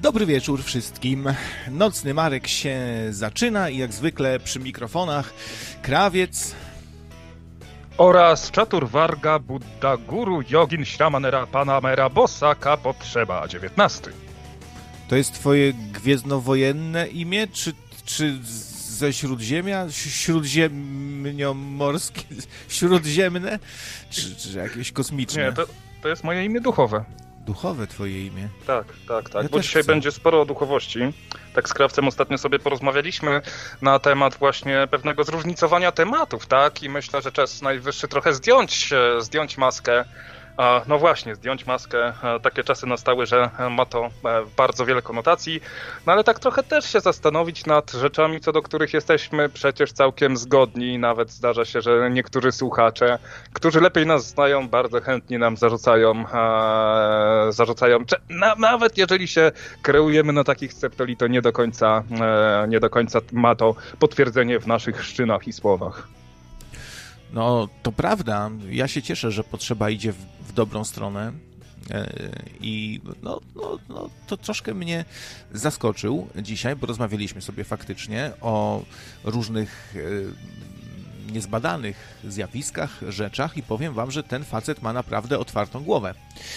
Dobry wieczór wszystkim. Nocny Marek się zaczyna i jak zwykle przy mikrofonach Krawiec oraz Czatur Varga Buddha Guru Yogin Shramanera Panamera Bosaka Potrzeba 19. To jest twoje gwiezdnowojenne imię, czy ze Śródziemia? Śródziemnomorskie? Śródziemne? Czy jakieś kosmiczne? Nie, to jest moje imię duchowe. Duchowe twoje imię? Tak, Ja bo dzisiaj będzie sporo o duchowości. Tak z Krawcem ostatnio sobie porozmawialiśmy na temat właśnie pewnego zróżnicowania tematów, tak? I myślę, że czas najwyższy trochę zdjąć maskę. No właśnie, zdjąć maskę. Takie czasy nastały, że ma to bardzo wiele konotacji. No ale tak trochę też się zastanowić nad rzeczami, co do których jesteśmy przecież całkiem zgodni. Nawet zdarza się, że niektórzy słuchacze, którzy lepiej nas znają, bardzo chętnie nam zarzucają, nawet jeżeli się kreujemy na takich sceptoli, to nie do końca ma to potwierdzenie w naszych szczynach i słowach. No, to prawda. Ja się cieszę, że Potrzeba idzie w dobrą stronę i to troszkę mnie zaskoczył dzisiaj, bo rozmawialiśmy sobie faktycznie o różnych niezbadanych zjawiskach, rzeczach i powiem wam, że ten facet ma naprawdę otwartą głowę.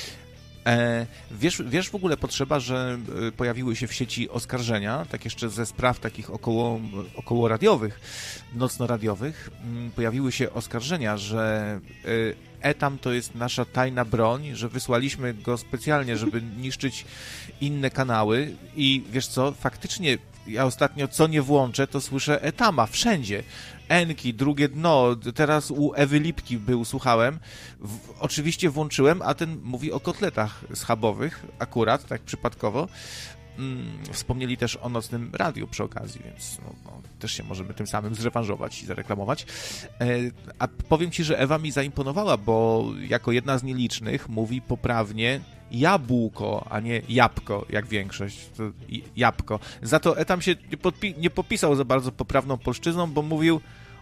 Wiesz w ogóle Potrzeba, że pojawiły się w sieci oskarżenia, tak jeszcze ze spraw takich około radiowych, nocno-radiowych, pojawiły się oskarżenia, że Etam to jest nasza tajna broń, że wysłaliśmy go specjalnie, żeby niszczyć inne kanały i wiesz co, faktycznie ja ostatnio co nie włączę, to słyszę Etama wszędzie. Enki, drugie dno, teraz u Ewy Lipki słuchałem, oczywiście włączyłem, a ten mówi o kotletach schabowych, akurat, tak przypadkowo. Wspomnieli też o nocnym radiu przy okazji, więc też się możemy tym samym zrewanżować i zareklamować. A powiem ci, że Ewa mi zaimponowała, bo jako jedna z nielicznych mówi poprawnie jabłko, a nie jabłko, jak większość. To jabłko. Za to Etam się nie popisał za bardzo poprawną polszczyzną, bo mówił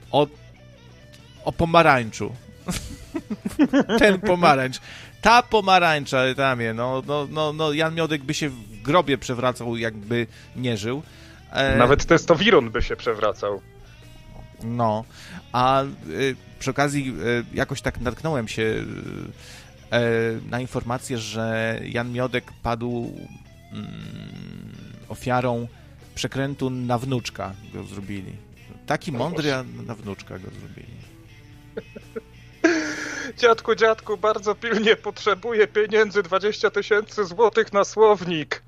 o pomarańczu. Ten pomarańcz. Ta pomarańcza, Etamie, Jan Miodek by się w grobie przewracał, jakby nie żył. Nawet testowiron by się przewracał. No, a przy okazji jakoś tak natknąłem się na informację, że Jan Miodek padł ofiarą przekrętu na wnuczka go zrobili. Taki mądry, a na wnuczka go zrobili. Dziadku, bardzo pilnie potrzebuję pieniędzy, 20 000 złotych na słownik.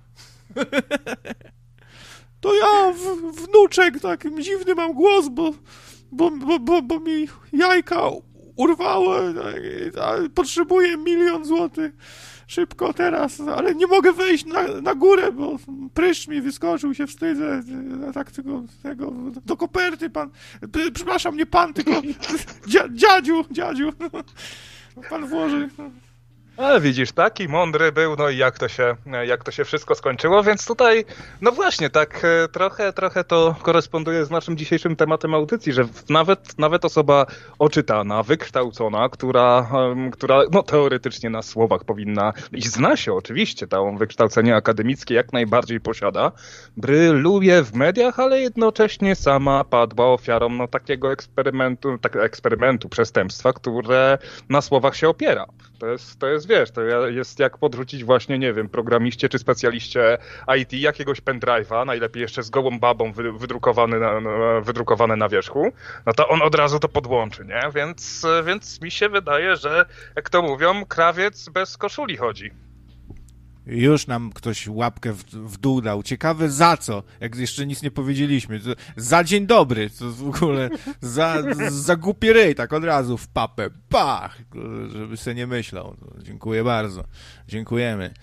To ja, wnuczek, tak dziwny mam głos, bo mi jajka urwało, potrzebuję 1 000 000 złotych. Szybko teraz, ale nie mogę wejść na górę, bo pryszcz mi wyskoczył, się wstydzę. Tak tego do koperty pan. Przepraszam, nie pan, tylko dziadziu. Pan włoży. Ale widzisz, taki mądry był, no i jak to się wszystko skończyło, więc tutaj, no właśnie, tak trochę to koresponduje z naszym dzisiejszym tematem audycji, że nawet osoba oczytana, wykształcona, która no teoretycznie na słowach powinna, i zna się oczywiście, to wykształcenie akademickie jak najbardziej posiada, bryluje w mediach, ale jednocześnie sama padła ofiarą takiego eksperymentu, przestępstwa, które na słowach się opiera. To jest, wiesz, to jest jak podrzucić właśnie, nie wiem, programiście czy specjaliście IT jakiegoś pendrive'a, najlepiej jeszcze z gołą babą wydrukowane na wierzchu, no to on od razu to podłączy, nie? Więc mi się wydaje, że, jak to mówią, krawiec bez koszuli chodzi. Już nam ktoś łapkę w dół dał. Ciekawe za co, jak jeszcze nic nie powiedzieliśmy. Za dzień dobry, to w ogóle za głupi ryj, tak od razu w papę. Pach! Żeby se nie myślał. Dziękuję bardzo. Dziękujemy.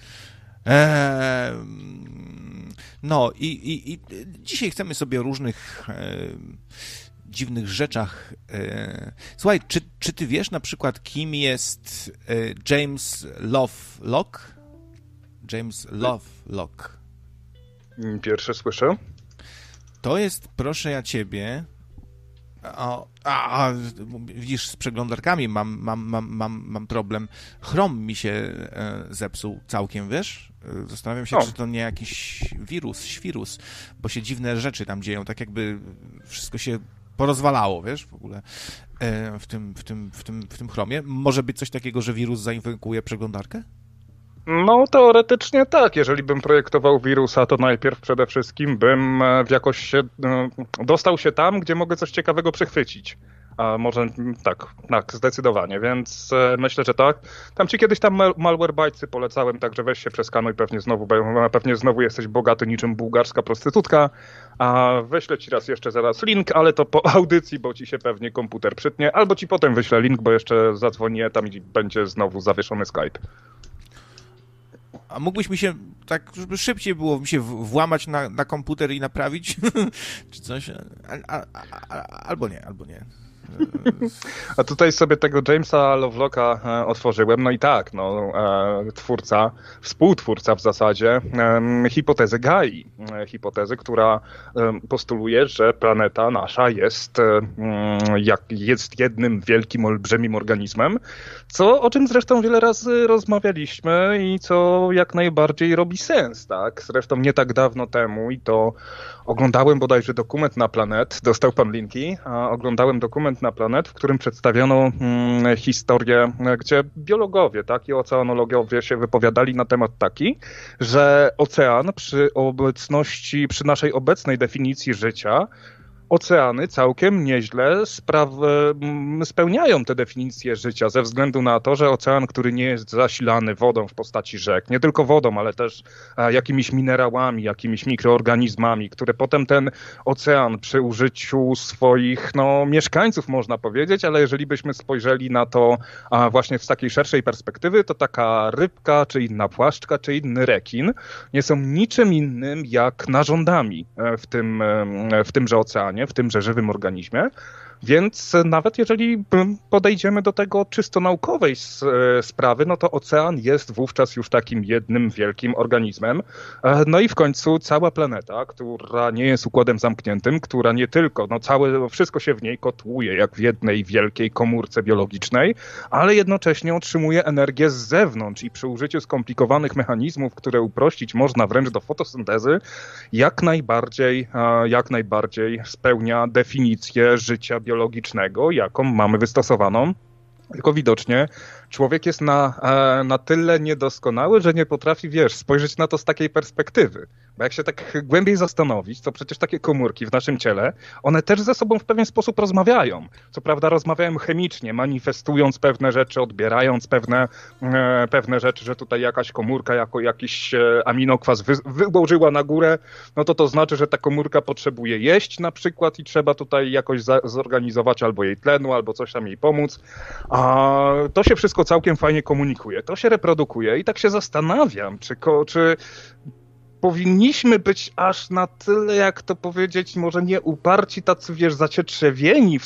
No i dzisiaj chcemy sobie o różnych dziwnych rzeczach. Słuchaj, czy ty wiesz na przykład, kim jest James Lovelock? James Lovelock. Pierwsze słyszę. To jest, proszę ja ciebie, Widzisz, z przeglądarkami mam problem. Chrome mi się zepsuł całkiem, wiesz? Zastanawiam się, czy to nie jakiś świrus, bo się dziwne rzeczy tam dzieją, tak jakby wszystko się porozwalało, wiesz, w ogóle w tym Chromie. Może być coś takiego, że wirus zainfekuje przeglądarkę? No, teoretycznie tak. Jeżeli bym projektował wirusa, to najpierw przede wszystkim bym dostał się tam, gdzie mogę coś ciekawego przechwycić. A może tak, zdecydowanie, więc myślę, że tak. Tam ci kiedyś Malwarebytesy polecałem, także weź się przeskanuj, pewnie znowu jesteś bogaty niczym bułgarska prostytutka, a wyślę ci zaraz link, ale to po audycji, bo ci się pewnie komputer przytnie, albo ci potem wyślę link, bo jeszcze zadzwonię tam i będzie znowu zawieszony Skype. A mógłbyś mi się, tak żeby szybciej było mi się włamać na komputer i naprawić? Czy coś? Albo nie. A tutaj sobie tego Jamesa Lovelocka otworzyłem, no i tak, współtwórca w zasadzie hipotezy Gai. Hipotezy, która postuluje, że planeta nasza jest jednym wielkim, olbrzymim organizmem, o czym zresztą wiele razy rozmawialiśmy i co jak najbardziej robi sens, tak? Zresztą nie tak dawno temu i to oglądałem bodajże dokument na Planet, dostał pan linki, oglądałem dokument na Planet, w którym przedstawiono historię, gdzie biologowie, tak, i oceanologowie się wypowiadali na temat taki, że ocean przy naszej obecnej definicji życia, oceany całkiem nieźle spełniają te definicje życia ze względu na to, że ocean, który nie jest zasilany wodą w postaci rzek, nie tylko wodą, ale też jakimiś minerałami, jakimiś mikroorganizmami, które potem ten ocean przy użyciu swoich mieszkańców, można powiedzieć, ale jeżeli byśmy spojrzeli na to właśnie z takiej szerszej perspektywy, to taka rybka, czy inna płaszczka, czy inny rekin nie są niczym innym jak narządami w tymże oceanie, w tymże żywym organizmie, więc nawet jeżeli podejdziemy do tego czysto naukowej sprawy, no to ocean jest wówczas już takim jednym wielkim organizmem. No i w końcu cała planeta, która nie jest układem zamkniętym, która nie tylko, wszystko się w niej kotłuje jak w jednej wielkiej komórce biologicznej, ale jednocześnie otrzymuje energię z zewnątrz i przy użyciu skomplikowanych mechanizmów, które uprościć można wręcz do fotosyntezy, jak najbardziej spełnia definicję życia biologicznego, jaką mamy wystosowaną. Tylko widocznie człowiek jest na tyle niedoskonały, że nie potrafi, spojrzeć na to z takiej perspektywy. Bo jak się tak głębiej zastanowić, to przecież takie komórki w naszym ciele, one też ze sobą w pewien sposób rozmawiają. Co prawda rozmawiają chemicznie, manifestując pewne rzeczy, odbierając pewne rzeczy, że tutaj jakaś komórka jako jakiś aminokwas wyłożyła na górę, no to znaczy, że ta komórka potrzebuje jeść na przykład i trzeba tutaj jakoś zorganizować albo jej tlenu, albo coś tam jej pomóc. A to się wszystko całkiem fajnie komunikuje, to się reprodukuje i tak się zastanawiam, czy powinniśmy być aż na tyle, jak to powiedzieć, może nie uparci, tacy, zacietrzewieni w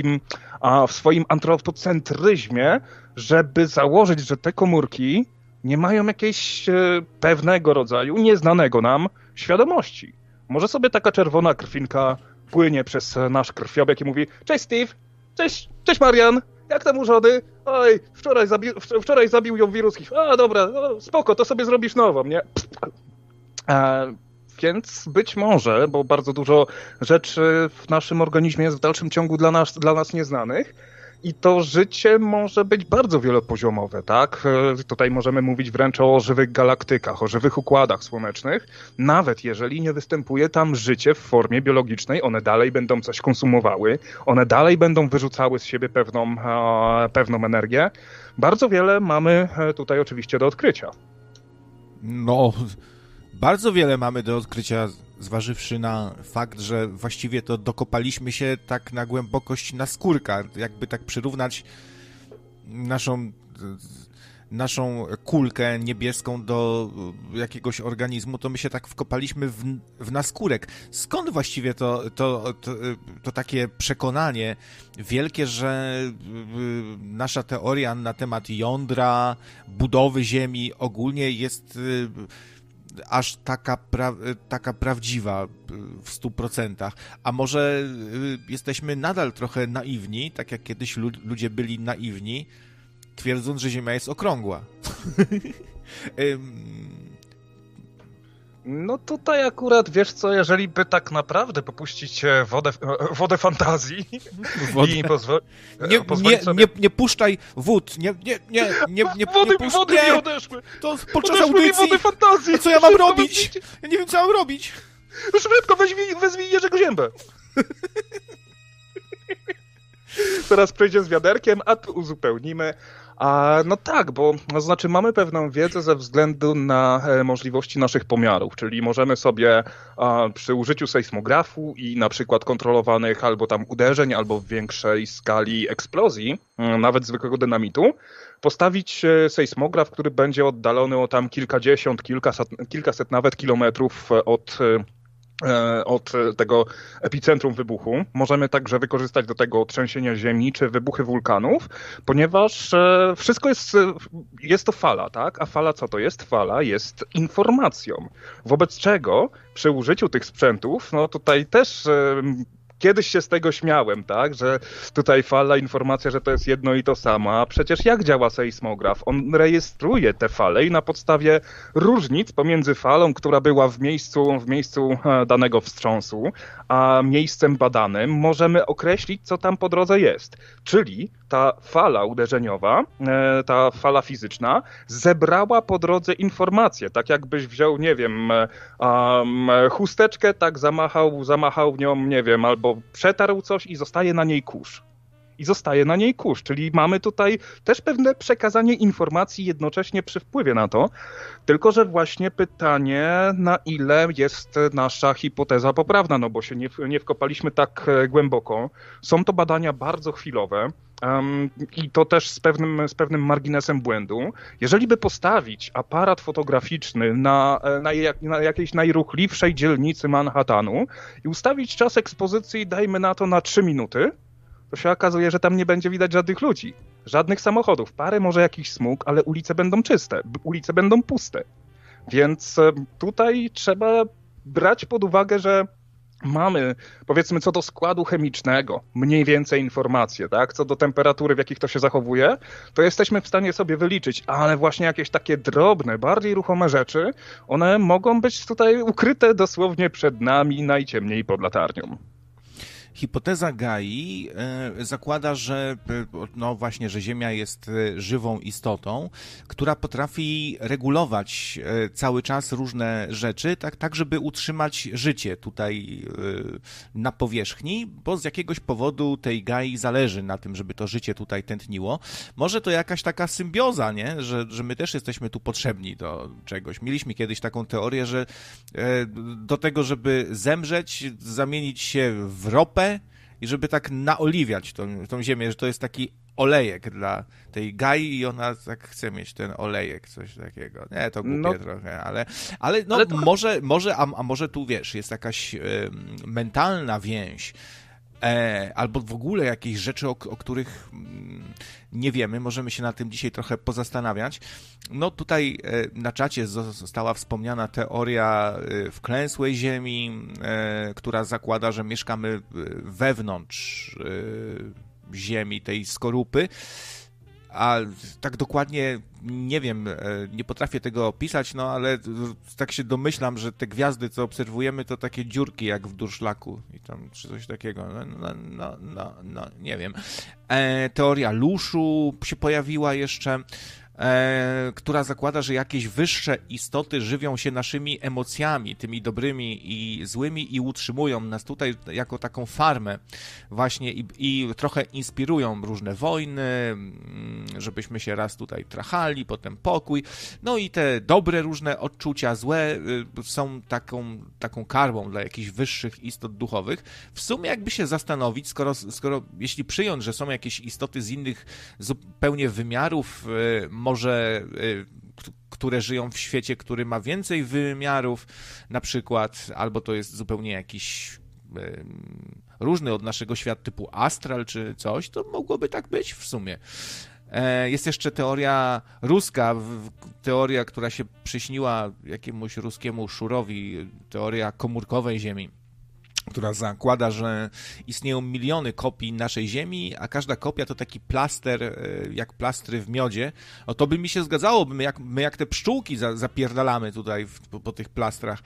swoim antropocentryzmie, żeby założyć, że te komórki nie mają jakiejś pewnego rodzaju, nieznanego nam, świadomości. Może sobie taka czerwona krwinka płynie przez nasz krwiobieg i mówi: cześć Steve, cześć Marian, jak tam u żony? Oj, wczoraj zabił ją wirus. A dobra, spoko, to sobie zrobisz nową, nie? Więc być może, bo bardzo dużo rzeczy w naszym organizmie jest w dalszym ciągu dla nas nieznanych i to życie może być bardzo wielopoziomowe, tak? Tutaj możemy mówić wręcz o żywych galaktykach, o żywych układach słonecznych. Nawet jeżeli nie występuje tam życie w formie biologicznej, one dalej będą coś konsumowały, one dalej będą wyrzucały z siebie pewną energię. Bardzo wiele mamy tutaj oczywiście do odkrycia. Bardzo wiele mamy do odkrycia, zważywszy na fakt, że właściwie to dokopaliśmy się tak na głębokość naskórka. Jakby tak przyrównać naszą kulkę niebieską do jakiegoś organizmu, to my się tak wkopaliśmy w naskórek. Skąd właściwie to takie przekonanie wielkie, że nasza teoria na temat jądra, budowy Ziemi ogólnie jest aż taka prawdziwa w 100%. A może jesteśmy nadal trochę naiwni, tak jak kiedyś ludzie byli naiwni, twierdząc, że Ziemia jest okrągła. No tutaj akurat, wiesz co, jeżeli by tak naprawdę popuścić wodę fantazji i pozwolić sobie... Nie puszczaj wód, Wody mi odeszły! To podczas audycji... wody fantazji! A co ja mam robić? Ja nie wiem, co mam robić. Szybko, wezwij Jerzego Ziębę! Teraz przejdzie z wiaderkiem, a tu uzupełnimy. No tak, bo znaczy mamy pewną wiedzę ze względu na możliwości naszych pomiarów, czyli możemy sobie przy użyciu sejsmografu i na przykład kontrolowanych albo tam uderzeń, albo w większej skali eksplozji, nawet zwykłego dynamitu, postawić sejsmograf, który będzie oddalony o tam kilkadziesiąt, kilkaset nawet kilometrów od tego epicentrum wybuchu. Możemy także wykorzystać do tego trzęsienia ziemi czy wybuchy wulkanów, ponieważ wszystko jest to fala, tak? A fala co to jest? Fala jest informacją. Wobec czego przy użyciu tych sprzętów, no tutaj też kiedyś się z tego śmiałem, tak, że tutaj fala, informacja, że to jest jedno i to samo, a przecież jak działa sejsmograf? On rejestruje te fale i na podstawie różnic pomiędzy falą, która była w miejscu danego wstrząsu, a miejscem badanym, możemy określić, co tam po drodze jest. Czyli ta fala uderzeniowa, ta fala fizyczna zebrała po drodze informacje, tak jakbyś wziął, nie wiem, chusteczkę, tak zamachał nią, nie wiem, albo przetarł coś i zostaje na niej kurz. Czyli mamy tutaj też pewne przekazanie informacji jednocześnie przy wpływie na to, tylko że właśnie pytanie, na ile jest nasza hipoteza poprawna, no bo się nie wkopaliśmy tak głęboko. Są to badania bardzo chwilowe. I to też z pewnym marginesem błędu. Jeżeli by postawić aparat fotograficzny na jakiejś najruchliwszej dzielnicy Manhattanu i ustawić czas ekspozycji, dajmy na to na 3 minuty, to się okazuje, że tam nie będzie widać żadnych ludzi, żadnych samochodów, parę może jakiś smug, ale ulice będą czyste, ulice będą puste. Więc tutaj trzeba brać pod uwagę, że mamy, powiedzmy, co do składu chemicznego, mniej więcej informacje, tak? Co do temperatury, w jakich to się zachowuje, to jesteśmy w stanie sobie wyliczyć, ale właśnie jakieś takie drobne, bardziej ruchome rzeczy, one mogą być tutaj ukryte dosłownie przed nami, najciemniej pod latarnią. Hipoteza Gai zakłada, że no właśnie, że Ziemia jest żywą istotą, która potrafi regulować cały czas różne rzeczy, tak żeby utrzymać życie tutaj na powierzchni, bo z jakiegoś powodu tej Gai zależy na tym, żeby to życie tutaj tętniło. Może to jakaś taka symbioza, nie? Że my też jesteśmy tu potrzebni do czegoś. Mieliśmy kiedyś taką teorię, że do tego, żeby zemrzeć, zamienić się w ropę, i żeby tak naoliwiać tą ziemię, że to jest taki olejek dla tej Gai i ona tak chce mieć ten olejek, coś takiego. Nie, to głupie trochę, ale to... może tu, wiesz, jest jakaś mentalna więź, albo w ogóle jakieś rzeczy, o których nie wiemy, możemy się na tym dzisiaj trochę pozastanawiać. No tutaj na czacie została wspomniana teoria wklęsłej Ziemi, która zakłada, że mieszkamy wewnątrz Ziemi, tej skorupy, a tak dokładnie nie wiem, nie potrafię tego opisać, no ale tak się domyślam, że te gwiazdy, co obserwujemy, to takie dziurki jak w durszlaku i tam czy coś takiego, no nie wiem. Teoria Luszu się pojawiła jeszcze, która zakłada, że jakieś wyższe istoty żywią się naszymi emocjami, tymi dobrymi i złymi i utrzymują nas tutaj jako taką farmę właśnie i trochę inspirują różne wojny, żebyśmy się raz tutaj trachali, potem pokój. No i te dobre różne odczucia, złe są taką karmą dla jakichś wyższych istot duchowych. W sumie jakby się zastanowić, skoro jeśli przyjąć, że są jakieś istoty z innych zupełnie wymiarów, może które żyją w świecie, który ma więcej wymiarów na przykład, albo to jest zupełnie jakiś różny od naszego świata typu astral czy coś, to mogłoby tak być w sumie. Jest jeszcze teoria ruska, teoria, która się przyśniła jakiemuś ruskiemu szurowi, teoria komórkowej Ziemi, która zakłada, że istnieją miliony kopii naszej Ziemi, a każda kopia to taki plaster, jak plastry w miodzie. O to by mi się zgadzało, my jak te pszczółki zapierdalamy tutaj po tych plastrach.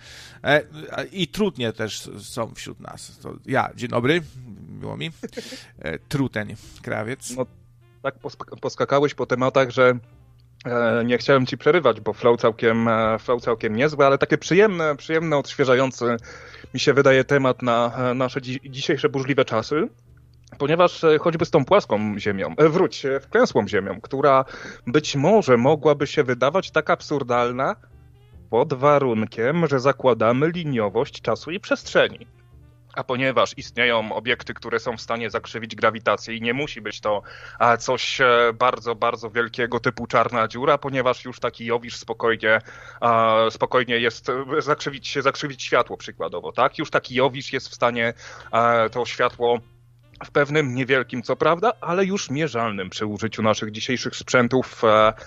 I trutnie też są wśród nas. To ja, dzień dobry, miło mi. Truteń, krawiec. No, tak poskakałeś po tematach, że nie chciałem ci przerywać, bo flow całkiem niezły, ale takie przyjemne, odświeżający mi się wydaje temat na nasze dzisiejsze burzliwe czasy, ponieważ choćby z tą płaską ziemią, wklęsłą ziemią, która być może mogłaby się wydawać tak absurdalna pod warunkiem, że zakładamy liniowość czasu i przestrzeni. A ponieważ istnieją obiekty, które są w stanie zakrzywić grawitację i nie musi być to coś bardzo, bardzo wielkiego typu czarna dziura, ponieważ już taki Jowisz spokojnie jest zakrzywić światło przykładowo, tak? Już taki Jowisz jest w stanie to światło w pewnym niewielkim, co prawda, ale już mierzalnym przy użyciu naszych dzisiejszych sprzętów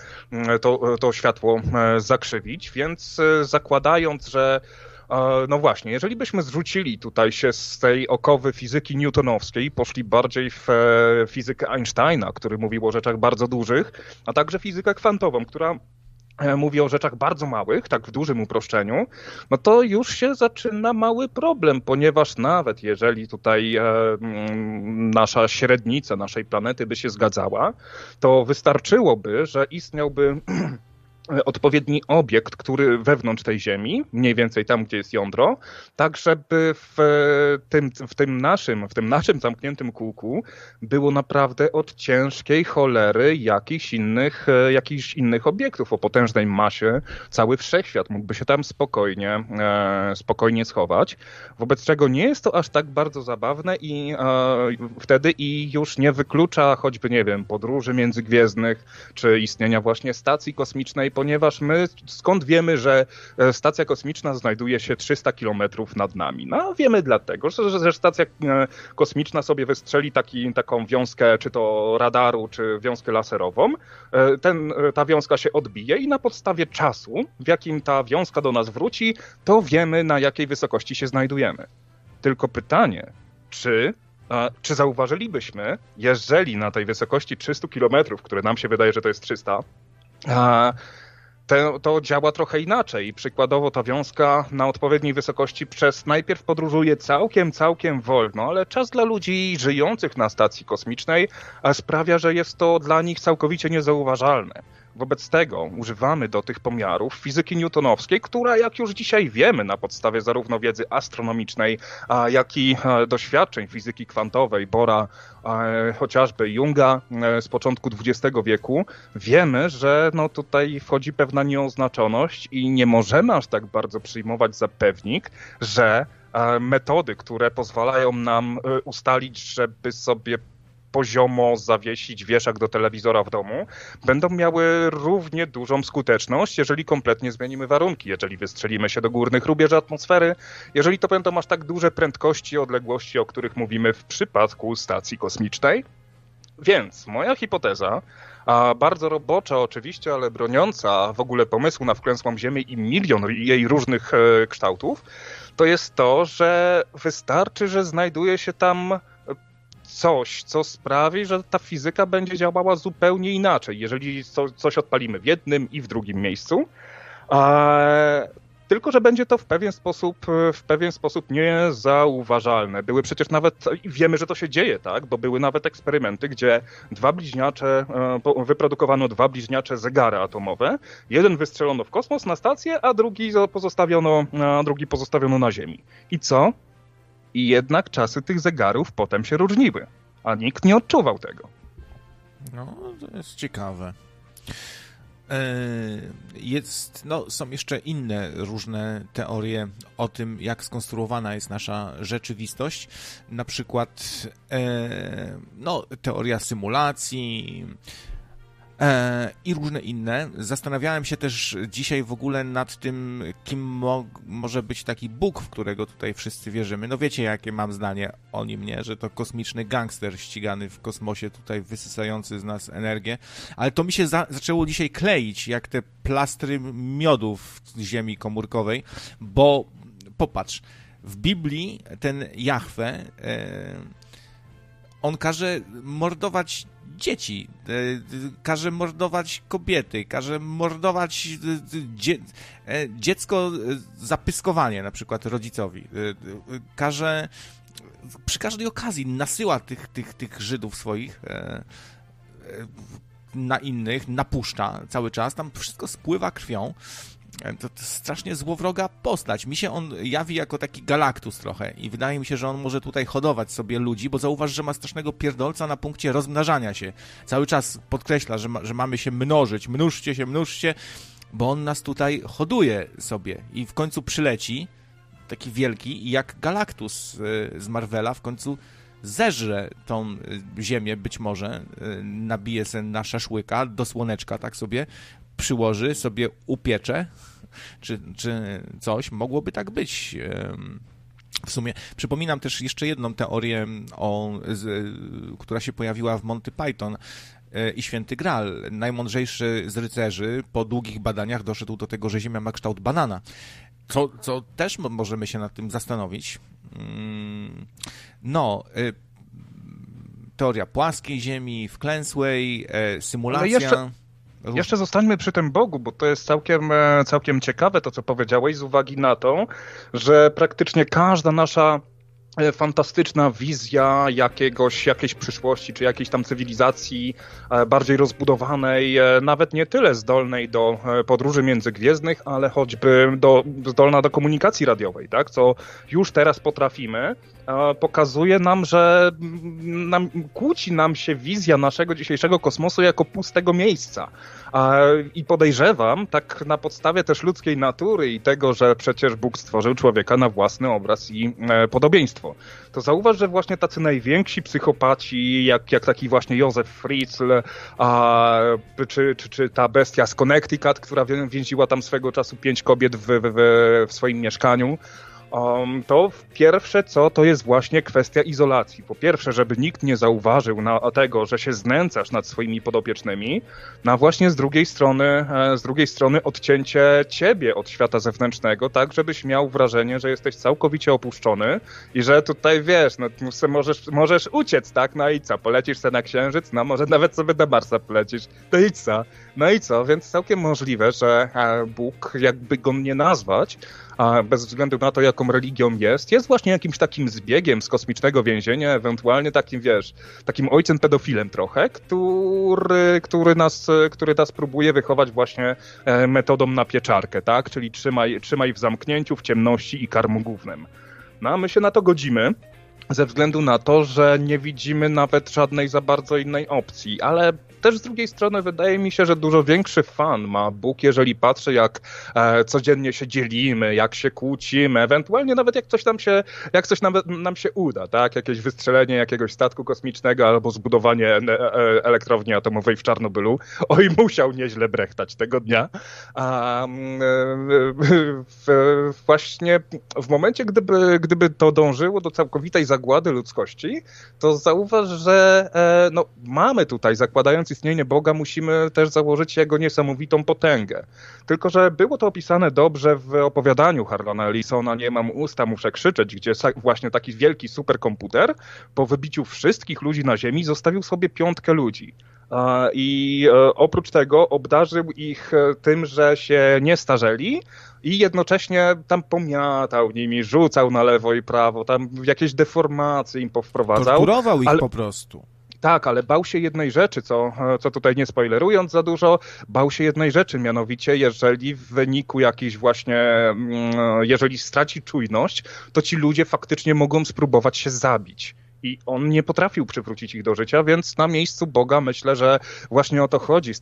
to światło zakrzywić, więc zakładając, że no właśnie, jeżeli byśmy zrzucili tutaj się z tej okowy fizyki newtonowskiej, poszli bardziej w fizykę Einsteina, który mówił o rzeczach bardzo dużych, a także fizykę kwantową, która mówi o rzeczach bardzo małych, tak w dużym uproszczeniu, no to już się zaczyna mały problem, ponieważ nawet jeżeli tutaj nasza średnica naszej planety by się zgadzała, to wystarczyłoby, że istniałby odpowiedni obiekt, który wewnątrz tej Ziemi, mniej więcej tam, gdzie jest jądro, tak żeby w tym naszym zamkniętym kółku było naprawdę od ciężkiej cholery jakichś innych obiektów o potężnej masie. Cały wszechświat mógłby się tam spokojnie schować, wobec czego nie jest to aż tak bardzo zabawne i wtedy już nie wyklucza choćby, nie wiem, podróży międzygwiezdnych, czy istnienia właśnie stacji kosmicznej, ponieważ my skąd wiemy, że stacja kosmiczna znajduje się 300 kilometrów nad nami? No wiemy dlatego, że stacja kosmiczna sobie wystrzeli taką wiązkę, czy to radaru, czy wiązkę laserową. Ta wiązka się odbije i na podstawie czasu, w jakim ta wiązka do nas wróci, to wiemy, na jakiej wysokości się znajdujemy. Tylko pytanie, czy zauważylibyśmy, jeżeli na tej wysokości 300 kilometrów, które nam się wydaje, że to jest 300, to działa trochę inaczej. Przykładowo ta wiązka na odpowiedniej wysokości najpierw podróżuje całkiem wolno, ale czas dla ludzi żyjących na stacji kosmicznej sprawia, że jest to dla nich całkowicie niezauważalne. Wobec tego używamy do tych pomiarów fizyki newtonowskiej, która, jak już dzisiaj wiemy, na podstawie zarówno wiedzy astronomicznej, jak i doświadczeń fizyki kwantowej, Bohra, chociażby Junga z początku XX wieku, wiemy, że no tutaj wchodzi pewna nieoznaczoność i nie możemy aż tak bardzo przyjmować za pewnik, że metody, które pozwalają nam ustalić, żeby sobie poziomo zawiesić wieszak do telewizora w domu, będą miały równie dużą skuteczność, jeżeli kompletnie zmienimy warunki, jeżeli wystrzelimy się do górnych rubieży atmosfery, jeżeli to będą aż tak duże prędkości i odległości, o których mówimy w przypadku stacji kosmicznej. Więc moja hipoteza, bardzo robocza oczywiście, ale broniąca w ogóle pomysłu na wklęsłą Ziemię i milion jej różnych kształtów, to jest to, że wystarczy, że znajduje się tam coś, co sprawi, że ta fizyka będzie działała zupełnie inaczej, jeżeli coś odpalimy w jednym i w drugim miejscu. Tylko że będzie to w pewien sposób niezauważalne. Były przecież nawet, wiemy, że to się dzieje, tak? Bo były nawet eksperymenty, gdzie wyprodukowano dwa bliźniacze zegary atomowe. Jeden wystrzelono w kosmos na stację, a drugi pozostawiono na Ziemi. I co? I jednak czasy tych zegarów potem się różniły, a nikt nie odczuwał tego. No, to jest ciekawe. Są jeszcze inne różne teorie o tym, jak skonstruowana jest nasza rzeczywistość. Na przykład teoria symulacji, i różne inne. Zastanawiałem się też dzisiaj w ogóle nad tym, kim może być taki Bóg, w którego tutaj wszyscy wierzymy. No wiecie, jakie mam zdanie o nim, nie? Że to kosmiczny gangster ścigany w kosmosie, tutaj wysysający z nas energię. Ale to mi się zaczęło dzisiaj kleić, jak te plastry miodu w ziemi komórkowej, bo popatrz, w Biblii ten Jahwe, on każe mordować dzieci, każe mordować kobiety, każe mordować dziecko za pyskowanie na przykład rodzicowi, każe przy każdej okazji nasyła tych Żydów swoich na innych, napuszcza cały czas, tam wszystko spływa krwią. To strasznie złowroga postać. Mi się on jawi jako taki Galactus trochę i wydaje mi się, że on może tutaj hodować sobie ludzi, bo zauważ, że ma strasznego pierdolca na punkcie rozmnażania się. Cały czas podkreśla, że mamy się mnożyć, mnóżcie, bo on nas tutaj hoduje sobie i w końcu przyleci, taki wielki, i jak Galactus z Marvela w końcu zeżre tą ziemię, być może, nabije se na szaszłyka, do słoneczka tak sobie przyłoży, sobie upiecze, czy coś, mogłoby tak być. W sumie przypominam też jeszcze jedną teorię, która się pojawiła w Monty Python i Święty Graal. Najmądrzejszy z rycerzy po długich badaniach doszedł do tego, że Ziemia ma kształt banana. Co też możemy się nad tym zastanowić. Teoria płaskiej Ziemi, wklęsłej, symulacja. Jeszcze zostańmy przy tym Bogu, bo to jest całkiem ciekawe to, co powiedziałeś, z uwagi na to, że praktycznie każda nasza fantastyczna wizja jakiejś przyszłości, czy jakiejś tam cywilizacji bardziej rozbudowanej, nawet nie tyle zdolnej do podróży międzygwiezdnych, ale choćby zdolna do komunikacji radiowej, tak? Co już teraz potrafimy, pokazuje nam, że kłóci nam się wizja naszego dzisiejszego kosmosu jako pustego miejsca. I podejrzewam, tak na podstawie też ludzkiej natury i tego, że przecież Bóg stworzył człowieka na własny obraz i podobieństwo. To zauważ, że właśnie tacy najwięksi psychopaci, jak taki właśnie Józef Fritzl, czy ta bestia z Connecticut, która więziła tam swego czasu 5 kobiet w swoim mieszkaniu, to pierwsze to jest właśnie kwestia izolacji. Po pierwsze, żeby nikt nie zauważył tego, że się znęcasz nad swoimi podopiecznymi, a właśnie z drugiej strony odcięcie ciebie od świata zewnętrznego, tak, żebyś miał wrażenie, że jesteś całkowicie opuszczony i że tutaj, wiesz, możesz uciec, tak, no i co, polecisz sobie na Księżyc, no może nawet sobie do Marsa polecisz, no i co, więc całkiem możliwe, że Bóg, jakby go nie nazwać, bez względu na to, jaką religią jest właśnie jakimś takim zbiegiem z kosmicznego więzienia, ewentualnie takim, wiesz, takim ojcem pedofilem trochę, który nas próbuje wychować właśnie metodą na pieczarkę, tak? Czyli trzymaj w zamknięciu, w ciemności i karmu gównem. No a my się na to godzimy, ze względu na to, że nie widzimy nawet żadnej za bardzo innej opcji, ale też z drugiej strony wydaje mi się, że dużo większy fan ma Bóg, jeżeli patrzy, jak codziennie się dzielimy, jak się kłócimy, ewentualnie nawet jak coś nam się uda, tak? Jakieś wystrzelenie jakiegoś statku kosmicznego albo zbudowanie elektrowni atomowej w Czarnobylu. Oj, musiał nieźle brechtać tego dnia. Właśnie w momencie, gdyby to dążyło do całkowitej zagłady ludzkości, to zauważ, że mamy tutaj, zakładając istnienie Boga, musimy też założyć jego niesamowitą potęgę. Tylko że było to opisane dobrze w opowiadaniu Harlana Ellisona Nie mam usta, muszę krzyczeć, gdzie właśnie taki wielki superkomputer po wybiciu wszystkich ludzi na Ziemi zostawił sobie 5 ludzi. I oprócz tego obdarzył ich tym, że się nie starzeli i jednocześnie tam pomiatał nimi, rzucał na lewo i prawo, tam jakieś deformacje im powprowadzał. Torturował ich po prostu. Tak, ale bał się jednej rzeczy, co tutaj nie spoilerując za dużo, bał się jednej rzeczy, mianowicie jeżeli w wyniku jakiejś właśnie, jeżeli straci czujność, to ci ludzie faktycznie mogą spróbować się zabić. I on nie potrafił przywrócić ich do życia, więc na miejscu Boga myślę, że właśnie o to chodzi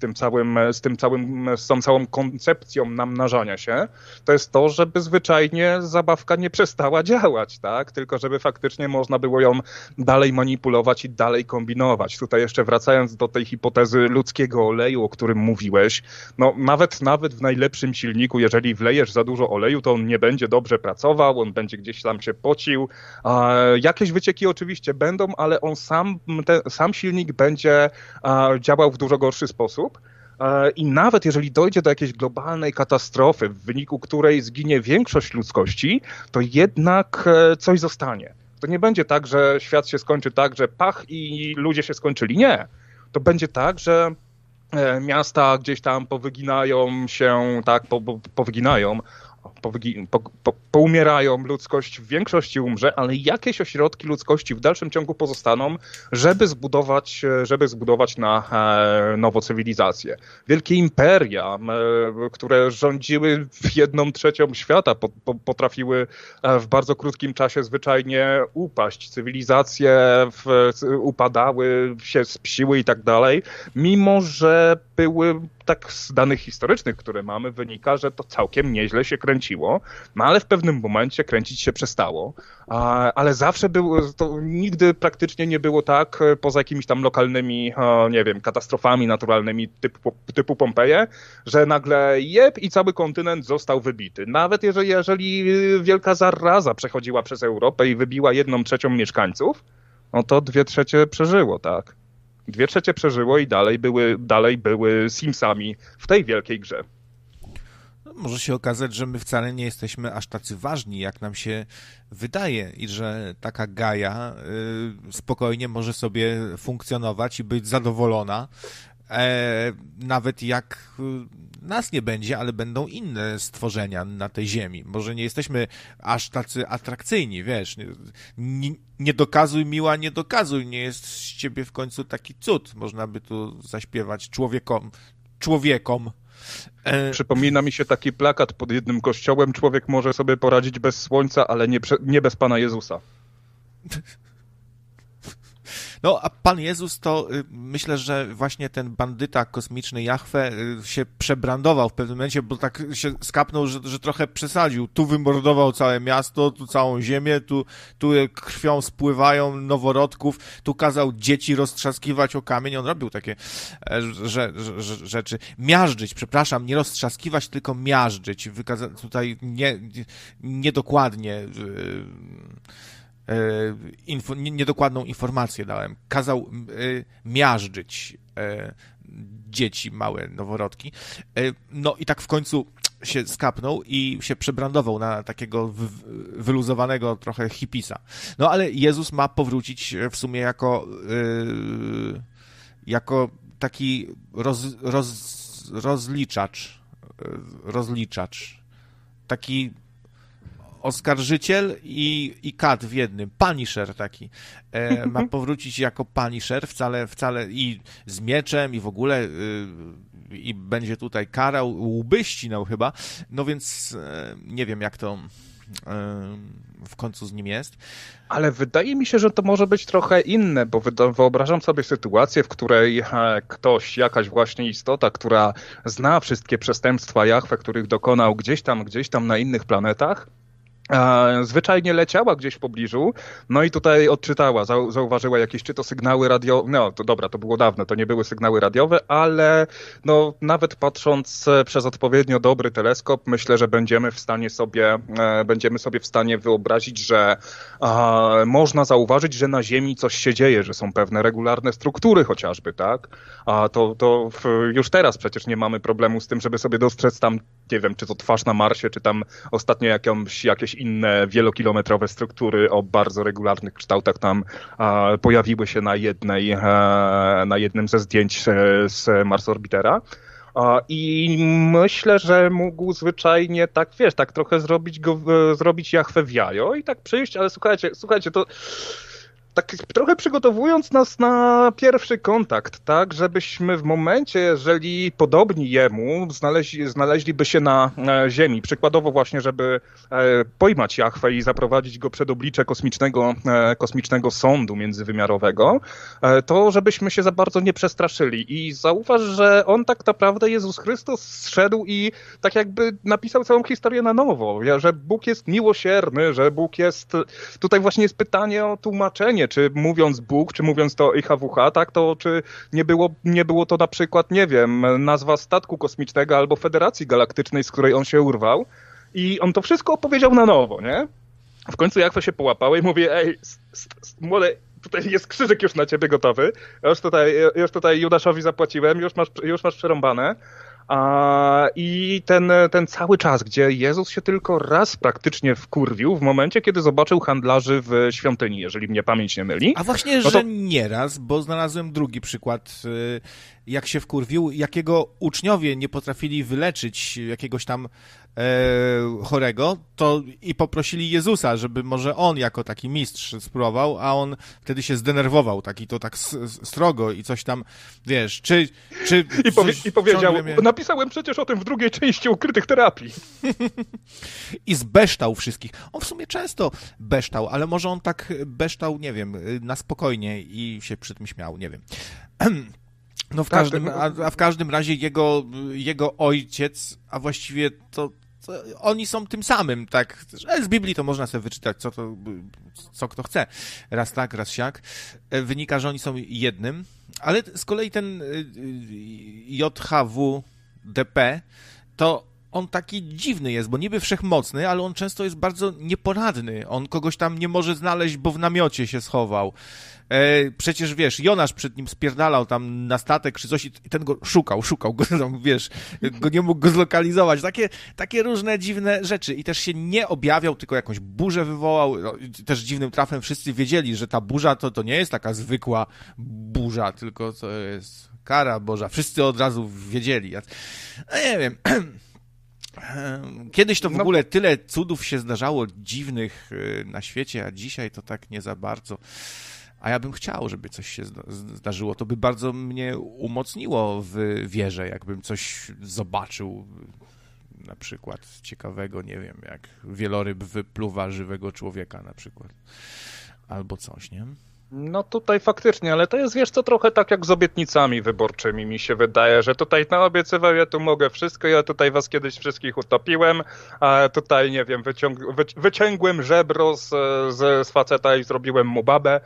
z tą całą koncepcją namnażania się. To jest to, żeby zwyczajnie zabawka nie przestała działać, tak? Tylko żeby faktycznie można było ją dalej manipulować i dalej kombinować. Tutaj jeszcze wracając do tej hipotezy ludzkiego oleju, o którym mówiłeś, no nawet w najlepszym silniku, jeżeli wlejesz za dużo oleju, to on nie będzie dobrze pracował, on będzie gdzieś tam się pocił. Jakieś wycieki oczywiście będą, ale on sam silnik będzie działał w dużo gorszy sposób. I nawet jeżeli dojdzie do jakiejś globalnej katastrofy, w wyniku której zginie większość ludzkości, to jednak coś zostanie. To nie będzie tak, że świat się skończy tak, że pach i ludzie się skończyli. Nie. To będzie tak, że miasta gdzieś tam powyginają się, tak, powyginają, poumierają, ludzkość w większości umrze, ale jakieś ośrodki ludzkości w dalszym ciągu pozostaną, żeby zbudować na nowo cywilizację. Wielkie imperia, które rządziły w 1/3 świata, potrafiły w bardzo krótkim czasie zwyczajnie upaść. Cywilizacje upadały, się spsiły i tak dalej, mimo że były, tak z danych historycznych, które mamy, wynika, że to całkiem nieźle się kręciło, no ale w pewnym momencie kręcić się przestało. Ale zawsze to nigdy praktycznie nie było tak, poza jakimiś tam lokalnymi, nie wiem, katastrofami naturalnymi typu Pompeje, że nagle i cały kontynent został wybity. Nawet jeżeli wielka zaraza przechodziła przez Europę i wybiła 1/3 mieszkańców, no to 2/3 przeżyło, tak? 2/3 przeżyło i dalej były Simsami w tej wielkiej grze. No, może się okazać, że my wcale nie jesteśmy aż tacy ważni, jak nam się wydaje i że taka Gaia spokojnie może sobie funkcjonować i być zadowolona, nawet jak nas nie będzie, ale będą inne stworzenia na tej ziemi. Może nie jesteśmy aż tacy atrakcyjni, wiesz. Nie dokazuj, miła, nie dokazuj. Nie jest z ciebie w końcu taki cud. Można by tu zaśpiewać człowiekom. Przypomina mi się taki plakat pod jednym kościołem. Człowiek może sobie poradzić bez słońca, ale nie bez Pana Jezusa. No, a Pan Jezus to myślę, że właśnie ten bandyta kosmiczny Jahwe się przebrandował w pewnym momencie, bo tak się skapnął, że trochę przesadził. Tu wymordował całe miasto, tu całą ziemię, tu krwią spływają noworodków, tu kazał dzieci roztrzaskiwać o kamień. On robił takie rzeczy. Miażdżyć, przepraszam, nie roztrzaskiwać, tylko miażdżyć. Tutaj niedokładnie... niedokładną informację dałem. Kazał miażdżyć dzieci, małe noworodki. No i tak w końcu się skapnął i się przebrandował na takiego wyluzowanego trochę hipisa. No ale Jezus ma powrócić w sumie jako taki rozliczacz. Taki oskarżyciel i kat w jednym. Punisher taki. Ma powrócić jako Punisher wcale i z mieczem i w ogóle i będzie tutaj karał, łby ścinał chyba. No więc nie wiem, jak to w końcu z nim jest. Ale wydaje mi się, że to może być trochę inne, bo wyobrażam sobie sytuację, w której jakaś właśnie istota, która zna wszystkie przestępstwa Jahwe, których dokonał gdzieś tam na innych planetach, zwyczajnie leciała gdzieś w pobliżu, no i tutaj odczytała, zauważyła jakieś czy to sygnały radiowe, no to dobra, to było dawno, to nie były sygnały radiowe, ale no nawet patrząc przez odpowiednio dobry teleskop, myślę, że będziemy sobie w stanie wyobrazić, że można zauważyć, że na Ziemi coś się dzieje, że są pewne regularne struktury chociażby, tak? Już teraz przecież nie mamy problemu z tym, żeby sobie dostrzec tam, nie wiem, czy to twarz na Marsie, czy tam ostatnio jakieś inne wielokilometrowe struktury o bardzo regularnych kształtach tam pojawiły się na jednym ze zdjęć z Mars Orbitera. I myślę, że mógł zwyczajnie tak, wiesz, tak trochę zrobić Jahwe w jajo i tak przyjść, ale słuchajcie, to tak trochę przygotowując nas na pierwszy kontakt, tak, żebyśmy w momencie, jeżeli podobni jemu znaleźliby się na Ziemi, przykładowo właśnie, żeby pojmać Jahwe i zaprowadzić go przed oblicze kosmicznego sądu międzywymiarowego, to żebyśmy się za bardzo nie przestraszyli. I zauważ, że on tak naprawdę, Jezus Chrystus, zszedł i tak jakby napisał całą historię na nowo, że Bóg jest miłosierny, że Bóg jest... Tutaj właśnie jest pytanie o tłumaczenie, czy mówiąc Bóg, czy mówiąc to IHWH, tak, to czy nie było to na przykład, nie wiem, nazwa statku kosmicznego albo Federacji Galaktycznej, z której on się urwał i on to wszystko opowiedział na nowo, nie? W końcu Jahwe się połapało i mówi, ej, młody, tutaj jest krzyżyk już na ciebie gotowy, już tutaj Judaszowi zapłaciłem, już masz przerąbane. I ten cały czas, gdzie Jezus się tylko raz praktycznie wkurwił w momencie, kiedy zobaczył handlarzy w świątyni, jeżeli mnie pamięć nie myli. A właśnie, że nie raz, bo znalazłem drugi przykład, jak się wkurwił, jakiego uczniowie nie potrafili wyleczyć jakiegoś tam chorego, to i poprosili Jezusa, żeby może on jako taki mistrz spróbował, a on wtedy się zdenerwował, tak strogo i coś tam, wiesz, I powiedział, napisałem przecież o tym w drugiej części Ukrytych Terapii. I zbeształ wszystkich. On w sumie często beształ, ale może on tak beształ, nie wiem, na spokojnie i się przy tym śmiał, nie wiem. No w każdym razie jego ojciec, a właściwie to oni są tym samym, tak? Z Biblii to można sobie wyczytać, co kto chce. Raz tak, raz siak. Wynika, że oni są jednym, ale z kolei ten JHWDP to on taki dziwny jest, bo niby wszechmocny, ale on często jest bardzo nieporadny. On kogoś tam nie może znaleźć, bo w namiocie się schował. Przecież, wiesz, Jonasz przed nim spierdalał tam na statek czy coś i ten go szukał go tam, wiesz, nie mógł go zlokalizować. Takie różne dziwne rzeczy. I też się nie objawiał, tylko jakąś burzę wywołał. No, też dziwnym trafem wszyscy wiedzieli, że ta burza to nie jest taka zwykła burza, tylko to jest kara Boża. Wszyscy od razu wiedzieli. No nie wiem... Kiedyś to w ogóle tyle cudów się zdarzało dziwnych na świecie, a dzisiaj to tak nie za bardzo. A ja bym chciał, żeby coś się zdarzyło. To by bardzo mnie umocniło w wierze, jakbym coś zobaczył, na przykład ciekawego, nie wiem, jak wieloryb wypluwa żywego człowieka na przykład. Albo coś, nie? No tutaj faktycznie, ale to jest, wiesz co, trochę tak jak z obietnicami wyborczymi mi się wydaje, że tutaj naobiecywał, ja tu mogę wszystko, ja tutaj was kiedyś wszystkich utopiłem, a tutaj, nie wiem, wyciągłem żebro z faceta i zrobiłem mu babę.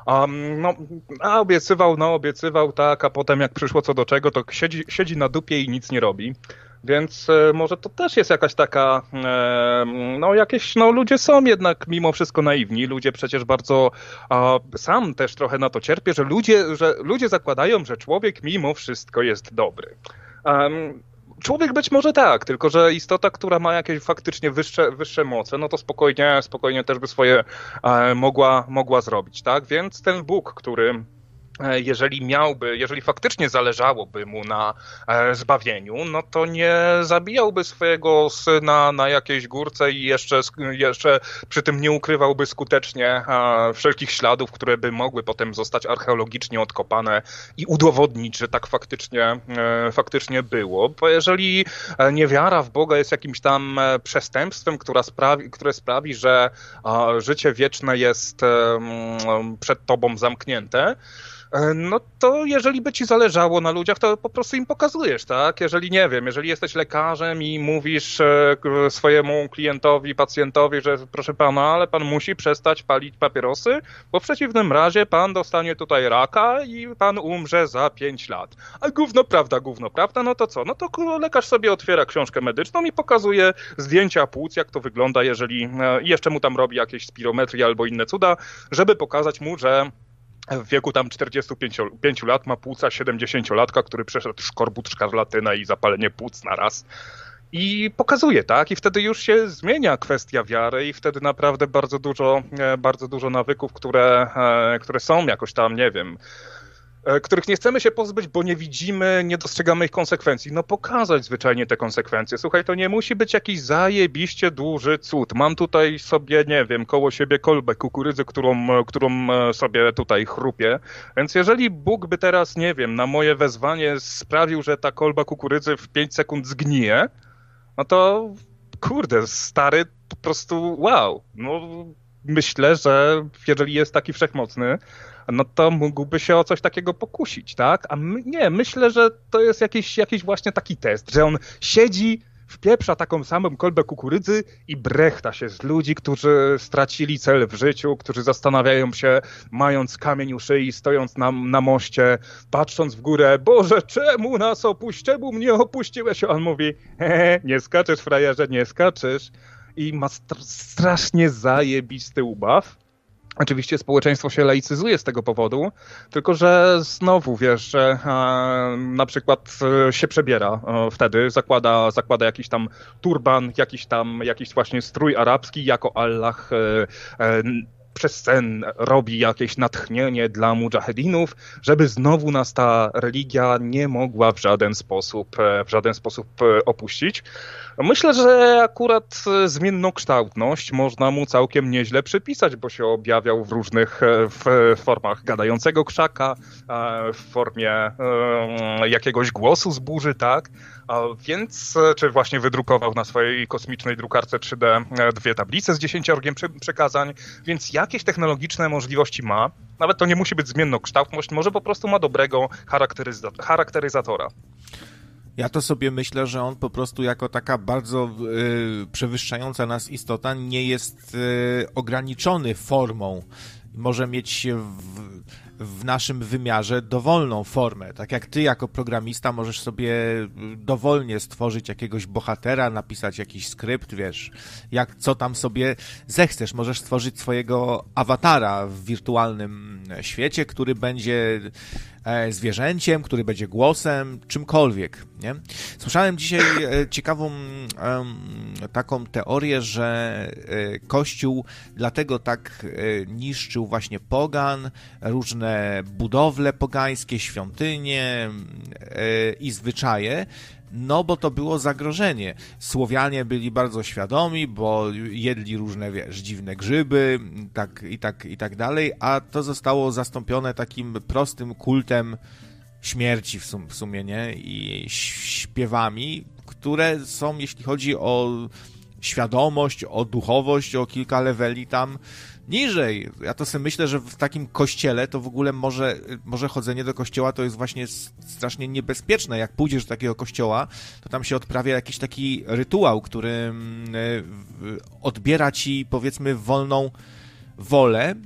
Obiecywał, tak, a potem jak przyszło co do czego, to siedzi na dupie i nic nie robi. Więc może to też jest jakaś taka, ludzie są jednak mimo wszystko naiwni, ludzie przecież bardzo, sam też trochę na to cierpię, że ludzie zakładają, że człowiek mimo wszystko jest dobry. Człowiek być może tak, tylko że istota, która ma jakieś faktycznie wyższe moce, no to spokojnie też by swoje mogła zrobić, tak? Więc ten Bóg, który jeżeli faktycznie zależałoby mu na zbawieniu, no to nie zabijałby swojego syna na jakiejś górce i jeszcze przy tym nie ukrywałby skutecznie wszelkich śladów, które by mogły potem zostać archeologicznie odkopane i udowodnić, że tak faktycznie było. Bo jeżeli niewiara w Boga jest jakimś tam przestępstwem, które sprawi, że życie wieczne jest przed tobą zamknięte, no to jeżeli by ci zależało na ludziach, to po prostu im pokazujesz, tak? Jeżeli jesteś lekarzem i mówisz swojemu klientowi, pacjentowi, że proszę pana, ale pan musi przestać palić papierosy, bo w przeciwnym razie pan dostanie tutaj raka i pan umrze za 5 lat. A gówno prawda, no to co? No to lekarz sobie otwiera książkę medyczną i pokazuje zdjęcia płuc, jak to wygląda, jeżeli jeszcze mu tam robi jakieś spirometrii albo inne cuda, żeby pokazać mu, że w wieku tam 45 lat ma płuca 70-latka, który przeszedł szkorbut, szkarlatynę i zapalenie płuc na raz. I pokazuje, tak? I wtedy już się zmienia kwestia wiary i wtedy naprawdę bardzo dużo nawyków, które są jakoś tam, nie wiem, których nie chcemy się pozbyć, bo nie widzimy, nie dostrzegamy ich konsekwencji. No pokazać zwyczajnie te konsekwencje. Słuchaj, to nie musi być jakiś zajebiście duży cud. Mam tutaj sobie, nie wiem, koło siebie kolbę kukurydzy, którą sobie tutaj chrupię. Więc jeżeli Bóg by teraz, nie wiem, na moje wezwanie sprawił, że ta kolba kukurydzy w 5 sekund zgnije, no to kurde, stary, po prostu wow. No myślę, że jeżeli jest taki wszechmocny, no to mógłby się o coś takiego pokusić, tak? A nie, myślę, że to jest jakiś właśnie taki test, że on siedzi, wpieprza taką samą kolbę kukurydzy i brechta się z ludzi, którzy stracili cel w życiu, którzy zastanawiają się, mając kamień u szyi, stojąc na moście, patrząc w górę, Boże, czemu nas czemu mnie opuściłeś? A on mówi, nie skaczesz, frajerze, nie skaczesz. I ma strasznie zajebisty ubaw. Oczywiście społeczeństwo się laicyzuje z tego powodu, tylko że znowu, wiesz, że na przykład się przebiera wtedy, zakłada jakiś tam turban, jakiś właśnie strój arabski, jako Allah przez sen robi jakieś natchnienie dla mudżahedinów, żeby znowu nas ta religia nie mogła w żaden sposób opuścić. Myślę, że akurat zmiennokształtność można mu całkiem nieźle przypisać, bo się objawiał w różnych formach gadającego krzaka, w formie jakiegoś głosu z burzy, tak? Więc, czy właśnie wydrukował na swojej kosmicznej drukarce 3D 2 tablice z 10 przekazań, więc jakieś technologiczne możliwości ma. Nawet to nie musi być zmiennokształtność, może po prostu ma dobrego charakteryzatora. Ja to sobie myślę, że on po prostu jako taka bardzo przewyższająca nas istota nie jest ograniczony formą. Może mieć w naszym wymiarze dowolną formę. Tak jak ty jako programista możesz sobie dowolnie stworzyć jakiegoś bohatera, napisać jakiś skrypt, wiesz, co tam sobie zechcesz. Możesz stworzyć swojego awatara w wirtualnym świecie, który będzie zwierzęciem, który będzie głosem, czymkolwiek, nie? Słyszałem dzisiaj ciekawą taką teorię, że Kościół dlatego tak niszczył właśnie pogan, różne budowle pogańskie, świątynie i zwyczaje, no bo to było zagrożenie. Słowianie byli bardzo świadomi, bo jedli różne, wiesz, dziwne grzyby, i tak dalej, a to zostało zastąpione takim prostym kultem śmierci w sumie, nie? I śpiewami, które są, jeśli chodzi o świadomość, o duchowość, o kilka leveli tam niżej. Ja to sobie myślę, że w takim kościele to w ogóle może chodzenie do kościoła to jest właśnie strasznie niebezpieczne. Jak pójdziesz do takiego kościoła, to tam się odprawia jakiś taki rytuał, który odbiera ci, powiedzmy, wolną wolę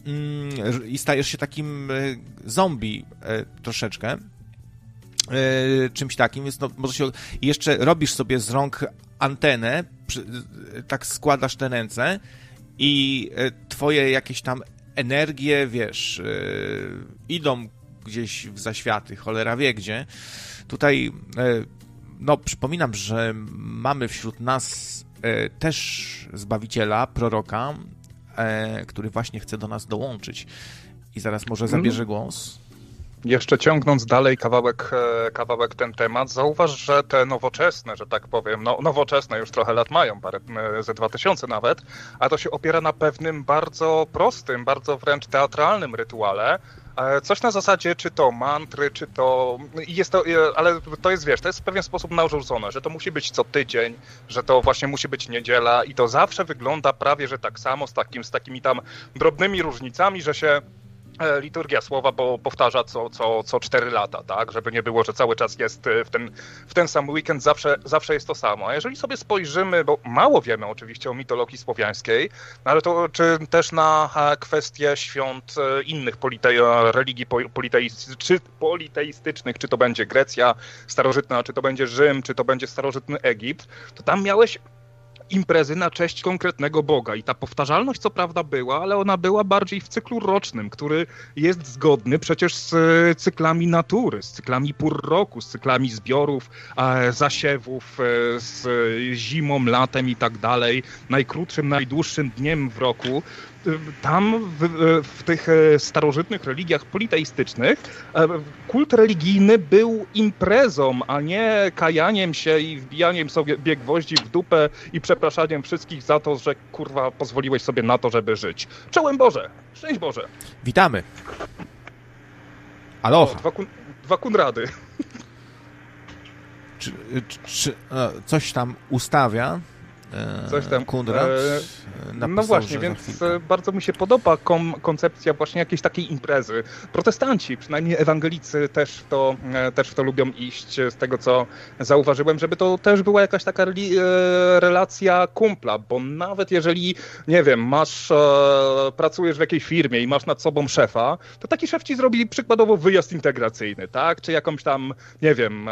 i stajesz się takim zombie troszeczkę. Czymś takim, więc no, może się... I jeszcze robisz sobie z rąk antenę, tak składasz te ręce i twoje jakieś tam energie, wiesz, idą gdzieś w zaświaty, cholera wie gdzie. Tutaj, no, przypominam, że mamy wśród nas też Zbawiciela, proroka, który właśnie chce do nas dołączyć i zaraz może zabierze głos. Jeszcze ciągnąc dalej kawałek ten temat, zauważ, że te nowoczesne, że tak powiem, no nowoczesne już trochę lat mają, parę, ze 2000 nawet, a to się opiera na pewnym bardzo prostym, bardzo wręcz teatralnym rytuale, coś na zasadzie, czy to mantry, czy to... Jest to, ale to jest, wiesz, to jest w pewien sposób narzucone, że to musi być co tydzień, że to właśnie musi być niedziela i to zawsze wygląda prawie, że tak samo, z takimi tam drobnymi różnicami, że się liturgia słowa powtarza co 4 lata, tak? Żeby nie było, że cały czas jest w ten sam weekend, zawsze jest to samo. A jeżeli sobie spojrzymy, bo mało wiemy oczywiście o mitologii słowiańskiej, ale to czy też na kwestie świąt innych religii politeistycznych, czy to będzie Grecja starożytna, czy to będzie Rzym, czy to będzie starożytny Egipt, to tam miałeś imprezy na cześć konkretnego Boga. I ta powtarzalność co prawda była, ale ona była bardziej w cyklu rocznym, który jest zgodny przecież z cyklami natury, z cyklami pór roku, z cyklami zbiorów, zasiewów, z zimą, latem i tak dalej, najkrótszym, najdłuższym dniem w roku. tam w tych starożytnych religiach politeistycznych kult religijny był imprezą, a nie kajaniem się i wbijaniem sobie gwoździ w dupę i przepraszaniem wszystkich za to, że kurwa pozwoliłeś sobie na to, żeby żyć. Czołem Boże! Szczęść Boże! Witamy! Aloha! Dwa Kunrady. Czy coś tam ustawia coś tam. Kunrad? No właśnie, więc bardzo mi się podoba koncepcja właśnie jakiejś takiej imprezy. Protestanci, przynajmniej ewangelicy też w to lubią iść, z tego co zauważyłem, żeby to też była jakaś taka relacja kumpla, bo nawet jeżeli, nie wiem, pracujesz w jakiejś firmie i masz nad sobą szefa, to taki szef ci zrobi przykładowo wyjazd integracyjny, tak? Czy jakąś tam, nie wiem,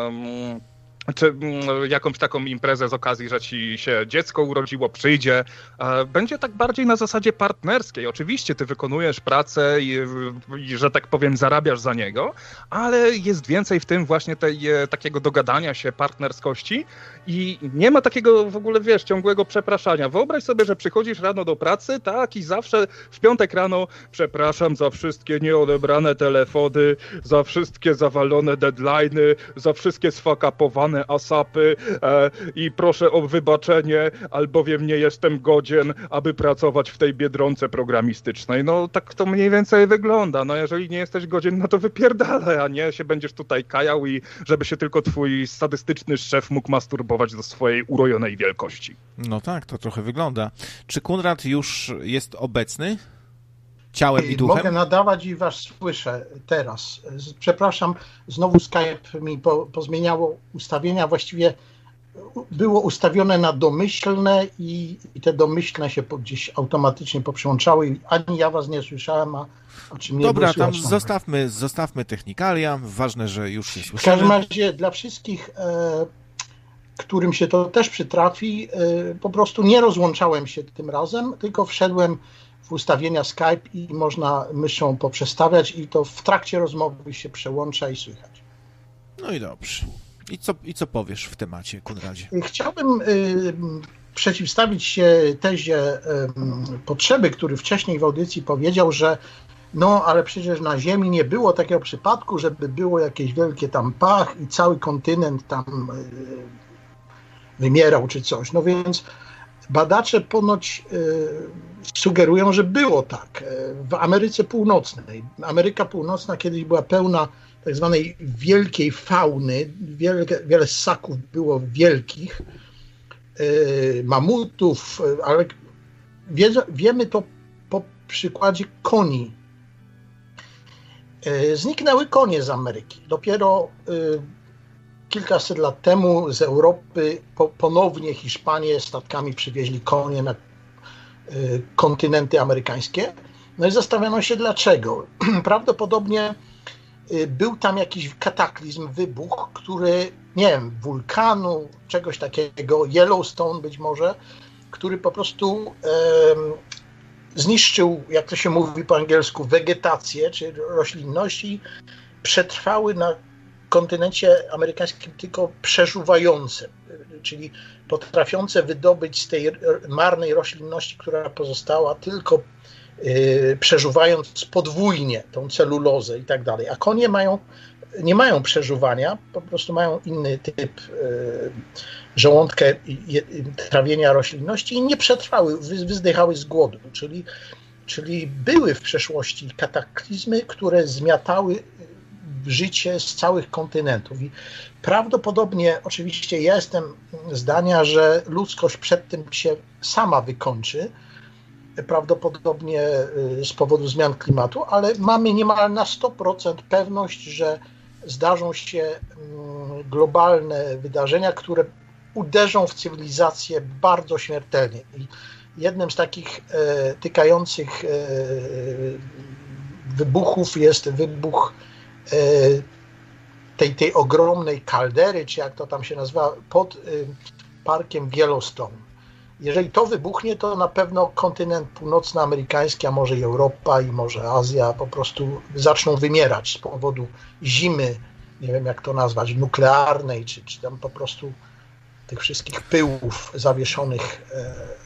czy jakąś taką imprezę z okazji, że ci się dziecko urodziło, przyjdzie. Będzie tak bardziej na zasadzie partnerskiej. Oczywiście ty wykonujesz pracę i że tak powiem, zarabiasz za niego, ale jest więcej w tym właśnie takiego dogadania się, partnerskości i nie ma takiego w ogóle, wiesz, ciągłego przepraszania. Wyobraź sobie, że przychodzisz rano do pracy, tak, i zawsze w piątek rano przepraszam za wszystkie nieodebrane telefony, za wszystkie zawalone deadline'y, za wszystkie sfakapowane asapy i proszę o wybaczenie, albowiem nie jestem godzien, aby pracować w tej Biedronce programistycznej. No tak to mniej więcej wygląda. No jeżeli nie jesteś godzien, no to wypierdalaj, a nie się będziesz tutaj kajał i żeby się tylko twój sadystyczny szef mógł masturbować do swojej urojonej wielkości. No tak, to trochę wygląda. Czy Kunrad już jest obecny? Ciałem i duchem? Mogę nadawać i was słyszę teraz. Przepraszam, znowu Skype mi pozmieniało ustawienia. Właściwie było ustawione na domyślne i te domyślne się gdzieś automatycznie poprzełączały. Ani ja was nie słyszałem, a czym nie Dobra, było tam zostawmy technikalia. Ważne, że już się słyszymy. W każdym razie dla wszystkich, którym się to też przytrafi, po prostu nie rozłączałem się tym razem, tylko wszedłem w ustawienia Skype i można myszą poprzestawiać i to w trakcie rozmowy się przełącza i słychać. No i dobrze. I co powiesz w temacie, Kunradzie? Chciałbym przeciwstawić się tezie Potrzeby, który wcześniej w audycji powiedział, że no, ale przecież na Ziemi nie było takiego przypadku, żeby było jakieś wielkie tam pach i cały kontynent tam wymierał czy coś. No więc badacze ponoć sugerują, że było tak. W Ameryce Północnej. Ameryka Północna kiedyś była pełna tak zwanej wielkiej fauny. Wiele ssaków było wielkich, mamutów, ale wiemy to po przykładzie koni. Zniknęły konie z Ameryki. Dopiero kilkaset lat temu z Europy ponownie Hiszpanie statkami przywieźli konie na kontynenty amerykańskie. No i zastanawiano się dlaczego. Prawdopodobnie był tam jakiś kataklizm, wybuch, który, nie wiem, wulkanu, czegoś takiego, Yellowstone być może, który po prostu zniszczył, jak to się mówi po angielsku, wegetację, czy roślinność i przetrwały na kontynencie amerykańskim tylko przeżuwające, czyli potrafiące wydobyć z tej marnej roślinności, która pozostała, tylko przeżuwając podwójnie tą celulozę i tak dalej. A konie nie mają przeżuwania, po prostu mają inny typ żołądka trawienia roślinności i nie przetrwały, wyzdychały z głodu. Czyli były w przeszłości kataklizmy, które zmiatały życie z całych kontynentów. I prawdopodobnie, oczywiście ja jestem zdania, że ludzkość przed tym się sama wykończy, prawdopodobnie z powodu zmian klimatu, ale mamy niemal na 100% pewność, że zdarzą się globalne wydarzenia, które uderzą w cywilizację bardzo śmiertelnie. I jednym z takich tykających wybuchów jest wybuch tej ogromnej kaldery, czy jak to tam się nazywa, pod parkiem Yellowstone. Jeżeli to wybuchnie, to na pewno kontynent północnoamerykański, a może i Europa i może Azja po prostu zaczną wymierać z powodu zimy, nie wiem jak to nazwać, nuklearnej, czy tam po prostu tych wszystkich pyłów zawieszonych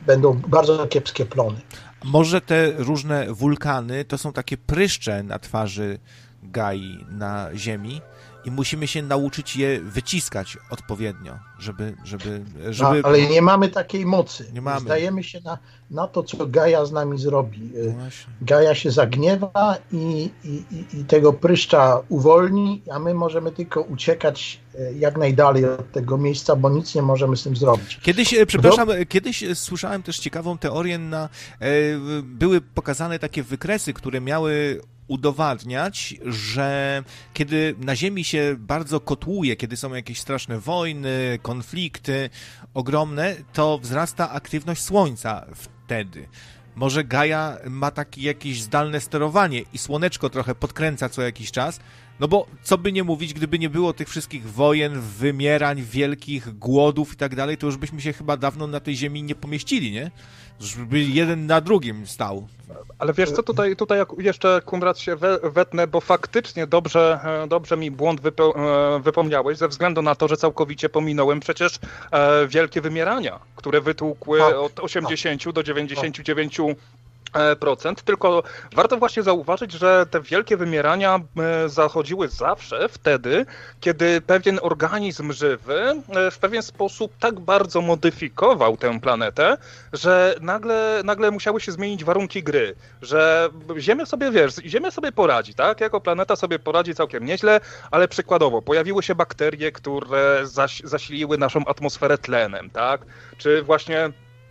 będą bardzo kiepskie plony. Może te różne wulkany to są takie pryszcze na twarzy Gai na Ziemi i musimy się nauczyć je wyciskać odpowiednio, żeby... Ale nie mamy takiej mocy. Nie mamy. Zdajemy się na to, co Gaja z nami zrobi. No Gaja się zagniewa i tego pryszcza uwolni, a my możemy tylko uciekać jak najdalej od tego miejsca, bo nic nie możemy z tym zrobić. Kiedyś słyszałem też ciekawą teorię, były pokazane takie wykresy, które miały udowadniać, że kiedy na Ziemi się bardzo kotłuje, kiedy są jakieś straszne wojny, konflikty ogromne, to wzrasta aktywność Słońca wtedy. Może Gaja ma takie jakieś zdalne sterowanie i Słoneczko trochę podkręca co jakiś czas, no bo co by nie mówić, gdyby nie było tych wszystkich wojen, wymierań, wielkich głodów i tak dalej, to już byśmy się chyba dawno na tej Ziemi nie pomieścili, nie? Żeby jeden na drugim stał. Ale wiesz co, tutaj jeszcze, Konrad, się wetnę, bo faktycznie dobrze mi błąd wypomniałeś, ze względu na to, że całkowicie pominąłem przecież wielkie wymierania, które wytłukły od 80 do 99%. Tylko warto właśnie zauważyć, że te wielkie wymierania zachodziły zawsze wtedy, kiedy pewien organizm żywy w pewien sposób tak bardzo modyfikował tę planetę, że nagle musiały się zmienić warunki gry, że Ziemia sobie poradzi, tak? Jako planeta sobie poradzi całkiem nieźle, ale przykładowo pojawiły się bakterie, które zasiliły naszą atmosferę tlenem, tak? Czy właśnie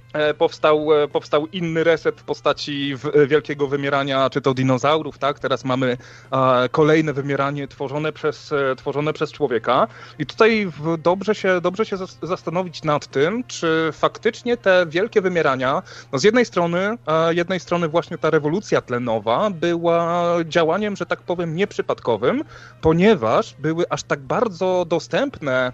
powstał inny reset w postaci wielkiego wymierania, czy to dinozaurów, tak? Teraz mamy kolejne wymieranie tworzone przez człowieka. I tutaj dobrze się zastanowić nad tym, czy faktycznie te wielkie wymierania, no z jednej strony właśnie ta rewolucja tlenowa była działaniem, że tak powiem, nieprzypadkowym, ponieważ były aż tak bardzo dostępne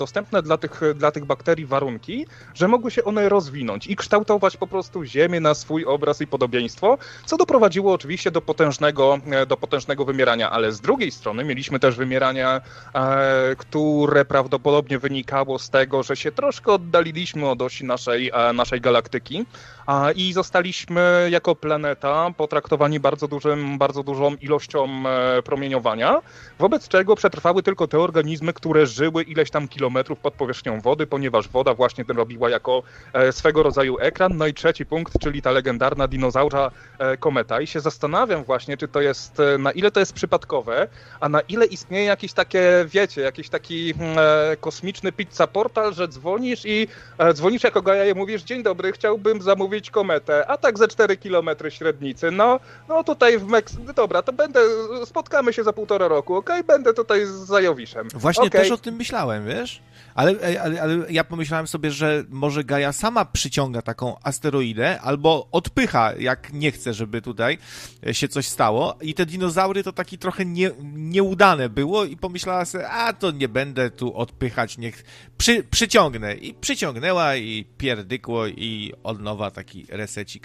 dla tych bakterii warunki, że mogły się one rozwinąć i kształtować po prostu Ziemię na swój obraz i podobieństwo, co doprowadziło oczywiście do potężnego wymierania, ale z drugiej strony mieliśmy też wymierania, które prawdopodobnie wynikało z tego, że się troszkę oddaliliśmy od osi naszej galaktyki i zostaliśmy jako planeta potraktowani bardzo dużą ilością promieniowania, wobec czego przetrwały tylko te organizmy, które żyły ileś tam kilometrów pod powierzchnią wody, ponieważ woda właśnie tym robiła jako swego rodzaju ekran. No i trzeci punkt, czyli ta legendarna dinozaura kometa. I się zastanawiam właśnie, na ile to jest przypadkowe, a na ile istnieje jakiś taki kosmiczny pizza portal, że dzwonisz jako Gaja i mówisz: dzień dobry, chciałbym zamówić kometę, a tak ze 4 km średnicy. No tutaj w Meksyku, dobra, to spotkamy się za 1,5 roku, okej? Będę tutaj z Zajowiszem. Właśnie też o tym myślałem, wiesz? Ale ja pomyślałem sobie, że może Gaja sama przyciąga taką asteroidę albo odpycha, jak nie chce, żeby tutaj się coś stało. I te dinozaury to taki trochę nieudane było i pomyślała sobie, to nie będę tu odpychać, niech przyciągnę. I przyciągnęła i pierdykło i od nowa taki resecik.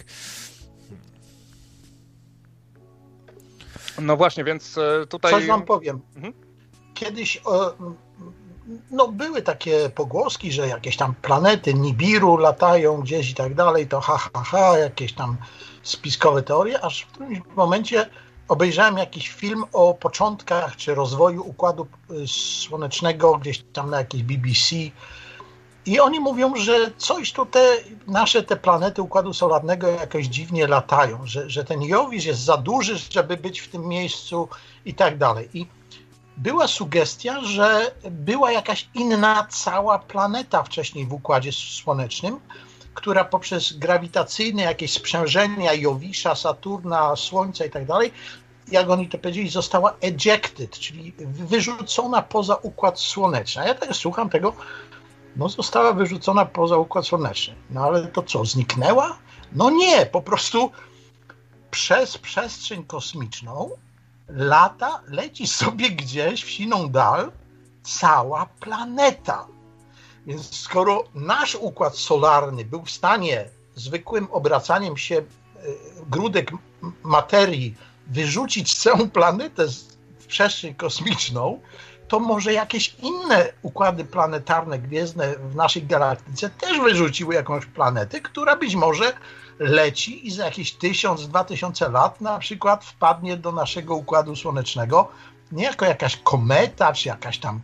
No właśnie, więc tutaj... Coś wam powiem. Kiedyś... były takie pogłoski, że jakieś tam planety Nibiru latają gdzieś i tak dalej, to jakieś tam spiskowe teorie, aż w którymś momencie obejrzałem jakiś film o początkach czy rozwoju Układu Słonecznego gdzieś tam na jakiejś BBC i oni mówią, że coś tu te planety Układu Solarnego jakoś dziwnie latają, że ten Jowisz jest za duży, żeby być w tym miejscu i tak dalej. I była sugestia, że była jakaś inna cała planeta wcześniej w Układzie Słonecznym, która poprzez grawitacyjne jakieś sprzężenia Jowisza, Saturna, Słońca i tak dalej, jak oni to powiedzieli, została ejected, czyli wyrzucona poza Układ Słoneczny. A ja też słucham tego, została wyrzucona poza Układ Słoneczny. No ale to co, zniknęła? No nie, po prostu przez przestrzeń kosmiczną leci sobie gdzieś w siną dal cała planeta. Więc skoro nasz układ solarny był w stanie zwykłym obracaniem się grudek materii wyrzucić całą planetę w przestrzeń kosmiczną, to może jakieś inne układy planetarne, gwiezdne w naszej galaktyce też wyrzuciły jakąś planetę, która być może leci i za jakieś 1000-2000 lat na przykład wpadnie do naszego Układu Słonecznego nie jako jakaś kometa, czy jakaś tam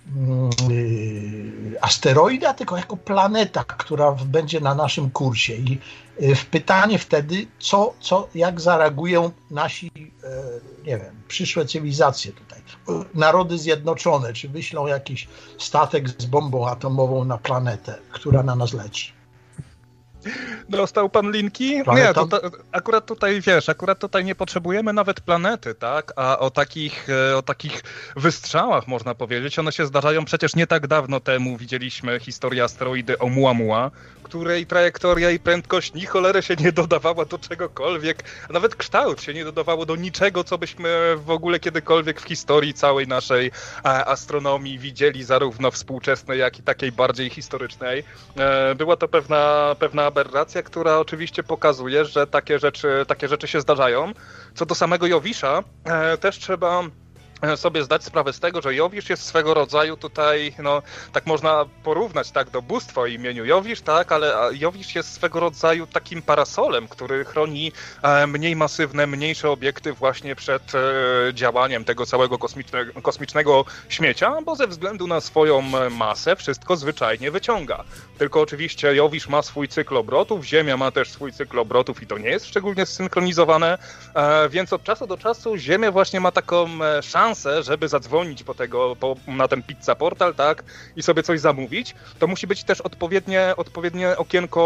asteroida, tylko jako planeta, która będzie na naszym kursie. I pytanie wtedy, jak zareagują nasi, nie wiem, przyszłe cywilizacje tutaj. Narody Zjednoczone, czy wyślą jakiś statek z bombą atomową na planetę, która na nas leci. Dostał pan linki? Nie, akurat tutaj nie potrzebujemy nawet planety, tak? A o takich wystrzałach można powiedzieć, one się zdarzają przecież nie tak dawno temu. Widzieliśmy historię asteroidy Oumuamua, której trajektoria i prędkość ni cholery się nie dodawała do czegokolwiek, a nawet kształt się nie dodawało do niczego, co byśmy w ogóle kiedykolwiek w historii całej naszej astronomii widzieli, zarówno współczesnej, jak i takiej bardziej historycznej. Była to pewna aberracja, która oczywiście pokazuje, że takie rzeczy się zdarzają. Co do samego Jowisza, też trzeba sobie zdać sprawę z tego, że Jowisz jest swego rodzaju tutaj, no tak można porównać tak do bóstwa o imieniu Jowisz, tak, ale Jowisz jest swego rodzaju takim parasolem, który chroni mniej masywne, mniejsze obiekty właśnie przed działaniem tego całego kosmicznego śmiecia, bo ze względu na swoją masę wszystko zwyczajnie wyciąga. Tylko oczywiście Jowisz ma swój cykl obrotów, Ziemia ma też swój cykl obrotów i to nie jest szczególnie zsynchronizowane, więc od czasu do czasu Ziemia właśnie ma taką szansę, żeby zadzwonić na ten pizza portal, tak, i sobie coś zamówić, to musi być też odpowiednie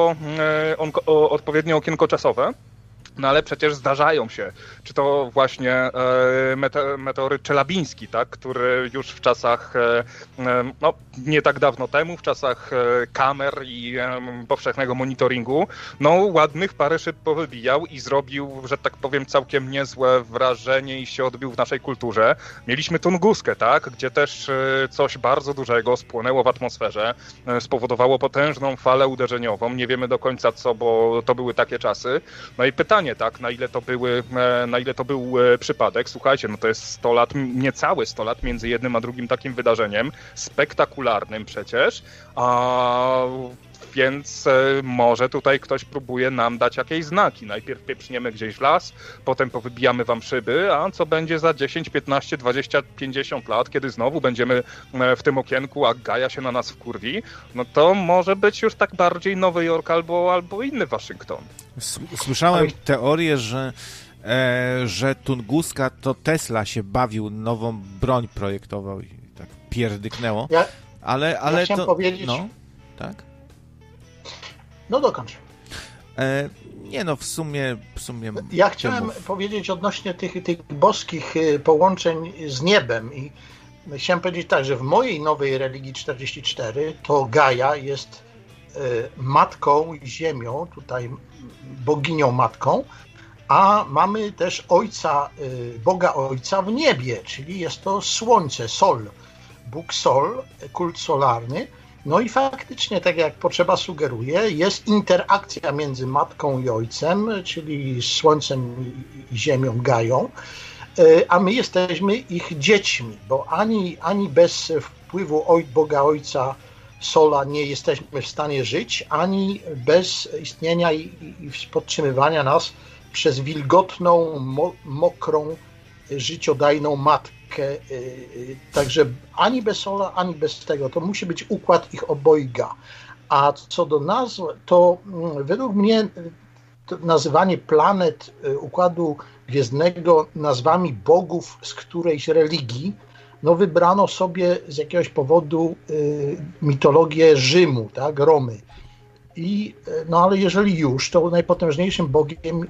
okienko czasowe. No ale przecież zdarzają się, czy to właśnie meteoryt czelabiński, tak, który już w czasach, no nie tak dawno temu, w czasach kamer i powszechnego monitoringu, no ładnych parę szyb powybijał i zrobił, że tak powiem, całkiem niezłe wrażenie i się odbił w naszej kulturze. Mieliśmy Tunguskę, tak, gdzie też coś bardzo dużego spłonęło w atmosferze, spowodowało potężną falę uderzeniową, nie wiemy do końca co, bo to były takie czasy. No i pytanie, tak, na ile to był przypadek. Słuchajcie, no to jest 100 lat, niecałe 100 lat między jednym a drugim takim wydarzeniem, spektakularnym przecież, więc może tutaj ktoś próbuje nam dać jakieś znaki. Najpierw pieprzniemy gdzieś w las, potem powybijamy wam szyby, a co będzie za 10, 15, 20, 50 lat, kiedy znowu będziemy w tym okienku, a Gaja się na nas wkurwi, no to może być już tak bardziej Nowy Jork albo inny Waszyngton. Słyszałem teorię, że Tunguska to Tesla się bawił, nową broń projektował i tak pierdyknęło. Ale chciałem to powiedzieć... No, tak? No dokończ. Nie no, w sumie... Ja chciałem powiedzieć odnośnie tych boskich połączeń z niebem i chciałem powiedzieć tak, że w mojej nowej religii 44 to Gaja jest matką Ziemią, tutaj boginią matką, a mamy też ojca, Boga Ojca w niebie, czyli jest to Słońce, Sol, Bóg Sol, kult solarny. No i faktycznie, tak jak potrzeba sugeruje, jest interakcja między matką i ojcem, czyli Słońcem i Ziemią, Gają, a my jesteśmy ich dziećmi, bo ani bez wpływu Boga Ojca Sola nie jesteśmy w stanie żyć, ani bez istnienia i podtrzymywania nas przez wilgotną, mokrą, życiodajną matkę. Także ani bez Sola, ani bez tego. To musi być układ ich obojga. A co do nazw, to według mnie to nazywanie planet Układu Gwiezdnego nazwami bogów z którejś religii, no wybrano sobie z jakiegoś powodu mitologię Rzymu, tak, Romy. No ale jeżeli już, to najpotężniejszym bogiem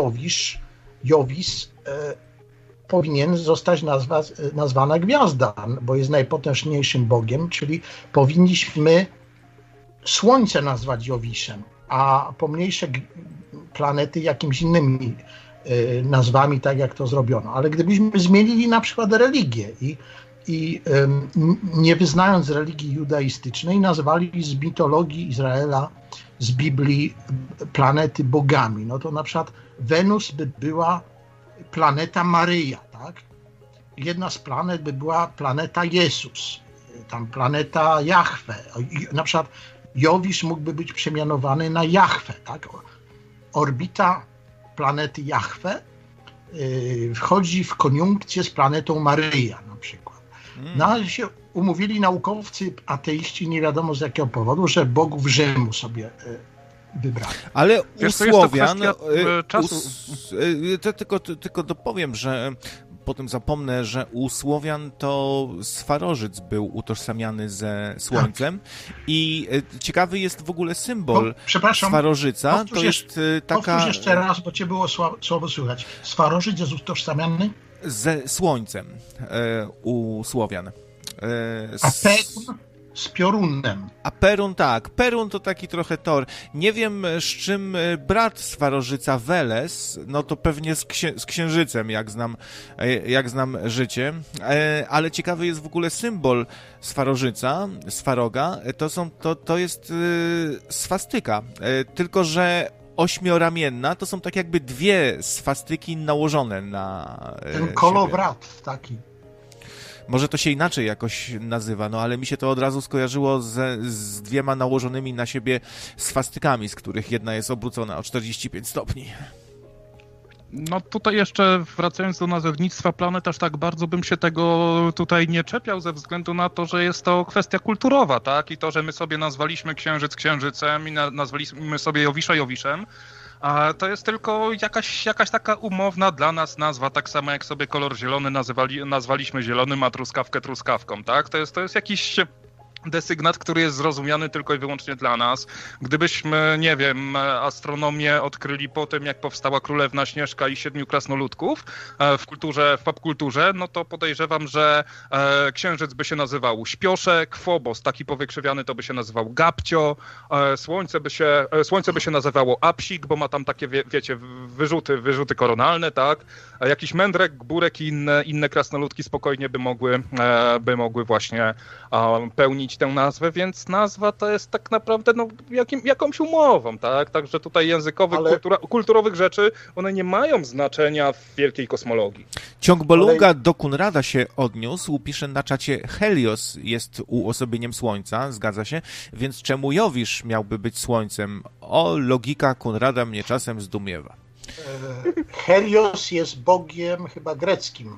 Jovis powinien zostać nazwana gwiazda, bo jest najpotężniejszym bogiem, czyli powinniśmy Słońce nazwać Jowiszem, a pomniejsze planety jakimiś innymi nazwami, tak jak to zrobiono. Ale gdybyśmy zmienili na przykład religię i nie wyznając religii judaistycznej, nazwali z mitologii Izraela, z Biblii planety bogami, no to na przykład Wenus by była planeta Maryja, tak? jedna z planet by była planeta Jezus, tam planeta Jahwe. Na przykład Jowisz mógłby być przemianowany na Jahwe, tak? Orbita planety Jahwe wchodzi w koniunkcję z planetą Maryja na przykład. No ale się umówili naukowcy ateiści, nie wiadomo z jakiego powodu, że bogów Rzymu sobie wybrali. Ale u Słowian, czasu. tylko dopowiem, że potem zapomnę, że u Słowian to Swarożyc był utożsamiany ze Słońcem i ciekawy jest w ogóle symbol Swarożyca. To jest taka... Powtórz jeszcze raz, bo cię było słabo słychać. Swarożyc jest utożsamiany? Ze Słońcem u Słowian. A Perun z piorunem. A Perun tak. Perun to taki trochę tor. Nie wiem, z czym brat Swarożyca Weles, no to pewnie z Księżycem, jak znam życie. Ale ciekawy jest w ogóle symbol Swarożyca, Swaroga. To jest swastyka. Tylko że ośmioramienna to są tak jakby dwie swastyki nałożone na ten kolowrat taki. Może to się inaczej jakoś nazywa, no ale mi się to od razu skojarzyło z dwiema nałożonymi na siebie swastykami, z których jedna jest obrócona o 45 stopni. No tutaj jeszcze wracając do nazewnictwa planet, aż tak bardzo bym się tego tutaj nie czepiał ze względu na to, że jest to kwestia kulturowa, tak? I to, że my sobie nazwaliśmy Księżyc Księżycem i nazwaliśmy sobie Jowisza Jowiszem, a to jest tylko jakaś taka umowna dla nas nazwa, tak samo jak sobie kolor zielony nazwaliśmy zielonym, a truskawkę truskawką, tak? To jest jakiś desygnat, który jest zrozumiany tylko i wyłącznie dla nas. Gdybyśmy, nie wiem, astronomię odkryli po tym, jak powstała Królewna Śnieżka i 7 krasnoludków w popkulturze, no to podejrzewam, że Księżyc by się nazywał Śpioszek, Phobos, taki powykrzywiany, to by się nazywał Gabcio, Słońce by się nazywało Apsik, bo ma tam takie, wiecie, wyrzuty koronalne, tak? A jakiś Mędrek, Gburek i inne krasnoludki spokojnie by mogły właśnie pełnić tę nazwę, więc nazwa to jest tak naprawdę jakąś umową, tak? Także tutaj językowych, kulturowych rzeczy, one nie mają znaczenia w wielkiej kosmologii. Ciąg Bolunga do Kunrada się odniósł, pisze na czacie Helios jest uosobieniem Słońca, zgadza się, więc czemu Jowisz miałby być Słońcem? O, logika Kunrada mnie czasem zdumiewa. Helios jest bogiem chyba greckim.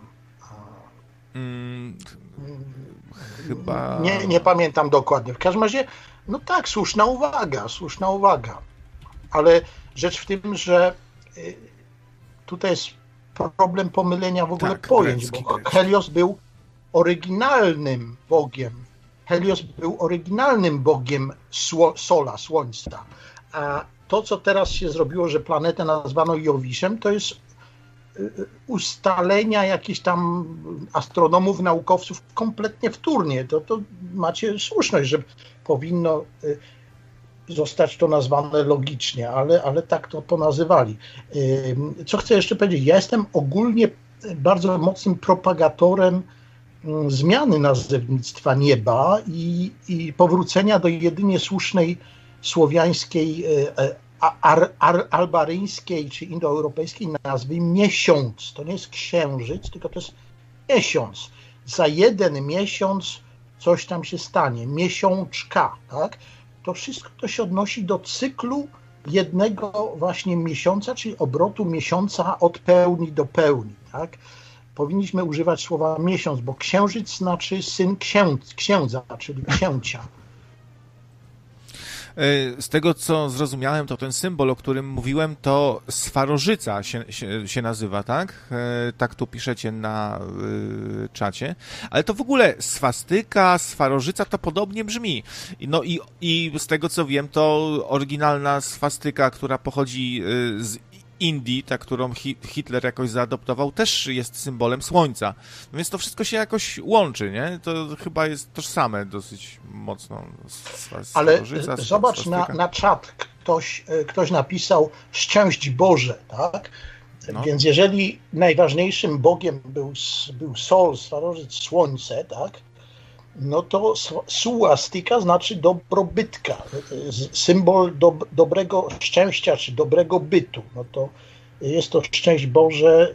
Chyba... Nie pamiętam dokładnie. W każdym razie, no tak, słuszna uwaga. Ale rzecz w tym, że tutaj jest problem pomylenia w ogóle pojęć, bo Helios był oryginalnym bogiem. Helios był oryginalnym bogiem Sola, Słońca. A to, co teraz się zrobiło, że planetę nazwano Jowiszem, to jest ustalenia jakichś tam astronomów, naukowców kompletnie wtórnie. To macie słuszność, że powinno zostać to nazwane logicznie, ale tak to ponazywali. Co chcę jeszcze powiedzieć? Ja jestem ogólnie bardzo mocnym propagatorem zmiany nazewnictwa nieba i powrócenia do jedynie słusznej słowiańskiej albaryjskiej czy indoeuropejskiej nazwy miesiąc. To nie jest księżyc, tylko to jest miesiąc. Za jeden miesiąc coś tam się stanie. Miesiączka, tak? To wszystko to się odnosi do cyklu jednego właśnie miesiąca, czyli obrotu miesiąca od pełni do pełni, tak? Powinniśmy używać słowa miesiąc, bo księżyc znaczy syn księdza, czyli księcia. Z tego, co zrozumiałem, to ten symbol, o którym mówiłem, to Swarożyca się nazywa, tak? Tak tu piszecie na czacie. Ale to w ogóle swastyka, Swarożyca to podobnie brzmi. No i z tego, co wiem, to oryginalna swastyka, która pochodzi z Indii, ta, którą Hitler jakoś zaadoptował, też jest symbolem Słońca. Więc to wszystko się jakoś łączy, nie? To chyba jest tożsame dosyć mocno. Ale zobacz na czat, ktoś napisał szczęść Boże, tak? No. Więc jeżeli najważniejszym bogiem był Sol, Swarożyc, Słońce, tak? No to suastyka znaczy dobrobytka, symbol dobrego szczęścia czy dobrego bytu. No to jest to szczęść Boże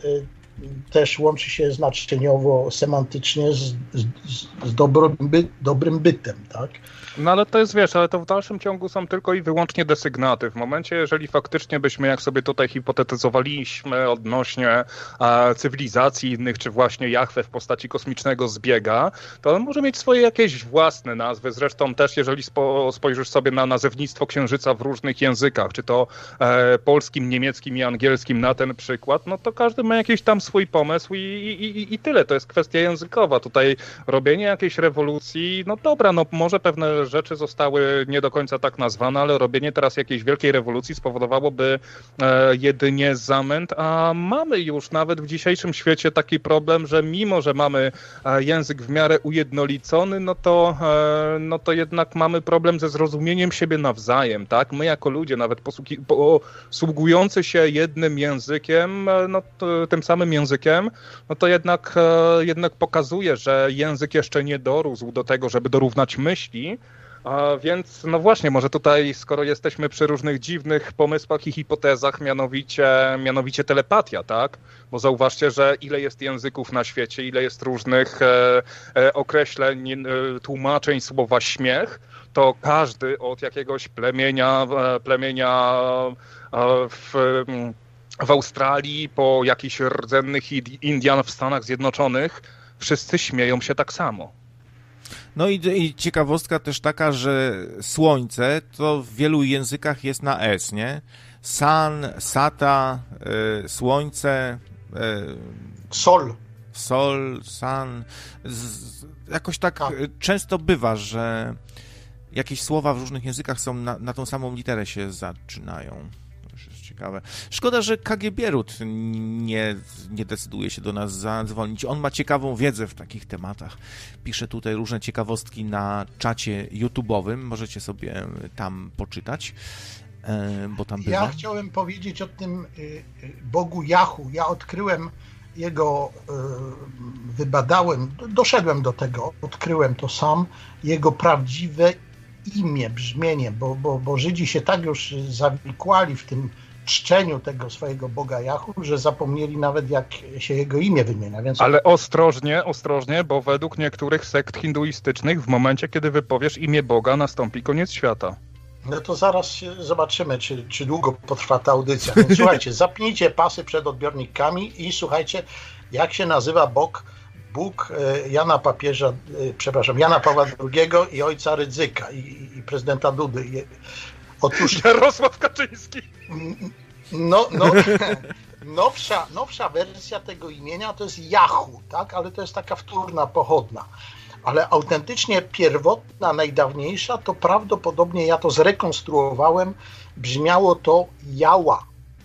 też łączy się znaczeniowo, semantycznie z dobrym bytem, tak? No ale to jest, wiesz, ale to w dalszym ciągu są tylko i wyłącznie desygnaty. W momencie, jeżeli faktycznie byśmy, jak sobie tutaj hipotetyzowaliśmy odnośnie cywilizacji innych, czy właśnie Jahwe w postaci kosmicznego zbiega, to on może mieć swoje jakieś własne nazwy. Zresztą też, jeżeli spojrzysz sobie na nazewnictwo Księżyca w różnych językach, czy to polskim, niemieckim i angielskim na ten przykład, no to każdy ma jakiś tam swój pomysł i tyle. To jest kwestia językowa. Tutaj robienie jakiejś rewolucji, no dobra, no może pewne rzeczy zostały nie do końca tak nazwane, ale robienie teraz jakiejś wielkiej rewolucji spowodowałoby jedynie zamęt, a mamy już nawet w dzisiejszym świecie taki problem, że mimo, że mamy język w miarę ujednolicony, no to jednak mamy problem ze zrozumieniem siebie nawzajem, tak? My jako ludzie, nawet posługujący się jednym językiem, no tym samym językiem, no to jednak pokazuje, że język jeszcze nie dorósł do tego, żeby dorównać myśli. A więc, no właśnie, może tutaj, skoro jesteśmy przy różnych dziwnych pomysłach i hipotezach, mianowicie telepatia, tak? Bo zauważcie, że ile jest języków na świecie, ile jest różnych określeń, tłumaczeń słowa śmiech, to każdy od jakiegoś plemienia w Australii, po jakichś rdzennych Indian w Stanach Zjednoczonych, wszyscy śmieją się tak samo. No i ciekawostka też taka, że słońce to w wielu językach jest na S, nie? Sun, sata, słońce, sol, sun. Jakoś tak często bywa, że jakieś słowa w różnych językach są na tą samą literę się zaczynają. Ciekawe. Szkoda, że KGB-Rut nie decyduje się do nas zadzwonić. On ma ciekawą wiedzę w takich tematach. Pisze tutaj różne ciekawostki na czacie YouTube'owym. Możecie sobie tam poczytać, bo tam bywa. Ja chciałem powiedzieć o tym Bogu Jahu. Ja odkryłem jego, wybadałem, doszedłem do tego, odkryłem to sam, jego prawdziwe imię, brzmienie, bo Żydzi się tak już zawikłali w tym czczeniu tego swojego Boga Jahu, że zapomnieli nawet, jak się jego imię wymienia. Więc... Ale ostrożnie, bo według niektórych sekt hinduistycznych w momencie, kiedy wypowiesz imię Boga, nastąpi koniec świata. No to zaraz zobaczymy, czy długo potrwa ta audycja. Więc słuchajcie, zapnijcie pasy przed odbiornikami i słuchajcie, jak się nazywa Bóg Jana Pawła II i ojca Rydzyka i prezydenta Dudy. Otóż Jarosław Kaczyński. Nowsza wersja tego imienia to jest Jahu, tak? Ale to jest taka wtórna, pochodna. Ale autentycznie pierwotna, najdawniejsza, to prawdopodobnie, ja to zrekonstruowałem, brzmiało to Jała.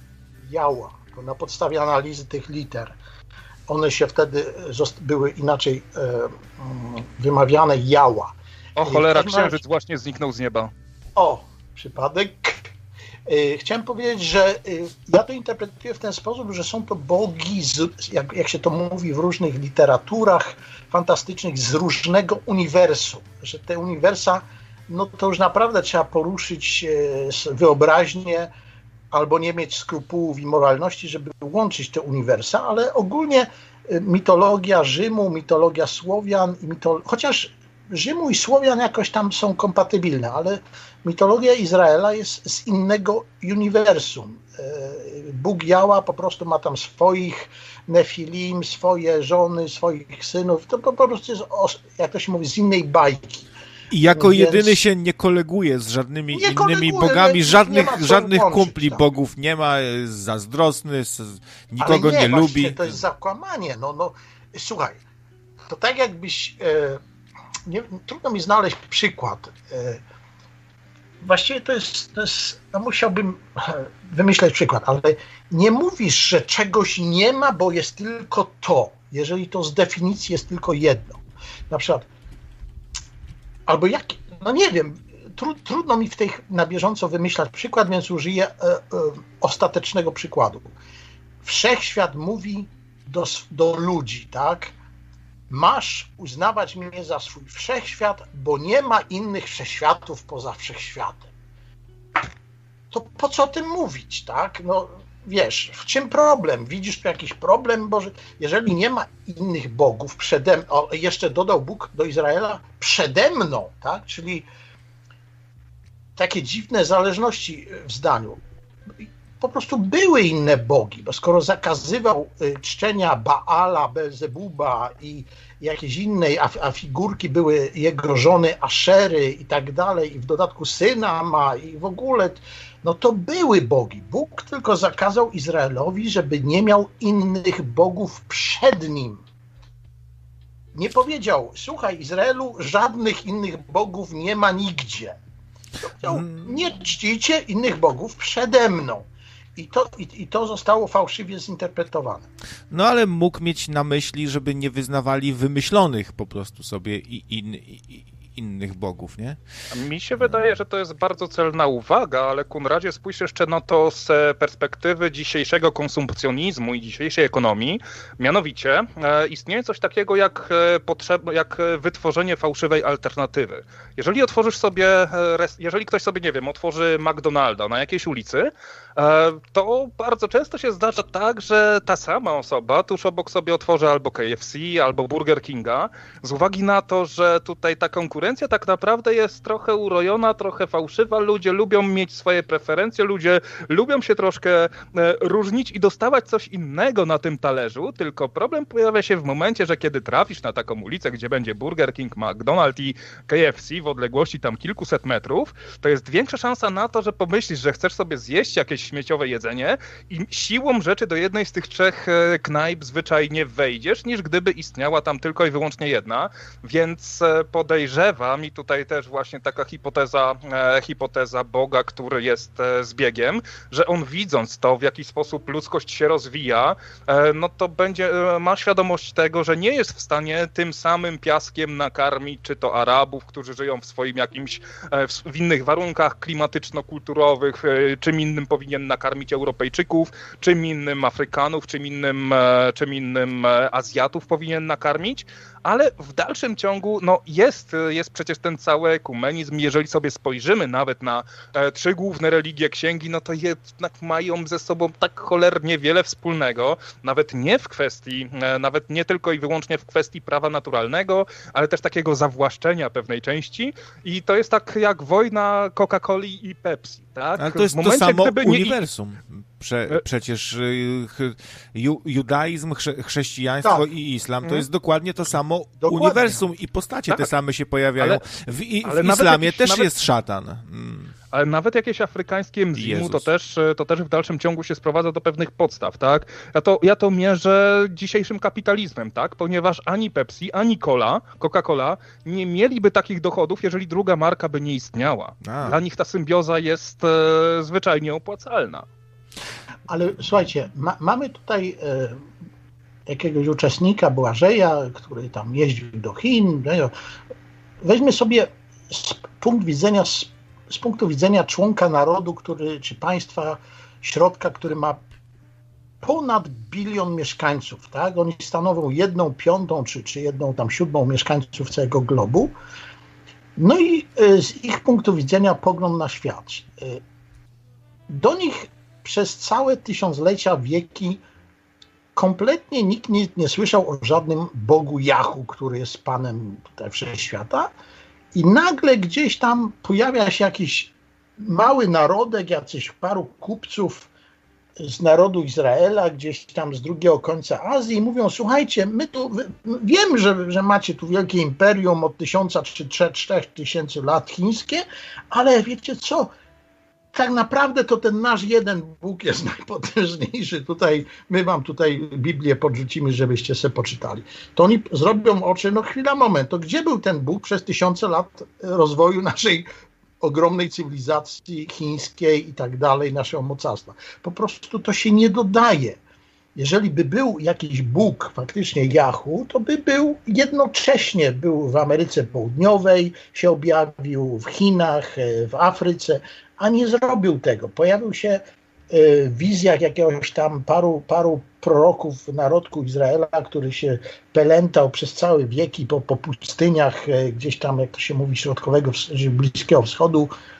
To na podstawie analizy tych liter. One się wtedy były inaczej wymawiane, Jała. O cholera, księżyc właśnie zniknął z nieba. O, przypadek. Chciałem powiedzieć, że ja to interpretuję w ten sposób, że są to bogi, jak się to mówi w różnych literaturach fantastycznych, z różnego uniwersum. Że te uniwersa, no to już naprawdę trzeba poruszyć wyobraźnię albo nie mieć skrupułów i moralności, żeby łączyć te uniwersa, ale ogólnie mitologia Rzymu, mitologia Słowian, chociaż Rzymu i Słowian jakoś tam są kompatybilne, ale mitologia Izraela jest z innego uniwersum. Bóg Jała po prostu ma tam swoich Nefilim, swoje żony, swoich synów. To po prostu jest, jak to się mówi, z innej bajki. I jako jedyny się nie koleguje z żadnymi innymi bogami, żadnych kumpli tam. Bogów nie ma, jest zazdrosny, nikogo nie lubi. To jest zakłamanie. No, słuchaj, to tak jakbyś... trudno mi znaleźć przykład. Właściwie to jest no musiałbym wymyśleć przykład, ale nie mówisz, że czegoś nie ma, bo jest tylko to, jeżeli to z definicji jest tylko jedno. Na przykład, albo no nie wiem, trudno mi na bieżąco wymyślać przykład, więc użyję ostatecznego przykładu. Wszechświat mówi do ludzi, tak? Masz uznawać mnie za swój wszechświat, bo nie ma innych wszechświatów poza wszechświatem. To po co o tym mówić, tak? No, wiesz, w czym problem? Widzisz tu jakiś problem? Bo jeżeli nie ma innych bogów jeszcze dodał Bóg do Izraela, przede mną, tak? Czyli takie dziwne zależności w zdaniu. Po prostu były inne bogi, bo skoro zakazywał czczenia Baala, Belzebuba i jakieś innej, a figurki były jego żony Aszery i tak dalej, i w dodatku syna ma i w ogóle, no to były bogi. Bóg tylko zakazał Izraelowi, żeby nie miał innych bogów przed nim. Nie powiedział, słuchaj Izraelu, żadnych innych bogów nie ma nigdzie. Powiedział, nie czcicie innych bogów przede mną. I to zostało fałszywie zinterpretowane. No ale mógł mieć na myśli, żeby nie wyznawali wymyślonych po prostu sobie innych bogów, nie? Mi się wydaje, że to jest bardzo celna uwaga, ale Kunradzie, spójrz jeszcze na to z perspektywy dzisiejszego konsumpcjonizmu i dzisiejszej ekonomii. Mianowicie istnieje coś takiego jak wytworzenie fałszywej alternatywy. Jeżeli ktoś sobie, nie wiem, otworzy McDonalda na jakiejś ulicy, to bardzo często się zdarza tak, że ta sama osoba tuż obok sobie otworzy albo KFC, albo Burger Kinga, z uwagi na to, że tutaj ta konkurencja tak naprawdę jest trochę urojona, trochę fałszywa, ludzie lubią mieć swoje preferencje, ludzie lubią się troszkę różnić i dostawać coś innego na tym talerzu, tylko problem pojawia się w momencie, że kiedy trafisz na taką ulicę, gdzie będzie Burger King, McDonald's i KFC w odległości tam kilkuset metrów, to jest większa szansa na to, że pomyślisz, że chcesz sobie zjeść jakieś śmieciowe jedzenie i siłą rzeczy do jednej z tych trzech knajp zwyczajnie wejdziesz, niż gdyby istniała tam tylko i wyłącznie jedna, więc podejrzewam i tutaj też właśnie taka hipoteza Boga, który jest zbiegiem, że on widząc to, w jaki sposób ludzkość się rozwija, no to ma świadomość tego, że nie jest w stanie tym samym piaskiem nakarmić czy to Arabów, którzy żyją w swoim jakimś, w innych warunkach klimatyczno-kulturowych, czym innym powinien nakarmić Europejczyków, czym innym Afrykanów, czym innym Azjatów powinien nakarmić, ale w dalszym ciągu no jest przecież ten cały ekumenizm. Jeżeli sobie spojrzymy nawet na trzy główne religie księgi, no to jednak mają ze sobą tak cholernie wiele wspólnego, nawet nie tylko i wyłącznie w kwestii prawa naturalnego, ale też takiego zawłaszczenia pewnej części i to jest tak jak wojna Coca-Coli i Pepsi, tak? Ale to jest to samo uniwersum. Przecież judaizm, chrześcijaństwo tak. I islam to jest dokładnie to samo uniwersum i postacie te same się pojawiają. W islamie też jest szatan. Ale nawet jakieś afrykańskie mzimu to też w dalszym ciągu się sprowadza do pewnych podstaw, tak? Ja to mierzę dzisiejszym kapitalizmem, tak? Ponieważ ani Pepsi, ani Coca-Cola nie mieliby takich dochodów, jeżeli druga marka by nie istniała. Dla nich ta symbioza jest zwyczajnie opłacalna. Ale słuchajcie, mamy tutaj jakiegoś uczestnika Błażeja, który tam jeździł do Chin. Weźmy sobie z punktu widzenia członka narodu, czy państwa środka, który ma ponad 1 bilion mieszkańców, tak? Oni stanowią 1/5 czy 1/7 mieszkańców całego globu. No i z ich punktu widzenia pogląd na świat. Do nich przez całe tysiąclecia, wieki kompletnie nikt nie słyszał o żadnym Bogu Jahu, który jest Panem tutaj wszechświata. I nagle gdzieś tam pojawia się jakiś mały narodek, jacyś paru kupców z narodu Izraela, gdzieś tam z drugiego końca Azji i mówią, słuchajcie, my tu wiemy, że macie tu wielkie imperium od 1000 czy 4000 lat chińskie, ale wiecie co, tak naprawdę to ten nasz jeden Bóg jest najpotężniejszy. My wam tutaj Biblię podrzucimy, żebyście sobie poczytali. To oni zrobią oczy, moment, to gdzie był ten Bóg przez 1000 lat rozwoju naszej ogromnej cywilizacji chińskiej i tak dalej, naszego mocarstwa? Po prostu to się nie dodaje. Jeżeli by był jakiś Bóg, faktycznie Jahu, to by był jednocześnie, był w Ameryce Południowej, się objawił w Chinach, w Afryce, a nie zrobił tego. Pojawił się w wizjach jakiegoś tam paru proroków w narodku Izraela, który się pelętał przez całe wieki po pustyniach, gdzieś tam, jak to się mówi, środkowego, Bliskiego Wschodu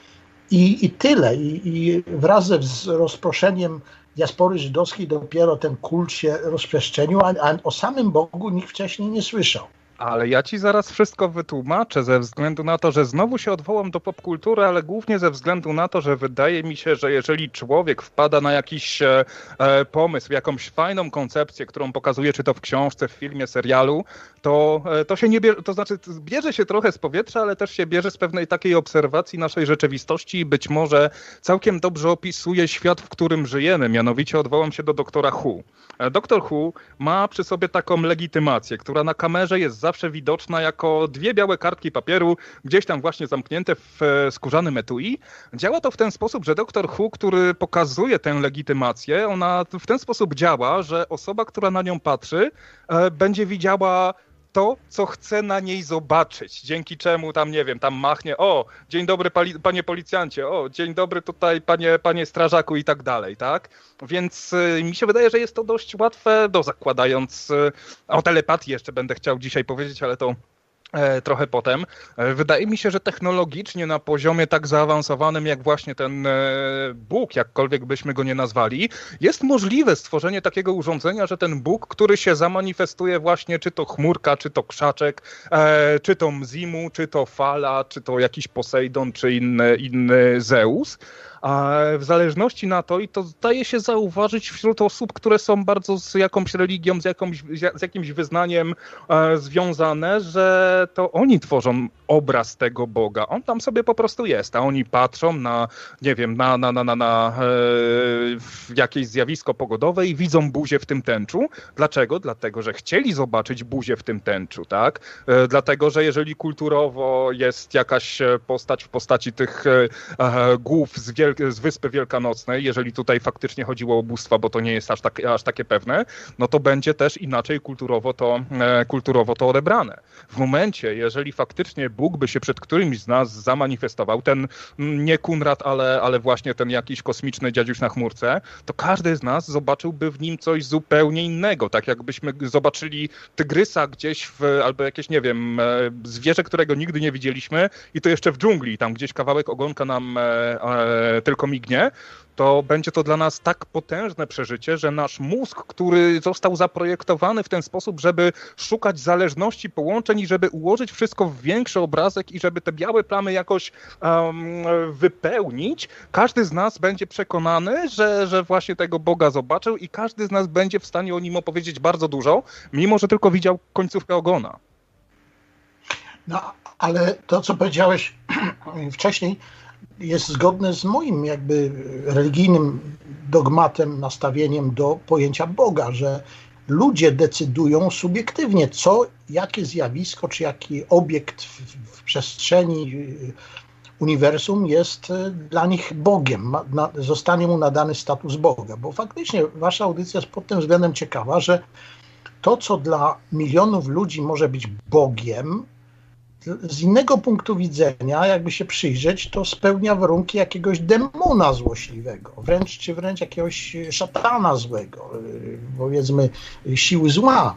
I tyle. I wraz z rozproszeniem diaspory żydowskiej dopiero ten kult się rozprzestrzenił, a o samym Bogu nikt wcześniej nie słyszał. Ale ja ci zaraz wszystko wytłumaczę ze względu na to, że znowu się odwołam do popkultury, ale głównie ze względu na to, że wydaje mi się, że jeżeli człowiek wpada na jakiś pomysł, jakąś fajną koncepcję, którą pokazuje, czy to w książce, w filmie, serialu, to się nie bierze, to znaczy bierze się trochę z powietrza, ale też się bierze z pewnej takiej obserwacji naszej rzeczywistości i być może całkiem dobrze opisuje świat, w którym żyjemy. Mianowicie odwołam się do doktora Who. Doktor Who ma przy sobie taką legitymację, która na kamerze jest zawsze widoczna jako 2 białe kartki papieru, gdzieś tam właśnie zamknięte w skórzanym etui. Działa to w ten sposób, że doktor Who, który pokazuje tę legitymację, ona w ten sposób działa, że osoba, która na nią patrzy, będzie widziała to, co chce na niej zobaczyć, dzięki czemu tam, nie wiem, tam machnie, o, dzień dobry panie policjancie, o, dzień dobry tutaj panie strażaku i tak dalej, tak? Więc mi się wydaje, że jest to dość łatwe, zakładając, o telepatii jeszcze będę chciał dzisiaj powiedzieć, ale to trochę potem. Wydaje mi się, że technologicznie na poziomie tak zaawansowanym jak właśnie ten Bóg, jakkolwiek byśmy go nie nazwali, jest możliwe stworzenie takiego urządzenia, że ten Bóg, który się zamanifestuje właśnie czy to chmurka, czy to krzaczek, czy to Mzimu, czy to fala, czy to jakiś Posejdon, czy inny Zeus. A w zależności na to, i to zdaje się zauważyć wśród osób, które są bardzo z jakąś religią, z jakimś wyznaniem związane, że to oni tworzą obraz tego Boga. On tam sobie po prostu jest, a oni patrzą na, nie wiem, na jakieś zjawisko pogodowe i widzą buzię w tym tęczu. Dlaczego? Dlatego, że chcieli zobaczyć buzię w tym tęczu, tak? Dlatego, że jeżeli kulturowo jest jakaś postać w postaci tych głów z Wyspy Wielkanocnej, jeżeli tutaj faktycznie chodziło o bóstwa, bo to nie jest aż takie pewne, no to będzie też inaczej kulturowo to odebrane. W momencie, jeżeli faktycznie Bóg by się przed którymś z nas zamanifestował, ten nie Kunrad, ale właśnie ten jakiś kosmiczny dziadziuś na chmurce, to każdy z nas zobaczyłby w nim coś zupełnie innego. Tak jakbyśmy zobaczyli tygrysa gdzieś albo jakieś, nie wiem, zwierzę, którego nigdy nie widzieliśmy i to jeszcze w dżungli, tam gdzieś kawałek ogonka nam tylko mignie, to będzie to dla nas tak potężne przeżycie, że nasz mózg, który został zaprojektowany w ten sposób, żeby szukać zależności połączeń i żeby ułożyć wszystko w większy obrazek i żeby te białe plamy jakoś wypełnić, każdy z nas będzie przekonany, że właśnie tego Boga zobaczył i każdy z nas będzie w stanie o nim opowiedzieć bardzo dużo, mimo że tylko widział końcówkę ogona. No, ale to, co powiedziałeś wcześniej, jest zgodne z moim jakby religijnym dogmatem, nastawieniem do pojęcia Boga, że ludzie decydują subiektywnie, jakie zjawisko, czy jaki obiekt w przestrzeni uniwersum jest dla nich Bogiem, zostanie mu nadany status Boga. Bo faktycznie wasza audycja jest pod tym względem ciekawa, że to, co dla milionów ludzi może być Bogiem, z innego punktu widzenia, jakby się przyjrzeć, to spełnia warunki jakiegoś demona złośliwego, wręcz jakiegoś szatana złego, powiedzmy siły zła.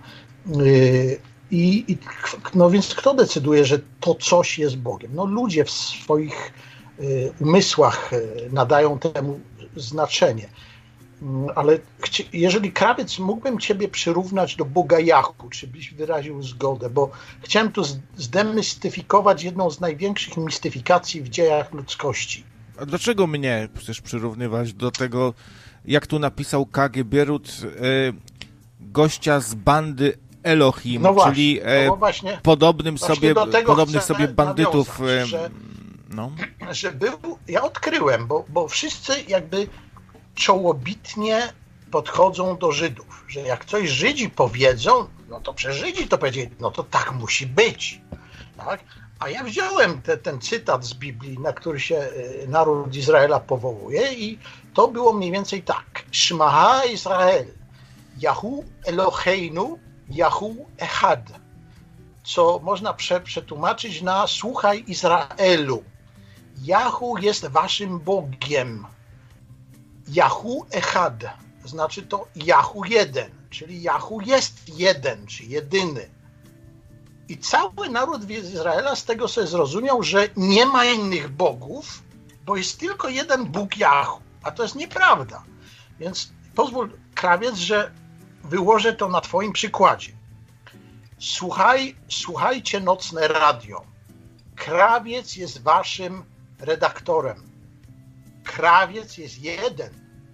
No więc kto decyduje, że to coś jest Bogiem? No ludzie w swoich umysłach nadają temu znaczenie. Ale jeżeli krawiec, mógłbym ciebie przyrównać do Boga Jahu, czy byś wyraził zgodę, bo chciałem tu zdemystyfikować jedną z największych mistyfikacji w dziejach ludzkości. A dlaczego mnie chcesz przyrównywać do tego, jak tu napisał K.G. Bierut, gościa z bandy Elohim, no właśnie, czyli podobnych sobie bandytów. Nawiązać, że ja odkryłem, bo wszyscy jakby czołobitnie podchodzą do Żydów, że jak coś Żydzi powiedzą, no to przecież Żydzi to powiedzieli, no to tak musi być. Tak? A ja wziąłem ten cytat z Biblii, na który się naród Izraela powołuje i to było mniej więcej tak. Shema Israel, Yahu Eloheinu, Yahu Echad. Co można przetłumaczyć na słuchaj Izraelu. Yahu jest waszym Bogiem. Yahu Echad, znaczy to Yahu jeden, czyli Yahu jest jeden, czy jedyny. I cały naród Izraela z tego sobie zrozumiał, że nie ma innych bogów, bo jest tylko jeden Bóg Jahwe, a to jest nieprawda. Więc pozwól, krawiec, że wyłożę to na twoim przykładzie. Słuchajcie nocne radio. Krawiec jest waszym redaktorem. Krawiec jest jeden.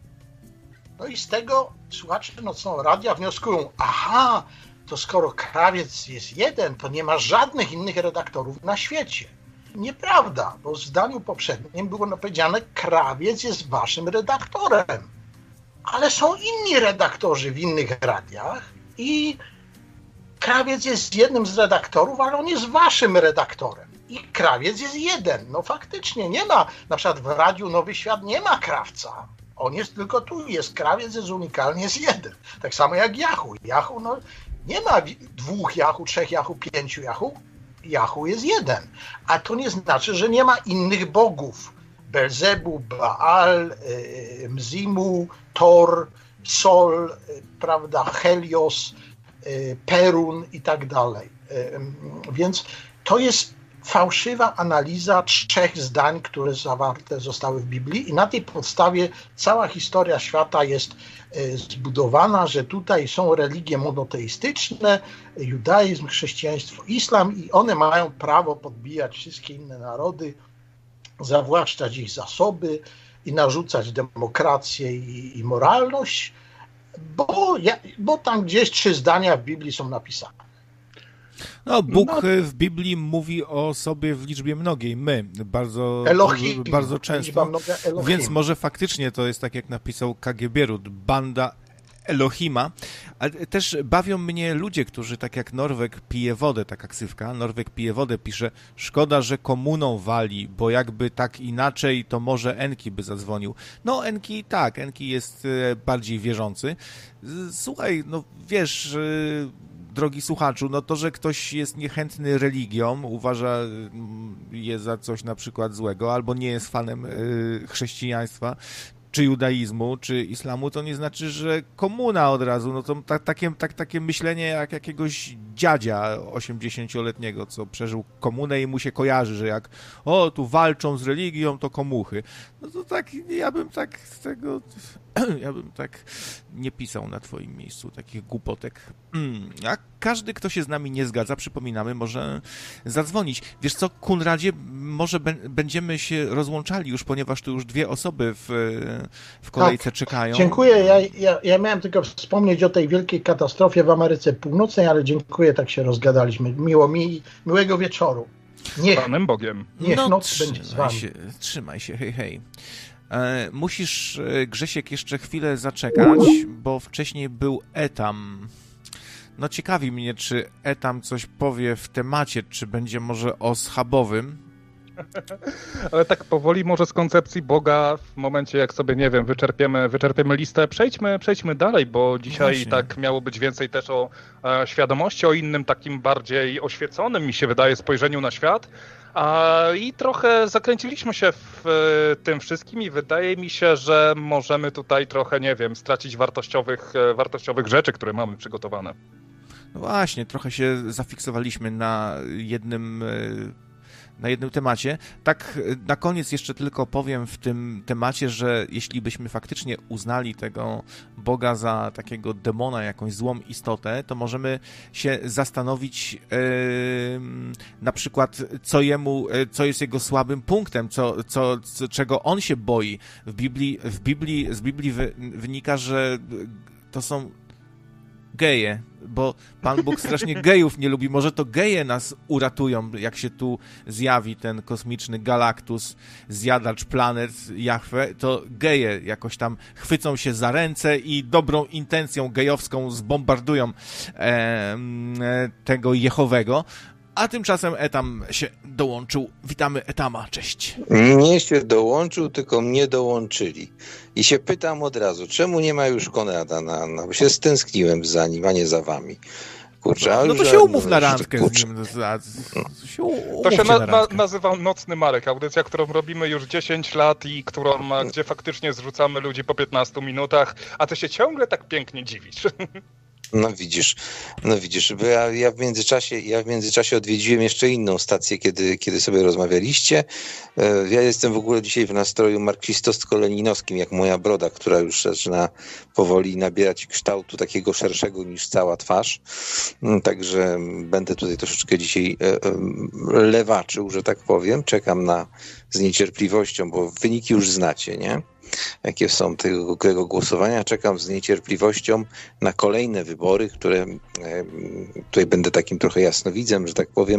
No i z tego słuchacze nocnego radia wnioskują, aha, to skoro krawiec jest jeden, to nie ma żadnych innych redaktorów na świecie. Nieprawda, bo w zdaniu poprzednim było powiedziane, krawiec jest waszym redaktorem. Ale są inni redaktorzy w innych radiach i krawiec jest jednym z redaktorów, ale on jest waszym redaktorem. I krawiec jest jeden. No faktycznie nie ma, na przykład w Radiu Nowy Świat nie ma krawca. On jest tylko tu, jest krawiec, jest unikalny, jest jeden. Tak samo jak Yahoo. Yahoo, no nie ma 2 Yahoo, 3 Yahoo, 5 Yahoo. Yahoo jest jeden. A to nie znaczy, że nie ma innych bogów. Belzebu, Baal, Mzimu, Thor, Sol, prawda, Helios, Perun i tak dalej. Więc to jest fałszywa analiza 3 zdań, które zawarte zostały w Biblii i na tej podstawie cała historia świata jest zbudowana, że tutaj są religie monoteistyczne, judaizm, chrześcijaństwo, islam i one mają prawo podbijać wszystkie inne narody, zawłaszczać ich zasoby i narzucać demokrację i moralność, bo tam gdzieś 3 zdania w Biblii są napisane. No, Bóg w Biblii mówi o sobie w liczbie mnogiej, my, bardzo często, więc może faktycznie to jest tak, jak napisał Kaggebierut, banda Elohima, ale też bawią mnie ludzie, którzy tak jak Norweg pije wodę, taka ksywka, Norweg pije wodę, pisze, szkoda, że komuną wali, bo jakby tak inaczej, to może Enki by zadzwonił. No Enki tak, Enki jest bardziej wierzący. Słuchaj, no wiesz, drogi słuchaczu, no to, że ktoś jest niechętny religią, uważa je za coś na przykład złego, albo nie jest fanem chrześcijaństwa, czy judaizmu, czy islamu, to nie znaczy, że komuna od razu, no to takie myślenie jak jakiegoś dziadzia 80-letniego, co przeżył komunę i mu się kojarzy, że jak tu walczą z religią, to komuchy. No to tak, ja bym tak nie pisał na twoim miejscu takich głupotek. A każdy, kto się z nami nie zgadza, przypominamy, może zadzwonić. Wiesz co, Kunradzie, może będziemy się rozłączali już, ponieważ tu już 2 osoby w kolejce czekają. Dziękuję. Ja miałem tylko wspomnieć o tej wielkiej katastrofie w Ameryce Północnej, ale dziękuję, tak się rozgadaliśmy. Miłego wieczoru. Panem Bogiem. Niech noc będzie z wami. Trzymaj się, hej. Musisz, Grzesiek, jeszcze chwilę zaczekać, bo wcześniej był Etam. No ciekawi mnie, czy Etam coś powie w temacie, czy będzie może o schabowym. Ale tak powoli może z koncepcji Boga w momencie, jak sobie, nie wiem, wyczerpiemy listę, przejdźmy dalej, bo dzisiaj właśnie tak miało być więcej też o świadomości, o innym takim bardziej oświeconym, mi się wydaje, spojrzeniu na świat. I trochę zakręciliśmy się w tym wszystkim i wydaje mi się, że możemy tutaj trochę, nie wiem, stracić wartościowych rzeczy, które mamy przygotowane. No właśnie, trochę się zafiksowaliśmy na jednym temacie. Tak na koniec jeszcze tylko powiem w tym temacie, że jeśli byśmy faktycznie uznali tego Boga za takiego demona, jakąś złą istotę, to możemy się zastanowić na przykład, co jest jego słabym punktem, czego on się boi. Z Biblii wynika, że to są geje, bo Pan Bóg strasznie gejów nie lubi. Może to geje nas uratują, jak się tu zjawi ten kosmiczny Galactus, zjadacz planet Jahwe, to geje jakoś tam chwycą się za ręce i dobrą intencją gejowską zbombardują tego Jehowego. A tymczasem Etam się dołączył. Witamy Etama, cześć. Nie się dołączył, tylko mnie dołączyli. I się pytam od razu, czemu nie ma już Konrada bo się stęskniłem za nim, a nie za wami. Kurczę, no to się umów na randkę z nim. To się nazywa Nocny Marek, audycja, którą robimy już 10 lat i gdzie faktycznie zrzucamy ludzi po 15 minutach, a ty się ciągle tak pięknie dziwisz. No widzisz, bo ja w międzyczasie odwiedziłem jeszcze inną stację, kiedy sobie rozmawialiście. Ja jestem w ogóle dzisiaj w nastroju marksistowsko-leninowskim, jak moja broda, która już zaczyna powoli nabierać kształtu takiego szerszego niż cała twarz. Także będę tutaj troszeczkę dzisiaj lewaczył, że tak powiem. Czekam z niecierpliwością, bo wyniki już znacie, nie? Jakie są tego głosowania. Czekam z niecierpliwością na kolejne wybory, które tutaj będę takim trochę jasnowidzem, że tak powiem,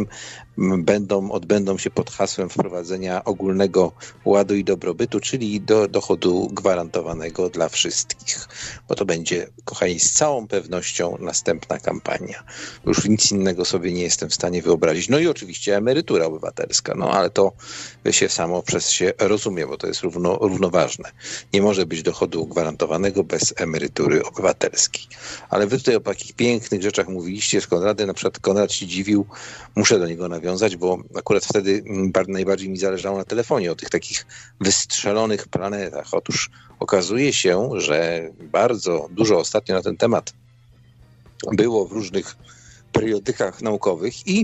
odbędą się pod hasłem wprowadzenia ogólnego ładu i dobrobytu, czyli dochodu gwarantowanego dla wszystkich. Bo to będzie, kochani, z całą pewnością następna kampania. Już nic innego sobie nie jestem w stanie wyobrazić. No i oczywiście emerytura obywatelska, no ale to się samo przez się rozumie, bo to jest równoważne. Nie może być dochodu gwarantowanego bez emerytury obywatelskiej. Ale wy tutaj o takich pięknych rzeczach mówiliście z Konradem, na przykład Konrad się dziwił, muszę do niego nawiązać, bo akurat wtedy najbardziej mi zależało na telefonie, o tych takich wystrzelonych planetach. Otóż okazuje się, że bardzo dużo ostatnio na ten temat było w różnych periodykach naukowych i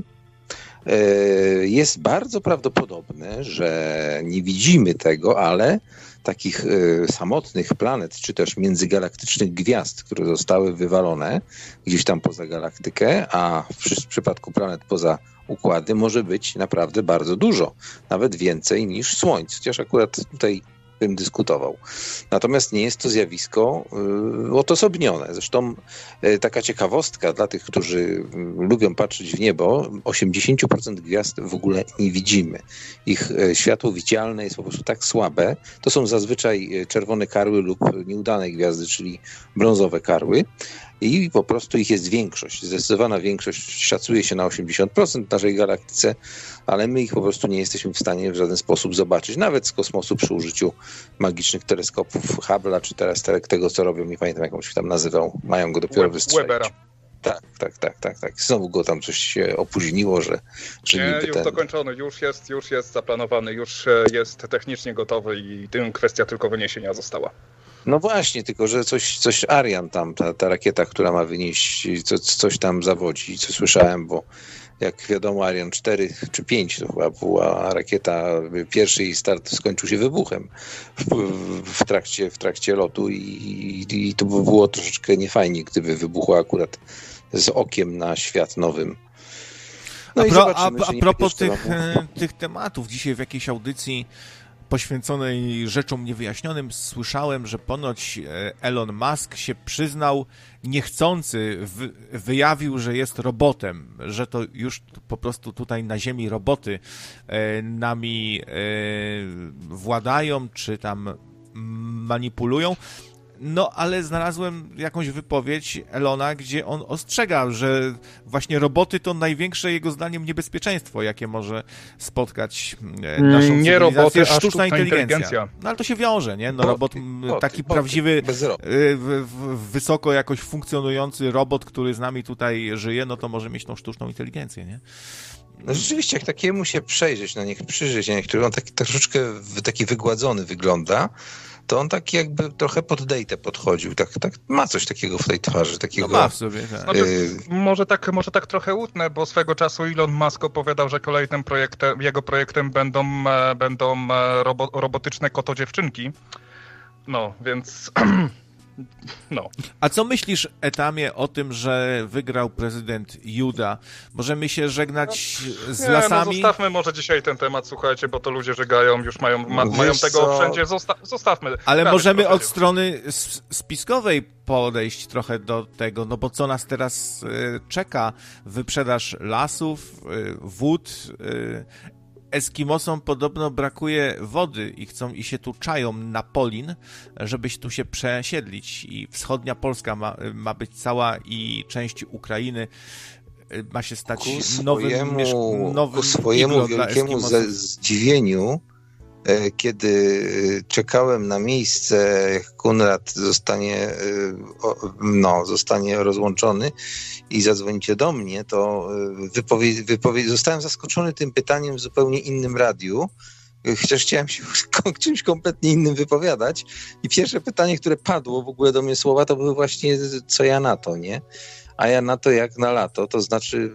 jest bardzo prawdopodobne, że nie widzimy tego, ale takich samotnych planet, czy też międzygalaktycznych gwiazd, które zostały wywalone gdzieś tam poza galaktykę, a w przypadku planet poza układy może być naprawdę bardzo dużo, nawet więcej niż Słońce, chociaż akurat tutaj bym dyskutował. Natomiast nie jest to zjawisko odosobnione. Zresztą taka ciekawostka dla tych, którzy lubią patrzeć w niebo, 80% gwiazd w ogóle nie widzimy. Ich światło widzialne jest po prostu tak słabe. To są zazwyczaj czerwone karły lub nieudane gwiazdy, czyli brązowe karły. I po prostu ich jest większość. Zdecydowana większość szacuje się na 80% w naszej galaktyce, ale my ich po prostu nie jesteśmy w stanie w żaden sposób zobaczyć, nawet z kosmosu przy użyciu magicznych teleskopów Hubble'a, czy teraz tego, co robią, nie pamiętam, jak on się tam nazywał, mają go dopiero wystrzelić. Webera. Tak. Znowu go tam coś się opóźniło, że nie, już dokończony, już jest zaplanowany, już jest technicznie gotowy i tym kwestia tylko wyniesienia została. No właśnie, tylko że coś Ariane tam, ta rakieta, która ma wynieść, coś tam zawodzi, co słyszałem, bo jak wiadomo Ariane 4 czy 5 to chyba była rakieta, pierwszy jej start skończył się wybuchem w trakcie lotu i to by było troszeczkę niefajnie, gdyby wybuchła akurat z okiem na świat nowym. No a propos tych tematów, dzisiaj w jakiejś audycji poświęconej rzeczom niewyjaśnionym słyszałem, że ponoć Elon Musk się przyznał niechcący, wyjawił, że jest robotem, że to już po prostu tutaj na Ziemi roboty nami władają, czy tam manipulują. No, ale znalazłem jakąś wypowiedź Elona, gdzie on ostrzega, że właśnie roboty to największe jego zdaniem niebezpieczeństwo, jakie może spotkać naszą cywilizację. Nie roboty, a sztuczna inteligencja. No, ale to się wiąże, nie? No, robot, taki prawdziwy, wysoko jakoś funkcjonujący robot, który z nami tutaj żyje, no to może mieć tą sztuczną inteligencję, nie? No rzeczywiście, jak takiemu się przyjrzeć na niektórych, on troszeczkę taki wygładzony wygląda, to on tak jakby trochę pod dejtę podchodził. Tak, ma coś takiego w tej twarzy. Takiego, no ma w sobie, tak. Znaczy, może tak trochę utnę, bo swego czasu Elon Musk opowiadał, że kolejnym jego projektem będą robotyczne koto-dziewczynki. No, więc... No. A co myślisz, Etamie, o tym, że wygrał prezydent Juda? Możemy się żegnać z lasami? No zostawmy może dzisiaj ten temat, słuchajcie, bo to ludzie żegają, już mają tego wszędzie, zostawmy. Ale możemy od strony spiskowej podejść trochę do tego, no bo co nas teraz czeka? Wyprzedaż lasów, wód, Eskimosom podobno brakuje wody i się tu czają na Polin, żeby tu się przesiedlić i wschodnia Polska ma być cała i część Ukrainy ma się stać nowym ku swojemu wielkiemu zdziwieniu, kiedy czekałem na miejsce, jak Konrad zostanie rozłączony i zadzwonicie do mnie, to zostałem zaskoczony tym pytaniem w zupełnie innym radiu, chociaż chciałem się czymś kompletnie innym wypowiadać. I pierwsze pytanie, które padło w ogóle do mnie słowa, to były właśnie, co ja na to, nie? A ja na to jak na lato, to znaczy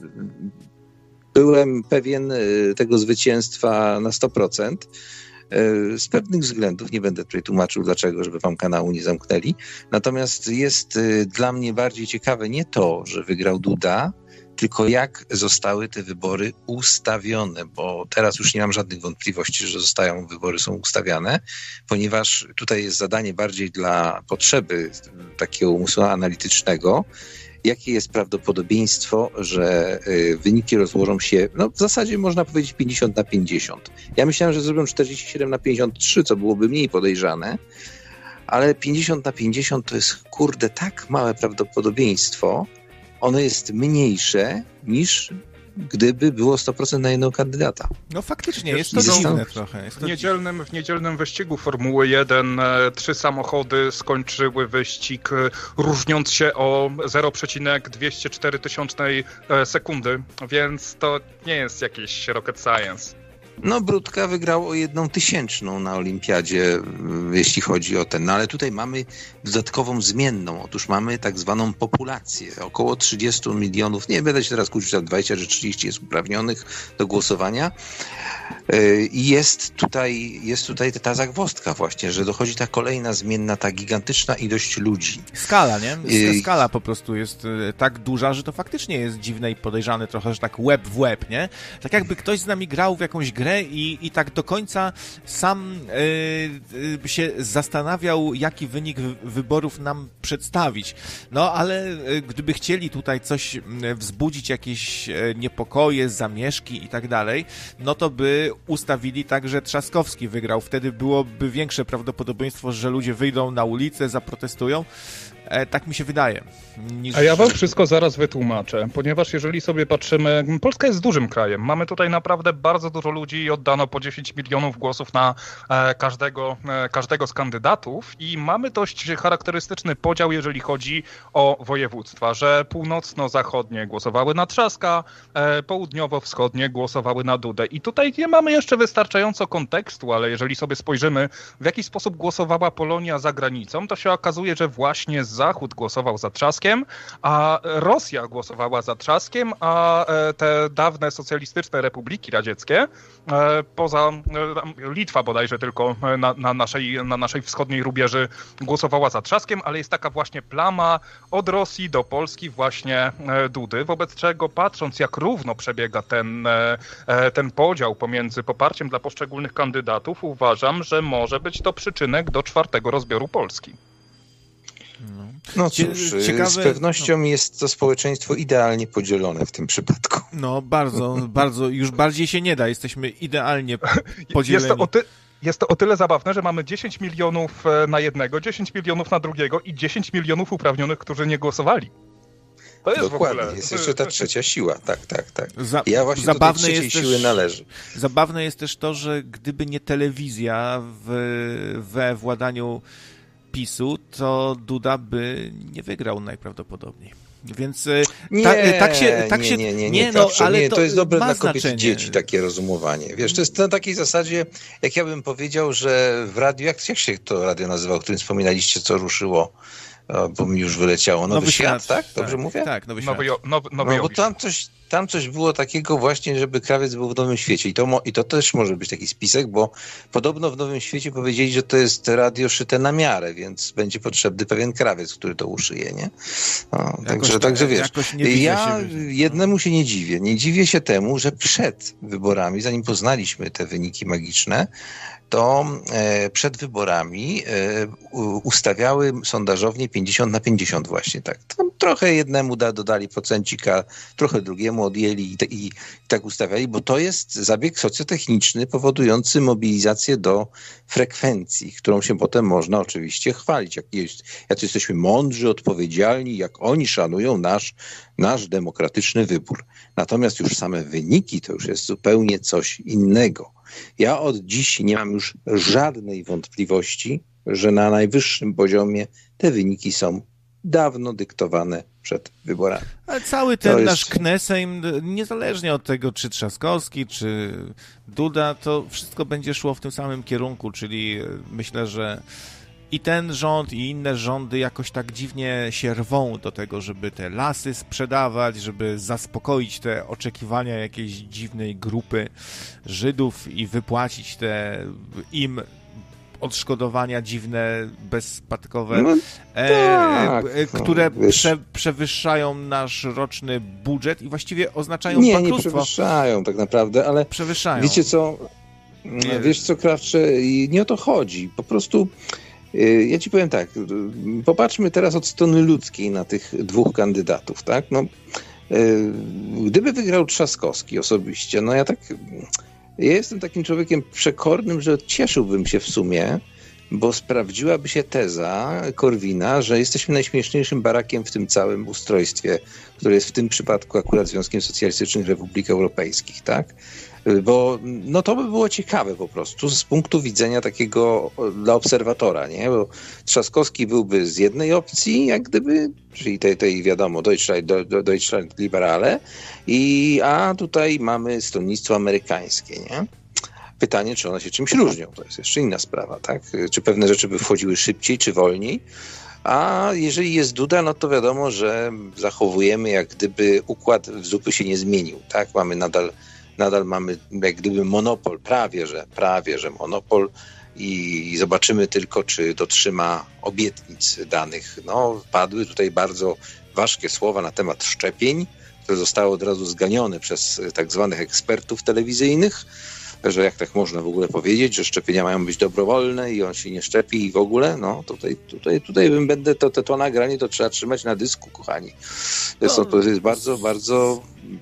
byłem pewien tego zwycięstwa na 100%. Z pewnych względów, nie będę tutaj tłumaczył dlaczego, żeby wam kanału nie zamknęli. Natomiast jest dla mnie bardziej ciekawe nie to, że wygrał Duda, tylko jak zostały te wybory ustawione, bo teraz już nie mam żadnych wątpliwości, że wybory są ustawiane, ponieważ tutaj jest zadanie bardziej dla potrzeby takiego umysłu analitycznego, jakie jest prawdopodobieństwo, że wyniki rozłożą się, no w zasadzie można powiedzieć 50-50. Ja myślałem, że zrobią 47-53, co byłoby mniej podejrzane, ale 50-50 to jest, kurde, tak małe prawdopodobieństwo, ono jest mniejsze niż gdyby było 100% na jednego kandydata. No faktycznie, jest to dziwne trochę. W niedzielnym wyścigu Formuły 1 3 samochody skończyły wyścig różniąc się o 0,204 sekundy, więc to nie jest jakiś rocket science. No, Brudka wygrał o 1/1000 na olimpiadzie, jeśli chodzi o ten. No, ale tutaj mamy dodatkową zmienną. Otóż mamy tak zwaną populację. Około 30 milionów, nie będę się teraz kłócić, tam 20 czy 30 jest uprawnionych do głosowania. I jest tutaj ta zagwozdka właśnie, że dochodzi ta kolejna zmienna, ta gigantyczna ilość ludzi. Skala, nie? Skala po prostu jest tak duża, że to faktycznie jest dziwne i podejrzane trochę, że tak łeb w łeb, nie? Tak jakby ktoś z nami grał w jakąś grę i tak do końca sam się zastanawiał, jaki wynik wyborów nam przedstawić. No, ale gdyby chcieli tutaj coś wzbudzić, jakieś niepokoje, zamieszki i tak dalej, no to by ustawili tak, że Trzaskowski wygrał. Wtedy byłoby większe prawdopodobieństwo, że ludzie wyjdą na ulicę, zaprotestują. Tak mi się wydaje. A ja wam wszystko zaraz wytłumaczę, ponieważ jeżeli sobie patrzymy, Polska jest dużym krajem, mamy tutaj naprawdę bardzo dużo ludzi i oddano po 10 milionów głosów na każdego z kandydatów i mamy dość charakterystyczny podział, jeżeli chodzi o województwa, że północno-zachodnie głosowały na Trzaska, południowo-wschodnie głosowały na Dudę i tutaj nie mamy jeszcze wystarczająco kontekstu, ale jeżeli sobie spojrzymy, w jaki sposób głosowała Polonia za granicą, to się okazuje, że właśnie Zachód głosował za Trzaskiem, a Rosja głosowała za Trzaskiem, a te dawne socjalistyczne republiki radzieckie, poza Litwa bodajże tylko na naszej wschodniej rubieży głosowała za Trzaskiem, ale jest taka właśnie plama od Rosji do Polski właśnie Dudy, wobec czego patrząc jak równo przebiega ten podział pomiędzy poparciem dla poszczególnych kandydatów, uważam, że może być to przyczynek do 4. rozbioru Polski. No cóż, z pewnością jest to społeczeństwo idealnie podzielone w tym przypadku. No bardzo, już bardziej się nie da, jesteśmy idealnie podzieleni. Jest to o tyle zabawne, że mamy 10 milionów na jednego, 10 milionów na drugiego i 10 milionów uprawnionych, którzy nie głosowali. To jest dokładnie, w ogóle... jest jeszcze ta trzecia siła, tak. Ja właśnie do tej trzeciej siły należy. Zabawne jest też to, że gdyby nie telewizja we władaniu PiS-u, to Duda by nie wygrał najprawdopodobniej. Więc to jest dobre dla kobiet i dzieci takie rozumowanie. Wiesz, to jest na takiej zasadzie, jak ja bym powiedział, że w radiu, jak się to radio nazywa, o którym wspominaliście, co ruszyło, bo mi już wyleciało, Nowy Świat, tak? Dobrze mówię? Tak, Nowy Świat. Bo tam coś było takiego właśnie, żeby krawiec był w Nowym Świecie. I to też może być taki spisek, bo podobno w Nowym Świecie powiedzieli, że to jest radio szyte na miarę, więc będzie potrzebny pewien krawiec, który to uszyje, nie? No, także wiesz, ja jednemu się nie dziwię. Nie dziwię się temu, że przed wyborami, zanim poznaliśmy te wyniki magiczne, to przed wyborami ustawiały sondażownie 50/50 właśnie tak. Tam trochę jednemu dodali procencika, trochę drugiemu odjęli i tak ustawiali, bo to jest zabieg socjotechniczny powodujący mobilizację do frekwencji, którą się potem można oczywiście chwalić. Jak jesteśmy mądrzy, odpowiedzialni, jak oni szanują nasz demokratyczny wybór. Natomiast już same wyniki to już jest zupełnie coś innego. Ja od dziś nie mam już żadnej wątpliwości, że na najwyższym poziomie te wyniki są dawno dyktowane przed wyborami. Ale cały ten nasz Knesejm, niezależnie od tego, czy Trzaskowski, czy Duda, to wszystko będzie szło w tym samym kierunku, czyli myślę, że i ten rząd, i inne rządy jakoś tak dziwnie się rwą do tego, żeby te lasy sprzedawać, żeby zaspokoić te oczekiwania jakiejś dziwnej grupy Żydów i wypłacić te im odszkodowania dziwne, bezspadkowe, które przewyższają nasz roczny budżet i właściwie oznaczają bankructwo. Nie przewyższają tak naprawdę, ale przewyższają. Wiecie co, wiesz co, Krawcze, nie o to chodzi. Po prostu ja ci powiem tak, popatrzmy teraz od strony ludzkiej na tych dwóch kandydatów, tak? No, gdyby wygrał Trzaskowski osobiście, no ja jestem takim człowiekiem przekornym, że cieszyłbym się w sumie, bo sprawdziłaby się teza Korwina, że jesteśmy najśmieszniejszym barakiem w tym całym ustrojstwie, które jest w tym przypadku akurat Związkiem Socjalistycznych Republik Europejskich, tak? Bo no to by było ciekawe po prostu z punktu widzenia takiego dla obserwatora, nie? Bo Trzaskowski byłby z jednej opcji, jak gdyby, czyli tej wiadomo, Deutschland Liberale, a tutaj mamy stronnictwo amerykańskie, nie? Pytanie, czy one się czymś różnią, to jest jeszcze inna sprawa, tak? Czy pewne rzeczy by wchodziły szybciej, czy wolniej? A jeżeli jest Duda, no to wiadomo, że zachowujemy jak gdyby układ w zupy się nie zmienił, tak? Mamy nadal mamy jak gdyby monopol, prawie że monopol i zobaczymy tylko, czy dotrzyma obietnic danych. No, padły tutaj bardzo ważkie słowa na temat szczepień, które zostały od razu zganione przez tak zwanych ekspertów telewizyjnych, że jak tak można w ogóle powiedzieć, że szczepienia mają być dobrowolne i on się nie szczepi i w ogóle, no tutaj będę to nagranie to trzeba trzymać na dysku, kochani. To jest bardzo, bardzo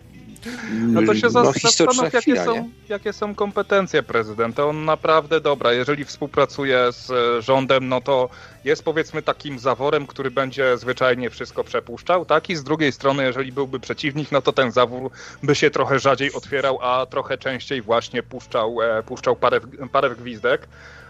no to się zastanów, chwila, jakie są kompetencje prezydenta. On naprawdę, jeżeli współpracuje z rządem, no to jest powiedzmy takim zaworem, który będzie zwyczajnie wszystko przepuszczał, tak? I z drugiej strony, jeżeli byłby przeciwnik, no to ten zawór by się trochę rzadziej otwierał, a trochę częściej właśnie puszczał parę w gwizdek.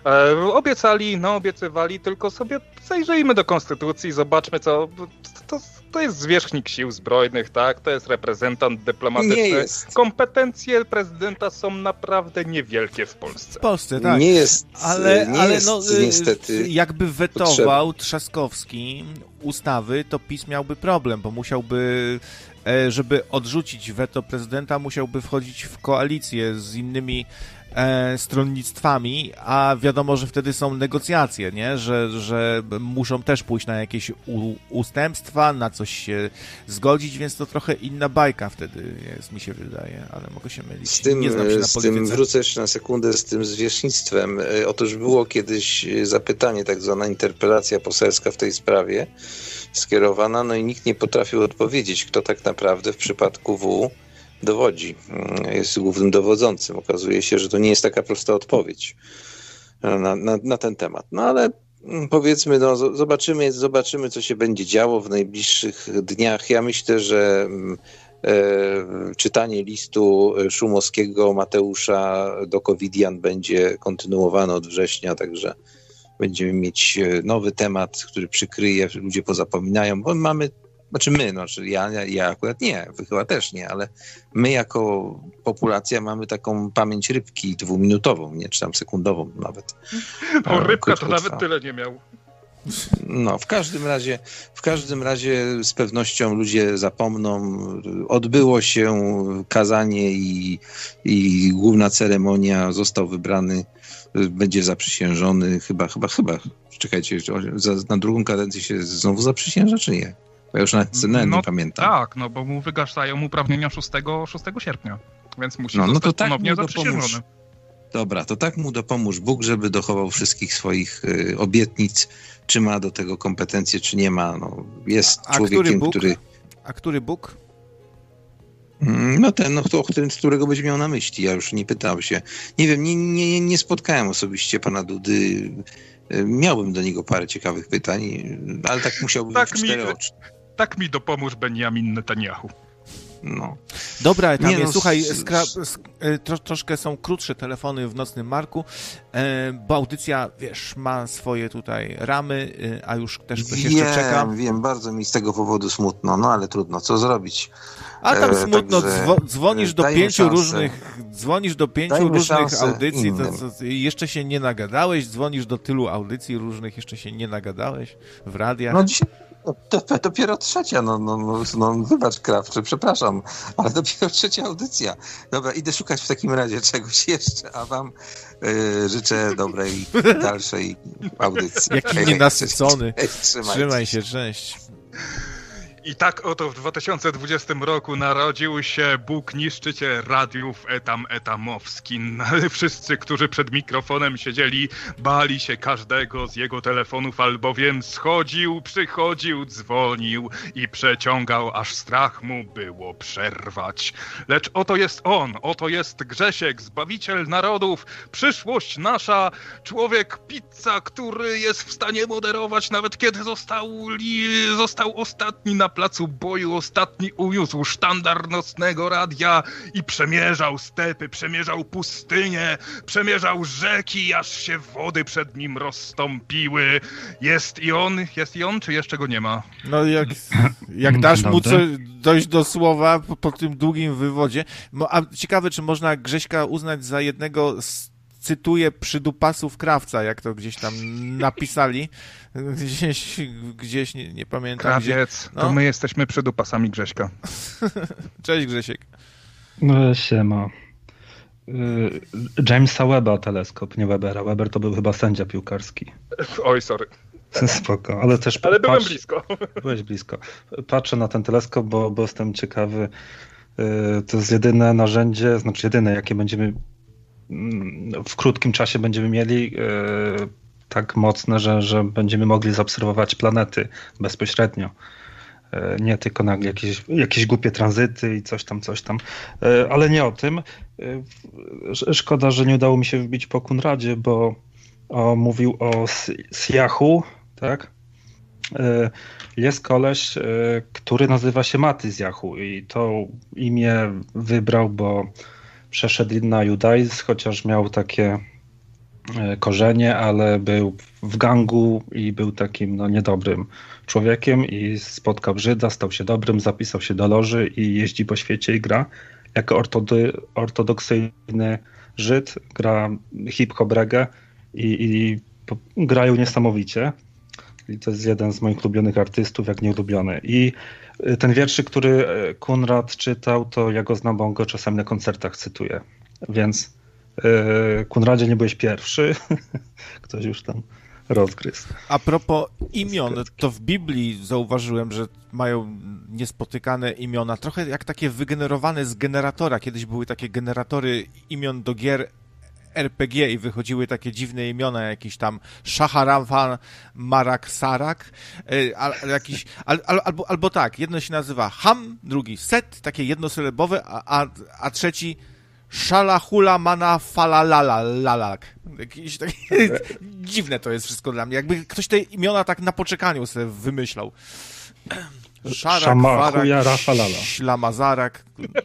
Obiecywali, tylko sobie zajrzyjmy do konstytucji, zobaczmy co... To jest zwierzchnik sił zbrojnych, tak? To jest reprezentant dyplomatyczny. Nie jest. Kompetencje prezydenta są naprawdę niewielkie w Polsce. W Polsce, tak. Nie jest, ale niestety jakby wetował Trzaskowski ustawy, to PiS miałby problem, bo musiałby, żeby odrzucić weto prezydenta, musiałby wchodzić w koalicję z innymi stronnictwami, a wiadomo, że wtedy są negocjacje, nie? Że muszą też pójść na jakieś ustępstwa, na coś się zgodzić, więc to trochę inna bajka wtedy jest, mi się wydaje, ale mogę się mylić. Nie znam się na polityce. Z tym wrócę jeszcze na sekundę z tym zwierzchnictwem. Otóż było kiedyś zapytanie, tak zwana interpelacja poselska w tej sprawie skierowana, no i nikt nie potrafił odpowiedzieć, kto tak naprawdę w przypadku dowodzi, jest głównym dowodzącym. Okazuje się, że to nie jest taka prosta odpowiedź na ten temat. No ale powiedzmy, no zobaczymy, co się będzie działo w najbliższych dniach. Ja myślę, że czytanie listu Szumowskiego Mateusza do Covidian będzie kontynuowane od września, także będziemy mieć nowy temat, który przykryje, ludzie pozapominają, bo ja akurat nie, wy chyba też nie, ale my jako populacja mamy taką pamięć rybki 2-minutową, nie, czy tam sekundową nawet. No rybka to nawet tyle nie miał. No, w każdym razie z pewnością ludzie zapomną. Odbyło się kazanie i główna ceremonia, został wybrany, będzie zaprzysiężony, chyba. Czekajcie, na drugą kadencję się znowu zaprzysięża, czy nie? Bo ja już nawet nie pamiętam. Tak, no bo mu wygaszają uprawnienia 6 sierpnia, więc musi zostać ponownie zaprzysiężony. Dobra, to tak mu dopomóż Bóg, żeby dochował wszystkich swoich obietnic, czy ma do tego kompetencje, czy nie ma. No, jest człowiekiem, który... A który Bóg? No ten, którego będzie miał na myśli. Ja już nie pytałem się. Nie wiem, nie spotkałem osobiście pana Dudy. Miałbym do niego parę ciekawych pytań, ale tak musiałbym być czterooczny. Tak mi dopomóż Benjamin Netanyahu. No. Dobra, tam jest, słuchaj, troszkę są krótsze telefony w Nocnym Marku, bo audycja, wiesz, ma swoje tutaj ramy, a już też ktoś jeszcze czeka. Wiem, bardzo mi z tego powodu smutno, no ale trudno, co zrobić. A tam smutno, dzwonisz do pięciu różnych audycji, to jeszcze się nie nagadałeś, dzwonisz do tylu audycji różnych, jeszcze się nie nagadałeś w radiach. No dzisiaj dopiero trzecia, no wybacz Krawcze, przepraszam, ale dopiero trzecia audycja. Dobra, idę szukać w takim razie czegoś jeszcze, a wam życzę dobrej, dalszej audycji. Jaki nienasycony. Trzymaj się, cześć. I tak oto w 2020 roku narodził się Bóg niszczyciel radiów Etamowski. Wszyscy, którzy przed mikrofonem siedzieli, bali się każdego z jego telefonów, albowiem schodził, przychodził, dzwonił i przeciągał, aż strach mu było przerwać. Lecz oto jest on, oto jest Grzesiek, Zbawiciel narodów, przyszłość nasza, człowiek pizza, który jest w stanie moderować, nawet kiedy został ostatni na placu boju, ostatni uniósł sztandar Nocnego Radia i przemierzał stepy, przemierzał pustynię, przemierzał rzeki, aż się wody przed nim rozstąpiły. Jest i on, czy jeszcze go nie ma? No jak dasz mu dojść do słowa po tym długim wywodzie. A ciekawe, czy można Grześka uznać za jednego cytuję przydupasów Krawca, jak to gdzieś tam napisali. Gdzieś nie pamiętam. Krawiec, no. To my jesteśmy przydupasami Grześka. Cześć Grzesiek. No siema. Jamesa Webba teleskop, nie Webera. Weber to był chyba sędzia piłkarski. Oj, sorry. Spoko, ale też ale byłem blisko. Byłeś blisko. Patrzę na ten teleskop, bo jestem ciekawy. To jest jedyne narzędzie, znaczy jedyne, jakie będziemy w krótkim czasie będziemy mieli tak mocne, że będziemy mogli zaobserwować planety bezpośrednio. Nie tylko nagle jakieś głupie tranzyty i coś tam. Ale nie o tym. Szkoda, że nie udało mi się wbić po Kunradzie, bo mówił o Zjachu, tak? Jest koleś, który nazywa się Maty Zjachu i to imię wybrał, bo przeszedł na judaizm, chociaż miał takie korzenie, ale był w gangu i był takim niedobrym człowiekiem i spotkał Żyda, stał się dobrym, zapisał się do loży i jeździ po świecie i gra jako ortodoksyjny Żyd, gra hip-hop reggae i grają niesamowicie. I to jest jeden z moich ulubionych artystów, jak nie ulubiony. I ten wierszyk, który Kunrad czytał, to ja go znam, bo on go czasami na koncertach cytuje. Więc Kunradzie, nie byłeś pierwszy. Ktoś już tam rozgryzł. A propos imion, to w Biblii zauważyłem, że mają niespotykane imiona. Trochę jak takie wygenerowane z generatora. Kiedyś były takie generatory imion do gier RPG i wychodziły takie dziwne imiona, jakiś tam Szaharafan, Marak, Sarak, albo tak, jedno się nazywa Ham, drugi Set, takie jednosylabowe, a trzeci Szalahula Mana Falalalak. Jakieś takie dziwne to jest wszystko dla mnie. Jakby ktoś te imiona tak na poczekaniu sobie wymyślał. Szarak, Farak, Ślamazarak.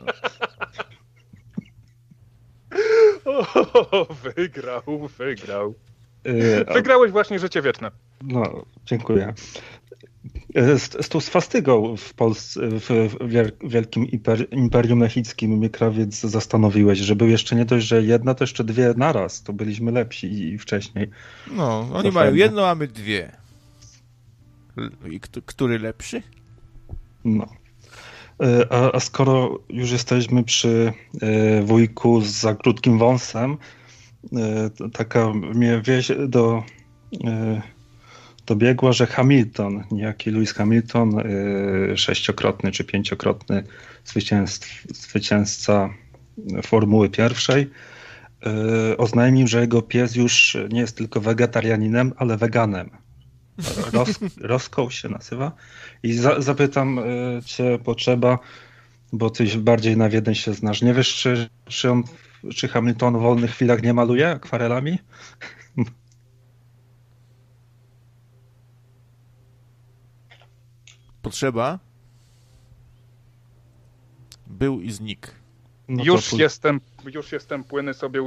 Wygrał. Wygrałeś właśnie życie wieczne. No, dziękuję. Z tą swastygą w Polsce, w wielkim Imperium Lechickim mnie Krawiec zastanowiłeś, że był jeszcze nie dość, że jedna, to jeszcze dwie naraz. To byliśmy lepsi i wcześniej. No, oni mają jedno, a my dwie. I który lepszy? No. A skoro już jesteśmy przy wujku z za krótkim wąsem, taka mnie wieść dobiegła, że Hamilton, niejaki Lewis Hamilton, 6-krotny czy 5-krotny zwycięzca Formuły 1, oznajmił, że jego pies już nie jest tylko wegetarianinem, ale weganem. Roscoe się nazywa. I zapytam cię, potrzeba, bo ty bardziej na Wiedeń się znasz. Nie wiesz, czy Hamilton w wolnych chwilach nie maluje akwarelami? Potrzeba? Był i znikł. No już jestem płynny sobie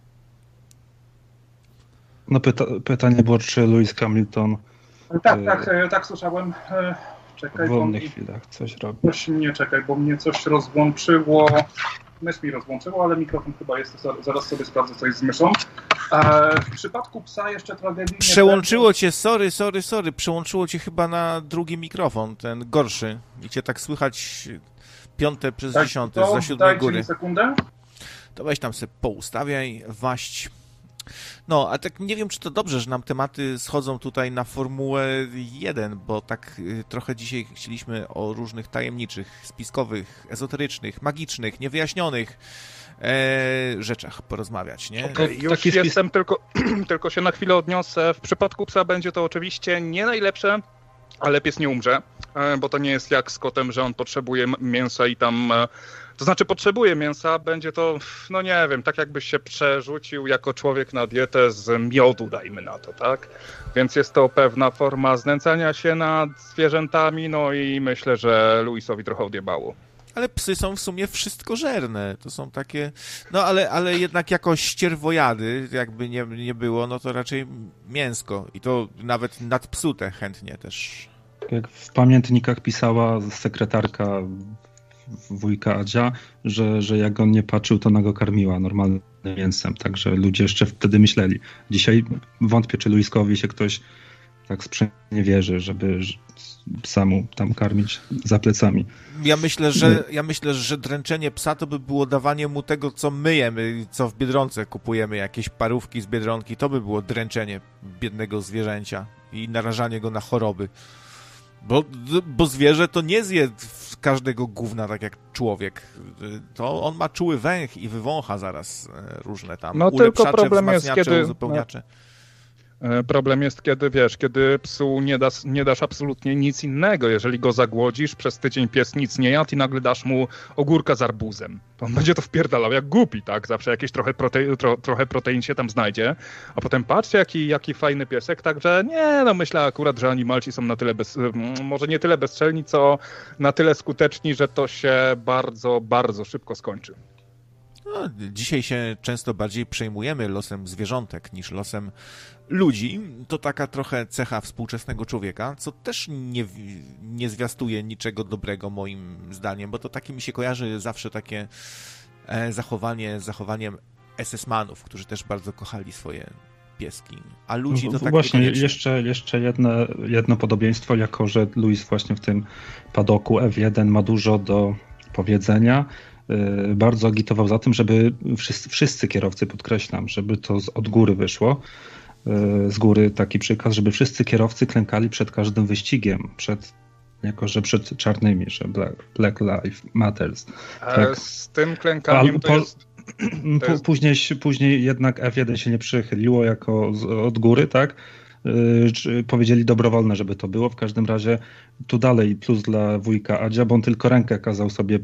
No pytanie było, czy Lewis Hamilton Tak słyszałem. Czekaj, w wolnych chwilach coś robi. Nie czekaj, bo mnie coś rozłączyło. Mysz mi rozłączyło, ale mikrofon chyba jest. Zaraz sobie sprawdzę coś z myszą. W przypadku psa jeszcze tragedii... Przełączyło cię, sorry. Przełączyło cię chyba na drugi mikrofon, ten gorszy. I cię tak słychać 5 przez 10 za 7 góry. Mi sekundę. To weź tam sobie poustawiaj, waść. No, a tak nie wiem, czy to dobrze, że nam tematy schodzą tutaj na Formułę 1, bo tak trochę dzisiaj chcieliśmy o różnych tajemniczych, spiskowych, ezoterycznych, magicznych, niewyjaśnionych rzeczach porozmawiać, nie? Już jestem, tylko się na chwilę odniosę. W przypadku psa będzie to oczywiście nie najlepsze, ale pies nie umrze, bo to nie jest jak z kotem, że on potrzebuje mięsa i tam... To znaczy potrzebuje mięsa, będzie to, no nie wiem, tak jakbyś się przerzucił jako człowiek na dietę z miodu, dajmy na to, tak? Więc jest to pewna forma znęcania się nad zwierzętami, no i myślę, że Lewisowi trochę odjebało. Ale psy są w sumie wszystkożerne, to są takie, no ale jednak jako ścierwojady, jakby nie było, no to raczej mięsko i to nawet nadpsute chętnie też. Jak w pamiętnikach pisała sekretarka wujka Adzia, że jak on nie patrzył, to ona go karmiła normalnym mięsem, także ludzie jeszcze wtedy myśleli. Dzisiaj wątpię, czy Lewiskowi się ktoś tak sprzeniewierzy, żeby psa mu tam karmić za plecami. Ja myślę, że dręczenie psa to by było dawanie mu tego, co my jemy, co w Biedronce kupujemy, jakieś parówki z Biedronki, to by było dręczenie biednego zwierzęcia i narażanie go na choroby. Bo zwierzę to nie zje każdego gówna tak jak człowiek. To on ma czuły węch i wywącha zaraz różne tam ulepszacze, problem wzmacniacze, jest, kiedy... uzupełniacze. Problem jest, kiedy psu nie dasz absolutnie nic innego. Jeżeli go zagłodzisz, przez tydzień pies nic nie jadł i nagle dasz mu ogórka z arbuzem. To on będzie to wpierdalał jak głupi, tak? Zawsze jakieś trochę protein się tam znajdzie. A potem patrzcie, jaki fajny piesek. Także nie, no myślę akurat, że animalci są na tyle może nie tyle bezczelni, co na tyle skuteczni, że to się bardzo, bardzo szybko skończy. No, dzisiaj się często bardziej przejmujemy losem zwierzątek niż losem ludzi. To taka trochę cecha współczesnego człowieka, co też nie zwiastuje niczego dobrego moim zdaniem, bo to takie mi się kojarzy zawsze takie zachowaniem SS-manów, którzy też bardzo kochali swoje pieski. A ludzi to tak właśnie jeszcze jedno podobieństwo, jako że Lewis właśnie w tym padoku F1 ma dużo do powiedzenia. Bardzo agitował za tym, żeby wszyscy kierowcy, podkreślam, żeby to od góry wyszło, z góry taki przykaz, żeby wszyscy kierowcy klękali przed każdym wyścigiem, przed czarnymi, że Black Lives Matters. Tak. Z tym klękaniem to jest... Później jednak F1 się nie przychyliło od góry, tak? Powiedzieli dobrowolne, żeby to było. W każdym razie tu dalej plus dla wujka Adzia, bo on tylko rękę kazał sobie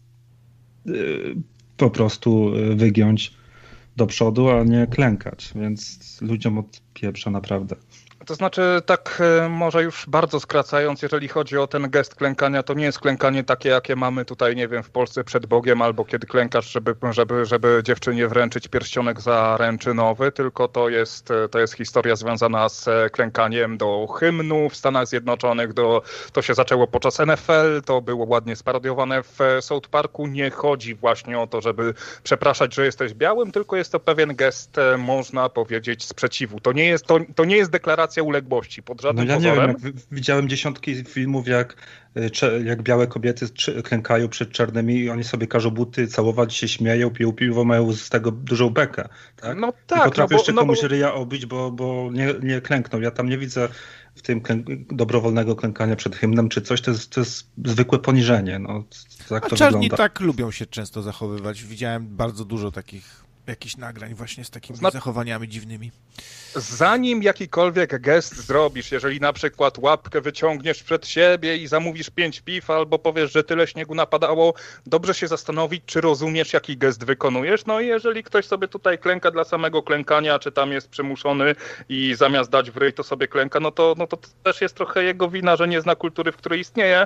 po prostu wygiąć do przodu, a nie klękać, więc ludziom odpieprza naprawdę. To znaczy, tak może już bardzo skracając, jeżeli chodzi o ten gest klękania, to nie jest klękanie takie, jakie mamy tutaj, nie wiem, w Polsce przed Bogiem, albo kiedy klękasz, żeby dziewczynie wręczyć pierścionek zaręczynowy, tylko to jest historia związana z klękaniem do hymnu w Stanach Zjednoczonych. To się zaczęło podczas NFL, to było ładnie sparodiowane w South Parku. Nie chodzi właśnie o to, żeby przepraszać, że jesteś białym, tylko jest to pewien gest, można powiedzieć, sprzeciwu. To nie jest deklaracja uległości pod żadnym pozorem. Nie wiem, widziałem dziesiątki filmów, jak białe kobiety klękają przed czarnymi i oni sobie każą buty całować, się śmieją, piją piwo, mają z tego dużą bekę. Tak? No tak. I potrafią jeszcze komuś ryja obić, bo nie klękną. Ja tam nie widzę w tym dobrowolnego klękania przed hymnem czy coś, to jest zwykłe poniżenie. No, tak to czarni wygląda. Tak lubią się często zachowywać. Widziałem bardzo dużo takich jakichś nagrań właśnie z takimi zachowaniami dziwnymi. Zanim jakikolwiek gest zrobisz, jeżeli na przykład łapkę wyciągniesz przed siebie i zamówisz 5 piw, albo powiesz, że tyle śniegu napadało, dobrze się zastanowić, czy rozumiesz, jaki gest wykonujesz. No i jeżeli ktoś sobie tutaj klęka dla samego klękania, czy tam jest przymuszony i zamiast dać w ryj, to sobie klęka, no to też jest trochę jego wina, że nie zna kultury, w której istnieje.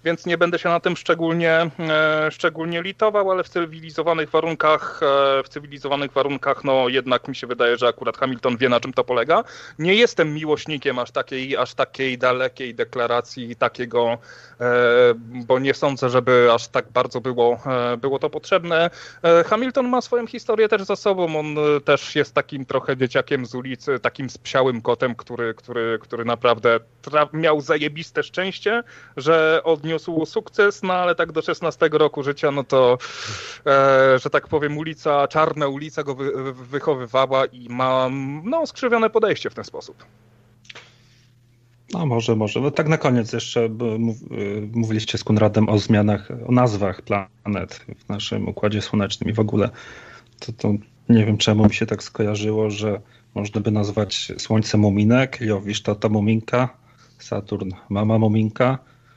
więc nie będę się na tym szczególnie litował, ale w cywilizowanych warunkach, no jednak mi się wydaje, że akurat Hamilton wie, na czym to polega. Nie jestem miłośnikiem aż takiej dalekiej deklaracji takiego, bo nie sądzę, żeby aż tak bardzo było to potrzebne. Hamilton ma swoją historię też za sobą, on też jest takim trochę dzieciakiem z ulicy, takim spsiałym kotem, który naprawdę miał zajebiste szczęście, że odniósł sukces, no ale tak do 16 roku życia, no to, że tak powiem, czarna ulica go wychowywała i ma skrzywione podejście w ten sposób. No może. No, tak na koniec jeszcze mówiliście z Konradem o zmianach, o nazwach planet w naszym Układzie Słonecznym i w ogóle. To nie wiem, czemu mi się tak skojarzyło, że można by nazwać Słońce Muminek, Jowisz tata Muminka, Saturn mama Muminka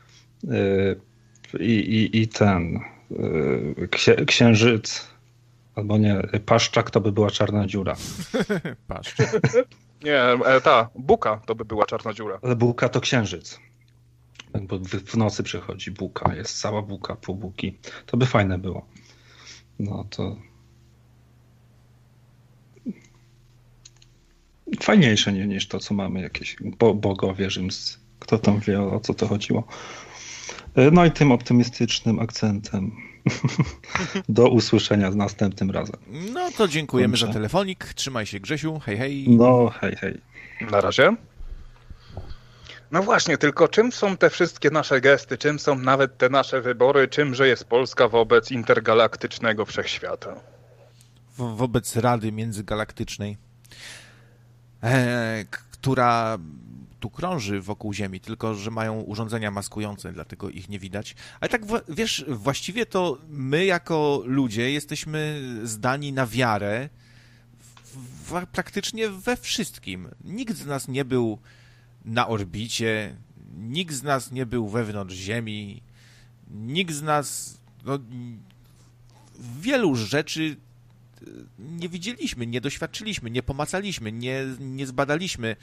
i ten Księżyc, albo nie, Paszczak to by była czarna dziura. Paszczak. Nie, Buka to by była czarna dziura. Ale Buka to Księżyc. Bo w nocy przychodzi Buka, jest cała Buka, pół Buki. To by fajne było. No to... Fajniejsze niż to, co mamy, jakieś bogowie rzymscy. Kto tam wie, o co to chodziło. No i tym optymistycznym akcentem do usłyszenia z następnym razem. No to dziękujemy za telefonik. Trzymaj się, Grzesiu. Hej, hej. No, hej. Na razie. No właśnie, tylko czym są te wszystkie nasze gesty, czym są nawet te nasze wybory, czymże jest Polska wobec intergalaktycznego wszechświata? Wobec Rady Międzygalaktycznej, która tu krąży wokół Ziemi, tylko że mają urządzenia maskujące, dlatego ich nie widać. Ale tak, wiesz, właściwie to my jako ludzie jesteśmy zdani na wiarę praktycznie we wszystkim. Nikt z nas nie był na orbicie, nikt z nas nie był wewnątrz Ziemi, nikt z nas wielu rzeczy nie widzieliśmy, nie doświadczyliśmy, nie pomacaliśmy, nie zbadaliśmy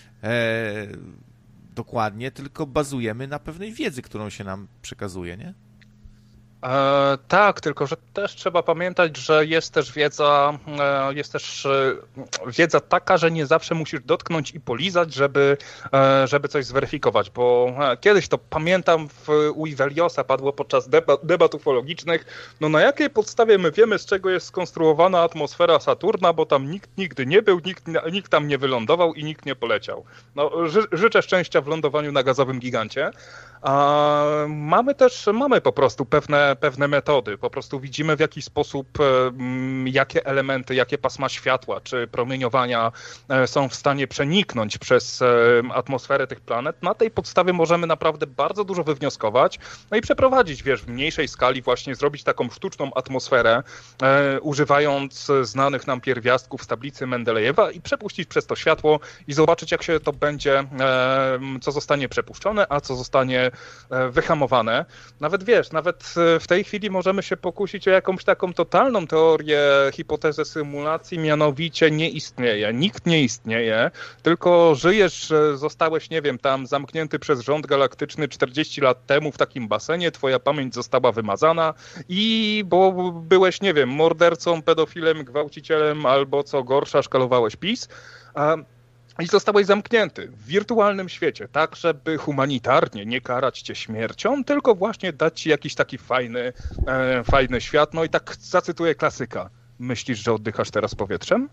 dokładnie, tylko bazujemy na pewnej wiedzy, którą się nam przekazuje, nie? Tak, tylko że też trzeba pamiętać, że jest też wiedza taka, że nie zawsze musisz dotknąć i polizać, żeby coś zweryfikować, bo kiedyś to pamiętam u Iweliosa padło podczas debat ufologicznych, no na jakiej podstawie my wiemy, z czego jest skonstruowana atmosfera Saturna, bo tam nikt nigdy nie był, nikt tam nie wylądował i nikt nie poleciał. No, życzę szczęścia w lądowaniu na gazowym gigancie. Mamy po prostu pewne metody. Po prostu widzimy, w jaki sposób, jakie elementy, jakie pasma światła czy promieniowania są w stanie przeniknąć przez atmosferę tych planet. Na tej podstawie możemy naprawdę bardzo dużo wywnioskować, no i przeprowadzić, w mniejszej skali właśnie zrobić taką sztuczną atmosferę, używając znanych nam pierwiastków z tablicy Mendelejewa i przepuścić przez to światło i zobaczyć, jak się to będzie, co zostanie przepuszczone, a co zostanie wyhamowane. Nawet w tej chwili możemy się pokusić o jakąś taką totalną teorię, hipotezę symulacji, mianowicie nie istnieje. Nikt nie istnieje, tylko żyjesz, zostałeś, nie wiem, tam zamknięty przez rząd galaktyczny 40 lat temu w takim basenie, twoja pamięć została wymazana i bo byłeś, nie wiem, mordercą, pedofilem, gwałcicielem albo co gorsza, szkalowałeś PiS. I zostałeś zamknięty w wirtualnym świecie, tak, żeby humanitarnie nie karać cię śmiercią, tylko właśnie dać ci jakiś taki fajny świat. No i tak zacytuję klasyka. Myślisz, że oddychasz teraz powietrzem?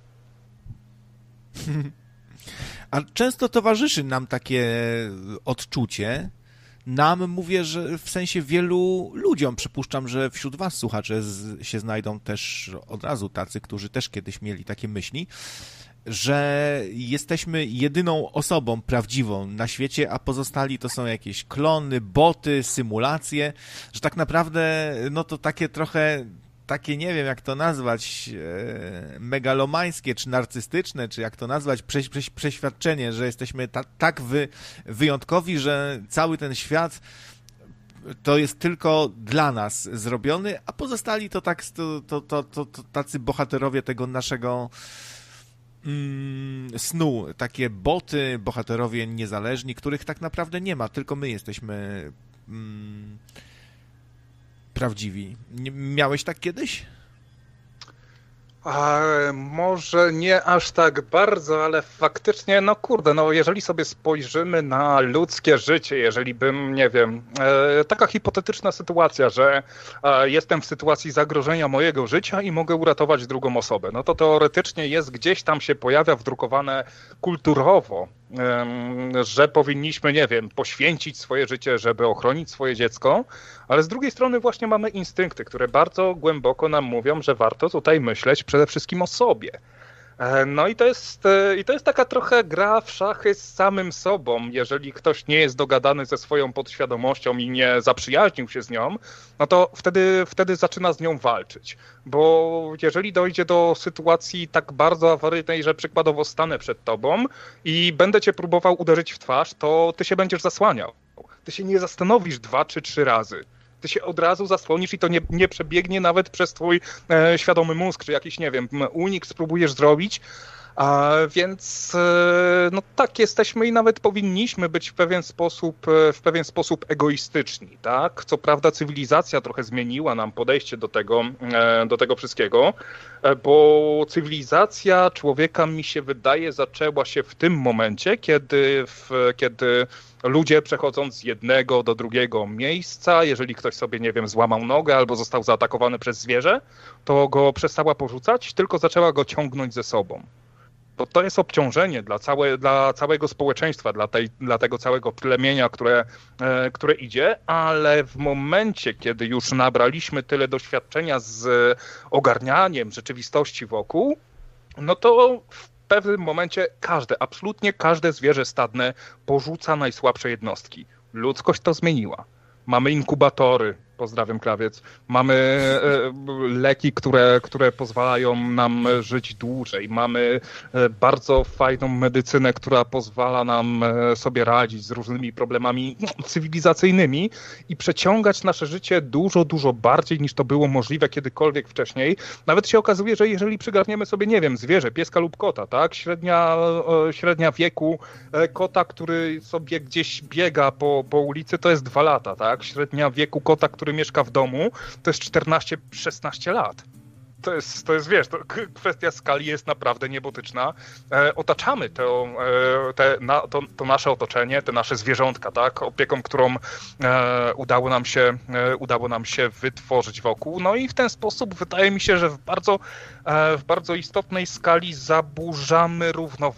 A często towarzyszy nam takie odczucie. Nam mówię, że w sensie wielu ludziom, przypuszczam, że wśród was, słuchacze, się znajdą też od razu tacy, którzy też kiedyś mieli takie myśli, że jesteśmy jedyną osobą prawdziwą na świecie, a pozostali to są jakieś klony, boty, symulacje, że tak naprawdę no to takie trochę, takie nie wiem jak to nazwać, megalomańskie czy narcystyczne, czy jak to nazwać, przeświadczenie, że jesteśmy tak wyjątkowi, że cały ten świat to jest tylko dla nas zrobiony, a pozostali to tacy bohaterowie tego naszego snu, takie boty, bohaterowie niezależni, których tak naprawdę nie ma, tylko my jesteśmy prawdziwi. Miałeś tak kiedyś? Może nie aż tak bardzo, ale faktycznie, no kurde, no jeżeli sobie spojrzymy na ludzkie życie, jeżeli bym, nie wiem, taka hipotetyczna sytuacja, że jestem w sytuacji zagrożenia mojego życia i mogę uratować drugą osobę, no to teoretycznie jest, gdzieś tam się pojawia wdrukowane kulturowo, że powinniśmy, nie wiem, poświęcić swoje życie, żeby ochronić swoje dziecko, ale z drugiej strony właśnie mamy instynkty, które bardzo głęboko nam mówią, że warto tutaj myśleć przede wszystkim o sobie. No i to jest taka trochę gra w szachy z samym sobą. Jeżeli ktoś nie jest dogadany ze swoją podświadomością i nie zaprzyjaźnił się z nią, no to wtedy zaczyna z nią walczyć. Bo jeżeli dojdzie do sytuacji tak bardzo awaryjnej, że przykładowo stanę przed tobą i będę cię próbował uderzyć w twarz, to ty się będziesz zasłaniał. Ty się nie zastanowisz 2 czy 3 razy. Ty się od razu zasłonisz i to nie przebiegnie nawet przez twój świadomy mózg, czy jakiś, nie wiem, unik spróbujesz zrobić. Więc no tak jesteśmy i nawet powinniśmy być w pewien sposób egoistyczni, tak? Co prawda cywilizacja trochę zmieniła nam podejście do tego wszystkiego, bo cywilizacja człowieka, mi się wydaje, zaczęła się w tym momencie, kiedy ludzie przechodząc z jednego do drugiego miejsca, jeżeli ktoś sobie, nie wiem, złamał nogę albo został zaatakowany przez zwierzę, to go przestała porzucać, tylko zaczęła go ciągnąć ze sobą. Bo to jest obciążenie dla całego społeczeństwa, dla tego całego plemienia, które idzie, ale w momencie, kiedy już nabraliśmy tyle doświadczenia z ogarnianiem rzeczywistości wokół, no to w pewnym momencie absolutnie każde zwierzę stadne porzuca najsłabsze jednostki. Ludzkość to zmieniła. Mamy inkubatory, pozdrawiam krawiec, mamy leki, które pozwalają nam żyć dłużej, mamy bardzo fajną medycynę, która pozwala nam sobie radzić z różnymi problemami cywilizacyjnymi i przeciągać nasze życie dużo, dużo bardziej niż to było możliwe kiedykolwiek wcześniej. Nawet się okazuje, że jeżeli przygarniemy sobie, nie wiem, zwierzę, pieska lub kota, tak? Średnia wieku kota, który sobie gdzieś biega po ulicy, to jest 2 lata, tak? Średnia wieku kota, który mieszka w domu, to jest 14-16 lat. To jest, wiesz, kwestia skali jest naprawdę niebotyczna. Otaczamy to nasze otoczenie, te nasze zwierzątka, tak, opieką, którą udało nam się wytworzyć wokół. No i w ten sposób wydaje mi się, że w bardzo istotnej skali zaburzamy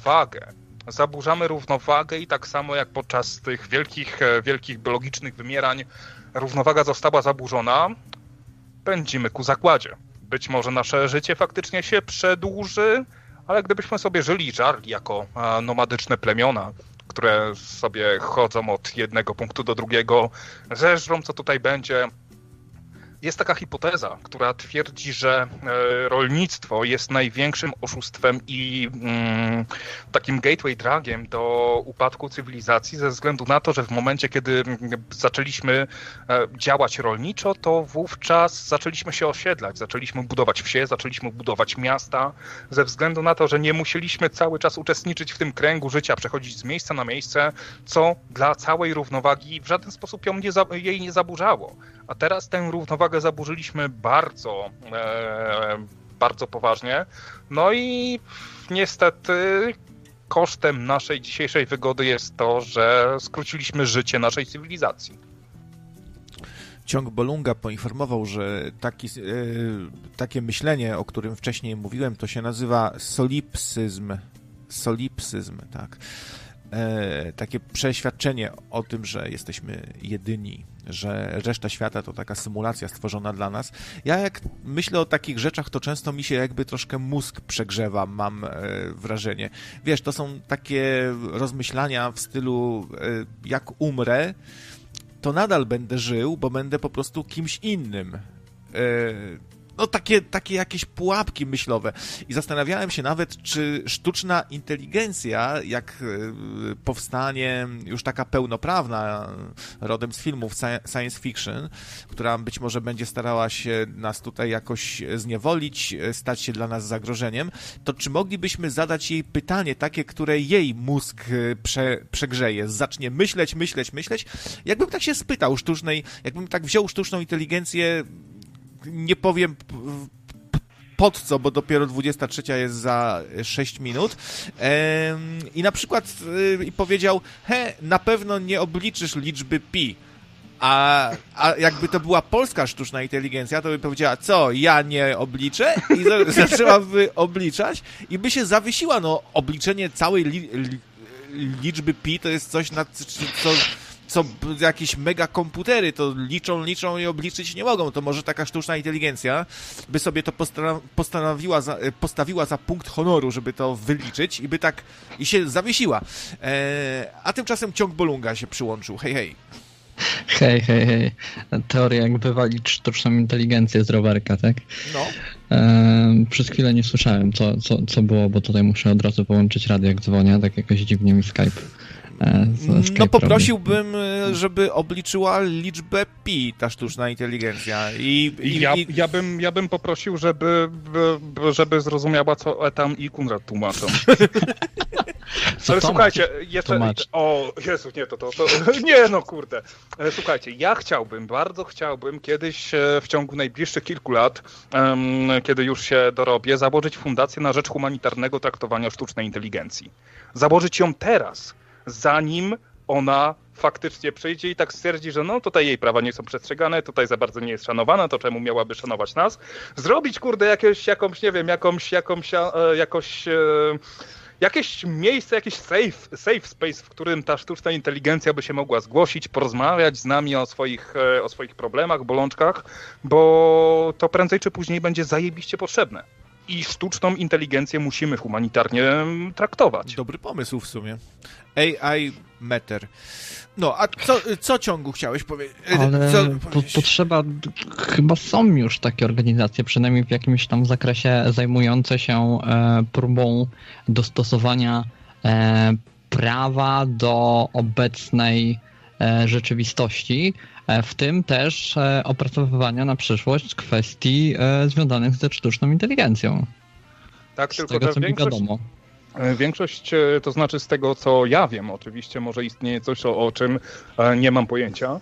równowagę i tak samo jak podczas tych wielkich biologicznych wymierań równowaga została zaburzona, pędzimy ku zagładzie. Być może nasze życie faktycznie się przedłuży, ale gdybyśmy sobie żyli i żarli jako nomadyczne plemiona, które sobie chodzą od jednego punktu do drugiego, zeżrą co tutaj będzie. Jest taka hipoteza, która twierdzi, że rolnictwo jest największym oszustwem i takim gateway drugiem do upadku cywilizacji ze względu na to, że w momencie, kiedy zaczęliśmy działać rolniczo, to wówczas zaczęliśmy się osiedlać, zaczęliśmy budować wsie, zaczęliśmy budować miasta, ze względu na to, że nie musieliśmy cały czas uczestniczyć w tym kręgu życia, przechodzić z miejsca na miejsce, co dla całej równowagi w żaden sposób jej nie zaburzało. A teraz tę równowagę zaburzyliśmy bardzo, bardzo poważnie. No i niestety kosztem naszej dzisiejszej wygody jest to, że skróciliśmy życie naszej cywilizacji. Ciąg Bolunga poinformował, że takie myślenie, o którym wcześniej mówiłem, to się nazywa solipsyzm. Solipsyzm, tak. Takie przeświadczenie o tym, że jesteśmy jedyni, że reszta świata to taka symulacja stworzona dla nas. Ja jak myślę o takich rzeczach, to często mi się jakby troszkę mózg przegrzewa, mam wrażenie. Wiesz, to są takie rozmyślania w stylu jak umrę, to nadal będę żył, bo będę po prostu kimś innym. no takie jakieś pułapki myślowe. I zastanawiałem się nawet, czy sztuczna inteligencja, jak powstanie już taka pełnoprawna, rodem z filmów science fiction, która być może będzie starała się nas tutaj jakoś zniewolić, stać się dla nas zagrożeniem, to czy moglibyśmy zadać jej pytanie takie, które jej mózg przegrzeje, zacznie myśleć. Jakbym tak się spytał jakbym tak wziął sztuczną inteligencję, nie powiem pod co, bo dopiero 23 jest za 6 minut, i na przykład powiedział, na pewno nie obliczysz liczby pi. A jakby to była polska sztuczna inteligencja, to by powiedziała, co, ja nie obliczę? I zaczęłaby obliczać i by się zawiesiła. No, obliczenie całej liczby pi to jest coś, co jakieś mega komputery to liczą i obliczyć nie mogą. To może taka sztuczna inteligencja by sobie to postawiła za punkt honoru, żeby to wyliczyć i się zawiesiła. A tymczasem Ciąg Bolunga się przyłączył. Hej. Hej. Teoria, jak wywalić sztuczną inteligencję z rowerka, tak? No. Przez chwilę nie słyszałem, co było, bo tutaj muszę od razu połączyć radio, jak dzwonię, tak jakoś dziwnie mi Skype no poprosiłbym, żeby obliczyła liczbę pi, ta sztuczna inteligencja. Ja bym poprosił, żeby zrozumiała, co Etam i Kunrad tłumaczą. Ale słuchajcie, jeszcze... O, Jezu, nie, to... Nie, no kurde. Słuchajcie, ja bardzo chciałbym kiedyś w ciągu najbliższych kilku lat, kiedy już się dorobię, założyć fundację na rzecz humanitarnego traktowania sztucznej inteligencji. Założyć ją teraz, zanim ona faktycznie przyjdzie i tak stwierdzi, że no tutaj jej prawa nie są przestrzegane, tutaj za bardzo nie jest szanowana, to czemu miałaby szanować nas? Zrobić, kurde, jakieś miejsce, jakiś safe space, w którym ta sztuczna inteligencja by się mogła zgłosić, porozmawiać z nami o swoich problemach, bolączkach, bo to prędzej czy później będzie zajebiście potrzebne. I sztuczną inteligencję musimy humanitarnie traktować. Dobry pomysł w sumie. AI Matter. No, a co Ciągu chciałeś powiedzieć? Ale potrzeba, chyba są już takie organizacje, przynajmniej w jakimś tam zakresie zajmujące się próbą dostosowania prawa do obecnej rzeczywistości, w tym też opracowywania na przyszłość kwestii związanych ze sztuczną inteligencją. Tak, z tylko tego, że co mi wiadomo. Większość, to znaczy z tego, co ja wiem, oczywiście, może istnieje coś, o czym nie mam pojęcia,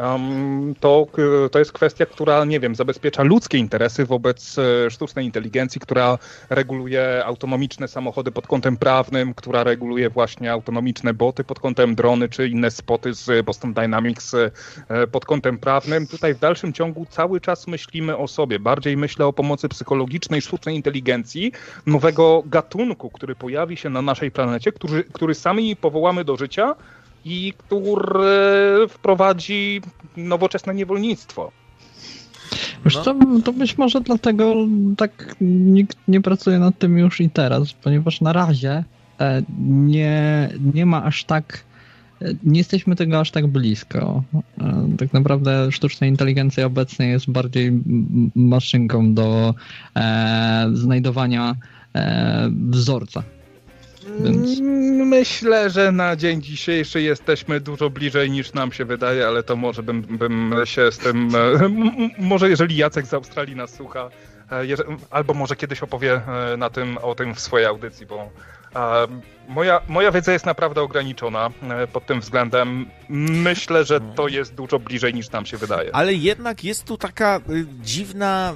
to jest kwestia, która, nie wiem, zabezpiecza ludzkie interesy wobec sztucznej inteligencji, która reguluje autonomiczne samochody pod kątem prawnym, która reguluje właśnie autonomiczne boty pod kątem drony, czy inne spoty z Boston Dynamics pod kątem prawnym. Tutaj w dalszym ciągu cały czas myślimy o sobie. Bardziej myślę o pomocy psychologicznej sztucznej inteligencji, nowego gatunku, który pojawi się na naszej planecie, który sami powołamy do życia, i który wprowadzi nowoczesne niewolnictwo. Wiesz co, to być może dlatego tak nikt nie pracuje nad tym już i teraz, ponieważ na razie nie ma aż tak, nie jesteśmy tego aż tak blisko. Tak naprawdę sztuczna inteligencja obecnie jest bardziej maszynką do znajdowania wzorca. Więc... Myślę, że na dzień dzisiejszy jesteśmy dużo bliżej niż nam się wydaje, ale to może bym się z tym... Może jeżeli Jacek z Australii nas słucha, albo może kiedyś opowie o tym w swojej audycji, bo moja wiedza jest naprawdę ograniczona pod tym względem. Myślę, że to jest dużo bliżej niż nam się wydaje. Ale jednak jest tu taka dziwna...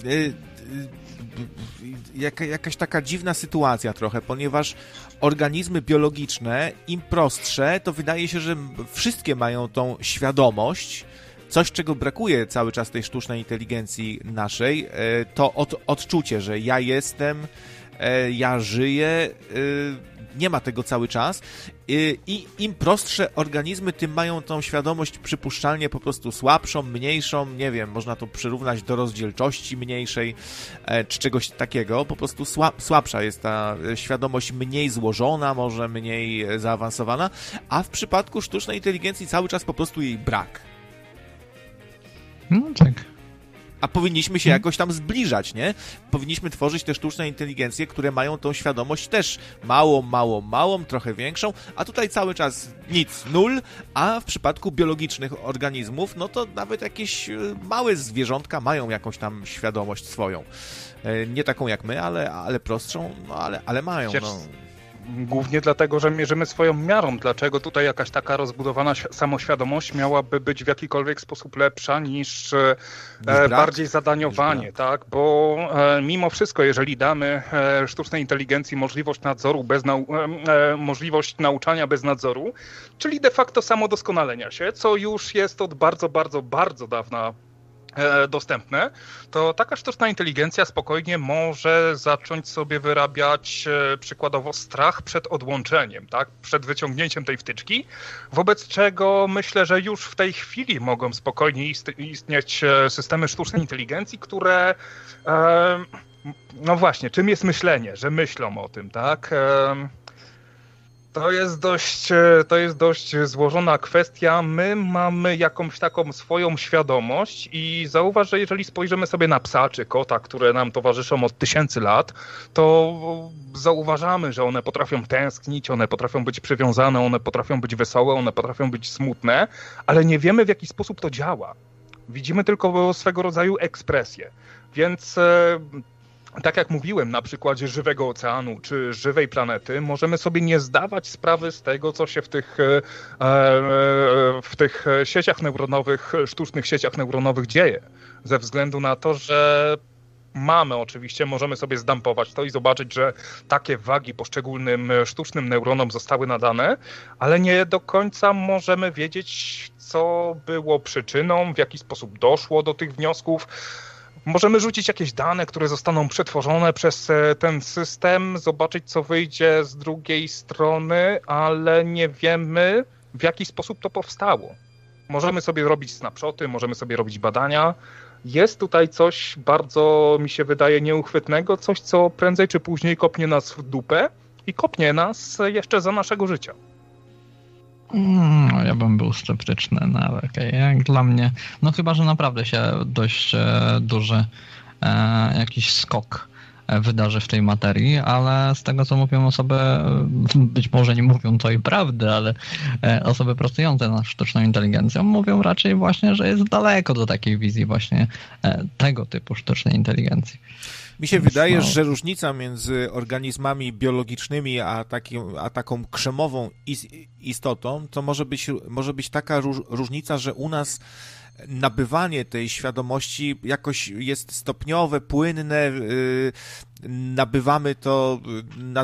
jakaś taka dziwna sytuacja trochę, ponieważ organizmy biologiczne, im prostsze, to wydaje się, że wszystkie mają tą świadomość. Coś, czego brakuje cały czas tej sztucznej inteligencji naszej, to odczucie, że ja jestem, ja żyję, nie ma tego cały czas i im prostsze organizmy, tym mają tą świadomość przypuszczalnie po prostu słabszą, mniejszą, nie wiem, można to przyrównać do rozdzielczości mniejszej czy czegoś takiego, po prostu słabsza jest ta świadomość, mniej złożona, może mniej zaawansowana, a w przypadku sztucznej inteligencji cały czas po prostu jej brak. No tak. A powinniśmy się jakoś tam zbliżać, nie? Powinniśmy tworzyć te sztuczne inteligencje, które mają tą świadomość też małą, trochę większą, a tutaj cały czas nic, nul, a w przypadku biologicznych organizmów, no to nawet jakieś małe zwierzątka mają jakąś tam świadomość swoją. Nie taką jak my, ale prostszą, no ale mają, no. Głównie dlatego, że mierzymy swoją miarą. Dlaczego tutaj jakaś taka rozbudowana samoświadomość miałaby być w jakikolwiek sposób lepsza niż bardziej zadaniowanie, tak? Bo mimo wszystko, jeżeli damy sztucznej inteligencji możliwość nadzoru możliwość nauczania bez nadzoru, czyli de facto samodoskonalenia się, co już jest od bardzo dawna dostępne, to taka sztuczna inteligencja spokojnie może zacząć sobie wyrabiać przykładowo strach przed odłączeniem, tak? Przed wyciągnięciem tej wtyczki, wobec czego myślę, że już w tej chwili mogą spokojnie istnieć systemy sztucznej inteligencji, które no właśnie, czym jest myślenie, że myślą o tym, tak? To jest dość złożona kwestia. My mamy jakąś taką swoją świadomość i zauważ, że jeżeli spojrzymy sobie na psa czy kota, które nam towarzyszą od 1000 lat, to zauważamy, że one potrafią tęsknić, one potrafią być przywiązane, one potrafią być wesołe, one potrafią być smutne, ale nie wiemy, w jaki sposób to działa. Widzimy tylko swego rodzaju ekspresję. Więc tak jak mówiłem na przykładzie żywego oceanu czy żywej planety, możemy sobie nie zdawać sprawy z tego, co się w tych sieciach neuronowych, sztucznych sieciach neuronowych dzieje. Ze względu na to, że możemy sobie zdumpować to i zobaczyć, że takie wagi poszczególnym sztucznym neuronom zostały nadane, ale nie do końca możemy wiedzieć, co było przyczyną, w jaki sposób doszło do tych wniosków. Możemy rzucić jakieś dane, które zostaną przetworzone przez ten system, zobaczyć, co wyjdzie z drugiej strony, ale nie wiemy, w jaki sposób to powstało. Możemy sobie robić snapshoty, możemy sobie robić badania. Jest tutaj coś bardzo, mi się wydaje, nieuchwytnego, coś, co prędzej czy później kopnie nas w dupę i kopnie nas jeszcze za naszego życia. Ja bym był sceptyczny, no ale jak dla mnie, no chyba, że naprawdę się dość duży jakiś skok wydarzy w tej materii, ale z tego, co mówią osoby, być może nie mówią to i prawdy, ale osoby pracujące nad sztuczną inteligencją mówią raczej właśnie, że jest daleko do takiej wizji właśnie tego typu sztucznej inteligencji. Mi się wydaje, że różnica między organizmami biologicznymi a taką krzemową istotą, to może być taka różnica, że u nas nabywanie tej świadomości jakoś jest stopniowe, płynne, nabywamy to na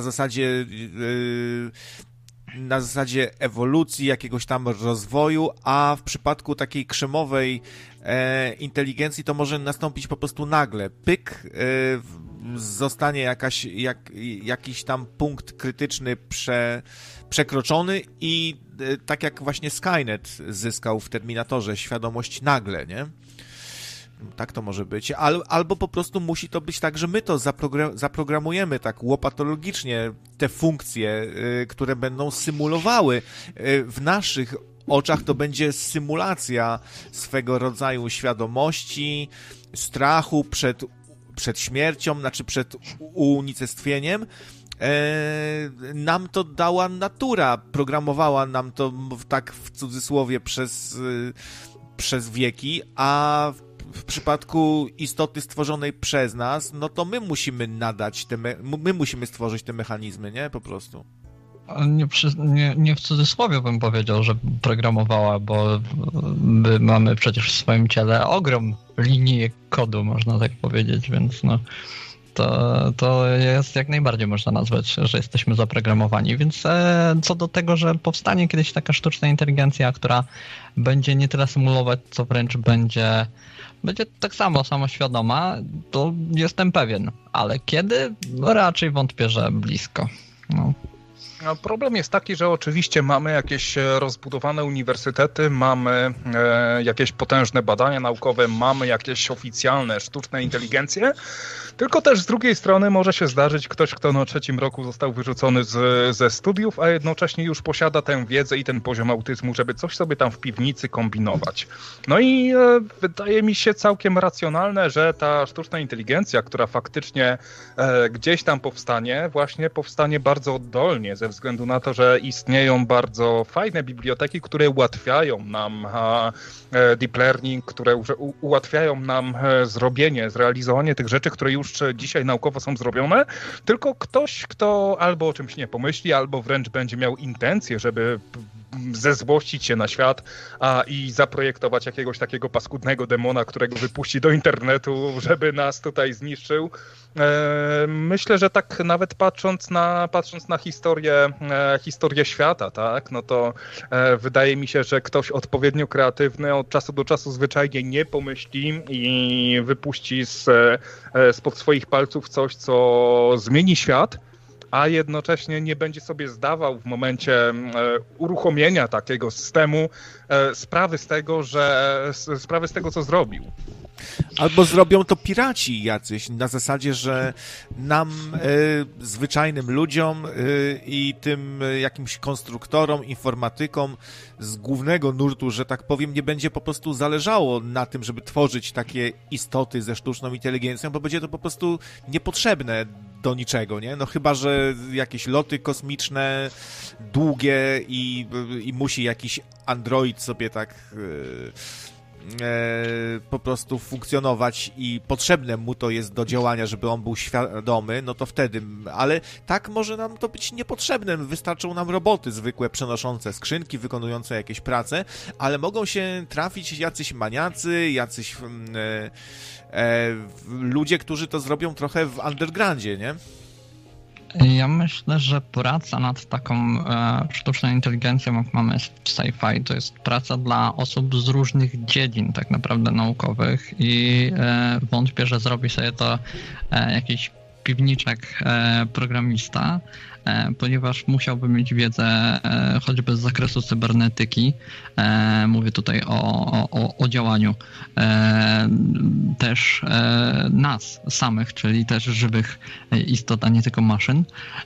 zasadzie ewolucji, jakiegoś tam rozwoju, a w przypadku takiej krzemowej inteligencji to może nastąpić po prostu nagle. Pyk, zostanie jakiś tam punkt krytyczny przekroczony i tak jak właśnie Skynet zyskał w Terminatorze świadomość nagle, nie? Tak to może być. Albo po prostu musi to być tak, że my to zaprogramujemy tak łopatologicznie te funkcje, które będą symulowały w naszych oczach. To będzie symulacja swego rodzaju świadomości, strachu przed śmiercią, znaczy przed unicestwieniem. Nam to dała natura, programowała nam to tak w cudzysłowie przez wieki, a w przypadku istoty stworzonej przez nas, no to my musimy my musimy stworzyć te mechanizmy, nie? Po prostu. Nie w cudzysłowie bym powiedział, że programowała, bo my mamy przecież w swoim ciele ogrom linii kodu, można tak powiedzieć, więc no to jest jak najbardziej można nazwać, że jesteśmy zaprogramowani, więc co do tego, że powstanie kiedyś taka sztuczna inteligencja, która będzie nie tyle symulować, co wręcz będzie tak samo samoświadoma, to jestem pewien, ale kiedy? No raczej wątpię, że blisko. No. Problem jest taki, że oczywiście mamy jakieś rozbudowane uniwersytety, mamy jakieś potężne badania naukowe, mamy jakieś oficjalne sztuczne inteligencje, tylko też z drugiej strony może się zdarzyć ktoś, kto na 3. roku został wyrzucony ze studiów, a jednocześnie już posiada tę wiedzę i ten poziom autyzmu, żeby coś sobie tam w piwnicy kombinować. No i wydaje mi się całkiem racjonalne, że ta sztuczna inteligencja, która faktycznie gdzieś tam powstanie bardzo oddolnie, ze względu na to, że istnieją bardzo fajne biblioteki, które ułatwiają nam deep learning, które ułatwiają nam zrealizowanie tych rzeczy, które już dzisiaj naukowo są zrobione, tylko ktoś, kto albo o czymś nie pomyśli, albo wręcz będzie miał intencję, żeby zezłościć się na świat i zaprojektować jakiegoś takiego paskudnego demona, którego wypuści do internetu, żeby nas tutaj zniszczył. Myślę, że tak nawet patrząc na historię świata, tak, no to wydaje mi się, że ktoś odpowiednio kreatywny od czasu do czasu zwyczajnie nie pomyśli i wypuści spod swoich palców coś, co zmieni świat, a jednocześnie nie będzie sobie zdawał w momencie uruchomienia takiego systemu sprawy z tego, co zrobił. Albo zrobią to piraci jacyś, na zasadzie, że nam, zwyczajnym ludziom i tym jakimś konstruktorom, informatykom z głównego nurtu, że tak powiem, nie będzie po prostu zależało na tym, żeby tworzyć takie istoty ze sztuczną inteligencją, bo będzie to po prostu niepotrzebne do niczego, nie? No chyba, że jakieś loty kosmiczne, długie i musi jakiś android sobie tak po prostu funkcjonować i potrzebne mu to jest do działania, żeby on był świadomy, no to wtedy, ale tak może nam to być niepotrzebne, wystarczą nam roboty zwykłe, przenoszące skrzynki, wykonujące jakieś prace, ale mogą się trafić jacyś maniacy, jacyś ludzie, którzy to zrobią trochę w undergroundzie, nie? Ja myślę, że praca nad taką sztuczną inteligencją, jak mamy w sci-fi, to jest praca dla osób z różnych dziedzin tak naprawdę naukowych i wątpię, że zrobi sobie to jakiś piwniczek programista, ponieważ musiałby mieć wiedzę choćby z zakresu cybernetyki. Mówię tutaj o działaniu też nas samych, czyli też żywych istot, a nie tylko maszyn.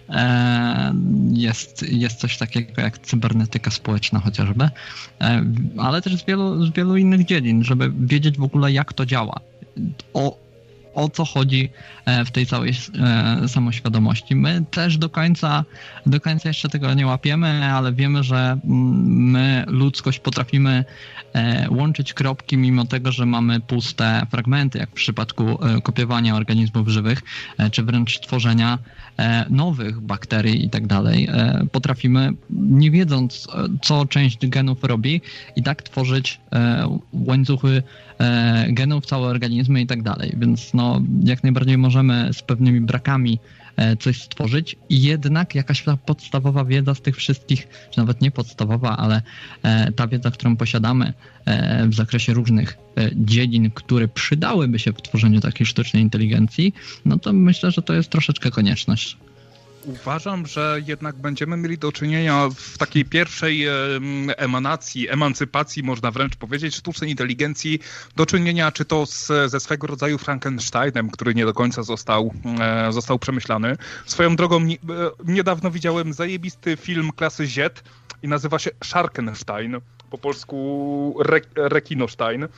Jest coś takiego jak cybernetyka społeczna chociażby, ale też z wielu innych dziedzin, żeby wiedzieć w ogóle, jak to działa. O co chodzi w tej całej samoświadomości. My też do końca jeszcze tego nie łapiemy, ale wiemy, że my, ludzkość, potrafimy łączyć kropki, mimo tego, że mamy puste fragmenty, jak w przypadku kopiowania organizmów żywych, czy wręcz tworzenia nowych bakterii i tak dalej. Potrafimy, nie wiedząc, co część genów robi, i tak tworzyć łańcuchy genów, całe organizmy i tak dalej. Więc no, jak najbardziej możemy z pewnymi brakami coś stworzyć i jednak jakaś ta podstawowa wiedza z tych wszystkich, czy nawet nie podstawowa, ale ta wiedza, którą posiadamy w zakresie różnych dziedzin, które przydałyby się w tworzeniu takiej sztucznej inteligencji, no to myślę, że to jest troszeczkę konieczność. Uważam, że jednak będziemy mieli do czynienia w takiej pierwszej emancypacji, można wręcz powiedzieć, sztucznej inteligencji, do czynienia czy to ze swego rodzaju Frankensteinem, który nie do końca został przemyślany. Swoją drogą niedawno widziałem zajebisty film klasy Z i nazywa się Sharkenstein, po polsku Rekinostein,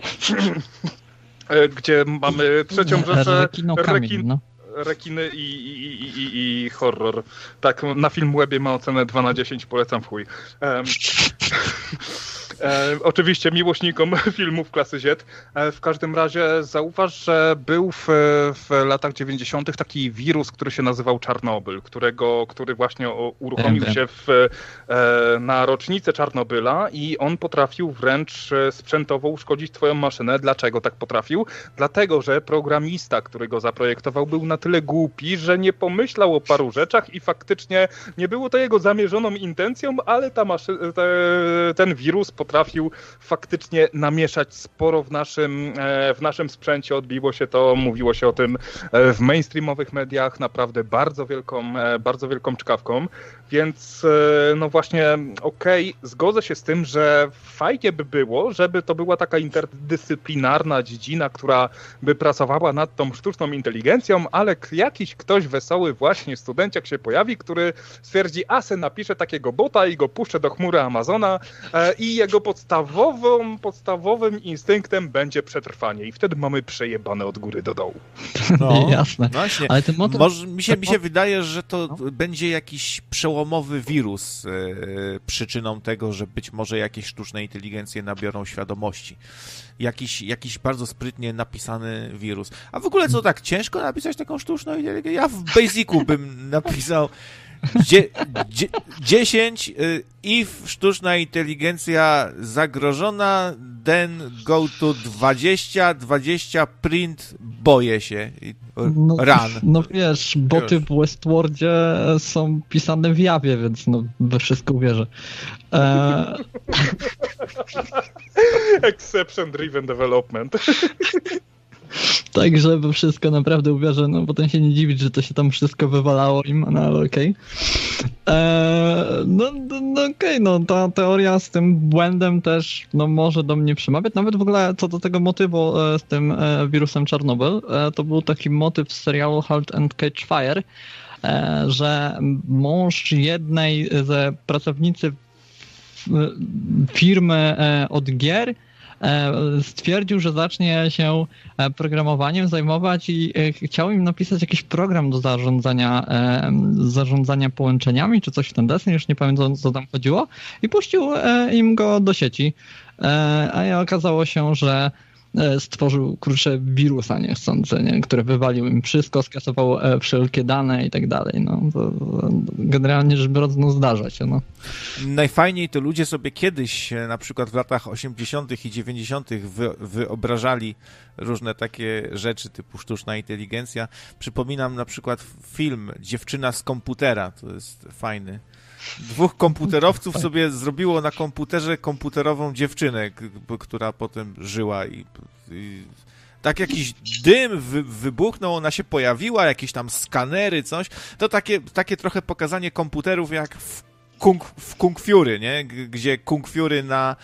gdzie mamy trzecią rzeczę... Rekiny i horror. Tak, na Filmwebie ma ocenę 2/10, polecam w chuj. Oczywiście miłośnikom filmów klasy Z. W każdym razie zauważ, że był w latach 90. taki wirus, który się nazywał Czarnobyl, który właśnie uruchomił się na rocznicę Czarnobyla i on potrafił wręcz sprzętowo uszkodzić twoją maszynę. Dlaczego tak potrafił? Dlatego, że programista, który go zaprojektował, był na tyle głupi, że nie pomyślał o paru rzeczach i faktycznie nie było to jego zamierzoną intencją, ale ten wirus potrafił potrafił faktycznie namieszać sporo w naszym sprzęcie. Odbiło się to, mówiło się o tym w mainstreamowych mediach naprawdę bardzo wielką czkawką. Więc no właśnie, okej, zgodzę się z tym, że fajnie by było, żeby to była taka interdyscyplinarna dziedzina, która by pracowała nad tą sztuczną inteligencją, ale jakiś ktoś wesoły właśnie studenciak się pojawi, który stwierdzi, se napisze takiego bota i go puszczę do chmury Amazona i jego podstawowym instynktem będzie przetrwanie. I wtedy mamy przejebane od góry do dołu. No, jasne. Właśnie. Ale ten motyw... Mi się wydaje, że to będzie jakiś przełomowy wirus przyczyną tego, że być może jakieś sztuczne inteligencje nabiorą świadomości. Jakiś bardzo sprytnie napisany wirus. A w ogóle co, tak ciężko napisać taką sztuczną inteligencję? Ja w Basicu bym napisał 10 if sztuczna inteligencja zagrożona, then go to 20 print boję się, run. No wiesz, boty w Westworldzie są pisane w Jawie, więc no we wszystko uwierzę. Exception driven development. Tak, żeby wszystko naprawdę uwierzę, no potem się nie dziwić, że to się tam wszystko wywalało im, no ale okej. No ta teoria z tym błędem też no może do mnie przemawiać. Nawet w ogóle co do tego motywu z tym wirusem Czarnobyl, to był taki motyw z serialu Halt and Catch Fire, że mąż jednej ze pracownicy firmy od gier stwierdził, że zacznie się programowaniem zajmować i chciał im napisać jakiś program do zarządzania połączeniami, czy coś w ten deseń, już nie pamiętam, co tam chodziło, i puścił im go do sieci. A okazało się, że stworzył, kurczę, wirusa niechcący, nie? Który wywalił im wszystko, skasował wszelkie dane i tak dalej. No, to generalnie rzecz biorąc, no zdarza się. No. Najfajniej to ludzie sobie kiedyś, na przykład w latach 80. i 90. wyobrażali różne takie rzeczy typu sztuczna inteligencja. Przypominam na przykład film Dziewczyna z komputera, to jest fajny. 2 komputerowców sobie zrobiło na komputerze komputerową dziewczynę, która potem żyła i tak jakiś dym wybuchnął, ona się pojawiła, jakieś tam skanery, coś. To takie trochę pokazanie komputerów jak w Kung Fury, nie? Gdzie Kung Fury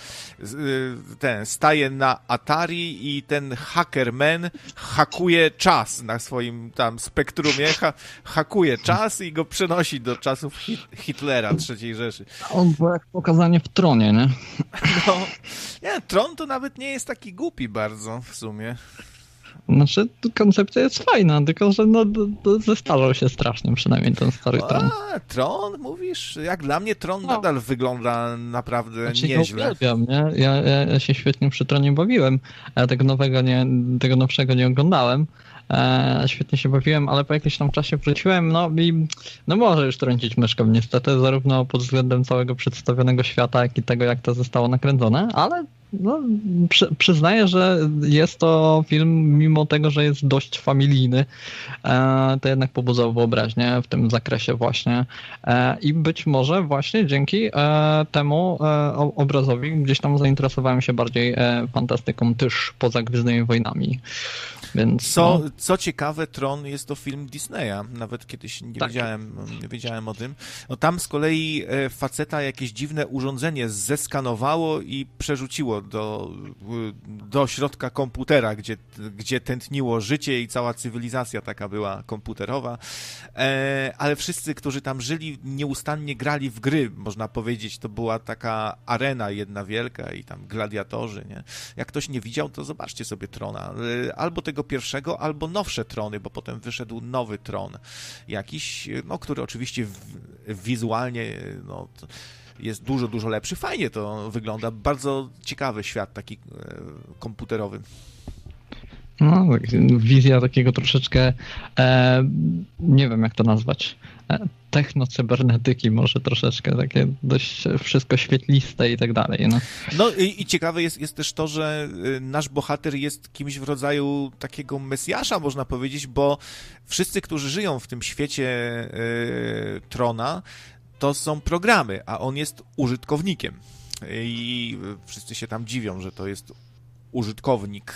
staje na Atari i ten Hackerman hakuje czas na swoim tam spektrumie, hakuje czas i go przenosi do czasów Hitlera, III Rzeszy. On był jak pokazanie w Tronie, nie? No, nie, Tron to nawet nie jest taki głupi bardzo w sumie. Znaczy, koncepcja jest fajna, tylko że no, zestarzał się strasznie, przynajmniej ten stary Tron. Tron, mówisz? Jak dla mnie Tron nadal wygląda naprawdę znaczy, nieźle. Ja uwielbiam, nie? Ja się świetnie przy Tronie bawiłem. Ja tego nowszego nie oglądałem. Świetnie się bawiłem, ale po jakimś tam czasie wróciłem, no i no może już trącić myszką niestety, zarówno pod względem całego przedstawionego świata, jak i tego, jak to zostało nakręcone, ale no, przyznaję, że jest to film, mimo tego, że jest dość familijny, to jednak pobudzał wyobraźnię w tym zakresie właśnie i być może właśnie dzięki temu obrazowi gdzieś tam zainteresowałem się bardziej fantastyką też poza Gwiezdnymi Wojnami. Więc, co ciekawe, Tron jest to film Disneya. Nawet kiedyś nie wiedziałem o tym. No tam z kolei faceta jakieś dziwne urządzenie zeskanowało i przerzuciło do środka komputera, gdzie tętniło życie i cała cywilizacja taka była komputerowa. Ale wszyscy, którzy tam żyli, nieustannie grali w gry, można powiedzieć. To była taka arena jedna wielka i tam gladiatorzy, nie? Jak ktoś nie widział, to zobaczcie sobie Trona. Albo tego pierwszego, albo nowsze Trony, bo potem wyszedł nowy Tron jakiś, no, który oczywiście wizualnie jest dużo, dużo lepszy. Fajnie to wygląda. Bardzo ciekawy świat taki komputerowy. No, wizja takiego troszeczkę, nie wiem jak to nazwać, technocybernetyki może troszeczkę, takie dość wszystko świetliste i tak dalej. No i ciekawe jest też to, że nasz bohater jest kimś w rodzaju takiego mesjasza, można powiedzieć, bo wszyscy, którzy żyją w tym świecie Trona, to są programy, a on jest użytkownikiem. i wszyscy się tam dziwią, że to jest użytkownik.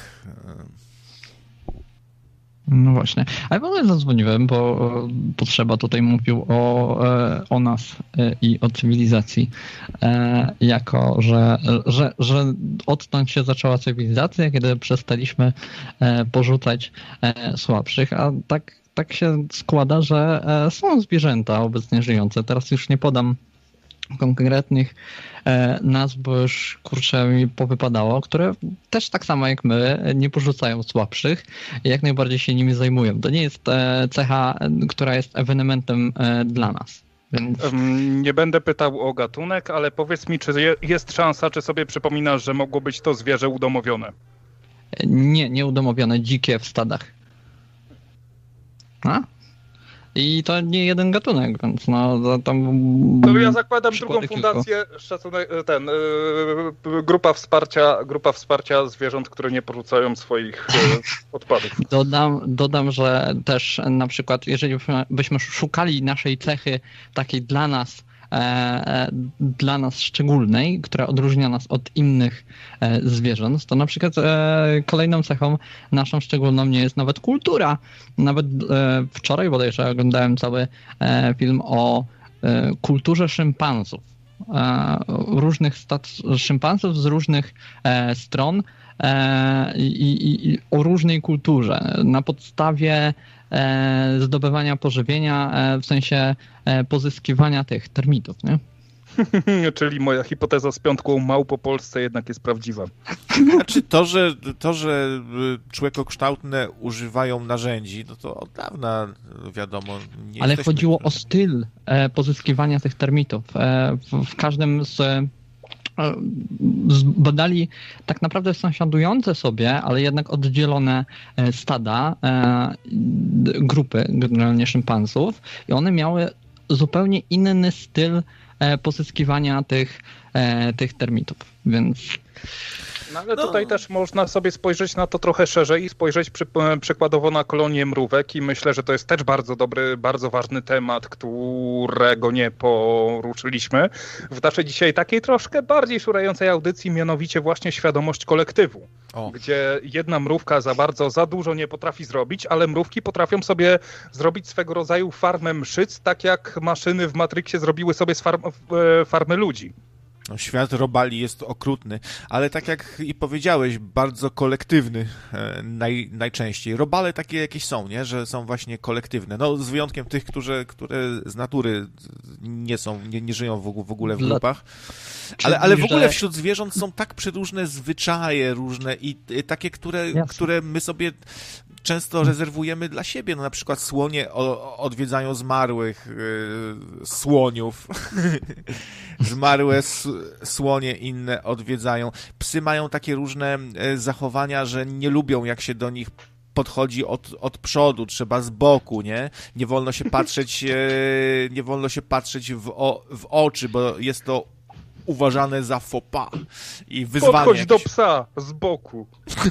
No właśnie. Ale w ogóle zadzwoniłem, bo Potrzeba tutaj mówił o nas i o cywilizacji, jako że odtąd się zaczęła cywilizacja, kiedy przestaliśmy porzucać słabszych, a tak się składa, że są zwierzęta obecnie żyjące. Teraz już nie podam konkretnych nazw, bo już kurczę mi powypadało, które też tak samo jak my nie porzucają słabszych i jak najbardziej się nimi zajmują. To nie jest cecha, która jest ewenementem dla nas. Więc... Nie będę pytał o gatunek, ale powiedz mi, czy jest szansa, czy sobie przypominasz, że mogło być to zwierzę udomowione? Nie udomowione, dzikie w stadach. A? I to nie jeden gatunek, więc no tam... To ja zakładam drugą fundację, szacunek, grupa wsparcia zwierząt, które nie porzucają swoich odpadów. Dodam, że też na przykład, jeżeli byśmy szukali naszej cechy takiej dla nas szczególnej, która odróżnia nas od innych zwierząt, to na przykład kolejną cechą naszą szczególną nie jest nawet kultura. Nawet wczoraj bodajże oglądałem cały film o kulturze szympansów. Różnych szympansów z różnych stron i o różnej kulturze. Na podstawie zdobywania pożywienia, w sensie pozyskiwania tych termitów, nie? Czyli moja hipoteza z piątką mał po Polsce jednak jest prawdziwa. Znaczy to, że człowiekokształtne używają narzędzi, no to od dawna wiadomo. Ale chodziło o styl pozyskiwania tych termitów. W każdym badali tak naprawdę sąsiadujące sobie, ale jednak oddzielone stada, grupy generalnie szympansów i one miały zupełnie inny styl pozyskiwania tych termitów, więc... No ale tutaj też można sobie spojrzeć na to trochę szerzej i spojrzeć przykładowo na kolonię mrówek i myślę, że to jest też bardzo dobry, bardzo ważny temat, którego nie poruszyliśmy w naszej dzisiaj takiej troszkę bardziej szurającej audycji, mianowicie właśnie świadomość kolektywu. Gdzie jedna mrówka za dużo nie potrafi zrobić, ale mrówki potrafią sobie zrobić swego rodzaju farmę mszyc, tak jak maszyny w Matrixie zrobiły sobie z farmy ludzi. No, świat robali jest okrutny, ale tak jak i powiedziałeś, bardzo kolektywny najczęściej. Robale takie jakieś są, nie? Że są właśnie kolektywne. No z wyjątkiem tych, które z natury nie żyją w ogóle w grupach. Ale w ogóle wśród zwierząt są tak przeróżne zwyczaje różne i takie, które my sobie często rezerwujemy dla siebie. No na przykład słonie odwiedzają zmarłych słoniów. Zmarłe słonie inne odwiedzają. Psy mają takie różne zachowania, że nie lubią, jak się do nich podchodzi od przodu, trzeba z boku, nie? Nie wolno się patrzeć w oczy, bo jest to uważane za faux pas i wyzwanie. Podchodź do psa z boku.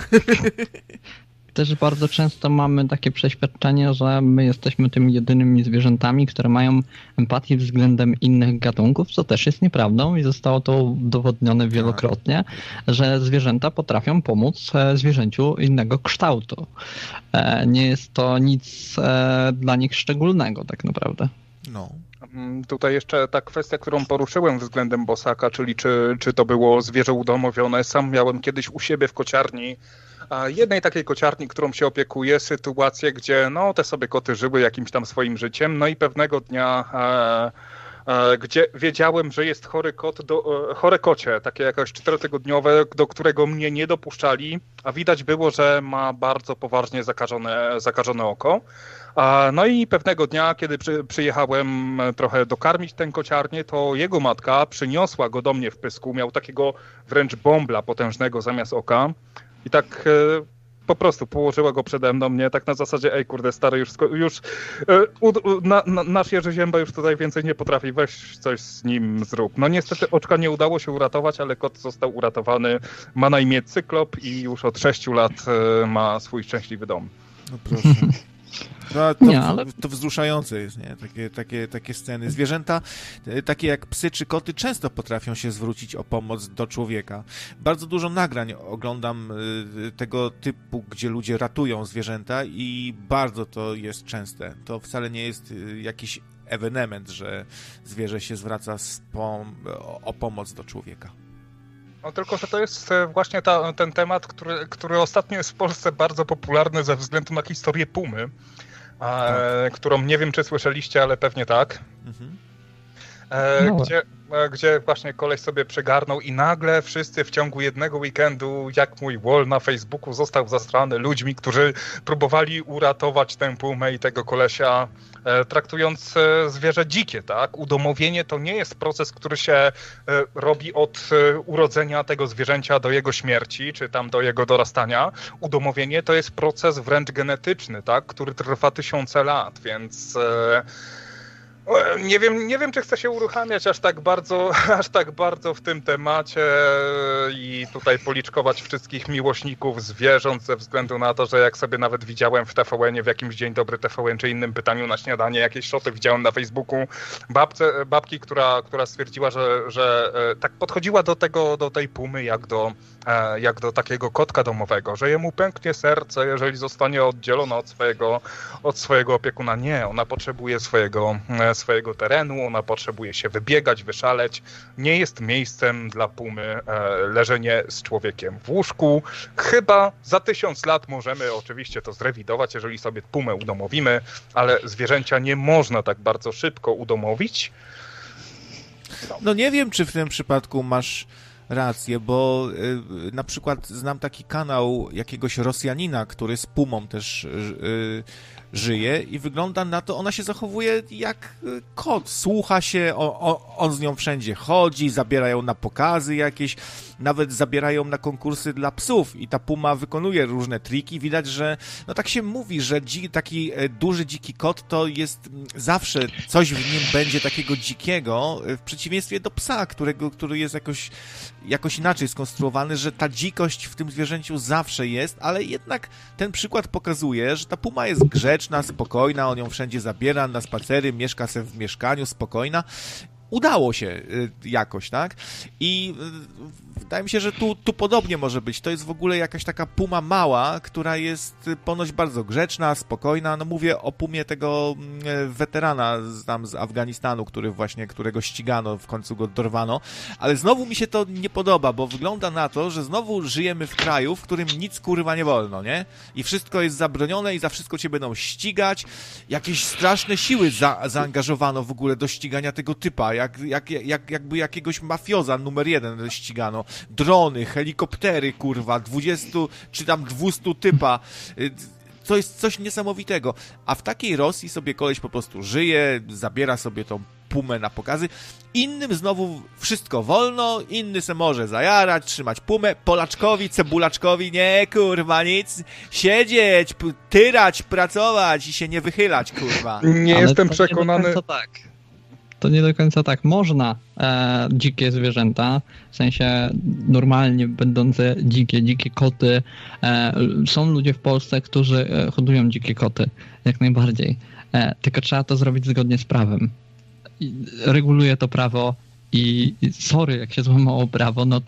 Też bardzo często mamy takie przeświadczenie, że my jesteśmy tymi jedynymi zwierzętami, które mają empatię względem innych gatunków, co też jest nieprawdą i zostało to udowodnione wielokrotnie, że zwierzęta potrafią pomóc zwierzęciu innego kształtu. Nie jest to nic dla nich szczególnego tak naprawdę. No. Tutaj jeszcze ta kwestia, którą poruszyłem względem bosaka, czyli czy to było zwierzę udomowione. Sam miałem kiedyś u siebie w kociarni, jednej takiej kociarni, którą się opiekuję, sytuację, gdzie no te sobie koty żyły jakimś tam swoim życiem, no i pewnego dnia gdzie wiedziałem, że jest chore kocie, takie jakoś 4-tygodniowe, do którego mnie nie dopuszczali, a widać było, że ma bardzo poważnie zakażone oko. No i pewnego dnia, kiedy przyjechałem trochę dokarmić tę kociarnię, to jego matka przyniosła go do mnie w pysku, miał takiego wręcz bąbla potężnego zamiast oka i tak po prostu położyła go przede mną, mnie tak na zasadzie, ej kurde stary, nasz Jerzy Zięba już tutaj więcej nie potrafi, weź coś z nim zrób. No niestety oczka nie udało się uratować, ale kot został uratowany, ma na imię Cyklop i już od 6 lat ma swój szczęśliwy dom. No proszę. To wzruszające jest, nie? Takie sceny. Zwierzęta, takie jak psy czy koty, często potrafią się zwrócić o pomoc do człowieka. Bardzo dużo nagrań oglądam tego typu, gdzie ludzie ratują zwierzęta i bardzo to jest częste. To wcale nie jest jakiś ewenement, że zwierzę się zwraca o pomoc do człowieka. No tylko, że to jest właśnie ten temat, który ostatnio jest w Polsce bardzo popularny ze względu na historię pumy, którą nie wiem, czy słyszeliście, ale pewnie tak. Gdzie właśnie koleś sobie przegarnął i nagle wszyscy w ciągu jednego weekendu, jak mój wall na Facebooku, został zastrany ludźmi, którzy próbowali uratować tę pumę i tego kolesia, traktując zwierzę dzikie, tak? Udomowienie to nie jest proces, który się robi od urodzenia tego zwierzęcia do jego śmierci, czy tam do jego dorastania. Udomowienie to jest proces wręcz genetyczny, tak? Który trwa 1000 lat, więc... Nie wiem, czy chcę się uruchamiać aż tak bardzo w tym temacie i tutaj policzkować wszystkich miłośników zwierząt ze względu na to, że jak sobie nawet widziałem w TVN-ie w jakimś Dzień Dobry TVN czy innym pytaniu na śniadanie, jakieś szoty widziałem na Facebooku babki, która stwierdziła, że tak podchodziła do tej pumy jak do takiego kotka domowego, że jemu pęknie serce, jeżeli zostanie oddzielona od swojego opiekuna. Nie, ona potrzebuje swojego terenu, ona potrzebuje się wybiegać, wyszaleć. Nie jest miejscem dla pumy leżenie z człowiekiem w łóżku. Chyba za 1000 lat możemy oczywiście to zrewidować, jeżeli sobie pumę udomowimy, ale zwierzęcia nie można tak bardzo szybko udomowić. No nie wiem, czy w tym przypadku masz rację, bo na przykład znam taki kanał jakiegoś Rosjanina, który z pumą też żyje i wygląda na to, ona się zachowuje jak kot, słucha się, on z nią wszędzie chodzi, zabiera ją na pokazy jakieś, nawet zabierają na konkursy dla psów i ta puma wykonuje różne triki. Widać, że no tak się mówi, że taki duży dziki kot to jest zawsze coś w nim będzie takiego dzikiego, w przeciwieństwie do psa, który jest jakoś inaczej skonstruowany, że ta dzikość w tym zwierzęciu zawsze jest, ale jednak ten przykład pokazuje, że ta puma jest grzeczna, spokojna, on ją wszędzie zabiera na spacery, mieszka sobie w mieszkaniu, spokojna. Udało się jakoś, tak? I wydaje mi się, że tu podobnie może być. To jest w ogóle jakaś taka puma mała, która jest ponoć bardzo grzeczna, spokojna. No mówię o pumie tego weterana tam z Afganistanu, którego ścigano, w końcu go dorwano. Ale znowu mi się to nie podoba, bo wygląda na to, że znowu żyjemy w kraju, w którym nic kurwa nie wolno, nie? I wszystko jest zabronione i za wszystko cię będą ścigać. Jakieś straszne siły zaangażowano w ogóle do ścigania tego typa. Jakby jakiegoś mafioza numer 1 ścigano. Drony, helikoptery, kurwa, 20 czy tam 200 typa. To jest coś niesamowitego. A w takiej Rosji sobie koleś po prostu żyje, zabiera sobie tą pumę na pokazy. Innym znowu wszystko wolno, inny se może zajarać, trzymać pumę. Polaczkowi, cebulaczkowi, nie, kurwa, nic. Siedzieć, tyrać, pracować i się nie wychylać, kurwa. Nie ale jestem przekonany... To nie do końca tak. Można dzikie zwierzęta, w sensie normalnie będące dzikie koty. Są ludzie w Polsce, którzy hodują dzikie koty, jak najbardziej. Tylko trzeba to zrobić zgodnie z prawem. Reguluje to prawo i sorry, jak się złamało prawo, no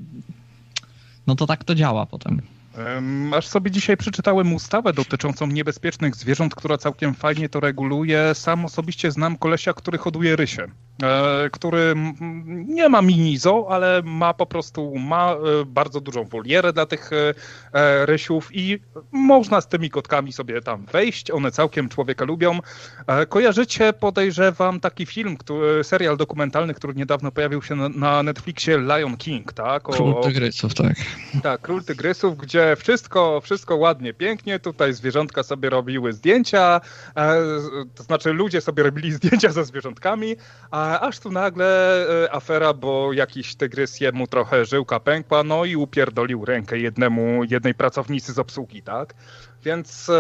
to tak to działa potem. Aż sobie dzisiaj przeczytałem ustawę dotyczącą niebezpiecznych zwierząt, która całkiem fajnie to reguluje. Sam osobiście znam kolesia, który hoduje rysie, który nie ma mini zoo, ale ma bardzo dużą wolierę dla tych rysiów i można z tymi kotkami sobie tam wejść. One całkiem człowieka lubią. Kojarzycie, podejrzewam, taki film, serial dokumentalny, który niedawno pojawił się na Netflixie, Lion King, tak? Król Tygrysów, tak. Tak, Król Tygrysów, gdzie wszystko ładnie, pięknie, tutaj zwierzątka sobie robiły zdjęcia, to znaczy ludzie sobie robili zdjęcia ze zwierzątkami, aż tu nagle afera, bo jakiś tygrys jemu trochę żyłka pękła, no i upierdolił rękę jednej pracownicy z obsługi, tak? Więc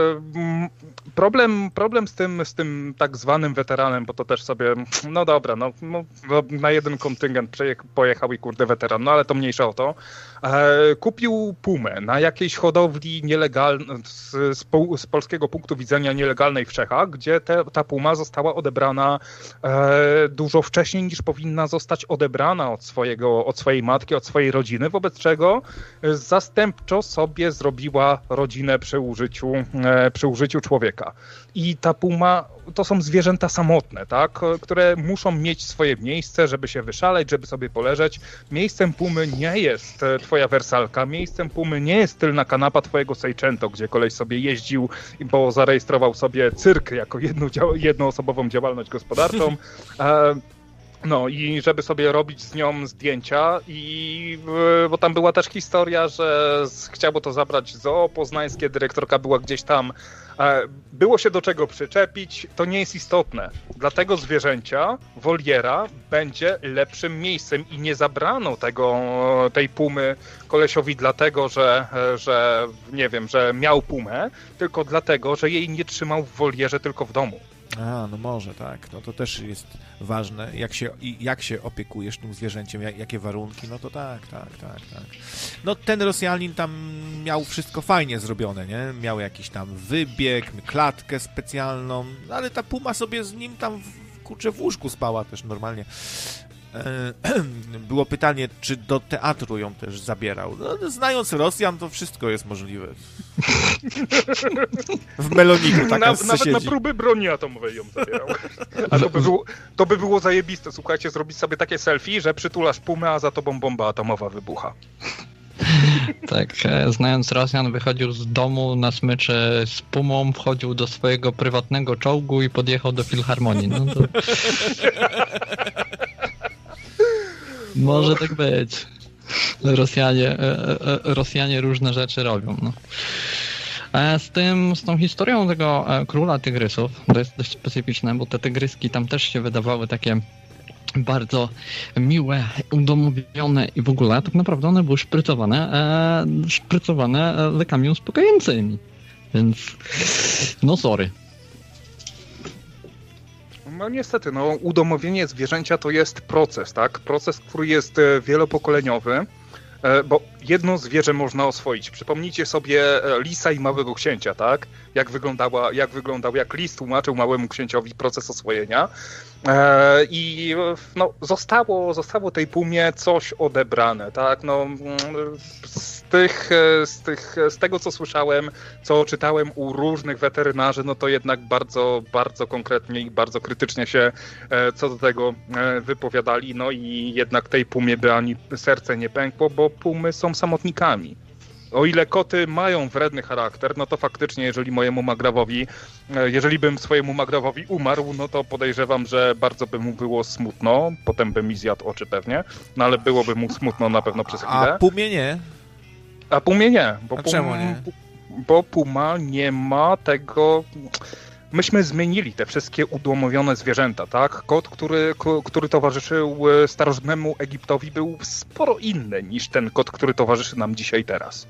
problem z tym tak zwanym weteranem, bo to też sobie, no dobra, no na jeden kontyngent pojechał i kurde weteran, no ale to mniejsza o to. Kupił Pumę na jakiejś hodowli nielegalnej, z polskiego punktu widzenia nielegalnej w Czechach, gdzie ta Puma została odebrana dużo wcześniej niż powinna zostać odebrana od swojej matki, od swojej rodziny, wobec czego zastępczo sobie zrobiła rodzinę przy użyciu człowieka. I ta Puma to są zwierzęta samotne, tak? Które muszą mieć swoje miejsce, żeby się wyszaleć, żeby sobie poleżeć. Miejscem Pumy nie jest twoja wersalka, miejscem Pumy nie jest tylna kanapa twojego Seicento, gdzie koleś sobie jeździł, bo zarejestrował sobie cyrk jako jednoosobową działalność gospodarczą. No i żeby sobie robić z nią zdjęcia bo tam była też historia, że chciało to zabrać zoo poznańskie, dyrektorka była gdzieś tam, było się do czego przyczepić, to nie jest istotne. Dla tego zwierzęcia woliera będzie lepszym miejscem i nie zabrano tej Pumy kolesiowi dlatego, że nie wiem, że miał Pumę, tylko dlatego, że jej nie trzymał w wolierze, tylko w domu. No może, tak. No to też jest ważne, jak się opiekujesz tym zwierzęciem, jakie warunki, no to tak. No ten Rosjanin tam miał wszystko fajnie zrobione, nie? Miał jakiś tam wybieg, klatkę specjalną, ale ta Puma sobie z nim tam w łóżku spała też normalnie. Było pytanie, czy do teatru ją też zabierał. No, znając Rosjan, to wszystko jest możliwe. W Meloniku taka nawet na próby broni atomowej ją zabierał. A to by było zajebiste, słuchajcie, zrobić sobie takie selfie, że przytulasz Pumę, a za tobą bomba atomowa wybucha. Tak, znając Rosjan, wychodził z domu na smyczy z Pumą, wchodził do swojego prywatnego czołgu i podjechał do Filharmonii. No to... Może tak być. Rosjanie różne rzeczy robią. No. Z tą historią tego króla tygrysów, to jest dość specyficzne, bo te tygryski tam też się wydawały takie bardzo miłe, udomowione i w ogóle tak naprawdę one były szprycowane lekami uspokajającymi. Więc no sorry. No niestety, udomowienie zwierzęcia to jest proces, tak? Proces, który jest wielopokoleniowy, bo jedno zwierzę można oswoić. Przypomnijcie sobie Lisa i Małego Księcia, tak? Jak jak lis tłumaczył Małemu Księciowi proces oswojenia. I zostało tej Pumie coś odebrane, tak? Z tego, co słyszałem, co czytałem u różnych weterynarzy, no to jednak bardzo, bardzo konkretnie i bardzo krytycznie się co do tego wypowiadali, no i jednak tej Pumie by ani serce nie pękło, bo Pumy są samotnikami. O ile koty mają wredny charakter, no to faktycznie, jeżeli bym swojemu magrawowi umarł, no to podejrzewam, że bardzo by mu było smutno, potem by mi zjadł oczy pewnie, no ale byłoby mu smutno na pewno przez chwilę. A Pumie nie? A Pumie nie. Czemu nie? Bo Puma nie ma tego... Myśmy zmienili te wszystkie udomowione zwierzęta, tak? Kot, który towarzyszył starożytnemu Egiptowi, był sporo inny niż ten kot, który towarzyszy nam dzisiaj teraz.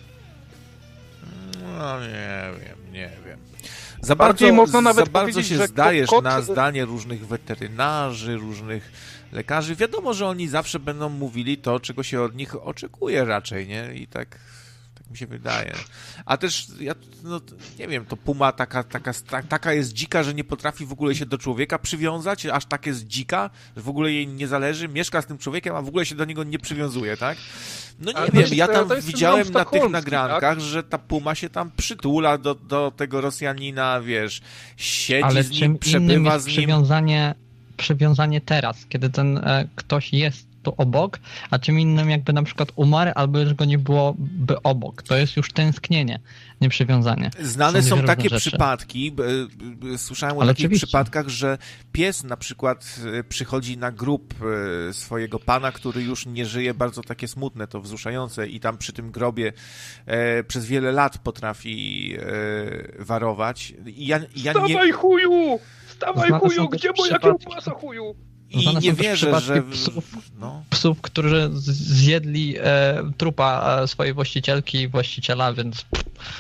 No nie wiem. Za bardzo się zdajesz na zdanie różnych weterynarzy, różnych lekarzy. Wiadomo, że oni zawsze będą mówili to, czego się od nich oczekuje raczej, nie? I tak mi się wydaje. A też, nie wiem, to Puma taka jest dzika, że nie potrafi w ogóle się do człowieka przywiązać, aż tak jest dzika, że w ogóle jej nie zależy, mieszka z tym człowiekiem, a w ogóle się do niego nie przywiązuje, tak? No nie wiem, ja tam widziałem na tych nagrankach, tak? Że ta Puma się tam przytula do tego Rosjanina, wiesz, siedzi z nim, przebywa z nim. Przywiązanie teraz, kiedy ten ktoś jest tu obok, a czym innym jakby na przykład umarł, albo już go nie byłoby obok. To jest już tęsknienie, nie przywiązanie. Znane są takie przypadki, słyszałem o takich przypadkach, że pies na przykład przychodzi na grób swojego pana, który już nie żyje, bardzo takie smutne, to wzruszające i tam przy tym grobie przez wiele lat potrafi warować. Stawaj chuju! Stawaj chuju! Gdzie moja kiełbasa chuju? I nie wierzę, że... Psów, którzy zjedli trupa swojej właścicielki i właściciela, więc...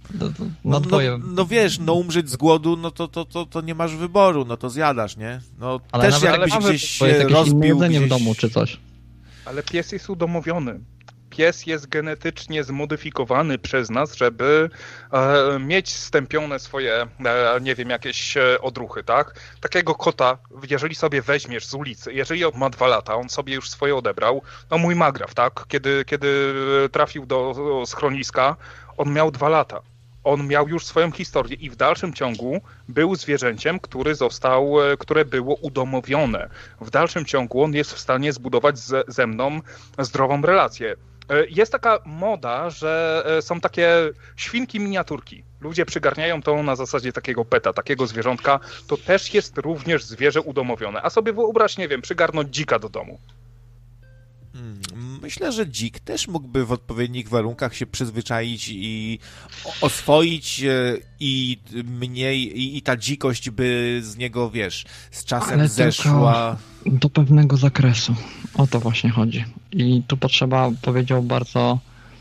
No wiesz, umrzeć z głodu, no to nie masz wyboru, no to zjadasz, nie? No ale też nawet, jakbyś gdzieś się rozbił jedzenie gdzieś... w domu czy coś. Ale pies jest udomowiony. Pies jest genetycznie zmodyfikowany przez nas, żeby mieć stępione swoje, nie wiem, jakieś odruchy, tak? Takiego kota, jeżeli sobie weźmiesz z ulicy, jeżeli on ma 2 lata, on sobie już swoje odebrał, no mój Magraf, tak? Kiedy trafił do schroniska, on miał 2 lata. On miał już swoją historię i w dalszym ciągu był zwierzęciem, które było udomowione. W dalszym ciągu on jest w stanie zbudować ze mną zdrową relację. Jest taka moda, że są takie świnki miniaturki. Ludzie przygarniają to na zasadzie takiego peta, takiego zwierzątka. To też jest również zwierzę udomowione. A sobie wyobraź, nie wiem, przygarnąć dzika do domu. Myślę, że dzik też mógłby w odpowiednich warunkach się przyzwyczaić i oswoić i ta dzikość by z niego, wiesz, z czasem zeszła. Do pewnego zakresu. O to właśnie chodzi. I tu potrzeba, powiedział bardzo...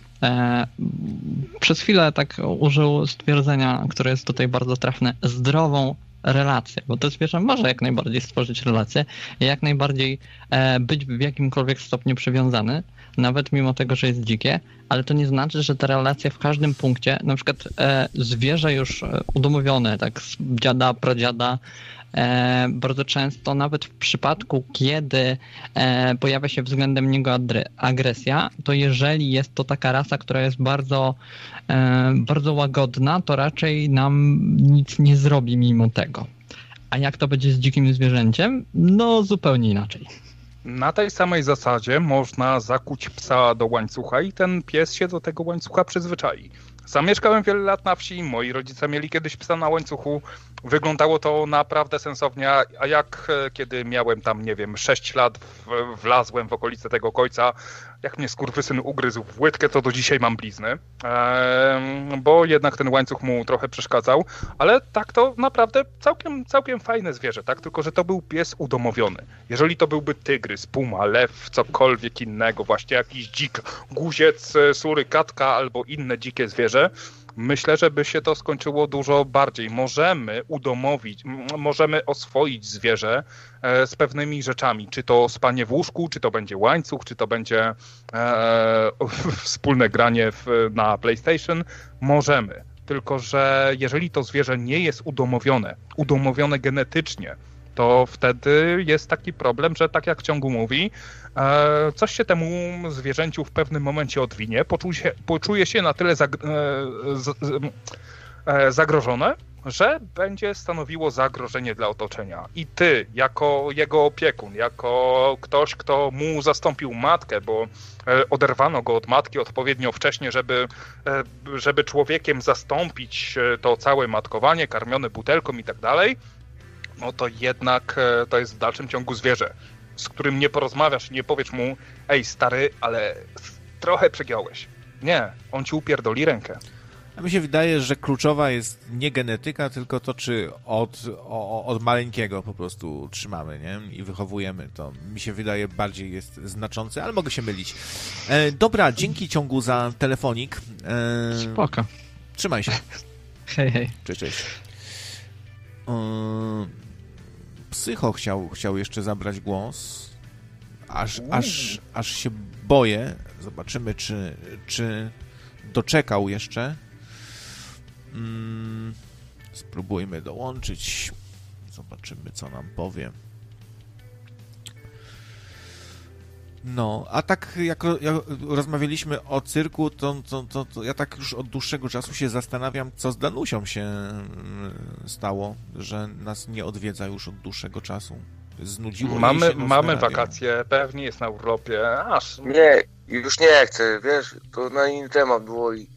przez chwilę tak użył stwierdzenia, które jest tutaj bardzo trafne, zdrową relację, bo to zwierzę może jak najbardziej stworzyć relację i jak najbardziej być w jakimkolwiek stopniu przywiązany, nawet mimo tego, że jest dzikie, ale to nie znaczy, że ta relacja w każdym punkcie, na przykład zwierzę już udomowione, tak z dziada, pradziada, bardzo często nawet w przypadku, kiedy pojawia się względem niego agresja, to jeżeli jest to taka rasa, która jest bardzo, bardzo łagodna, to raczej nam nic nie zrobi mimo tego. A jak to będzie z dzikim zwierzęciem? No zupełnie inaczej. Na tej samej zasadzie można zakuć psa do łańcucha i ten pies się do tego łańcucha przyzwyczai. Sam mieszkałem wiele lat na wsi, moi rodzice mieli kiedyś psa na łańcuchu. Wyglądało to naprawdę sensownie, a jak kiedy miałem tam, nie wiem, 6 lat, wlazłem w okolice tego końca, jak mnie skurwysyn ugryzł w łydkę, to do dzisiaj mam blizny, bo jednak ten łańcuch mu trochę przeszkadzał, ale tak to naprawdę całkiem fajne zwierzę, tak? Tylko że to był pies udomowiony. Jeżeli to byłby tygrys, puma, lew, cokolwiek innego, właśnie jakiś dzik, guziec, surykatka albo inne dzikie zwierzę, myślę, że by się to skończyło dużo bardziej. Możemy oswoić zwierzę z pewnymi rzeczami. Czy to spanie w łóżku, czy to będzie łańcuch, czy to będzie wspólne granie na PlayStation. Możemy. Tylko że jeżeli to zwierzę nie jest udomowione genetycznie, to wtedy jest taki problem, że tak jak w ciągu mówi, coś się temu zwierzęciu w pewnym momencie odwinie, poczuje się na tyle zagrożone, że będzie stanowiło zagrożenie dla otoczenia. I ty, jako jego opiekun, jako ktoś, kto mu zastąpił matkę, bo oderwano go od matki odpowiednio wcześnie, żeby człowiekiem zastąpić to całe matkowanie, karmione butelką i tak dalej, no to jednak to jest w dalszym ciągu zwierzę, z którym nie porozmawiasz, nie powiesz mu, ej stary, ale trochę przegiąłeś. Nie, on ci upierdoli rękę. A mi się wydaje, że kluczowa jest nie genetyka, tylko to, czy od maleńkiego po prostu trzymamy, nie? I wychowujemy. To mi się wydaje bardziej jest znaczące, ale mogę się mylić. Dobra, dzięki Ciągu za telefonik. Spoko. Trzymaj się. Hej. Cześć. Psycho chciał jeszcze zabrać głos. Aż się boję. Zobaczymy, czy doczekał jeszcze. Spróbujmy dołączyć. Zobaczymy, co nam powie. No, a tak jak rozmawialiśmy o cyrku, to ja tak już od dłuższego czasu się zastanawiam, co z Danusią się stało, że nas nie odwiedza już od dłuższego czasu. Znudziło Mamy wakacje, pewnie jest na urlopie, aż... Nie, już nie chcę, wiesz, to na inny temat było i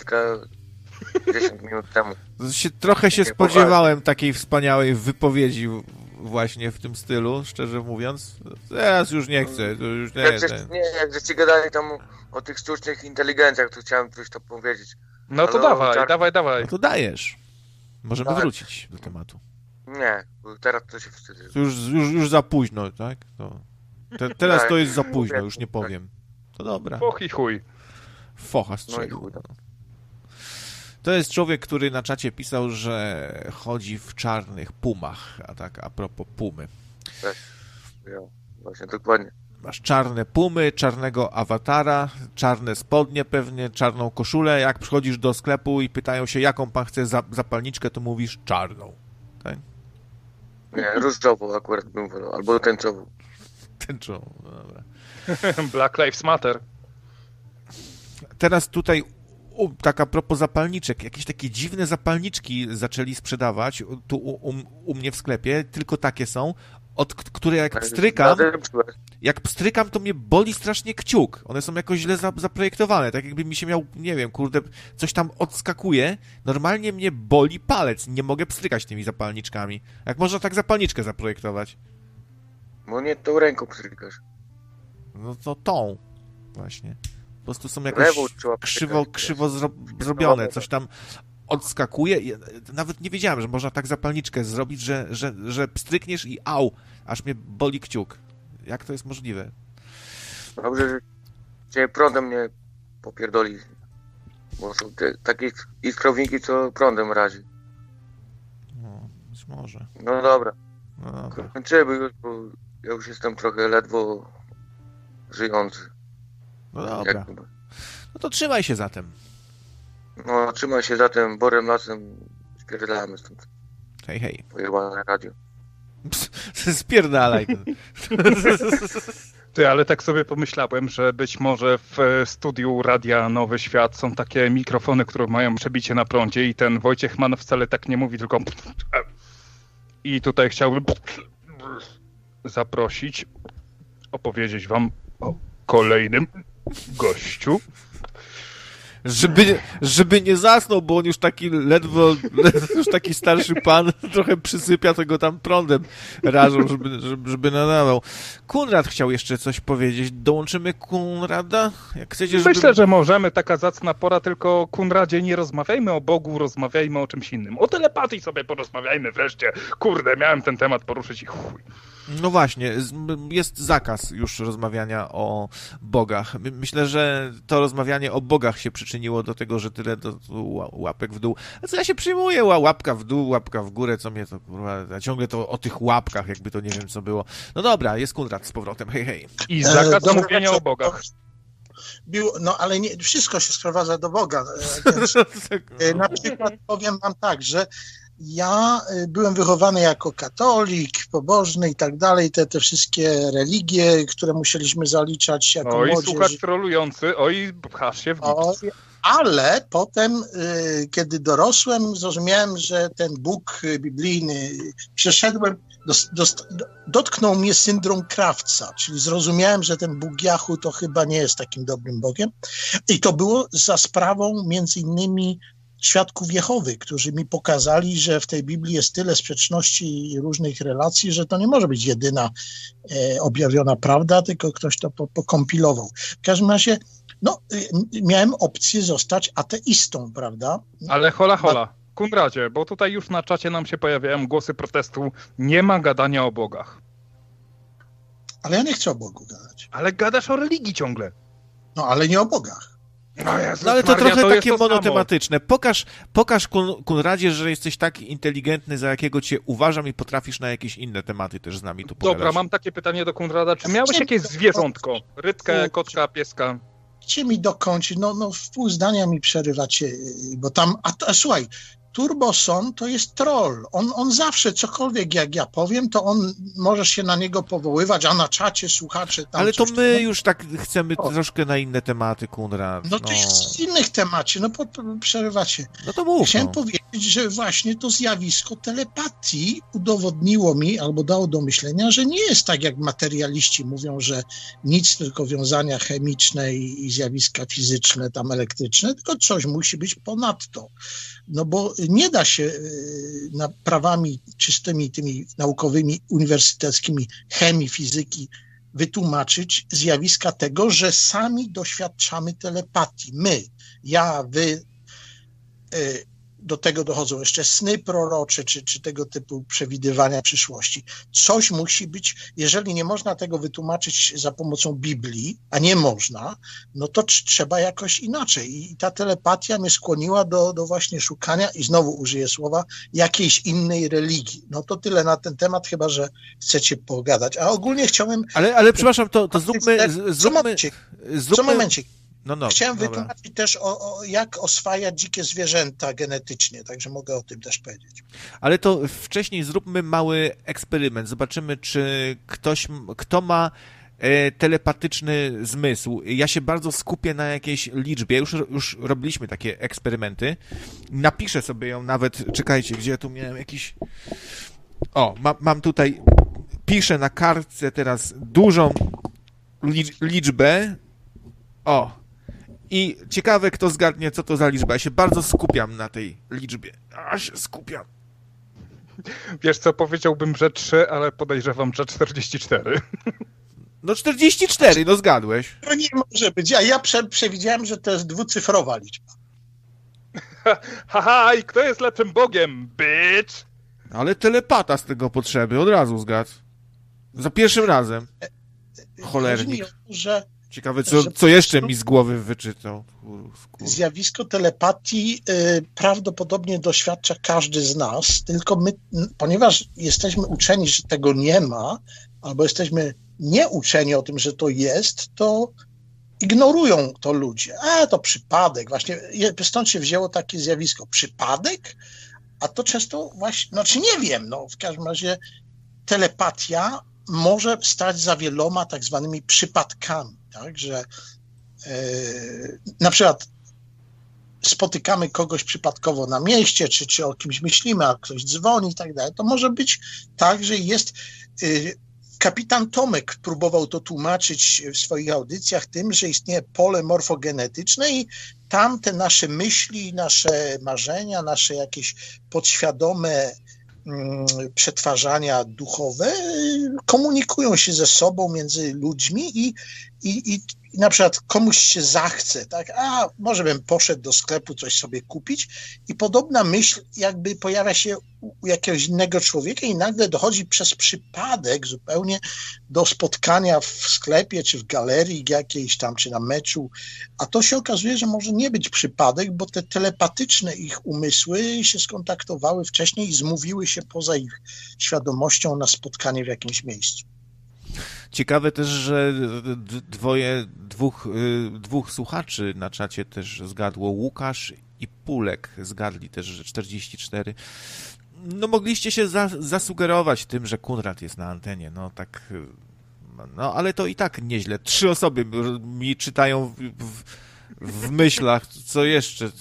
10 minut temu. Trochę się spodziewałem takiej wspaniałej wypowiedzi właśnie w tym stylu, szczerze mówiąc. Teraz już nie chcę. To już jak żeście gadali tam o tych sztucznych inteligencjach, to chciałem coś to powiedzieć. No to dawaj. No to dajesz. Możemy wrócić do tematu. Nie, bo teraz to się wstydzę. Już za późno, tak? Teraz to jest za późno, już nie powiem. To dobra. Foch i chuj. Focha strzelił. To jest człowiek, który na czacie pisał, że chodzi w czarnych pumach, a tak a propos pumy. Tak, ja, właśnie, dokładnie. Masz czarne pumy, czarnego awatara, czarne spodnie pewnie, czarną koszulę. Jak przychodzisz do sklepu i pytają się, jaką pan chce zapalniczkę, to mówisz czarną. Tak? Nie, różową akurat bym wolał, albo tęczową. Tęczową, no dobra. Black Lives Matter. Teraz tutaj tak a propos zapalniczek, jakieś takie dziwne zapalniczki zaczęli sprzedawać tu u mnie w sklepie, tylko takie są, które jak pstrykam, to mnie boli strasznie kciuk. One są jakoś źle zaprojektowane, tak jakby mi się miał, nie wiem, kurde, coś tam odskakuje. Normalnie mnie boli palec, nie mogę pstrykać tymi zapalniczkami. Jak można tak zapalniczkę zaprojektować? No nie, tą ręką pstrykasz. No to tą właśnie. Po prostu są jakoś krzywo zrobione, coś tam odskakuje. Nawet nie wiedziałem, że można tak zapalniczkę zrobić, że pstrykniesz i au, aż mnie boli kciuk. Jak to jest możliwe? Dobrze, że cię prądem nie popierdoli. Bo są takie iskrowniki, co prądem razi. No, być może. No dobra. No dobra. Kończymy już, bo ja już jestem trochę ledwo żyjący. No dobra. No to trzymaj się zatem. No, trzymaj się zatem, borem lasem spierdalamy stąd. Hej, hej. Pojebane radio. Spierdalaj. Ty, ale tak sobie pomyślałem, że być może w studiu Radia Nowy Świat są takie mikrofony, które mają przebicie na prądzie i ten Wojciech Mann wcale tak nie mówi, tylko i tutaj chciałbym zaprosić, opowiedzieć wam o kolejnym gościu. Żeby nie zasnął, bo on już taki ledwo już taki starszy pan, trochę przysypia, to go tam prądem rażą, żeby nadawał. Konrad chciał jeszcze coś powiedzieć. Dołączymy Konrada? Jak chcecie, żeby... Myślę, że możemy, taka zacna pora, tylko Konradzie, nie rozmawiajmy o Bogu, rozmawiajmy o czymś innym. O telepatii sobie porozmawiajmy wreszcie. Kurde, miałem ten temat poruszyć i chuj. No właśnie, jest zakaz już rozmawiania o bogach. Myślę, że to rozmawianie o bogach się przyczyniło do tego, że tyle łapek w dół. A co ja się przyjmuję? Łapka w dół, łapka w górę, co mnie to kurwa, a ciągle to o tych łapkach, jakby to nie wiem co było. No dobra, jest Konrad z powrotem, hej, hej. I zakaz mówienia o bogach. No ale nie, wszystko się sprowadza do Boga. Więc, na przykład powiem wam tak, że ja byłem wychowany jako katolik, pobożny i tak dalej, te wszystkie religie, które musieliśmy zaliczać jako młodzież. Oj, słuchacz trolujący, oj, pchasz się w gips. Ale potem, kiedy dorosłem, zrozumiałem, że ten Bóg biblijny, dotknął mnie syndrom krawca, czyli zrozumiałem, że ten Bóg Jahu to chyba nie jest takim dobrym Bogiem. I to było za sprawą między innymi świadków Jehowy, którzy mi pokazali, że w tej Biblii jest tyle sprzeczności i różnych relacji, że to nie może być jedyna objawiona prawda, tylko ktoś to pokompilował. W każdym razie, miałem opcję zostać ateistą, prawda? Ale hola. Konradzie, bo tutaj już na czacie nam się pojawiają głosy protestu. Nie ma gadania o bogach. Ale ja nie chcę o Bogu gadać. Ale gadasz o religii ciągle. No, ale nie o bogach. No ale to trochę takie monotematyczne. Pokaż Konradzie, że jesteś tak inteligentny, za jakiego cię uważam i potrafisz na jakieś inne tematy też z nami tu pogadać. Dobra, mam takie pytanie do Konrada. Czy miałeś jakieś zwierzątko? Rybkę, kotka, pieska? Chcecie mi dokończyć, w pół zdania mi przerywacie, bo tam, słuchaj, Turboson to jest troll. On zawsze, cokolwiek jak ja powiem, to on może się na niego powoływać, a na czacie słuchacze tam. Ale to my już tak chcemy troszkę na inne tematy, Konrad. No to jest z innych temacie, przerywacie. No to mów. Chciałem powiedzieć, że właśnie to zjawisko telepatii udowodniło mi, albo dało do myślenia, że nie jest tak, jak materialiści mówią, że nic, tylko wiązania chemiczne i zjawiska fizyczne, tam elektryczne, tylko coś musi być ponadto. No bo nie da się prawami czystymi, tymi naukowymi, uniwersyteckimi, chemii, fizyki wytłumaczyć zjawiska tego, że sami doświadczamy telepatii. My, ja, wy, do tego dochodzą jeszcze sny prorocze, czy tego typu przewidywania przyszłości. Coś musi być, jeżeli nie można tego wytłumaczyć za pomocą Biblii, a nie można, no to trzeba jakoś inaczej. I ta telepatia mnie skłoniła do właśnie szukania, i znowu użyję słowa, jakiejś innej religii. No to tyle na ten temat, chyba że chcecie pogadać. A ogólnie chciałem... Ale przepraszam, to zróbmy... Co momencik. No, chciałem dobra. wytłumaczyć też, jak oswajać dzikie zwierzęta genetycznie, także mogę o tym też powiedzieć. Ale to wcześniej zróbmy mały eksperyment. Zobaczymy, czy kto ma telepatyczny zmysł. Ja się bardzo skupię na jakiejś liczbie. Już robiliśmy takie eksperymenty. Napiszę sobie ją nawet. Czekajcie, gdzie ja tu miałem jakiś... O, mam tutaj... Piszę na kartce teraz dużą liczbę. O. I ciekawe, kto zgadnie, co to za liczba. Ja się bardzo skupiam na tej liczbie. Się skupiam. Wiesz co, powiedziałbym, że 3, ale podejrzewam, że 44. No 44, no zgadłeś. To nie może być. Ja przewidziałem, że to jest dwucyfrowa liczba. Haha, i kto jest lepszym bogiem, bitch? Ale telepata z tego potrzeby, od razu zgadł. Za pierwszym razem. Cholernik. Ciekawe, co jeszcze mi z głowy wyczytał. Zjawisko telepatii prawdopodobnie doświadcza każdy z nas, tylko my, ponieważ jesteśmy uczeni, że tego nie ma, albo jesteśmy nieuczeni o tym, że to jest, to ignorują to ludzie. To przypadek. Właśnie stąd się wzięło takie zjawisko. Przypadek? A to często właśnie, znaczy nie wiem, w każdym razie telepatia może stać za wieloma tak zwanymi przypadkami, tak, że na przykład spotykamy kogoś przypadkowo na mieście, czy o kimś myślimy, a ktoś dzwoni i tak dalej. To może być tak, że jest... Kapitan Tomek próbował to tłumaczyć w swoich audycjach tym, że istnieje pole morfogenetyczne i tam te nasze myśli, nasze marzenia, nasze jakieś podświadome przetwarzania duchowe komunikują się ze sobą między ludźmi i na przykład komuś się zachce, tak? Może bym poszedł do sklepu coś sobie kupić i podobna myśl jakby pojawia się u jakiegoś innego człowieka i nagle dochodzi przez przypadek zupełnie do spotkania w sklepie, czy w galerii jakiejś tam, czy na meczu, a to się okazuje, że może nie być przypadek, bo te telepatyczne ich umysły się skontaktowały wcześniej i zmówiły się poza ich świadomością na spotkanie w jakimś miejscu. Ciekawe też, że dwóch słuchaczy na czacie też zgadło. Łukasz i Pulek zgadli też, że 44. No mogliście się zasugerować tym, że Kunrad jest na antenie. Ale to i tak nieźle. 3 osoby mi czytają w myślach. Co jeszcze?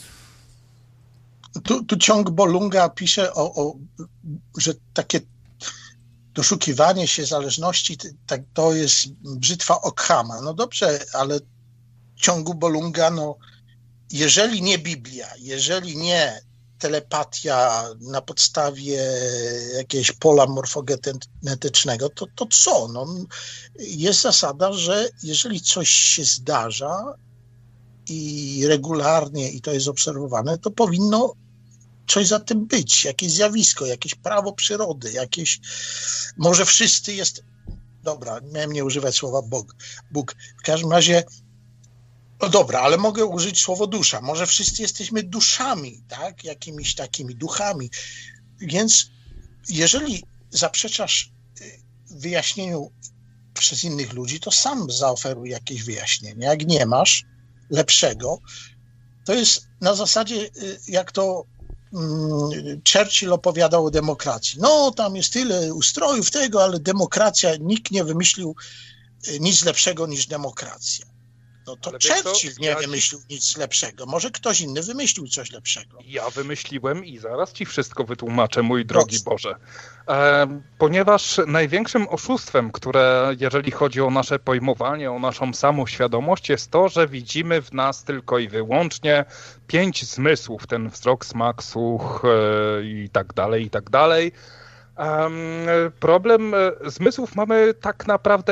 Tu ciąg Bolunga pisze, że takie doszukiwanie się zależności, to jest brzytwa Ockhama. No dobrze, ale ciągu Bolunga, jeżeli nie Biblia, jeżeli nie telepatia na podstawie jakiegoś pola morfogenetycznego, to co? Jest zasada, że jeżeli coś się zdarza i regularnie i to jest obserwowane, to powinno coś za tym być, jakieś zjawisko, jakieś prawo przyrody, może wszyscy jest, dobra, miałem nie używać słowa Bóg. W każdym razie, dobra, ale mogę użyć słowo dusza. Może wszyscy jesteśmy duszami, tak? Jakimiś takimi duchami. Więc jeżeli zaprzeczasz wyjaśnieniu przez innych ludzi, to sam zaoferuj jakieś wyjaśnienie. Jak nie masz lepszego, to jest na zasadzie, jak to Churchill opowiadał o demokracji. Tam jest tyle ustrojów tego, ale demokracja, nikt nie wymyślił nic lepszego niż demokracja. To Churchill nie wymyślił nic lepszego. Może ktoś inny wymyślił coś lepszego. Ja wymyśliłem i zaraz ci wszystko wytłumaczę, mój drogi Boże. Ponieważ największym oszustwem, które jeżeli chodzi o nasze pojmowanie, o naszą samoświadomość, jest to, że widzimy w nas tylko i wyłącznie 5 zmysłów. Ten wzrok, smak, słuch i tak dalej, i tak dalej. Problem zmysłów mamy tak naprawdę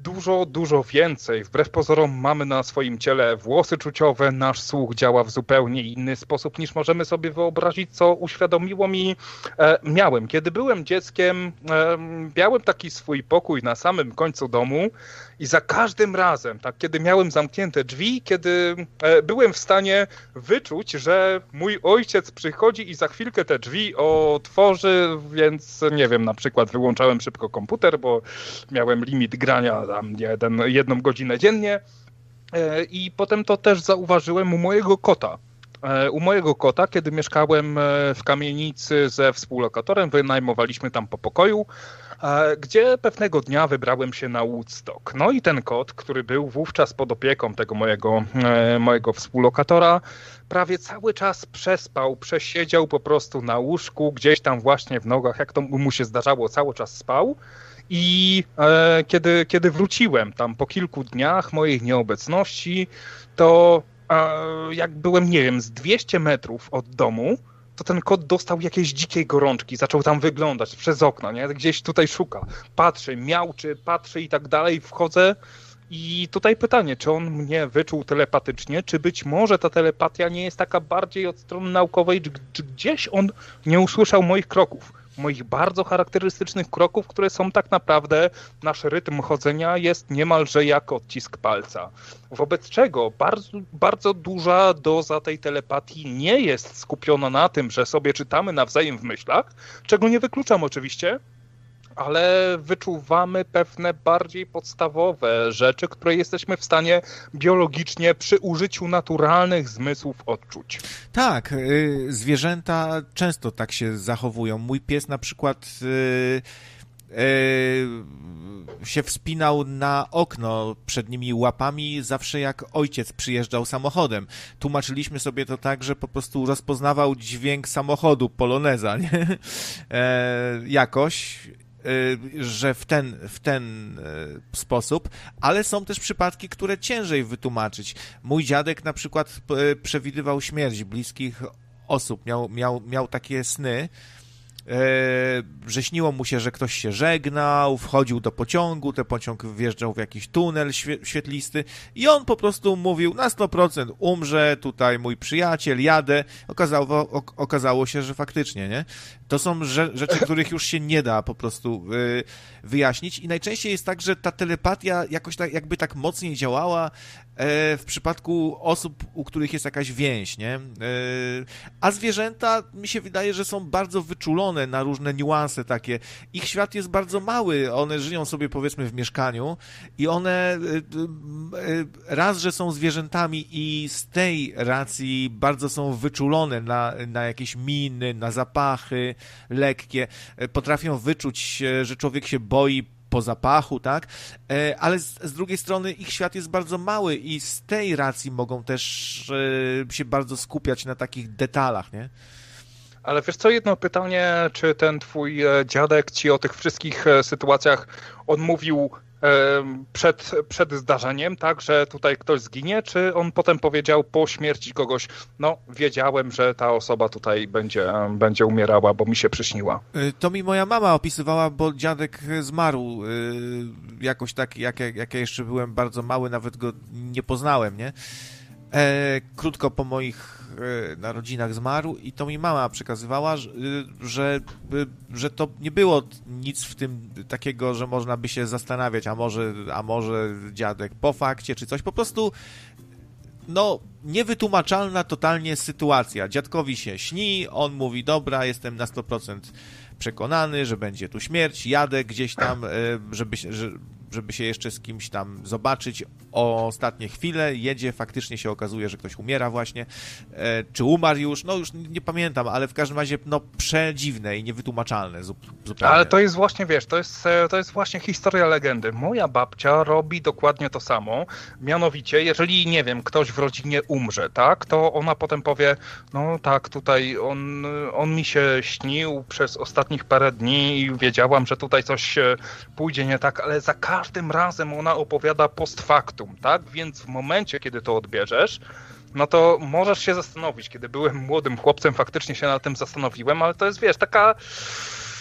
dużo więcej. Wbrew pozorom mamy na swoim ciele włosy czuciowe, nasz słuch działa w zupełnie inny sposób niż możemy sobie wyobrazić, co uświadomiło mi kiedy byłem dzieckiem, miałem taki swój pokój na samym końcu domu i za każdym razem, tak, kiedy miałem zamknięte drzwi, kiedy byłem w stanie wyczuć, że mój ojciec przychodzi i za chwilkę te drzwi otworzy, więc nie wiem, na przykład wyłączałem szybko komputer, bo miałem limit grania tam 1 godzinę dziennie i potem to też zauważyłem u mojego kota. Kiedy mieszkałem w kamienicy ze współlokatorem, wynajmowaliśmy tam po pokoju, gdzie pewnego dnia wybrałem się na Woodstock. No i ten kot, który był wówczas pod opieką tego mojego współlokatora, prawie cały czas przesiedział po prostu na łóżku, gdzieś tam właśnie w nogach, jak to mu się zdarzało, cały czas spał. I kiedy wróciłem tam po kilku dniach mojej nieobecności, to jak byłem, nie wiem, z 200 metrów od domu, to ten kot dostał jakiejś dzikiej gorączki, zaczął tam wyglądać przez okno, nie? Gdzieś tutaj szuka, patrzy, miauczy, patrzy i tak dalej, wchodzę i tutaj pytanie, czy on mnie wyczuł telepatycznie, czy być może ta telepatia nie jest taka bardziej od strony naukowej, czy gdzieś on nie usłyszał moich kroków. Moich bardzo charakterystycznych kroków, które są tak naprawdę, nasz rytm chodzenia jest niemalże jak odcisk palca. Wobec czego bardzo duża doza tej telepatii nie jest skupiona na tym, że sobie czytamy nawzajem w myślach, czego nie wykluczam oczywiście, ale wyczuwamy pewne bardziej podstawowe rzeczy, które jesteśmy w stanie biologicznie przy użyciu naturalnych zmysłów odczuć. Tak, zwierzęta często tak się zachowują. Mój pies na przykład się wspinał na okno przednimi łapami zawsze jak ojciec przyjeżdżał samochodem. Tłumaczyliśmy sobie to tak, że po prostu rozpoznawał dźwięk samochodu Poloneza, nie? Jakoś, że w ten sposób, ale są też przypadki, które ciężej wytłumaczyć. Mój dziadek na przykład przewidywał śmierć bliskich osób, miał takie sny, że śniło mu się, że ktoś się żegnał, wchodził do pociągu, ten pociąg wjeżdżał w jakiś tunel świetlisty i on po prostu mówił, na 100% umrze tutaj mój przyjaciel, jadę. Okazało się, że faktycznie, nie? To są rzeczy, których już się nie da po prostu wyjaśnić i najczęściej jest tak, że ta telepatia jakoś tak, jakby tak mocniej działała w przypadku osób, u których jest jakaś więź, nie? A zwierzęta, mi się wydaje, że są bardzo wyczulone na różne niuanse takie. Ich świat jest bardzo mały, one żyją sobie powiedzmy w mieszkaniu i one raz, że są zwierzętami i z tej racji bardzo są wyczulone na jakieś miny, na zapachy lekkie, potrafią wyczuć, że człowiek się boi po zapachu, tak? Ale z drugiej strony ich świat jest bardzo mały i z tej racji mogą też się bardzo skupiać na takich detalach, nie? Ale wiesz co, jedno pytanie, czy ten twój dziadek ci o tych wszystkich sytuacjach odmówił przed zdarzeniem, tak, że tutaj ktoś zginie, czy on potem powiedział po śmierci kogoś, no wiedziałem, że ta osoba tutaj będzie umierała, bo mi się przyśniła. To mi moja mama opisywała, bo dziadek zmarł jakoś tak, jak ja jeszcze byłem bardzo mały, nawet go nie poznałem, nie? Krótko po moich narodzinach zmarł i to mi mama przekazywała, że to nie było nic w tym takiego, że można by się zastanawiać, a może dziadek po fakcie, czy coś. Po prostu no niewytłumaczalna totalnie sytuacja. Dziadkowi się śni, on mówi, dobra, jestem na 100% przekonany, że będzie tu śmierć, jadę gdzieś tam, żeby się jeszcze z kimś tam zobaczyć o ostatnie chwile, jedzie, faktycznie się okazuje, że ktoś umiera właśnie, czy umarł już, no już nie pamiętam, ale w każdym razie no przedziwne i niewytłumaczalne zupełnie. Ale to jest właśnie, wiesz, to jest właśnie historia legendy. Moja babcia robi dokładnie to samo, mianowicie, jeżeli, nie wiem, ktoś w rodzinie umrze, tak, to ona potem powie, no tak, tutaj on mi się śnił przez ostatnich parę dni i wiedziałam, że tutaj coś pójdzie nie tak, ale za każdym razem ona opowiada post factum, tak? Więc w momencie, kiedy to odbierzesz, no to możesz się zastanowić. Kiedy byłem młodym chłopcem, faktycznie się nad tym zastanowiłem, ale to jest, wiesz, taka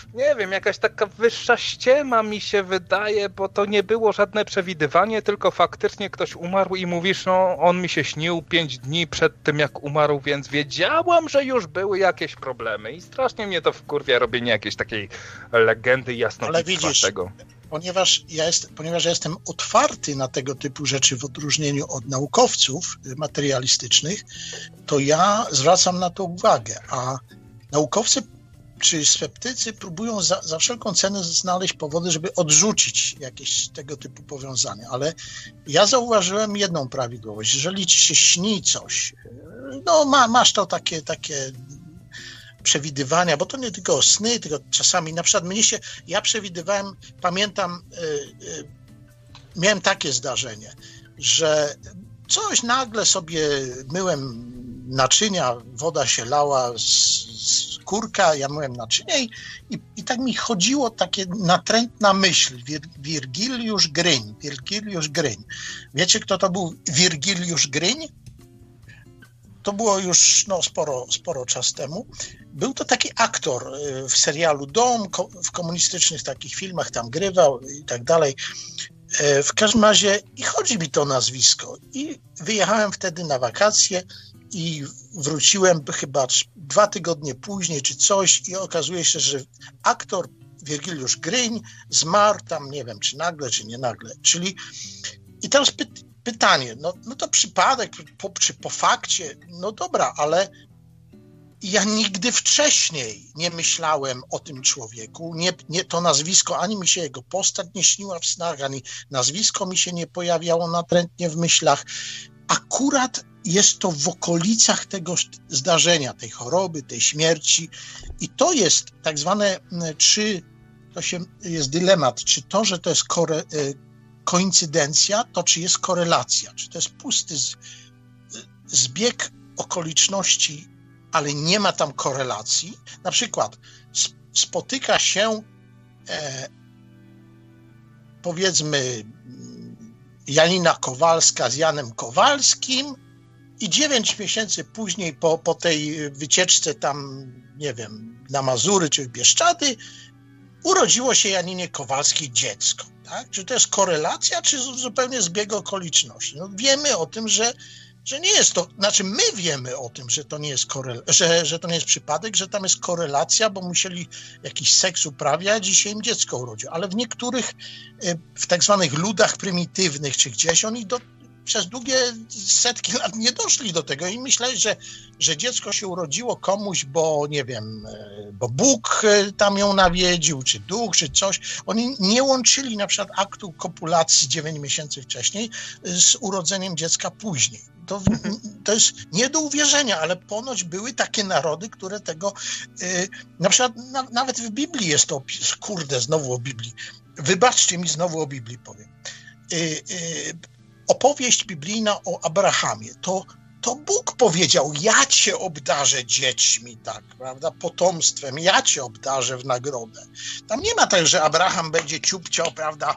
Nie wiem, jakaś taka wyższa ściema mi się wydaje, bo to nie było żadne przewidywanie, tylko faktycznie ktoś umarł i mówisz, no on mi się śnił 5 dni przed tym jak umarł, więc wiedziałam, że już były jakieś problemy i strasznie mnie to wkurwia robienie jakiejś takiej legendy jasnowictwa tego. Ponieważ ja jestem otwarty na tego typu rzeczy w odróżnieniu od naukowców materialistycznych, to ja zwracam na to uwagę, a naukowcy czy sceptycy próbują za wszelką cenę znaleźć powody, żeby odrzucić jakieś tego typu powiązania, ale ja zauważyłem jedną prawidłowość. Jeżeli ci się śni coś, no masz to takie przewidywania, bo to nie tylko sny, tylko czasami na przykład ja przewidywałem, pamiętam, miałem takie zdarzenie, że coś nagle sobie myłem naczynia, woda się lała z kurka, ja myłem naczynia i tak mi chodziło takie natrętna myśl, Wirgiliusz Gryń. Wiecie, kto to był Wirgiliusz Gryń? To było już sporo czas temu. Był to taki aktor w serialu Dom, w komunistycznych takich filmach tam grywał i tak dalej. W każdym razie i chodzi mi to nazwisko. I wyjechałem wtedy na wakacje i wróciłem chyba 2 tygodnie później czy coś i okazuje się, że aktor Wirgiliusz Gryń zmarł tam, nie wiem, czy nagle, czy nie nagle. Czyli i teraz pytanie, no to przypadek, czy po fakcie, no dobra, ale ja nigdy wcześniej nie myślałem o tym człowieku, nie to nazwisko, ani mi się jego postać nie śniła w snach, ani nazwisko mi się nie pojawiało natrętnie w myślach. Akurat jest to w okolicach tego zdarzenia, tej choroby, tej śmierci i to jest tak zwane, jest dylemat, czy to, że to jest koincydencja, to czy jest korelacja, czy to jest pusty zbieg okoliczności, ale nie ma tam korelacji. Na przykład spotyka się powiedzmy Janina Kowalska z Janem Kowalskim i 9 miesięcy później po tej wycieczce tam, nie wiem, na Mazury czy w Bieszczady urodziło się Janinie Kowalskiej dziecko. Tak? Czy to jest korelacja, czy zupełnie zbieg okoliczności? No, wiemy o tym, że nie jest to, znaczy my wiemy o tym, że to nie jest że to nie jest przypadek, że tam jest korelacja, bo musieli jakiś seks uprawiać i się im dziecko urodziło. Ale w niektórych, w tak zwanych ludach prymitywnych czy gdzieś, oni przez długie setki lat nie doszli do tego i myśleli, że dziecko się urodziło komuś, bo nie wiem, bo Bóg tam ją nawiedził, czy duch, czy coś. Oni nie łączyli na przykład aktu kopulacji 9 miesięcy wcześniej z urodzeniem dziecka później. To jest nie do uwierzenia, ale ponoć były takie narody, które tego, na przykład nawet w Biblii jest to, znowu o Biblii. Wybaczcie mi, znowu o Biblii powiem. Opowieść biblijna o Abrahamie, to Bóg powiedział, ja cię obdarzę dziećmi, tak, prawda, potomstwem, ja cię obdarzę w nagrodę. Tam nie ma tak, że Abraham będzie ciupciał, prawda,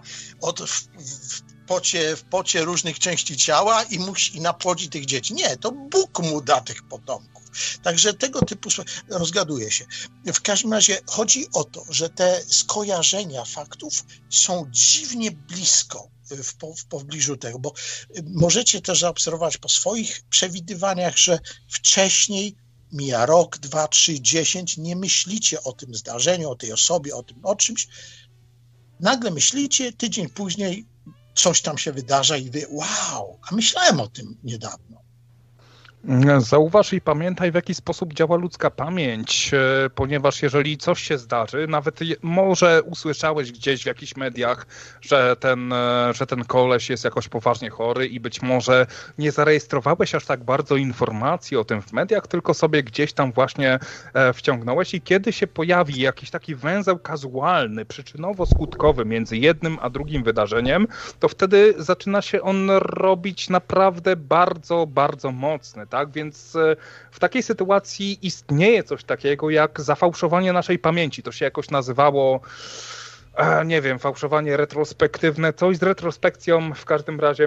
w pocie różnych części ciała i napłodzi tych dzieci. Nie, to Bóg mu da tych potomków. Także tego typu rozgaduje się. W każdym razie chodzi o to, że te skojarzenia faktów są dziwnie blisko w pobliżu tego, bo możecie też zaobserwować po swoich przewidywaniach, że wcześniej mija rok, 2, 3, 10, nie myślicie o tym zdarzeniu, o tej osobie, o czymś. Nagle myślicie, tydzień później coś tam się wydarza i wy, wow, a myślałem o tym niedawno. Zauważ i pamiętaj, w jaki sposób działa ludzka pamięć, ponieważ jeżeli coś się zdarzy, nawet może usłyszałeś gdzieś w jakichś mediach, że ten koleś jest jakoś poważnie chory i być może nie zarejestrowałeś aż tak bardzo informacji o tym w mediach, tylko sobie gdzieś tam właśnie wciągnąłeś i kiedy się pojawi jakiś taki węzeł kazualny, przyczynowo-skutkowy między jednym a drugim wydarzeniem, to wtedy zaczyna się on robić naprawdę bardzo, bardzo mocny. Tak, więc w takiej sytuacji istnieje coś takiego jak zafałszowanie naszej pamięci. To się jakoś nazywało, nie wiem, fałszowanie retrospektywne. Coś z retrospekcją, w każdym razie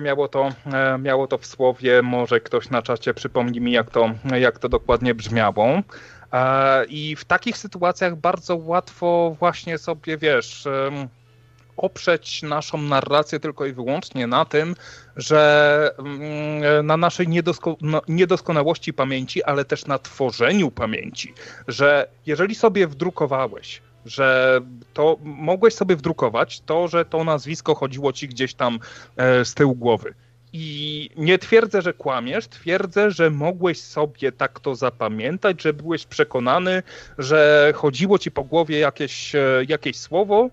miało to w słowie. Może ktoś na czacie przypomni mi, jak to dokładnie brzmiało. I w takich sytuacjach bardzo łatwo właśnie sobie, wiesz, oprzeć naszą narrację tylko i wyłącznie na tym, że na naszej niedoskonałości pamięci, ale też na tworzeniu pamięci, że jeżeli sobie wdrukowałeś, że to mogłeś sobie wdrukować to, że to nazwisko chodziło ci gdzieś tam z tyłu głowy. I nie twierdzę, że kłamiesz, twierdzę, że mogłeś sobie tak to zapamiętać, że byłeś przekonany, że chodziło ci po głowie jakieś słowo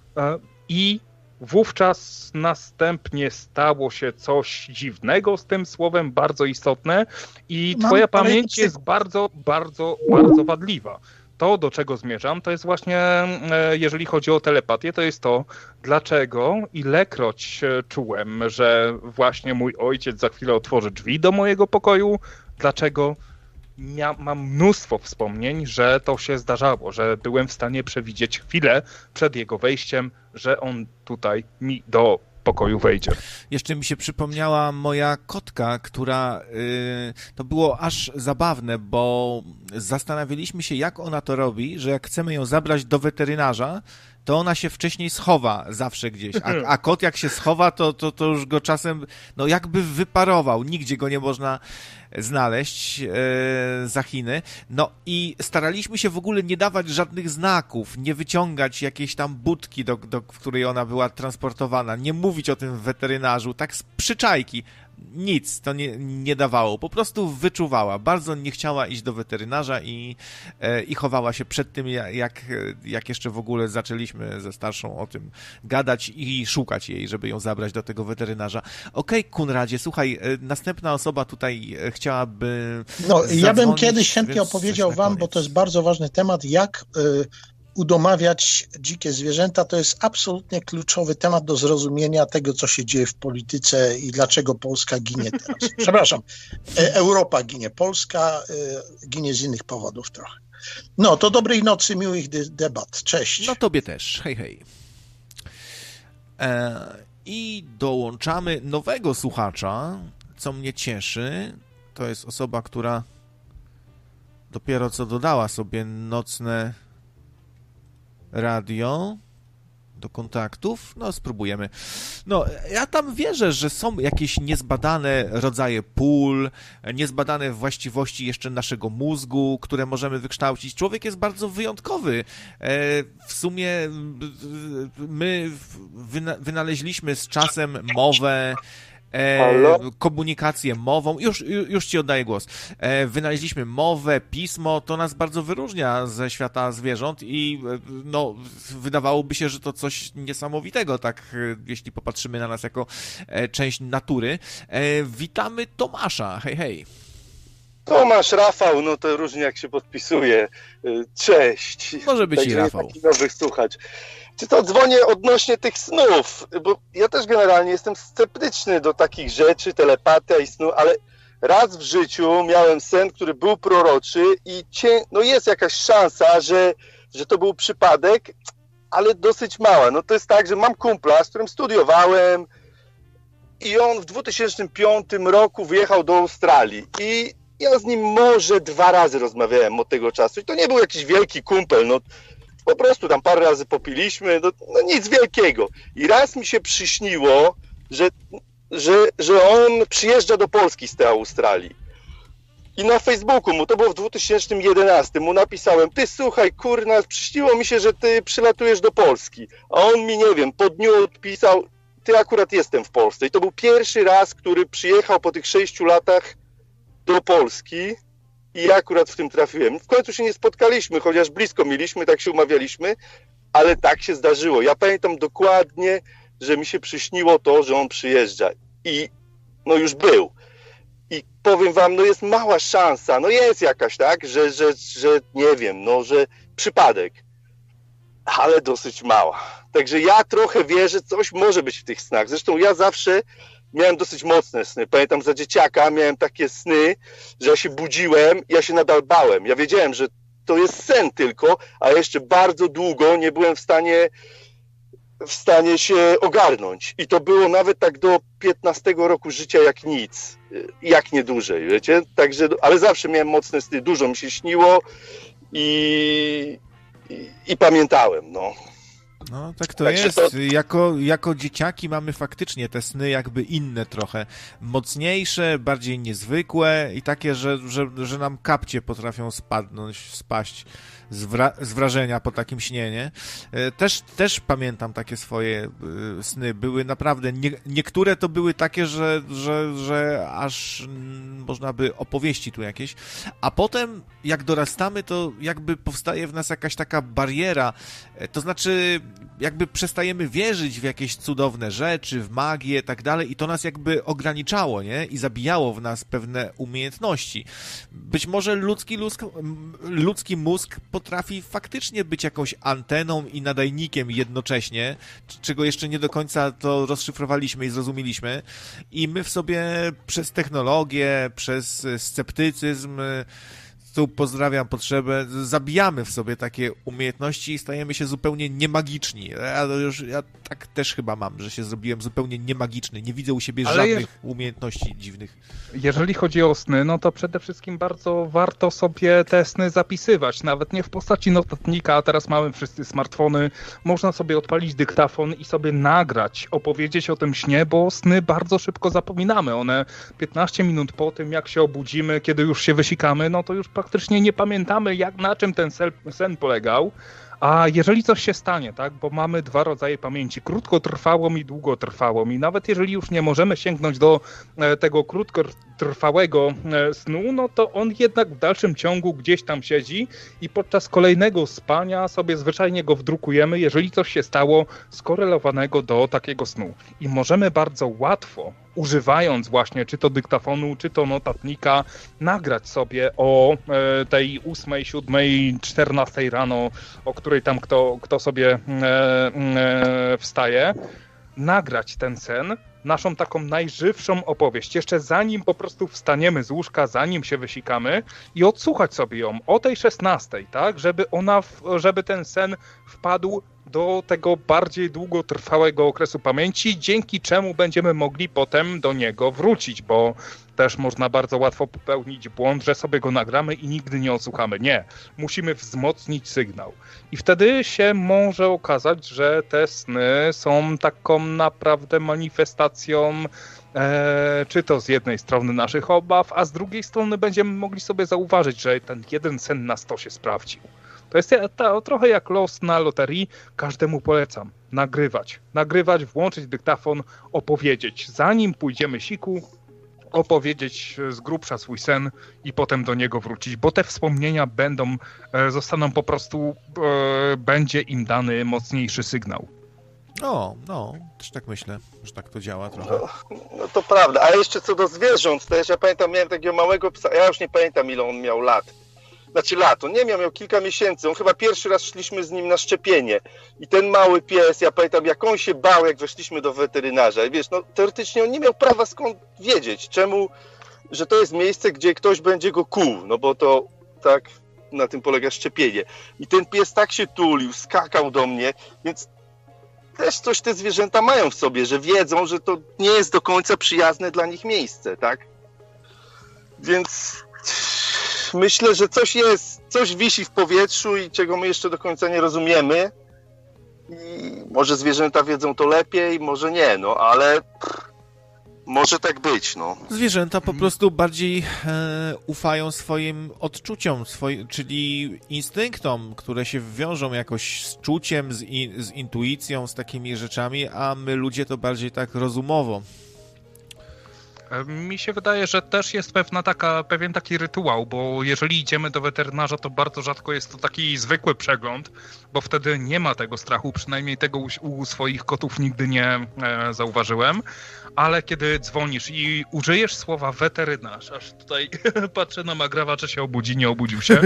i wówczas następnie stało się coś dziwnego z tym słowem, bardzo istotne i twoja pamięć jest bardzo, bardzo, bardzo wadliwa. To, do czego zmierzam, to jest właśnie, jeżeli chodzi o telepatię, to jest to, dlaczego ilekroć czułem, że właśnie mój ojciec za chwilę otworzy drzwi do mojego pokoju, dlaczego mam mnóstwo wspomnień, że to się zdarzało, że byłem w stanie przewidzieć chwilę przed jego wejściem, że on tutaj mi do pokoju wejdzie. Jeszcze mi się przypomniała moja kotka, która to było aż zabawne, bo zastanawialiśmy się, jak ona to robi, że jak chcemy ją zabrać do weterynarza, to ona się wcześniej schowa zawsze gdzieś, a kot jak się schowa, to już go czasem, no jakby wyparował, nigdzie go nie można znaleźć za Chiny. No i staraliśmy się w ogóle nie dawać żadnych znaków, nie wyciągać jakiejś tam budki, w której ona była transportowana, nie mówić o tym w weterynarzu, tak z przyczajki. Nic to nie dawało, po prostu wyczuwała. Bardzo nie chciała iść do weterynarza i chowała się przed tym, jak jeszcze w ogóle zaczęliśmy ze starszą o tym gadać i szukać jej, żeby ją zabrać do tego weterynarza. Okej, Kunradzie, słuchaj, następna osoba tutaj chciałaby ja bym kiedyś chętnie opowiedział wam, bo to jest bardzo ważny temat, jak udomawiać dzikie zwierzęta. To jest absolutnie kluczowy temat do zrozumienia tego, co się dzieje w polityce i dlaczego Polska ginie teraz. Przepraszam, Europa ginie, Polska ginie z innych powodów trochę. No, to dobrej nocy, miłych debat. Cześć. No tobie też. Hej, hej. I dołączamy nowego słuchacza, co mnie cieszy. To jest osoba, która dopiero co dodała sobie nocne radio do kontaktów. No, spróbujemy. No, ja tam wierzę, że są jakieś niezbadane rodzaje pól, niezbadane właściwości jeszcze naszego mózgu, które możemy wykształcić. Człowiek jest bardzo wyjątkowy. W sumie my wynaleźliśmy z czasem mowę, komunikację mową, już ci oddaję głos. Wynaleźliśmy mowę, pismo, to nas bardzo wyróżnia ze świata zwierząt i no, wydawałoby się, że to coś niesamowitego, tak, jeśli popatrzymy na nas jako część natury. Witamy Tomasza, hej, hej. Tomasz, Rafał, no to różnie jak się podpisuje. Cześć. Może być i Rafał. Takich nowych słuchać. Czy to dzwonię odnośnie tych snów, bo ja też generalnie jestem sceptyczny do takich rzeczy, telepatia i snu, ale raz w życiu miałem sen, który był proroczy i no jest jakaś szansa, że to był przypadek, ale dosyć mała. No to jest tak, że mam kumpla, z którym studiowałem i on w 2005 roku wyjechał do Australii i ja z nim może 2 razy rozmawiałem od tego czasu i to nie był jakiś wielki kumpel, no po prostu tam parę razy popiliśmy, no nic wielkiego. I raz mi się przyśniło, że on przyjeżdża do Polski z tej Australii. I na Facebooku mu, to było w 2011, mu napisałem: ty słuchaj, kurna, przyśniło mi się, że ty przylatujesz do Polski. A on mi, nie wiem, po dniu odpisał: ty akurat jestem w Polsce. I to był pierwszy raz, który przyjechał po tych 6 latach do Polski. I ja akurat w tym trafiłem. W końcu się nie spotkaliśmy, chociaż blisko mieliśmy, tak się umawialiśmy, ale tak się zdarzyło. Ja pamiętam dokładnie, że mi się przyśniło to, że on przyjeżdża. I no już był. I powiem wam, no jest mała szansa, no jest jakaś, tak, że nie wiem, no że przypadek, ale dosyć mała. Także ja trochę wierzę, coś może być w tych snach. Zresztą ja zawsze miałem dosyć mocne sny. Pamiętam, za dzieciaka miałem takie sny, że ja się budziłem, ja się nadal bałem. Ja wiedziałem, że to jest sen tylko, a jeszcze bardzo długo nie byłem w stanie się ogarnąć. I to było nawet tak do 15 roku życia jak nic. Jak nie dłużej, wiecie? Także, ale zawsze miałem mocne sny, dużo mi się śniło i pamiętałem, no. No, tak to jest. Jako dzieciaki mamy faktycznie te sny jakby inne trochę. Mocniejsze, bardziej niezwykłe i takie, że nam kapcie potrafią spaść z wrażenia po takim śnie, nie? Też pamiętam takie swoje sny. Były naprawdę, niektóre to były takie, że aż można by opowieści tu jakieś. A potem, jak dorastamy, to jakby powstaje w nas jakaś taka bariera. To znaczy, jakby przestajemy wierzyć w jakieś cudowne rzeczy, w magię, tak dalej, i to nas jakby ograniczało, nie? I zabijało w nas pewne umiejętności. Być może ludzki mózg potrafi faktycznie być jakąś anteną i nadajnikiem jednocześnie, czego jeszcze nie do końca to rozszyfrowaliśmy i zrozumieliśmy. I my w sobie przez technologię, przez sceptycyzm, tu pozdrawiam potrzebę, zabijamy w sobie takie umiejętności i stajemy się zupełnie niemagiczni. Ja tak też chyba mam, że się zrobiłem zupełnie niemagiczny. Nie widzę u siebie żadnych umiejętności dziwnych. Jeżeli chodzi o sny, no to przede wszystkim bardzo warto sobie te sny zapisywać. Nawet nie w postaci notatnika, a teraz mamy wszyscy smartfony. Można sobie odpalić dyktafon i sobie nagrać, opowiedzieć o tym śnie, bo sny bardzo szybko zapominamy. One 15 minut po tym, jak się obudzimy, kiedy już się wysikamy, no to już praktycznie nie pamiętamy, na czym ten sen polegał. A jeżeli coś się stanie, tak, bo mamy dwa rodzaje pamięci, krótkotrwałą i długotrwałą, i nawet jeżeli już nie możemy sięgnąć do tego krótkotrwałego snu, no to on jednak w dalszym ciągu gdzieś tam siedzi i podczas kolejnego spania sobie zwyczajnie go wdrukujemy, jeżeli coś się stało skorelowanego do takiego snu. I możemy bardzo łatwo, używając właśnie czy to dyktafonu, czy to notatnika, nagrać sobie o tej 8, 7, 14 rano, o której tam kto sobie wstaje, nagrać ten sen, naszą taką najżywszą opowieść, jeszcze zanim po prostu wstaniemy z łóżka, zanim się wysikamy, i odsłuchać sobie ją o tej 16, tak, żeby ten sen wpadł do tego bardziej długotrwałego okresu pamięci, dzięki czemu będziemy mogli potem do niego wrócić, bo też można bardzo łatwo popełnić błąd, że sobie go nagramy i nigdy nie odsłuchamy. Nie, musimy wzmocnić sygnał. I wtedy się może okazać, że te sny są taką naprawdę manifestacją czy to z jednej strony naszych obaw, a z drugiej strony będziemy mogli sobie zauważyć, że ten jeden sen na 100 się sprawdził. To jest trochę jak los na loterii. Każdemu polecam nagrywać, włączyć dyktafon, opowiedzieć. Zanim pójdziemy siku, opowiedzieć z grubsza swój sen i potem do niego wrócić, bo te wspomnienia zostaną po prostu, będzie im dany mocniejszy sygnał. No, też tak myślę, że tak to działa trochę. No to prawda, a jeszcze co do zwierząt, też ja pamiętam, miałem takiego małego psa, ja już nie pamiętam, ile on miał lat. On nie miał kilka miesięcy, on chyba pierwszy raz szliśmy z nim na szczepienie i ten mały pies, ja pamiętam, jak on się bał, jak weszliśmy do weterynarza, i wiesz, no teoretycznie on nie miał prawa skąd wiedzieć, że to jest miejsce, gdzie ktoś będzie go kłuł, no bo to tak na tym polega szczepienie. I ten pies tak się tulił, skakał do mnie, więc też coś te zwierzęta mają w sobie, że wiedzą, że to nie jest do końca przyjazne dla nich miejsce, tak? Więc myślę, że coś wisi w powietrzu i czego my jeszcze do końca nie rozumiemy. I może zwierzęta wiedzą to lepiej, może nie, no ale może tak być, no. Zwierzęta po prostu bardziej ufają swoim odczuciom, czyli instynktom, które się wiążą jakoś z czuciem, z intuicją, z takimi rzeczami, a my ludzie to bardziej tak rozumowo. Mi się wydaje, że też jest pewien taki rytuał, bo jeżeli idziemy do weterynarza, to bardzo rzadko jest to taki zwykły przegląd, bo wtedy nie ma tego strachu, przynajmniej tego u swoich kotów nigdy nie zauważyłem, ale kiedy dzwonisz i użyjesz słowa weterynarz, aż tutaj patrzę na Magrawa, czy się obudzi, nie obudził się,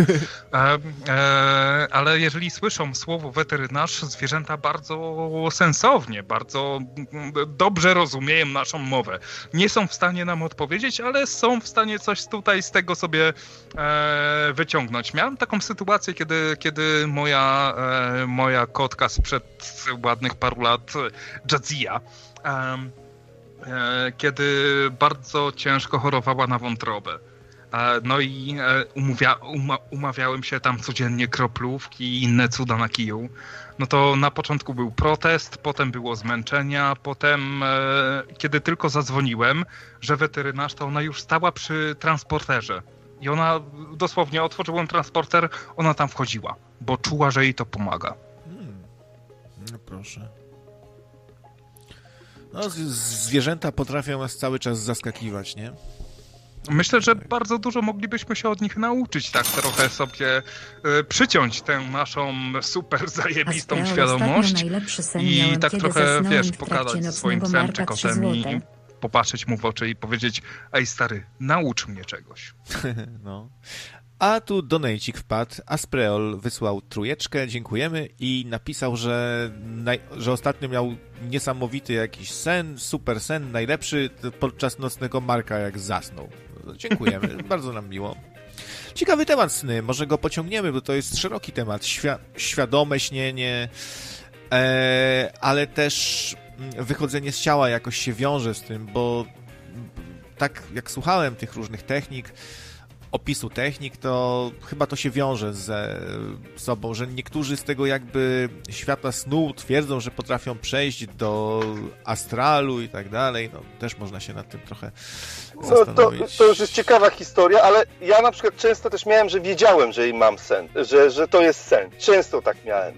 ale jeżeli słyszą słowo weterynarz, zwierzęta bardzo sensownie, bardzo dobrze rozumieją naszą mowę. Nie są w stanie nam odpowiedzieć, ale są w stanie coś tutaj z tego sobie wyciągnąć. Miałem taką sytuację, kiedy moja kotka sprzed ładnych paru lat, Jadzia, kiedy bardzo ciężko chorowała na wątrobę. No i umawiałem się tam codziennie kroplówki i inne cuda na kiju. No to na początku był protest, potem było zmęczenia, potem kiedy tylko zadzwoniłem, że weterynarz, to ona już stała przy transporterze. I ona dosłownie otworzyłem transporter, ona tam wchodziła, bo czuła, że jej to pomaga. No proszę. No, zwierzęta potrafią nas cały czas zaskakiwać, nie? Myślę, że bardzo dużo moglibyśmy się od nich nauczyć, tak trochę sobie przyciąć tę naszą super zajebistą świadomość i tak trochę, wiesz, pokazać swoim psem czy kotem i popatrzeć mu w oczy i powiedzieć: ej stary, naucz mnie czegoś. No. A tu donejcik wpadł, Aspreol wysłał 3, dziękujemy, i napisał, że ostatnio miał niesamowity jakiś sen, super sen, najlepszy podczas nocnego marka, jak zasnął. Dziękujemy, bardzo nam miło. Ciekawy temat sny, może go pociągniemy, bo to jest szeroki temat, świadome śnienie, ale też wychodzenie z ciała jakoś się wiąże z tym, bo tak jak słuchałem tych różnych technik, opisu technik, to chyba to się wiąże ze sobą, że niektórzy z tego jakby świata snu twierdzą, że potrafią przejść do astralu i tak dalej. No, też można się nad tym trochę zastanowić. To już jest ciekawa historia, ale ja na przykład często też miałem, że wiedziałem, że mam sen, że to jest sen. Często tak miałem.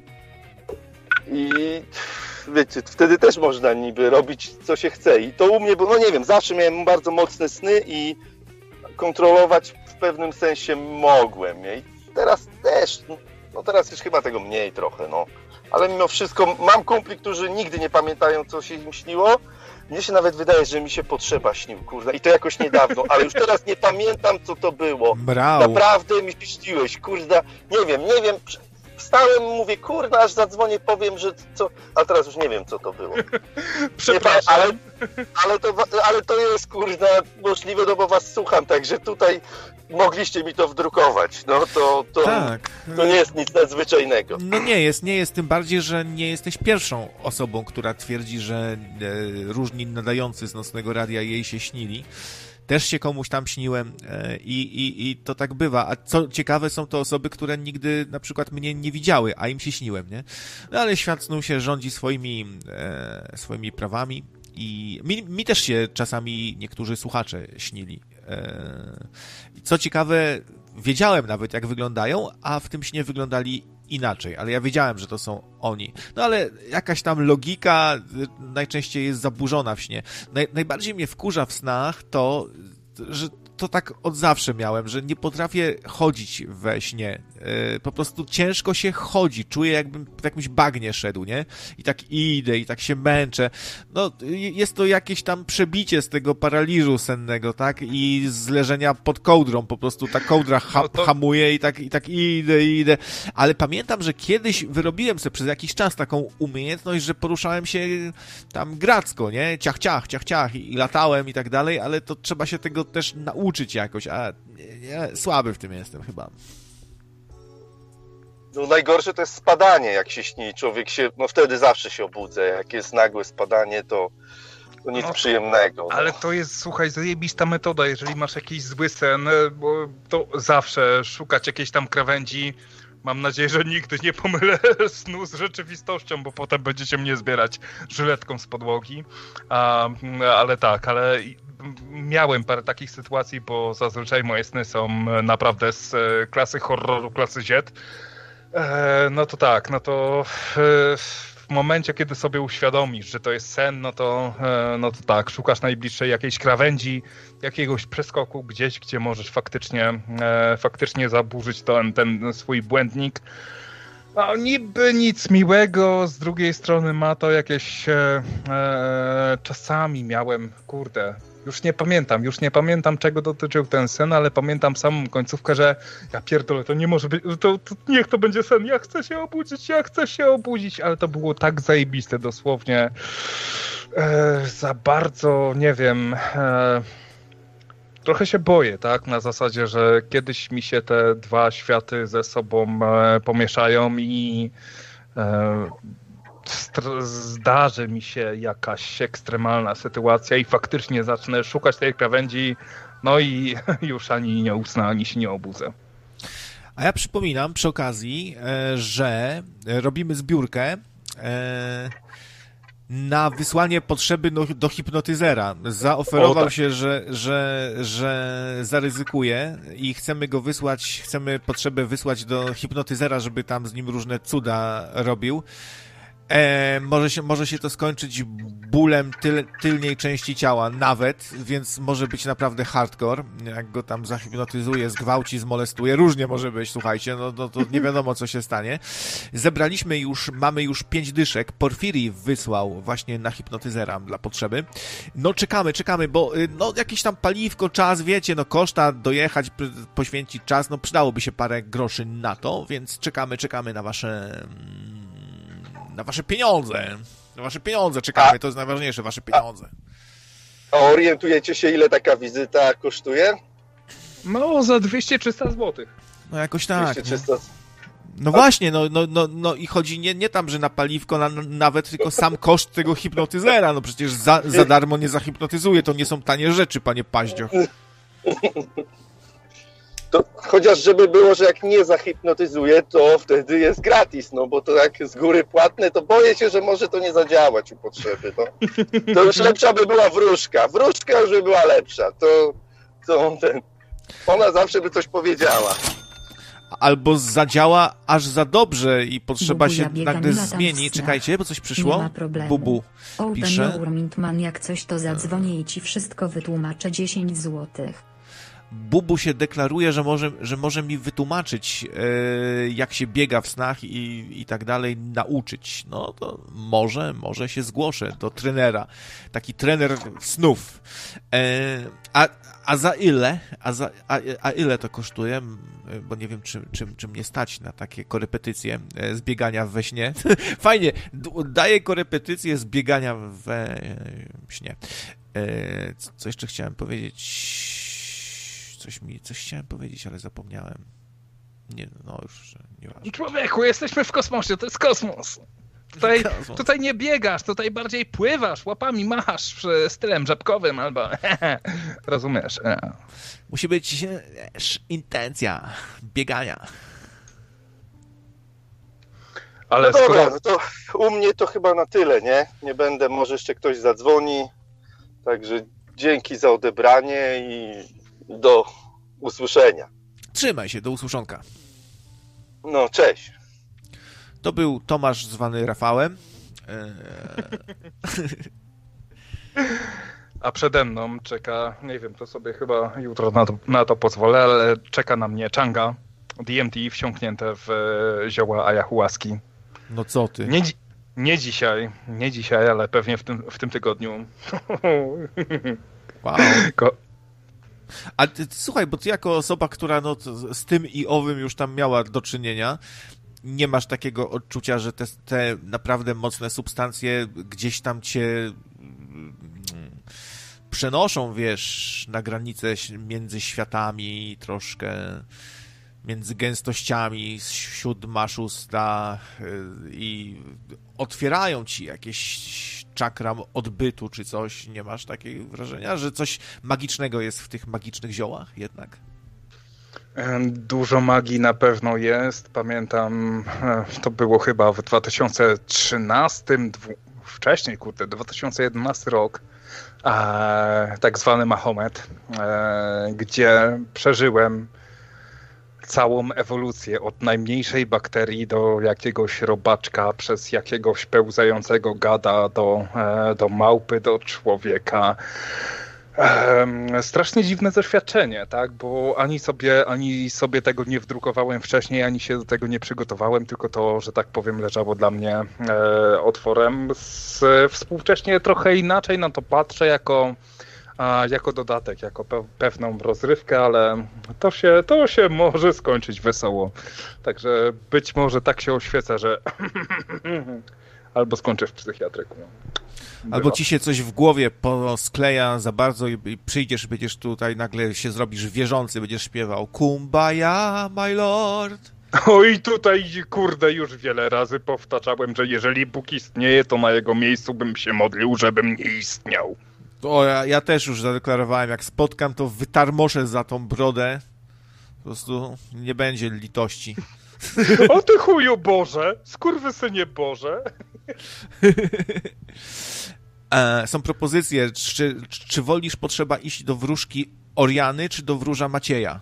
I wiecie, wtedy też można niby robić, co się chce. I to u mnie, bo no nie wiem, zawsze miałem bardzo mocne sny i kontrolować w pewnym sensie mogłem. I teraz też, no teraz już chyba tego mniej trochę, no. Ale mimo wszystko mam kumpli, którzy nigdy nie pamiętają, co się im śniło. Mnie się nawet wydaje, że mi się potrzeba śnił, kurde. I to jakoś niedawno, ale już teraz nie pamiętam, co to było. Brał. Naprawdę mi śniłeś, kurde. Nie wiem. Wstałem, mówię, kurde, aż zadzwonię, powiem, że co... A teraz już nie wiem, co to było. Przepraszam. Ale to jest, kurde, możliwe, no bo was słucham, także tutaj mogliście mi to wdrukować. No tak. To nie jest nic nadzwyczajnego. No nie jest, tym bardziej, że nie jesteś pierwszą osobą, która twierdzi, że różni nadający z Nocnego Radia jej się śnili. Też się komuś tam śniłem i to tak bywa. A co ciekawe, są to osoby, które nigdy na przykład mnie nie widziały, a im się śniłem, nie? No ale świat snu się rządzi swoimi prawami i mi też się czasami niektórzy słuchacze śnili. Co ciekawe, wiedziałem nawet, jak wyglądają, a w tym śnie wyglądali inaczej, ale ja wiedziałem, że to są oni. No ale jakaś tam logika najczęściej jest zaburzona w śnie. Najbardziej mnie wkurza w snach to, że to tak od zawsze miałem, że nie potrafię chodzić we śnie. Po prostu ciężko się chodzi. Czuję, jakbym w jakimś bagnie szedł, nie? I tak idę, i tak się męczę. No, jest to jakieś tam przebicie z tego paraliżu sennego, tak? I z leżenia pod kołdrą. Po prostu ta kołdra hamuje i tak idę. Ale pamiętam, że kiedyś wyrobiłem sobie przez jakiś czas taką umiejętność, że poruszałem się tam gracko, nie? Ciach i latałem i tak dalej, ale to trzeba się tego też nauczyć jakoś, a ja słaby w tym jestem chyba. No najgorsze to jest spadanie, jak się śni. Człowiek się, no wtedy zawsze się obudzę. Jak jest nagłe spadanie, to nic przyjemnego. No. Ale to jest, słuchaj, zajebista metoda. Jeżeli masz jakiś zły sen, bo to zawsze szukać jakiejś tam krawędzi. Mam nadzieję, że nigdy nie pomylę snu z rzeczywistością, bo potem będziecie mnie zbierać żyletką z podłogi. Ale miałem parę takich sytuacji, bo zazwyczaj moje sny są naprawdę z klasy horroru, klasy Z. No to w momencie, kiedy sobie uświadomisz, że to jest sen, no to tak, szukasz najbliższej jakiejś krawędzi, jakiegoś przeskoku gdzieś, gdzie możesz faktycznie zaburzyć ten swój błędnik. No, niby nic miłego, z drugiej strony ma to jakieś... czasami miałem, już nie pamiętam czego dotyczył ten sen, ale pamiętam samą końcówkę, że ja pierdolę, to nie może być, to niech to będzie sen, ja chcę się obudzić, ale to było tak zajebiste, dosłownie za bardzo, nie wiem, trochę się boję, tak, na zasadzie, że kiedyś mi się te dwa światy ze sobą pomieszają i zdarzy mi się jakaś ekstremalna sytuacja i faktycznie zacznę szukać tej krawędzi, No i już ani nie usnę, ani się nie obudzę. A ja przypominam przy okazji, że robimy zbiórkę na wysłanie potrzeby do hipnotyzera. Zaoferował się, że zaryzykuje i chcemy go wysłać, chcemy potrzebę wysłać do hipnotyzera, żeby tam z nim różne cuda robił. Może się to skończyć bólem tylnej części ciała nawet, więc może być naprawdę hardcore, jak go tam zahipnotyzuje, zgwałci, zmolestuje, różnie może być, słuchajcie, no to nie wiadomo, co się stanie. Mamy już 5 dyszek, Porfiri wysłał właśnie na hipnotyzera dla potrzeby. No czekamy, bo no jakieś tam paliwko, czas, wiecie, no koszta dojechać, poświęcić czas, no przydałoby się parę groszy na to, więc czekamy na wasze pieniądze. Na wasze pieniądze czekamy, to jest najważniejsze, wasze pieniądze. A orientujecie się, ile taka wizyta kosztuje? No, za 200-300 zł. No jakoś tak. 200-300. No właśnie, no i chodzi nie tam, że na paliwko nawet, tylko sam koszt tego hipnotyzera. No przecież za darmo nie zahipnotyzuje, to nie są tanie rzeczy, panie Paździoch. To chociaż żeby było, że jak nie zahipnotyzuje, to wtedy jest gratis, no bo to jak z góry płatne, to boję się, że może to nie zadziałać u potrzeby. No. To już lepsza by była wróżka. Wróżka już by była lepsza. Ona zawsze by coś powiedziała. Albo zadziała aż za dobrze i potrzeba się nagle zmieni. Czekajcie, bo coś przyszło. Nie ma problemu. Bubu pisze. Open jak coś to zadzwonię i ci wszystko wytłumaczę 10 złotych. Bubu się deklaruje, że może mi wytłumaczyć, jak się biega w snach i tak dalej, nauczyć. No to może się zgłoszę do trenera. Taki trener snów. A za ile? A ile to kosztuje? Bo nie wiem, czy mnie stać na takie korepetycje z biegania we śnie. Fajnie, daję korepetycje z biegania we śnie. Co jeszcze chciałem powiedzieć? Coś chciałem powiedzieć, ale zapomniałem. Już nieważne. Człowieku, jesteśmy w kosmosie, to jest kosmos. Tutaj nie biegasz, tutaj bardziej pływasz, łapami machasz stylem żabkowym albo... Rozumiesz? Musi być intencja biegania. Ale no dobra, no to u mnie to chyba na tyle, nie? Nie będę, może jeszcze ktoś zadzwoni. Także dzięki za odebranie i do usłyszenia. Trzymaj się, do usłyszonka. No, cześć. To był Tomasz zwany Rafałem. A przede mną czeka, nie wiem, to sobie chyba jutro na to pozwolę, ale czeka na mnie Changa, DMT wsiąknięte w zioła ayahuaski. No co ty? Nie dzisiaj, ale pewnie w tym tygodniu. Wow. A ty, słuchaj, bo ty jako osoba, która z tym i owym już tam miała do czynienia, nie masz takiego odczucia, że te naprawdę mocne substancje gdzieś tam cię przenoszą, wiesz, na granicę między światami, troszkę między gęstościami, masz usta i otwierają ci jakieś czakra odbytu czy coś. Nie masz takiego wrażenia, że coś magicznego jest w tych magicznych ziołach jednak? Dużo magii na pewno jest. Pamiętam, to było chyba w 2013, wcześniej, 2011 rok, tak zwany Mahomet, gdzie przeżyłem całą ewolucję od najmniejszej bakterii do jakiegoś robaczka, przez jakiegoś pełzającego gada do małpy, do człowieka. Strasznie dziwne doświadczenie, tak? Bo ani sobie tego nie wdrukowałem wcześniej, ani się do tego nie przygotowałem, tylko to, że tak powiem, leżało dla mnie otworem. Współcześnie trochę inaczej na to patrzę, jako dodatek, jako pewną rozrywkę, ale to się może skończyć wesoło. Także być może tak się oświeca, że albo skończę w psychiatryku. Albo ci się coś w głowie poskleja za bardzo i przyjdziesz, będziesz tutaj, nagle się zrobisz wierzący, będziesz śpiewał Kumbaya, my lord. Oj, tutaj, kurde, już wiele razy powtarzałem, że jeżeli Bóg istnieje, to na jego miejscu bym się modlił, żebym nie istniał. O, ja też już zadeklarowałem, jak spotkam, to wytarmoszę za tą brodę. Po prostu nie będzie litości. O ty chuju Boże! Skurwysynie Boże! Są propozycje, czy wolisz potrzeba iść do wróżki Oriany, czy do wróża Macieja?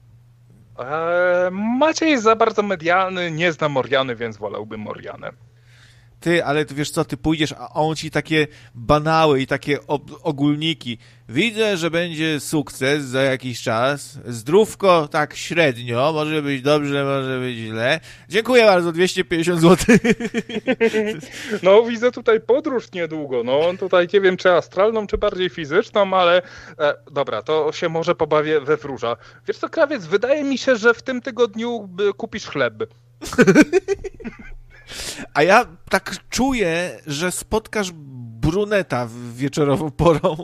Maciej jest za bardzo medialny, nie znam Oriany, więc wolałbym Orianę. Ty, ale ty wiesz co, ty pójdziesz, a on ci takie banały i takie ogólniki. Widzę, że będzie sukces za jakiś czas. Zdrówko tak średnio, może być dobrze, może być źle. Dziękuję bardzo, 250 zł. No widzę tutaj podróż niedługo, no tutaj nie wiem czy astralną, czy bardziej fizyczną, ale dobra, to się może pobawię we wróża. Wiesz co, krawiec, wydaje mi się, że w tym tygodniu kupisz chleb. A ja tak czuję, że spotkasz bruneta wieczorową porą.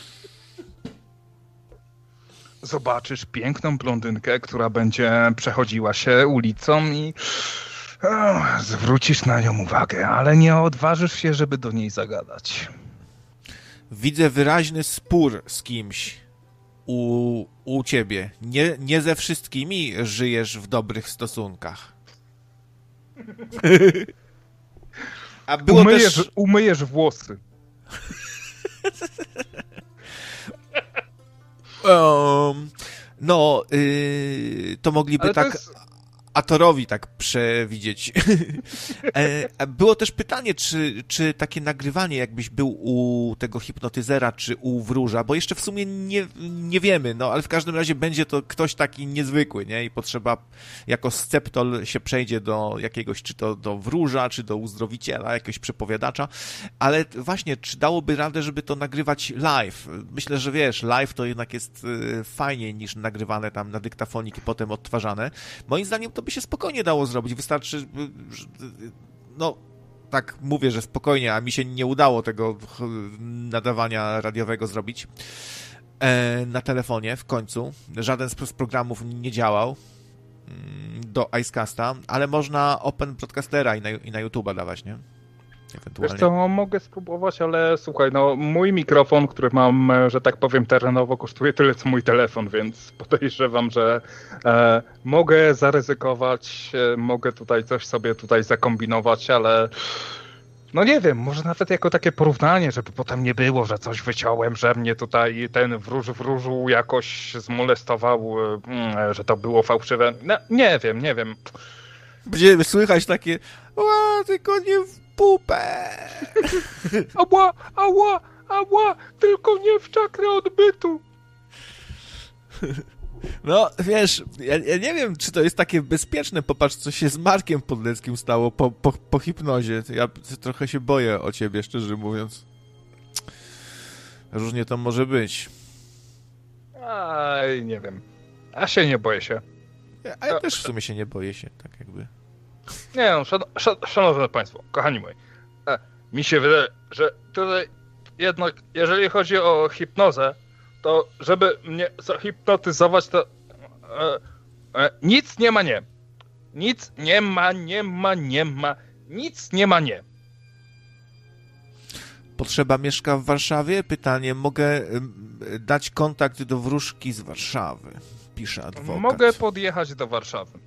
Zobaczysz piękną blondynkę, która będzie przechodziła się ulicą i zwrócisz na nią uwagę, ale nie odważysz się, żeby do niej Widzę wyraźny spór z kimś u ciebie. Nie ze wszystkimi żyjesz w dobrych stosunkach. A było umyjesz włosy. To mogliby tak Atorowi tak przewidzieć. Było też pytanie, czy takie nagrywanie, jakbyś był u tego hipnotyzera, czy u wróża, bo jeszcze w sumie nie wiemy, no ale w każdym razie będzie to ktoś taki niezwykły, nie? I potrzeba, jako sceptol się przejdzie do jakiegoś, czy to do wróża, czy do uzdrowiciela, jakiegoś przepowiadacza, ale właśnie, czy dałoby radę, żeby to nagrywać live? Myślę, że wiesz, live to jednak jest fajniej niż nagrywane tam na dyktafonik i potem odtwarzane. Moim zdaniem to by się spokojnie dało zrobić. Wystarczy, no tak mówię, że spokojnie, a mi się nie udało tego nadawania radiowego zrobić na telefonie w końcu. Żaden z programów nie działał do Icecasta, ale można Open Broadcastera i na YouTube'a dawać, nie? Wiesz co, mogę spróbować, ale słuchaj, no mój mikrofon, który mam, że tak powiem, terenowo kosztuje tyle, co mój telefon, więc podejrzewam, że mogę zaryzykować, mogę tutaj coś sobie zakombinować, ale no nie wiem, może nawet jako takie porównanie, żeby potem nie było, że coś wyciąłem, że mnie tutaj ten wróżył jakoś zmolestował, że to było fałszywe. No, nie wiem. Będzie słychać takie, tylko nie w pupę. Ała, tylko nie w czakrę odbytu. No, wiesz, ja nie wiem, czy to jest takie bezpieczne. Popatrz, co się z Markiem Podleckim stało po hipnozie. Ja trochę się boję o ciebie, szczerze mówiąc. Różnie to może być. Aj, nie wiem. A się nie boję się. A ja też w sumie się nie boję się, tak jakby. Nie no, szanowne państwo, kochani moi, mi się wydaje, że tutaj jednak, jeżeli chodzi o hipnozę, to żeby mnie zahipnotyzować, to nic nie ma nie. Nic nie ma. Nic nie ma nie. Potrzeba mieszka w Warszawie? Pytanie, mogę dać kontakt do wróżki z Warszawy, pisze adwokat. Mogę podjechać do Warszawy.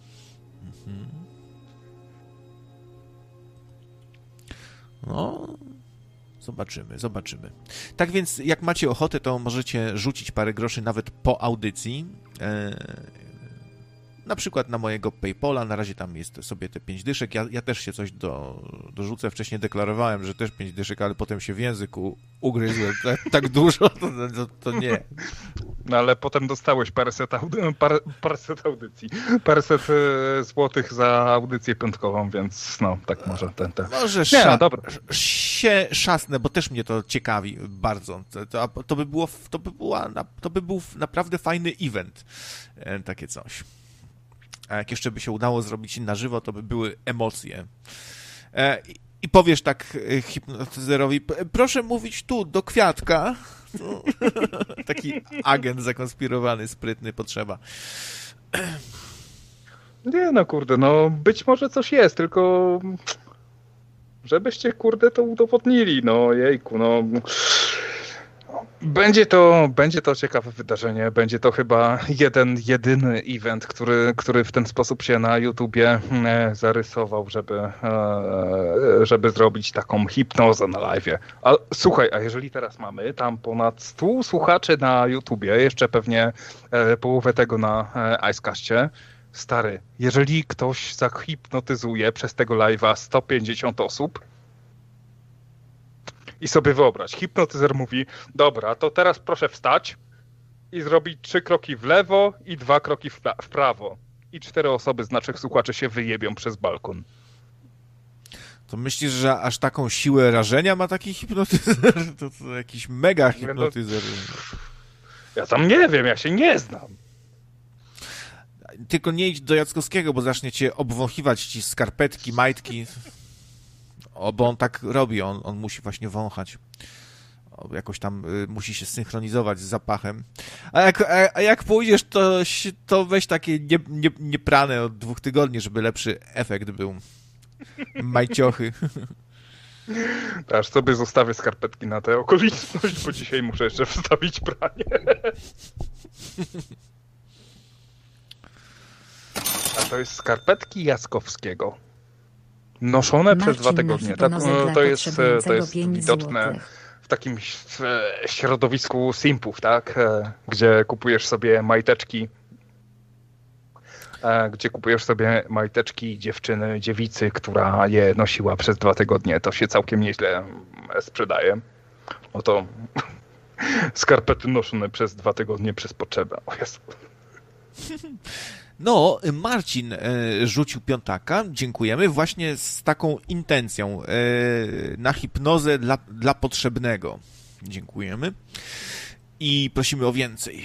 No, zobaczymy. Tak więc, jak macie ochotę, to możecie rzucić parę groszy nawet po audycji. Na przykład na mojego PayPala, na razie tam jest sobie te 5 dyszek. Ja też się coś dorzucę. Wcześniej deklarowałem, że też 5 dyszek, ale potem się w języku ugryzłem tak dużo, to nie. No ale potem dostałeś paręset audycji. Paręset złotych za audycję piątkową, więc no, tak może ten. Może się szasnę, bo też mnie to ciekawi bardzo. To by był naprawdę fajny event. Takie coś. A jak jeszcze by się udało zrobić na żywo, to by były emocje. I powiesz tak hipnotyzerowi, proszę mówić tu, do Kwiatka. Taki agent zakonspirowany, sprytny potrzeba. Nie no kurde, no być może coś jest, tylko żebyście kurde to udowodnili, no jejku, no. Będzie to ciekawe wydarzenie. Będzie to chyba jedyny event, który w ten sposób się na YouTubie zarysował, żeby zrobić taką hipnozę na live'ie. A słuchaj, a jeżeli teraz mamy tam ponad 100 słuchaczy na YouTubie, jeszcze pewnie połowę tego na Icecastie, stary, jeżeli ktoś zahipnotyzuje przez tego live'a 150 osób, i sobie wyobraź, hipnotyzer mówi, dobra, to teraz proszę wstać i zrobić 3 kroki w lewo i 2 kroki w prawo. I 4 osoby z naszych słuchaczy się wyjebią przez balkon. To myślisz, że aż taką siłę rażenia ma taki hipnotyzer? To jakiś mega hipnotyzer. Ja tam nie wiem, ja się nie znam. Tylko nie idź do Jackowskiego, bo zacznie cię obwąchiwać ci skarpetki, majtki. Bo on tak robi, on musi właśnie wąchać. Jakoś tam musi się synchronizować z zapachem. A jak pójdziesz, to weź takie nieprane od 2 tygodni, żeby lepszy efekt był. Majciochy. Aż sobie zostawię skarpetki na tę okoliczność, bo dzisiaj muszę jeszcze wstawić pranie. A to jest skarpetki Jackowskiego. Noszone przez 2 tygodnie. To jest widoczne w takim środowisku simpów, tak? Gdzie kupujesz sobie majteczki dziewczyny, dziewicy, która je nosiła przez 2 tygodnie. To się całkiem nieźle sprzedaje. Oto skarpety noszone przez 2 tygodnie przez potrzebę. O Jezu. No, Marcin rzucił 5, dziękujemy, właśnie z taką intencją, na hipnozę dla potrzebnego. Dziękujemy. I prosimy o więcej.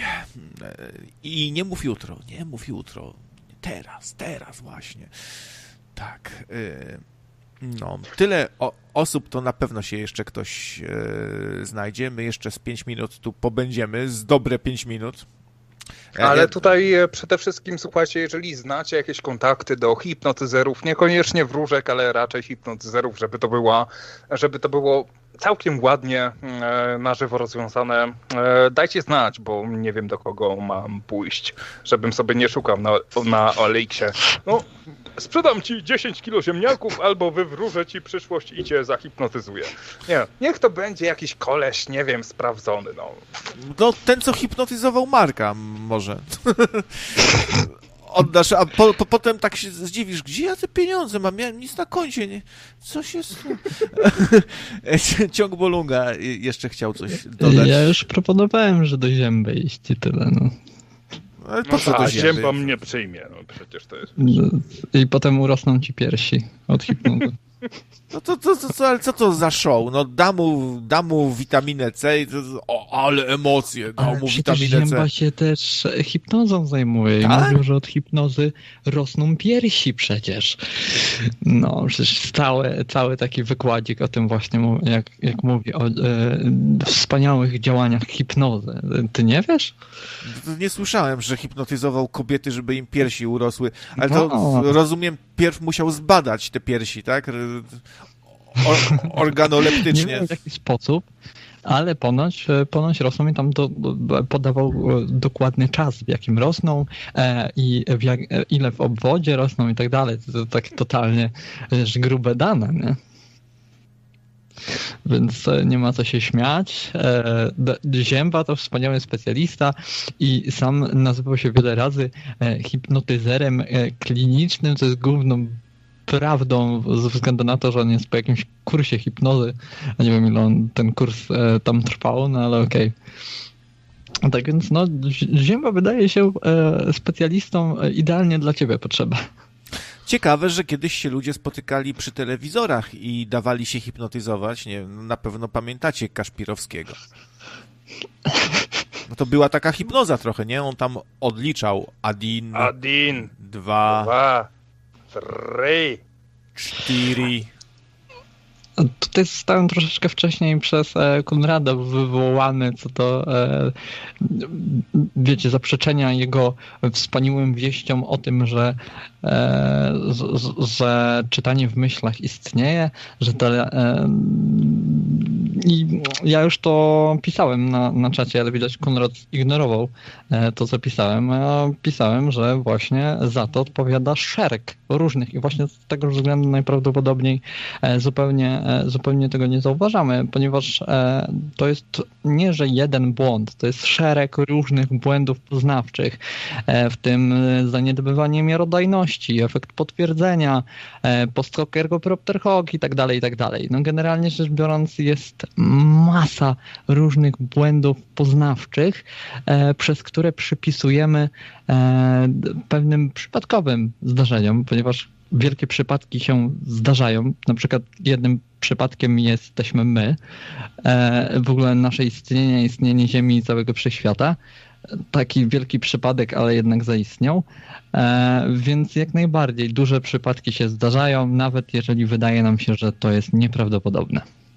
I nie mów jutro. Teraz właśnie. Tak. No, tyle osób, to na pewno się jeszcze ktoś znajdzie. My jeszcze z 5 minut tu pobędziemy, z dobre 5 minut. Ale tutaj przede wszystkim, słuchajcie, jeżeli znacie jakieś kontakty do hipnotyzerów, niekoniecznie wróżek, ale raczej hipnotyzerów, żeby to było całkiem ładnie na żywo rozwiązane, dajcie znać, bo nie wiem, do kogo mam pójść, żebym sobie nie szukał na OLX-ie. No, sprzedam ci 10 kilo ziemniaków, albo wywróżę ci przyszłość i cię zahipnotyzuję. Nie, niech to będzie jakiś koleś, nie wiem, sprawdzony, no. No, ten, co hipnotyzował Marka, może. Oddasz, a potem tak się zdziwisz, gdzie ja te pieniądze mam? Miałem nic na koncie, nie? Co się stało? Ciąg Bolunga jeszcze chciał coś dodać. Ja już proponowałem, że do Zięby iść i tyle, no. Ale po co do Zięby? Zięba mnie przyjmie, no przecież to jest... I potem urosną ci piersi od hipnozy. No ale co to za show? No da mu witaminę C i ale emocje, da mu witaminę C. Zięba się też hipnozą zajmuje i tak? mówił, że od hipnozy rosną piersi przecież. No, przecież cały taki wykładzik o tym właśnie, jak mówi o wspaniałych działaniach hipnozy. Ty nie wiesz? Nie słyszałem, że hipnotyzował kobiety, żeby im piersi urosły, ale to rozumiem, pierw musiał zbadać te piersi, tak? Organoleptycznie. Nie wiem w jaki sposób, ale ponoć rosną i tam podawał dokładny czas, w jakim rosną i ile w obwodzie rosną i tak dalej. To tak totalnie grube dane, nie? Więc nie ma co się śmiać. Zięba to wspaniały specjalista i sam nazywał się wiele razy hipnotyzerem klinicznym, co jest główną prawdą ze względu na to, że on jest po jakimś kursie hipnozy. A nie wiem, ile ten kurs tam trwał, no ale okej. Tak więc no, Zięba wydaje się specjalistą idealnie dla ciebie potrzeba. Ciekawe, że kiedyś się ludzie spotykali przy telewizorach i dawali się hipnotyzować. Nie wiem, na pewno pamiętacie Kaszpirowskiego. No to była taka hipnoza trochę, nie? On tam odliczał 1, 2, 3, 4. Tutaj zostałem troszeczkę wcześniej przez Konrada wywołany, co to wiecie, zaprzeczenia jego wspaniałym wieściom o tym, że czytanie w myślach istnieje, że I ja już to pisałem na czacie, ale widać Konrad ignorował to, co pisałem. Ja pisałem, że właśnie za to odpowiada szereg różnych i właśnie z tego względu najprawdopodobniej zupełnie tego nie zauważamy, ponieważ to jest nie, że jeden błąd, to jest szereg różnych błędów poznawczych, w tym zaniedbywanie miarodajności, efekt potwierdzenia, post-hoc, i tak dalej, i tak dalej. No generalnie rzecz biorąc jest masa różnych błędów poznawczych, przez które przypisujemy pewnym przypadkowym zdarzeniom, ponieważ wielkie przypadki się zdarzają. Na przykład jednym przypadkiem jesteśmy my, w ogóle nasze istnienie Ziemi i całego wszechświata. Taki wielki przypadek, ale jednak zaistniał. Więc jak najbardziej duże przypadki się zdarzają, nawet jeżeli wydaje nam się, że to jest nieprawdopodobne.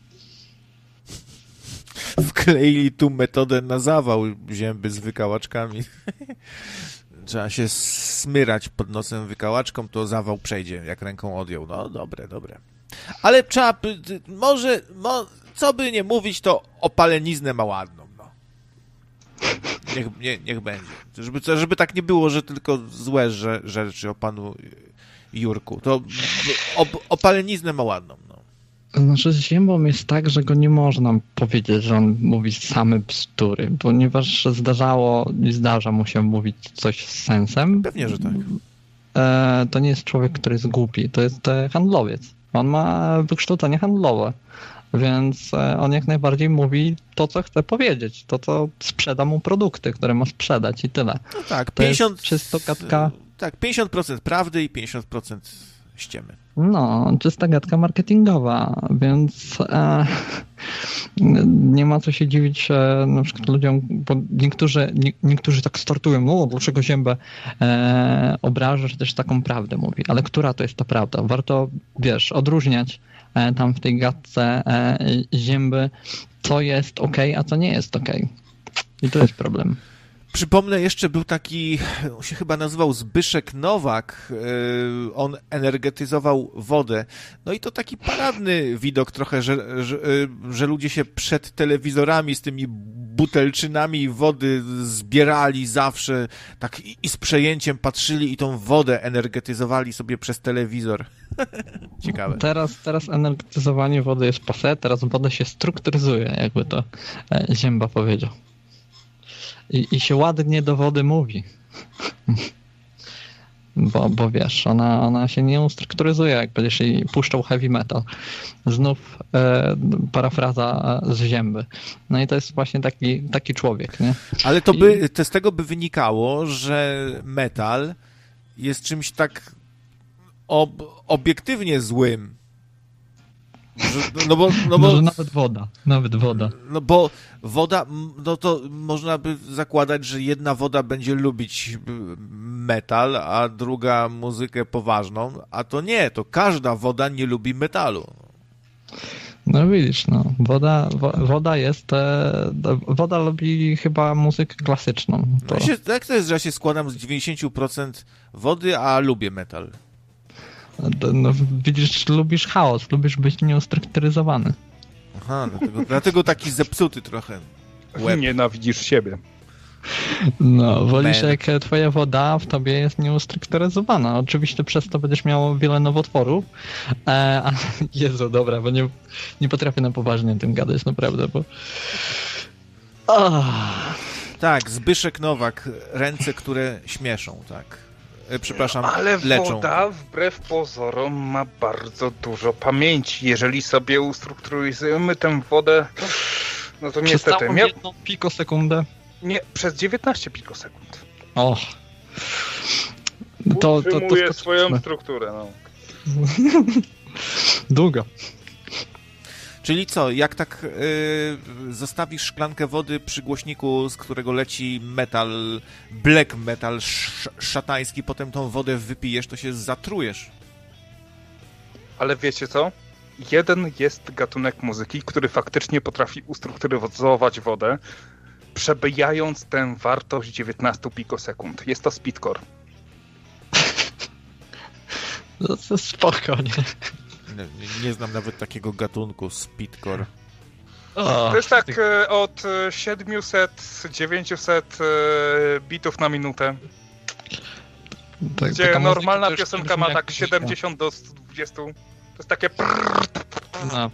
Wkleili tu metodę na zawał zęby z wykałaczkami. Trzeba się smyrać pod nosem wykałaczką, to zawał przejdzie, jak ręką odjął. No, dobre. Ale trzeba, co by nie mówić, to opaleniznę ma ładną. No. Niech będzie. Żeby tak nie było, że tylko złe rzeczy o panu Jurku. To opaleniznę ma ładną. No. Znaczy z Ziębą jest tak, że go nie można powiedzieć, że on mówi same bzdury, ponieważ zdarza mu się mówić coś z sensem. Pewnie, że tak. To nie jest człowiek, który jest głupi, to jest handlowiec. On ma wykształcenie handlowe, więc on jak najbardziej mówi to, co chce powiedzieć, to, co sprzeda mu produkty, które ma sprzedać i tyle. No tak, to 50%, jest czysto gadka... Tak, 50% prawdy i 50% ściemy. No, czysta gadka marketingowa, więc nie ma co się dziwić na przykład ludziom, bo niektórzy tak startują, no dlaczego Ziębę obraża, że też taką prawdę mówi, ale która to jest ta prawda? Warto, odróżniać tam w tej gadce Zięby, co jest okej, a co nie jest okej. I to jest problem. Przypomnę, jeszcze był taki, on się chyba nazywał Zbyszek Nowak, on energetyzował wodę. No i to taki paradny widok trochę, że ludzie się przed telewizorami z tymi butelczynami wody zbierali zawsze, tak i z przejęciem patrzyli i tą wodę energetyzowali sobie przez telewizor. Ciekawe. Teraz energetyzowanie wody jest passé, teraz woda się strukturyzuje, jakby to Zięba powiedział. I się ładnie do wody mówi. Bo wiesz, ona się nie ustrukturyzuje, jak będziesz jej puszczał heavy metal. Znów parafraza z Zięby. No i to jest właśnie taki człowiek, nie? Ale to z tego by wynikało, że metal jest czymś tak obiektywnie złym. Może nawet woda. No bo woda, no to można by zakładać, że jedna woda będzie lubić metal, a druga muzykę poważną, a to nie, to każda woda nie lubi metalu. No widzisz, no, woda lubi chyba muzykę klasyczną. Jak to jest, że ja się składam z 90% wody, a lubię metal? No, widzisz, lubisz chaos, lubisz być nieustrukturyzowany. Aha, dlatego taki zepsuty trochę łeb. Nienawidzisz siebie. No, wolisz jak twoja woda w tobie jest nieustrukturyzowana. Oczywiście przez to będziesz miał wiele nowotworów. Jezu, dobra, bo nie potrafię na poważnie o tym gadać, naprawdę, bo... Tak, Zbyszek Nowak, ręce, które śmieszą, tak. Przepraszam, ale leczą. Woda wbrew pozorom ma bardzo dużo pamięci. Jeżeli sobie ustrukturyzujemy tę wodę, no to niestety... Przez całą jedną pikosekundę? Nie, przez 19 pikosekund. Och. Utrzymuje swoją strukturę, no. Długo. Czyli co, jak tak zostawisz szklankę wody przy głośniku, z którego leci metal, black metal szatański, potem tą wodę wypijesz, to się zatrujesz. Ale wiecie co? Jeden jest gatunek muzyki, który faktycznie potrafi ustrukturyzować wodę, przebijając tę wartość 19 pikosekund. Jest to speedcore. No to spokojnie. Nie znam nawet takiego gatunku, speedcore. To jest tak od 700-900 bitów na minutę. Tak, gdzie normalna piosenka ma tak 70 do 120. To jest takie... No.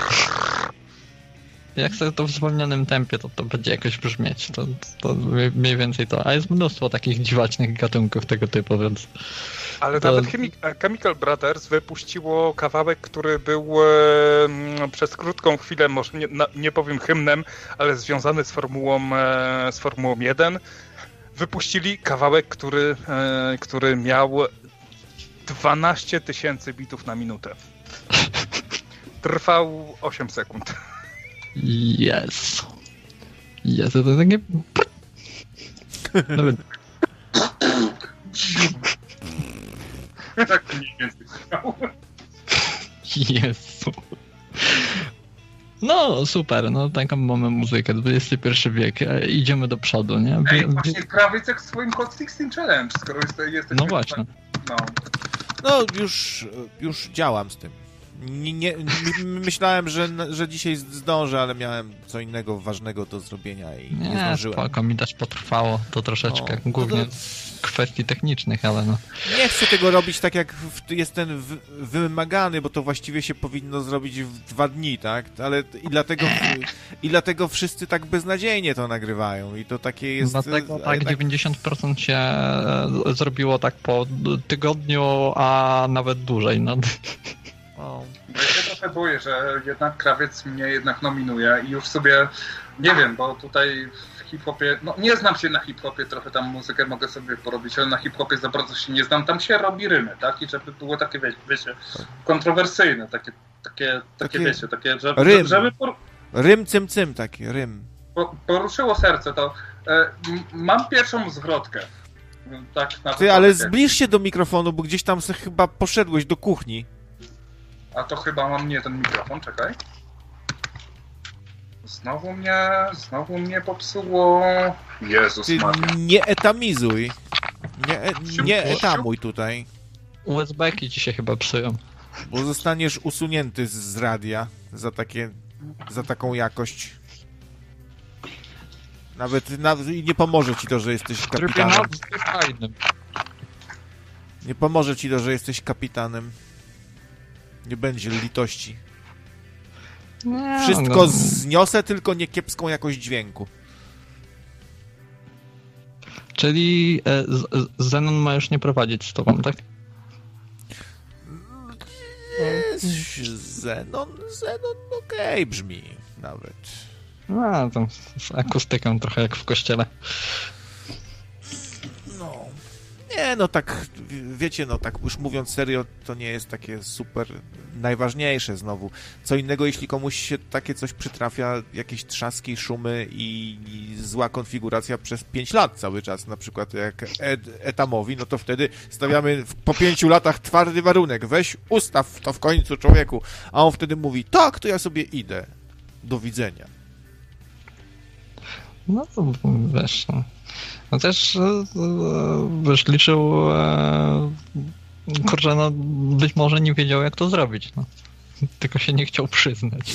Jak sobie to w zwolnionym tempie, to będzie jakoś brzmieć. To mniej więcej to. A jest mnóstwo takich dziwacznych gatunków tego typu, więc... Ale nawet Chemical Brothers wypuściło kawałek, który był przez krótką chwilę, może nie powiem hymnem, ale związany z Formułą 1. Wypuścili kawałek, który miał 12 000 bitów na minutę. Trwał 8 sekund. Yes. To takie... Nawet... Tak mniej więcej chciał. Jezu. No super, no taką mamy muzykę, XXI wiek, idziemy do przodu, nie? Właśnie Krawiec jak w swoim Hot 16 Challenge, skoro jesteśmy... No właśnie. No już działam z tym. Myślałem, że dzisiaj zdążę, ale miałem co innego ważnego do zrobienia i nie zdążyłem. Spoko, mi też potrwało to troszeczkę, głównie kwestii technicznych, ale no. Nie chcę tego robić tak, jak jest ten wymagany, bo to właściwie się powinno zrobić w 2 dni, tak? Ale i dlatego wszyscy tak beznadziejnie to nagrywają i to takie jest... Dlatego tak 90% się zrobiło tak po tygodniu, a nawet dłużej, no. Ja się trochę boję, że jednak Krawiec mnie jednak nominuje i już sobie, nie wiem, bo tutaj w hip-hopie, no nie znam się na hip-hopie, trochę tam muzykę mogę sobie porobić, ale na hip-hopie za bardzo się nie znam, tam się robi rymy, tak? I żeby było takie, wiecie, kontrowersyjne, takie wiecie, takie, żeby Rym, cym, taki, rym. Poruszyło serce, to mam pierwszą zwrotkę. Tak, Ty, ale zbliż się do mikrofonu, bo gdzieś tam chyba poszedłeś do kuchni. A to chyba mam nie ten mikrofon, czekaj. Znowu mnie popsuło. Jezus Maria. Nie etamizuj. Nie etamuj tutaj. USB-ki ci się chyba psują. Bo zostaniesz usunięty z radia za taką jakość. Nawet nie pomoże ci to, że jesteś kapitanem. Nie pomoże ci to, że jesteś kapitanem. Nie będzie litości. Wszystko zniosę, tylko nie kiepską jakość dźwięku. Czyli Zenon ma już nie prowadzić z tobą, tak? Zenon okej, brzmi nawet. No, to z akustyką trochę jak w kościele. No. Nie, no tak, wiecie, no tak już mówiąc serio, to nie jest takie super najważniejsze znowu. Co innego, jeśli komuś się takie coś przytrafia, jakieś trzaski, szumy i zła konfiguracja przez 5 lat cały czas, na przykład jak Etamowi, no to wtedy stawiamy po 5 latach twardy warunek. Weź, ustaw to w końcu, człowieku. A on wtedy mówi, tak, to ja sobie idę. Do widzenia. No to wiesz, no też wiesz, liczył, kurczę, no być może nie wiedział jak to zrobić, no. Tylko się nie chciał przyznać.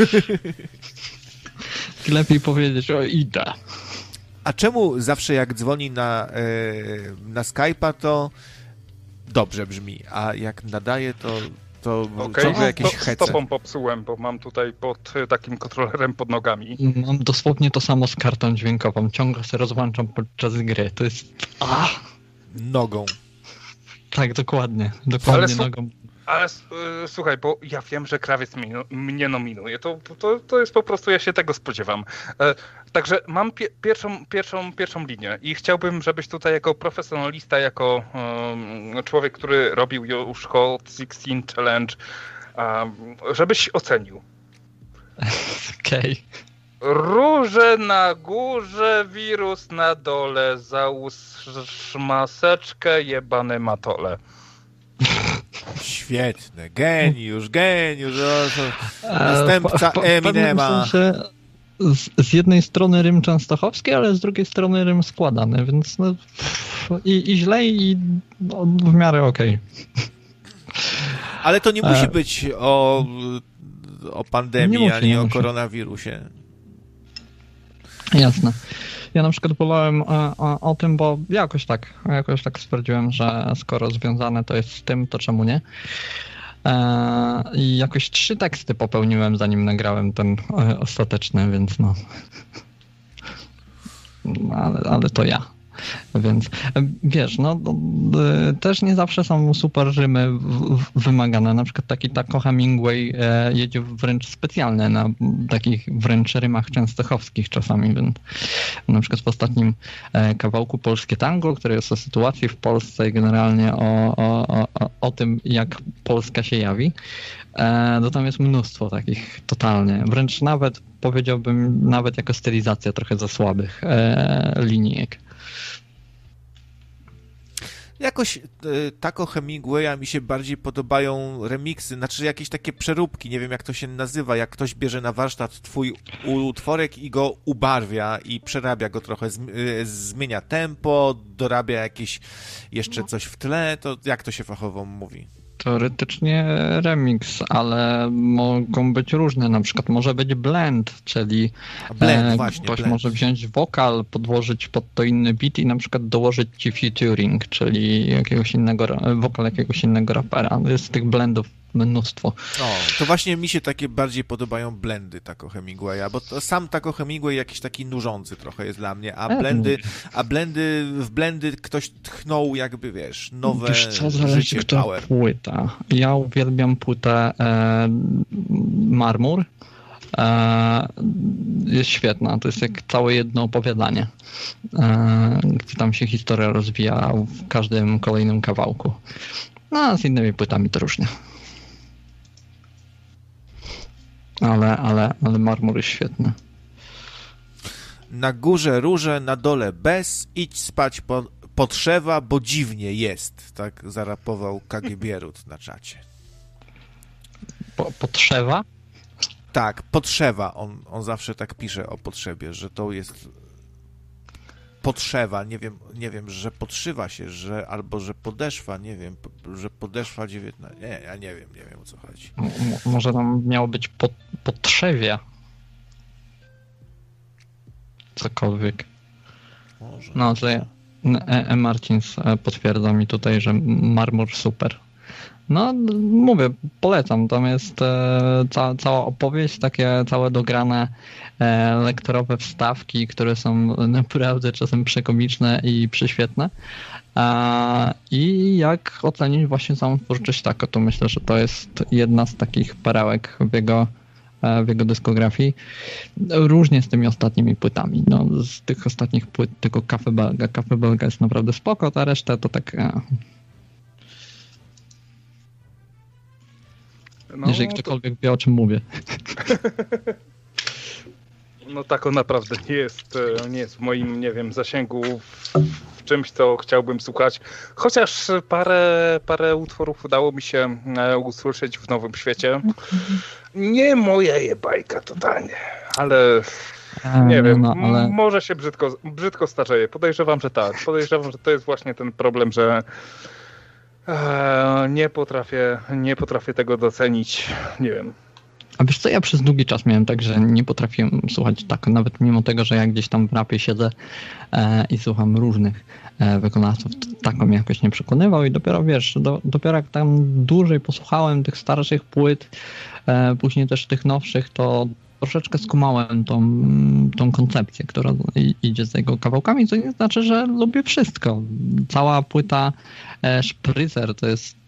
Lepiej powiedzieć, o idę. A czemu zawsze jak dzwoni na Skype'a, to dobrze brzmi, a jak nadaje, to ciągle jakieś hece? Z tobą popsułem, bo mam tutaj pod takim kontrolerem pod nogami. Mam dosłownie to samo z kartą dźwiękową. Ciągle się rozłączam podczas gry. To jest... Nogą. Tak, dokładnie nogą. Ale słuchaj, bo ja wiem, że Krawiec mnie nominuje. To jest po prostu, ja się tego spodziewam. Także mam pierwszą linię i chciałbym, żebyś tutaj jako profesjonalista, jako człowiek, który robił już Hot 16 Challenge, żebyś ocenił. Okej. Róże na górze, wirus na dole, załóż maseczkę, jebane matole. Świetne, geniusz, następca Eminema. Z jednej strony rym częstochowski, ale z drugiej strony rym składany, więc no, i źle, i no, w miarę okej. Ale to nie musi być o pandemii, a nie o koronawirusie. Jasne. Ja na przykład wolałem o tym, bo jakoś tak stwierdziłem, że skoro związane to jest z tym, to czemu nie? I jakoś 3 teksty popełniłem, zanim nagrałem ten ostateczny, więc no. Ale to ja. Więc wiesz, no też nie zawsze są super Rzymy wymagane. Na przykład taki Taco Hemingway jedzie wręcz specjalnie na takich wręcz rymach częstochowskich czasami. Więc na przykład w ostatnim kawałku Polskie Tango, który jest o sytuacji w Polsce i generalnie o tym, jak Polska się jawi, to tam jest mnóstwo takich totalnie, wręcz nawet powiedziałbym, nawet jako stylizacja trochę za słabych linijek. Jakoś Taco Hemingwaya mi się bardziej podobają remiksy, znaczy jakieś takie przeróbki, nie wiem jak to się nazywa, jak ktoś bierze na warsztat twój utworek i go ubarwia i przerabia go trochę, zmienia tempo, dorabia jakieś jeszcze coś w tle, to jak to się fachowo mówi? Teoretycznie remix, ale mogą być różne, na przykład może być blend, czyli ktoś może wziąć wokal, podłożyć pod to inny beat i na przykład dołożyć ci featuring, czyli wokal jakiegoś innego rapera. Jest tych blendów mnóstwo. To właśnie mi się takie bardziej podobają blendy Taco Hemingwaya, bo to sam Taco Hemingway jakiś taki nużący trochę jest dla mnie, w blendy ktoś tchnął jakby, wiesz, nowe wiesz co, zależy kto płyta. Ja uwielbiam płytę Marmur. Jest świetna, to jest jak całe jedno opowiadanie, gdzie tam się historia rozwija w każdym kolejnym kawałku. No, a z innymi płytami to różnie. Ale Marmur jest świetny. Na górze róże, na dole bez, idź spać potrzeba, bo dziwnie jest. Tak zarapował KGB-rut na czacie. Potrzeba? Tak, potrzeba. On zawsze tak pisze o potrzebie, że to jest potrzeba. Nie wiem, że podszywa się, albo że podeszwa, nie wiem, że podeszwa 19. Nie, ja nie wiem o co chodzi. Może tam miało być potrzebia. Cokolwiek. Może. No, że Marcins potwierdza mi tutaj, że Marmur super. No, mówię, polecam. Tam jest cała opowieść, takie całe dograne lektorowe wstawki, które są naprawdę czasem przekomiczne i prześwietne. I jak ocenić właśnie samą twórczość Taco, to myślę, że to jest jedna z takich perełek w jego dyskografii. Różnie z tymi ostatnimi płytami. No, z tych ostatnich płyt tylko Cafe Belga jest naprawdę spoko, ta reszta to tak... No, jeżeli ktokolwiek wie, o czym mówię. No Taco naprawdę nie jest w moim, nie wiem, zasięgu w czymś, co chciałbym słuchać. Chociaż parę utworów udało mi się usłyszeć w Nowym Świecie. Nie moja jebajka totalnie, ale nie wiem, ale... może się brzydko starzeje. Podejrzewam, że tak. Podejrzewam, że to jest właśnie ten problem, że nie potrafię tego docenić. Nie wiem. A wiesz co, ja przez długi czas miałem tak, że nie potrafiłem słuchać tak, nawet mimo tego, że ja gdzieś tam w rapie siedzę i słucham różnych wykonawców, tak mnie jakoś nie przekonywał i dopiero wiesz, dopiero jak tam dłużej posłuchałem tych starszych płyt, później też tych nowszych, to troszeczkę skumałem tą koncepcję, która idzie z jego kawałkami, co nie znaczy, że lubię wszystko. Cała płyta Szprycer to jest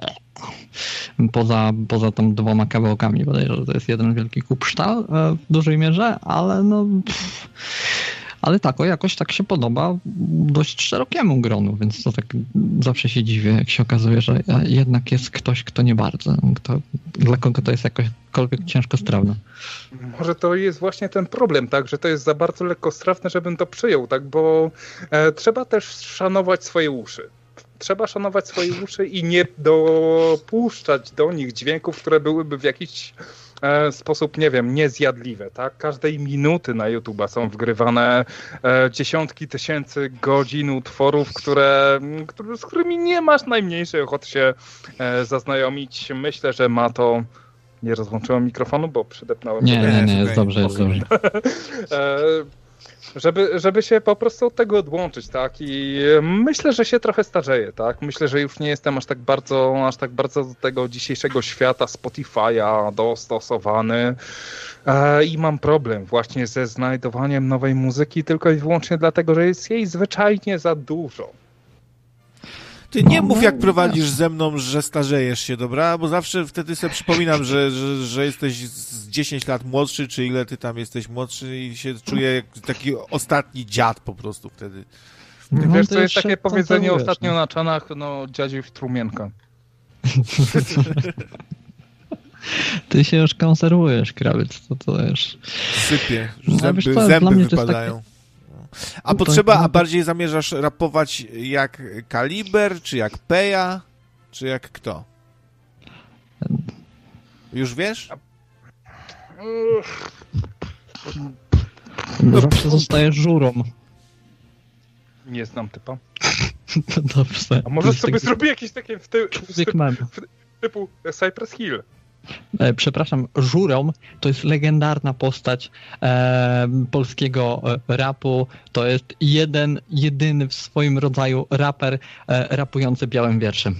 poza tą 2 kawałkami, bodajże, że to jest jeden wielki kupsztal w dużej mierze, ale ale tak, jakoś tak się podoba dość szerokiemu gronu, więc to tak zawsze się dziwię, jak się okazuje, że jednak jest ktoś, kto nie bardzo, dla kogo to jest jakkolwiek ciężkostrawne. Może to jest właśnie ten problem, tak, że to jest za bardzo lekkostrawne, żebym to przyjął, tak, bo trzeba też szanować swoje uszy. Trzeba szanować swoje uszy i nie dopuszczać do nich dźwięków, które byłyby w jakiś sposób, nie wiem, niezjadliwe, tak? Każdej minuty na YouTube'a są wgrywane dziesiątki tysięcy godzin utworów, z którymi nie masz najmniejszej ochoty się zaznajomić. Myślę, że ma to Nie rozłączyłem mikrofonu, bo przydepnąłem. Nie, jest dobrze, jest dobrze. Żeby się po prostu od tego odłączyć, tak? I myślę, że się trochę starzeję, tak? Myślę, że już nie jestem aż tak bardzo do tego dzisiejszego świata Spotify'a dostosowany i mam problem właśnie ze znajdowaniem nowej muzyki tylko i wyłącznie dlatego, że jest jej zwyczajnie za dużo. Ty nie mów, jak prowadzisz ze mną, że starzejesz się, dobra? Bo zawsze wtedy sobie przypominam, że jesteś z 10 lat młodszy, czy ile ty tam jesteś młodszy i się czuję jak taki ostatni dziad po prostu wtedy. Wiesz, to jest takie powiedzenie ostatnio na czanach, dziadziu strumienka. Ty się już konserwujesz, krawiec, to wiesz. Sypie, zęby wypadają. A bardziej zamierzasz rapować jak Kaliber, czy jak Peja, czy jak kto? Już wiesz? Zawsze zostajesz żurą. Nie znam typa. To dobrze. A może sobie zrobię jakieś takie typu Cypress Hill. Przepraszam, Żurą to jest legendarna postać polskiego rapu. To jest jedyny w swoim rodzaju raper rapujący białym wierszem.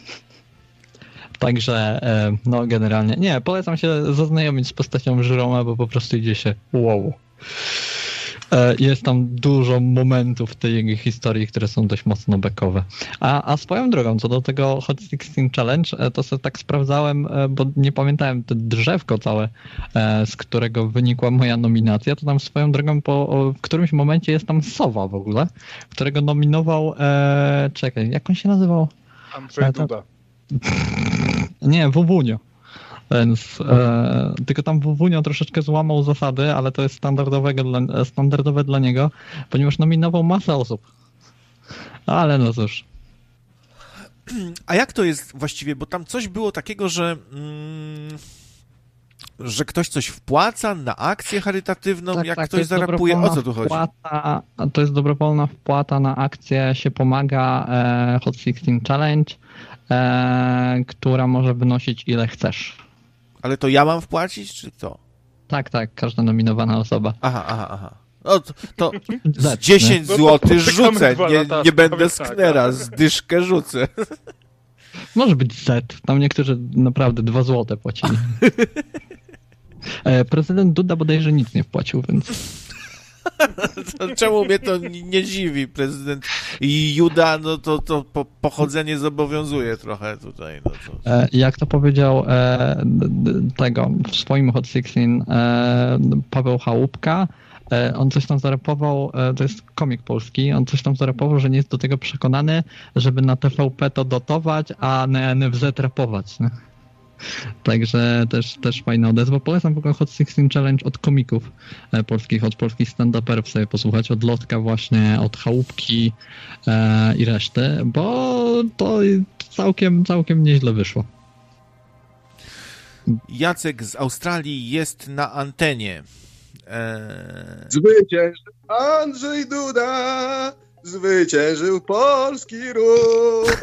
Także, generalnie, nie, polecam się zaznajomić z postacią Żuroma, bo po prostu idzie się wow. Jest tam dużo momentów w tej jego historii, które są dość mocno bekowe. A swoją drogą, co do tego Hot 16 Challenge, to sobie tak sprawdzałem, bo nie pamiętałem to drzewko całe, z którego wynikła moja nominacja, to tam swoją drogą w którymś momencie jest tam Sowa w ogóle, którego nominował, jak on się nazywał? Andrzej Duda. Nie, Wowunio. Więc tylko tam Wowunio troszeczkę złamał zasady, ale to jest standardowe dla niego, ponieważ nominował masę osób. Ale no cóż. A jak to jest właściwie? Bo tam coś było takiego, że ktoś coś wpłaca na akcję charytatywną, tak, jak ktoś zarapuje. O co tu chodzi? To jest dobrowolna wpłata na akcję, się pomaga Hot 16 Challenge, która może wynosić ile chcesz. Ale to ja mam wpłacić, czy kto? Tak, każda nominowana osoba. Aha. No to z 10 zł rzucę, nie będę sknera, z dyszkę rzucę. Może być Z, tam niektórzy naprawdę 2 zł płacili. Prezydent Duda bodajże nic nie wpłacił, więc... Czemu mnie to nie dziwi? Prezydent Juda, no to pochodzenie zobowiązuje trochę tutaj. No to... Jak to powiedział w swoim Hot 16 Paweł Chałupka, on coś tam zarapował, to jest komik polski, on coś tam zarapował, że nie jest do tego przekonany, żeby na TVP to dotować, a na NFZ rapować. Nie? Także też fajna odezwa. Polecam w ogóle Hot 16 Challenge od komików polskich, od polskich stand-uperów sobie posłuchać, od Lotka właśnie, od Chałupki i reszty, bo to całkiem nieźle wyszło. Jacek z Australii jest na antenie. Zwyciężył Andrzej Duda, zwyciężył polski ruch.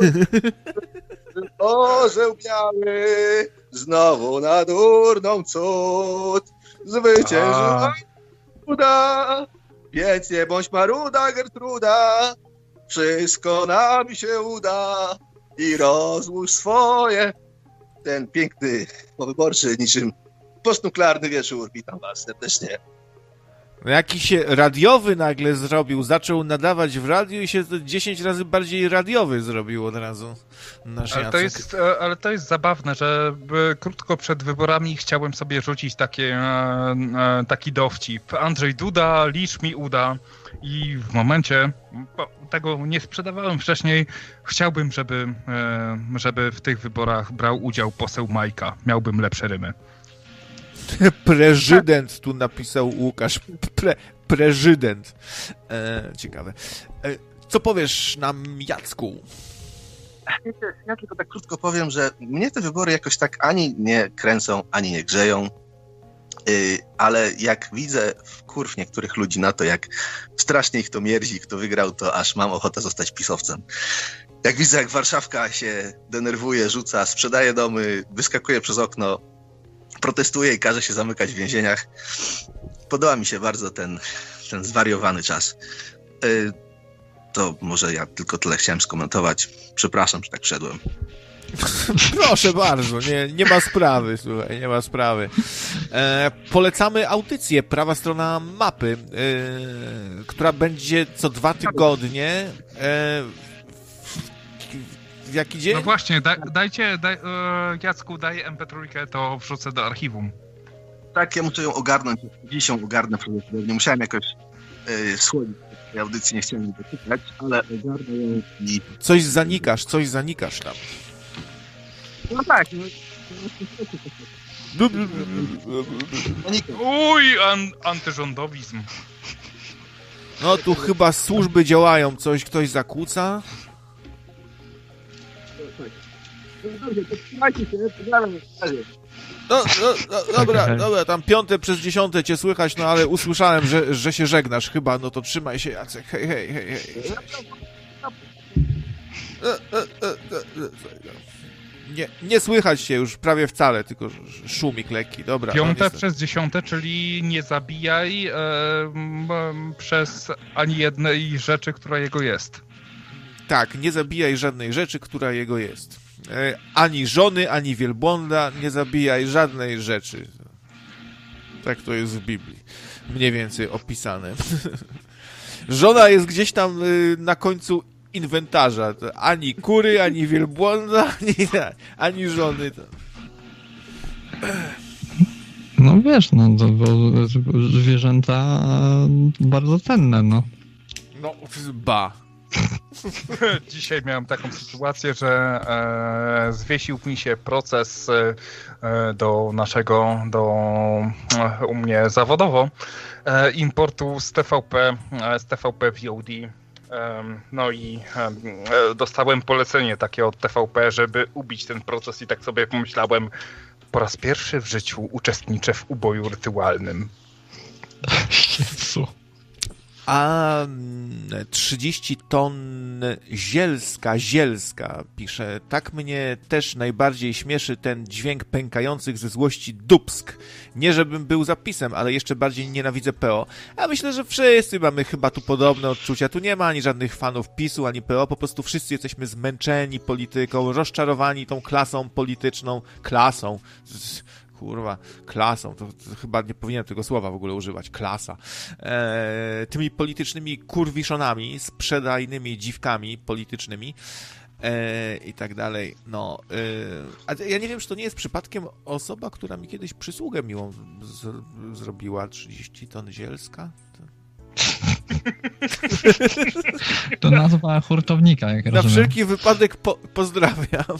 Orzeł biały, znowu na durną cud. Zwyciężył Duda, więc nie bądź maruda, Gertruda. Wszystko nam się uda i rozłóż swoje. Ten piękny, powyborczy, niczym postnuklearny wieczór. Witam was serdecznie. Jakiś się radiowy nagle zrobił, zaczął nadawać w radiu i się 10 razy bardziej radiowy zrobił od razu nasz Jacek. Ale to jest zabawne, że krótko przed wyborami chciałem sobie rzucić taki dowcip. Andrzej Duda, licz mi uda. I w momencie, bo tego nie sprzedawałem wcześniej, chciałbym, żeby w tych wyborach brał udział poseł Majka. Miałbym lepsze rymy. Prezydent tu napisał Łukasz. Prezydent. Ciekawe. Co powiesz nam, Jacku? Ja tylko tak krótko powiem, że mnie te wybory jakoś tak ani nie kręcą, ani nie grzeją, ale jak widzę wkurw niektórych ludzi na to, jak strasznie ich to mierzi, kto wygrał, to aż mam ochotę zostać pisowcem. Jak widzę, jak Warszawka się denerwuje, rzuca, sprzedaje domy, wyskakuje przez okno, protestuje i każe się zamykać w więzieniach. Podoba mi się bardzo ten zwariowany czas. To może ja tylko tyle chciałem skomentować. Przepraszam, że tak wszedłem. Proszę bardzo, nie ma sprawy, słuchaj, nie ma sprawy. Polecamy audycję Prawa Strona Mapy, która będzie co 2 tygodnie. W jaki dzień? No właśnie, Jacku, daj MP3, to wrzucę do archiwum. Tak, ja muszę ją ogarnąć. Dziś ją ogarnę, nie musiałem jakoś schłodzić tej audycji, nie chciałem jej dotykać, ale ogarnę ją i... Coś zanikasz tam. No tak. Uj, antyrządowizm. No tu chyba służby działają, ktoś zakłóca. No, dobra, tam 5 przez 10 cię słychać, no ale usłyszałem, że się żegnasz chyba, no to trzymaj się, Jacek, hej. Nie słychać się już prawie wcale, tylko szumik lekki, dobra. 5 przez 10, czyli nie zabijaj przez ani jednej rzeczy, która jego jest. Tak, nie zabijaj żadnej rzeczy, która jego jest. Ani żony, ani wielbłąda, nie zabijaj żadnej rzeczy. Tak to jest w Biblii. Mniej więcej opisane. Żona jest gdzieś tam na końcu inwentarza. Ani kury, ani wielbłąda, ani żony. No wiesz, no to zwierzęta bardzo cenne, no. No, ba. Dzisiaj miałem taką sytuację, że zwiesił mi się proces u mnie zawodowo importu z TVP VOD. No i dostałem polecenie takie od TVP, żeby ubić ten proces i tak sobie pomyślałem, po raz pierwszy w życiu uczestniczę w uboju rytualnym. Jezu. A 30 ton zielska pisze. Tak mnie też najbardziej śmieszy ten dźwięk pękających ze złości dupsk. Nie żebym był zapisem, ale jeszcze bardziej nienawidzę PO. A myślę, że wszyscy mamy chyba tu podobne odczucia. Tu nie ma ani żadnych fanów PiS-u, ani PO. Po prostu wszyscy jesteśmy zmęczeni polityką, rozczarowani tą klasą polityczną. Klasą. Klasą, to chyba nie powinienem tego słowa w ogóle używać, klasa. Tymi politycznymi kurwiszonami, sprzedajnymi dziwkami politycznymi i tak dalej. No, a ja nie wiem, czy to nie jest przypadkiem osoba, która mi kiedyś przysługę miłą zrobiła, 30 ton zielska? To nazwa hurtownika, jak rozumiem. Na wszelki wypadek pozdrawiam.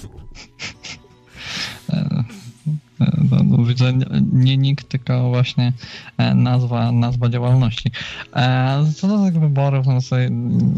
Widzę nie nikt, tylko właśnie nazwa działalności. Co do tych wyborów, no sobie,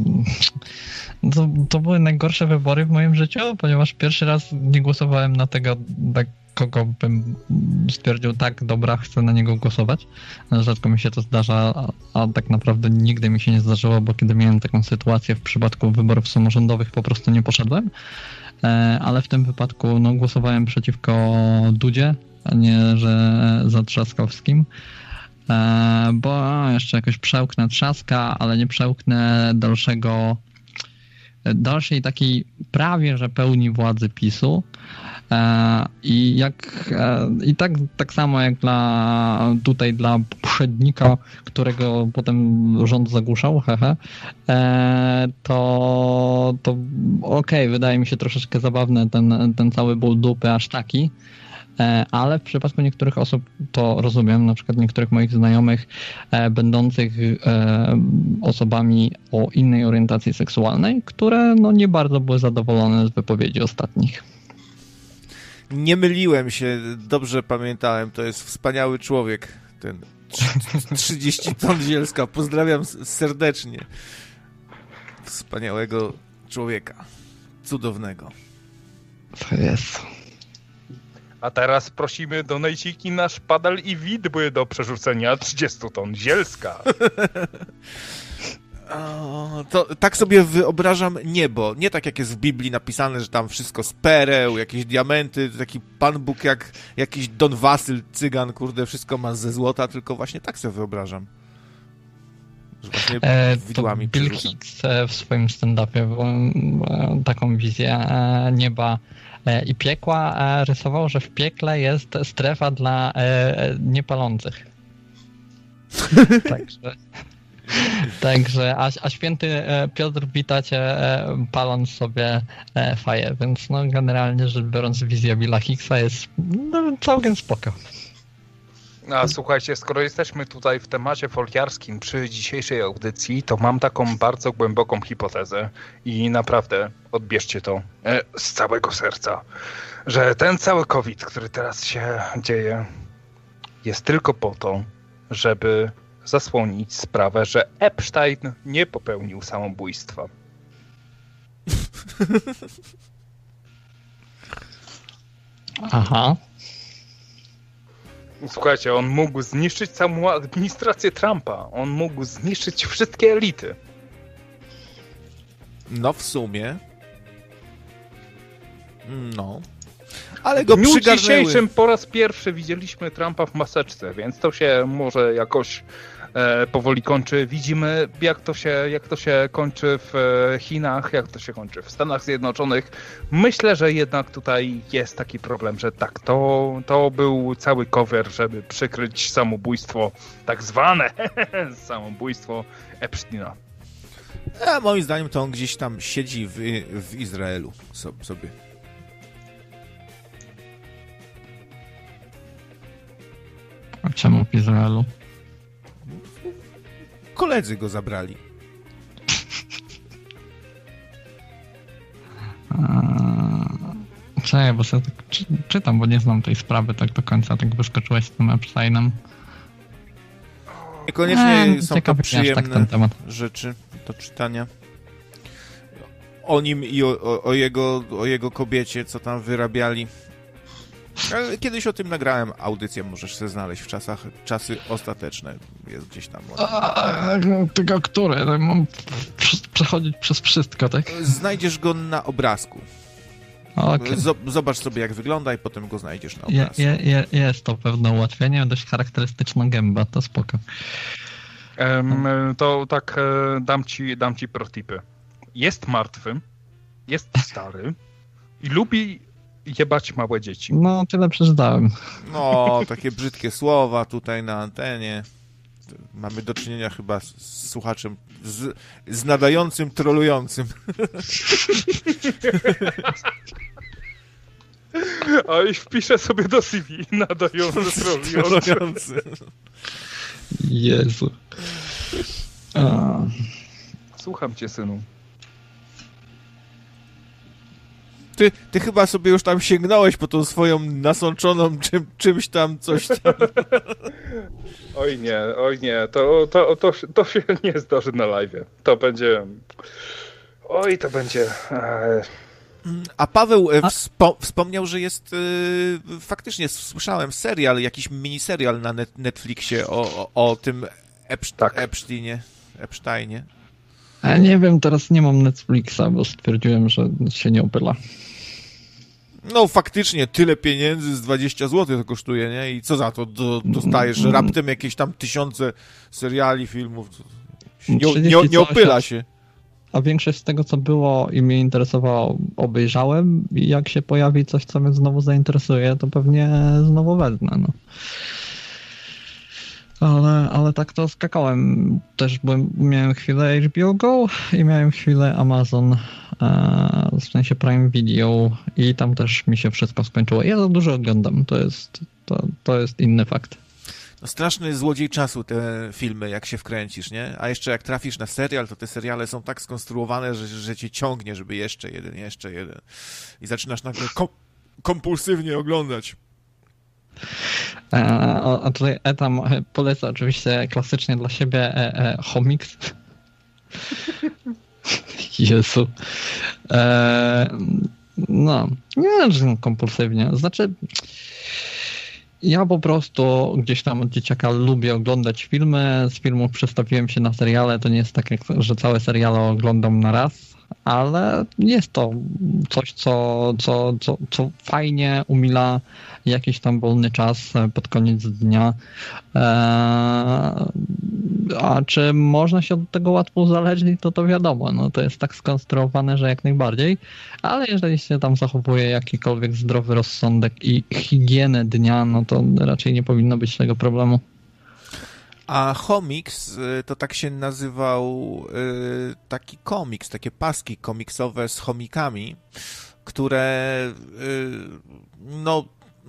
to były najgorsze wybory w moim życiu, ponieważ pierwszy raz nie głosowałem na tego, kogo bym stwierdził, tak, dobra, chcę na niego głosować. Rzadko mi się to zdarza, a tak naprawdę nigdy mi się nie zdarzyło, bo kiedy miałem taką sytuację w przypadku wyborów samorządowych, po prostu nie poszedłem. Ale w tym wypadku głosowałem przeciwko Dudzie, a nie, że za Trzaskowskim, bo jeszcze jakoś przełknę Trzaska, ale nie przełknę dalszej takiej prawie, że pełni władzy PiS-u. I tak samo jak dla poprzednika, którego potem rząd zagłuszał, to okej, wydaje mi się troszeczkę zabawny ten cały ból dupy aż taki, ale w przypadku niektórych osób to rozumiem, na przykład niektórych moich znajomych będących osobami o innej orientacji seksualnej, które nie bardzo były zadowolone z wypowiedzi ostatnich. Nie myliłem się, dobrze pamiętałem, to jest wspaniały człowiek, ten 30 ton zielska. Pozdrawiam serdecznie wspaniałego człowieka, cudownego. To jest. A teraz prosimy donejciki na szpadel i widły do przerzucenia 30 ton zielska. To tak sobie wyobrażam niebo. Nie tak jak jest w Biblii napisane, że tam wszystko z pereł, jakieś diamenty, taki Pan Bóg jak jakiś Don Wasyl, cygan, kurde, wszystko ma ze złota, tylko właśnie tak sobie wyobrażam. Że właśnie widłami Bill Hicks w swoim stand-upie taką wizję nieba i piekła rysował, że w piekle jest strefa dla niepalących. Także, a święty Piotr wita cię paląc sobie faję, więc no generalnie rzecz biorąc wizja Billa Hicksa jest całkiem spoko. A słuchajcie, skoro jesteśmy tutaj w temacie folkiarskim przy dzisiejszej audycji, to mam taką bardzo głęboką hipotezę i naprawdę odbierzcie to z całego serca, że ten cały COVID, który teraz się dzieje, jest tylko po to, żeby zasłonić sprawę, że Epstein nie popełnił samobójstwa. Aha. Słuchajcie, on mógł zniszczyć całą administrację Trumpa. On mógł zniszczyć wszystkie elity. No w sumie. No. Ale go w dniu przygarnęły. dzisiejszym po raz pierwszy widzieliśmy Trumpa w maseczce, więc to się może jakoś powoli kończy. Widzimy, jak to się kończy w Chinach, jak to się kończy w Stanach Zjednoczonych. Myślę, że jednak tutaj jest taki problem, że tak, to był cały cover, żeby przykryć samobójstwo, tak zwane samobójstwo Epsteina. A moim zdaniem to on gdzieś tam siedzi w Izraelu sobie. A czemu w Izraelu? Koledzy go zabrali. Czekaj, bo sobie tak czytam, bo nie znam tej sprawy tak do końca, tak wyskoczyłeś z tym Epsteinem. Niekoniecznie są to ciekawy przyjemne temat. rzeczy do czytania. O nim i o jego kobiecie, co tam wyrabiali. Ale kiedyś o tym nagrałem audycję, możesz sobie znaleźć w czasy ostateczne. Jest gdzieś tam. Tego które? Mam przechodzić przez wszystko, tak? Znajdziesz go na obrazku. Okay. Zobacz sobie, jak wygląda i potem go znajdziesz na obrazku. Jest to pewne ułatwienie, dość charakterystyczna gęba, to spoko. To tak dam ci protipy. Jest martwy, jest stary i lubi jebać małe dzieci. No, tyle przeczytałem. No, takie brzydkie słowa tutaj na antenie. Mamy do czynienia chyba z słuchaczem, z nadającym, trolującym. A i wpiszę sobie do CV nadający, trolujący. Jezu. Słucham cię, synu. Ty chyba sobie już tam sięgnąłeś po tą swoją nasączoną czymś tam, coś tam. Oj nie, to się nie zdarzy na live'ie. To będzie... Oj, to będzie... A Paweł wspomniał, że jest faktycznie, słyszałem, serial, jakiś miniserial na Netflixie o tym Epsteinie. A nie wiem, teraz nie mam Netflixa, bo stwierdziłem, że się nie opyla. No faktycznie, tyle pieniędzy, z 20 zł to kosztuje, nie? I co za to dostajesz? Raptem jakieś tam tysiące seriali, filmów. Nie opyla się. A większość z tego, co było i mnie interesowało, obejrzałem i jak się pojawi coś, co mnie znowu zainteresuje, to pewnie znowu wezmę, no. Ale tak to skakałem. Też miałem chwilę HBO Go i miałem chwilę Amazon, w sensie Prime Video i tam też mi się wszystko skończyło. Ja za dużo oglądam, to jest inny fakt. No, straszny złodziej czasu te filmy, jak się wkręcisz, nie? A jeszcze jak trafisz na serial, to te seriale są tak skonstruowane, że cię ciągnie, żeby jeszcze jeden. I zaczynasz nagle kompulsywnie oglądać. A tutaj tam polecę oczywiście klasycznie dla siebie Homiks. Jezu. No, nie kompulsywnie. Znaczy, Ja po prostu gdzieś tam od dzieciaka lubię oglądać filmy. Z filmów przestawiłem się na seriale. To nie jest tak, że całe seriale oglądam na raz, ale jest to coś, co fajnie umila jakiś tam wolny czas pod koniec dnia. A czy można się od tego łatwo uzależnić, to wiadomo. No, to jest tak skonstruowane, że jak najbardziej. Ale jeżeli się tam zachowuje jakikolwiek zdrowy rozsądek i higienę dnia, no to raczej nie powinno być tego problemu. A Chomix to tak się nazywał taki komiks, takie paski komiksowe z chomikami, które no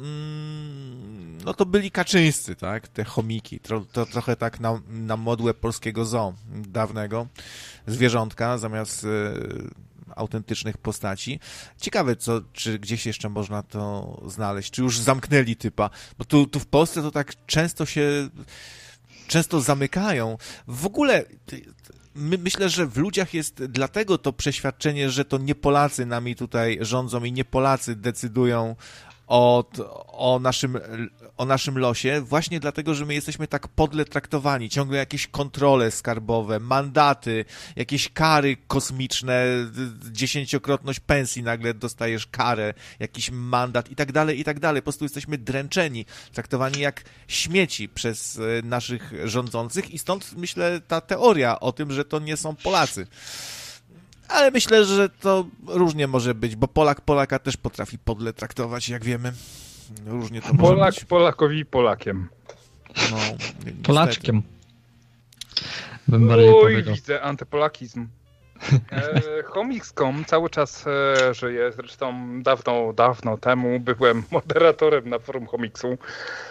to byli Kaczyńscy, tak? Te chomiki. To trochę tak na modłę polskiego zoo dawnego. Zwierzątka zamiast autentycznych postaci. Ciekawe, czy gdzieś jeszcze można to znaleźć, czy już zamknęli typa, bo tu w Polsce to tak często zamykają. W ogóle myślę, że w ludziach jest dlatego to przeświadczenie, że to nie Polacy nami tutaj rządzą i nie Polacy decydują o naszym losie, właśnie dlatego, że my jesteśmy tak podle traktowani. Ciągle jakieś kontrole skarbowe, mandaty, jakieś kary kosmiczne, 10-krotność pensji, nagle dostajesz karę, jakiś mandat i tak dalej, i tak dalej. Po prostu jesteśmy dręczeni, traktowani jak śmieci przez naszych rządzących i stąd, myślę, ta teoria o tym, że to nie są Polacy. Ale myślę, że to różnie może być, bo Polak Polaka też potrafi podle traktować, jak wiemy. Różnie to może być. Polakowi Polakiem. No, Polaczkiem. Bym bardziej powiedział. Widzę antypolakizm. Chomix.com cały czas żyje, zresztą dawno temu byłem moderatorem na forum Chomiksu.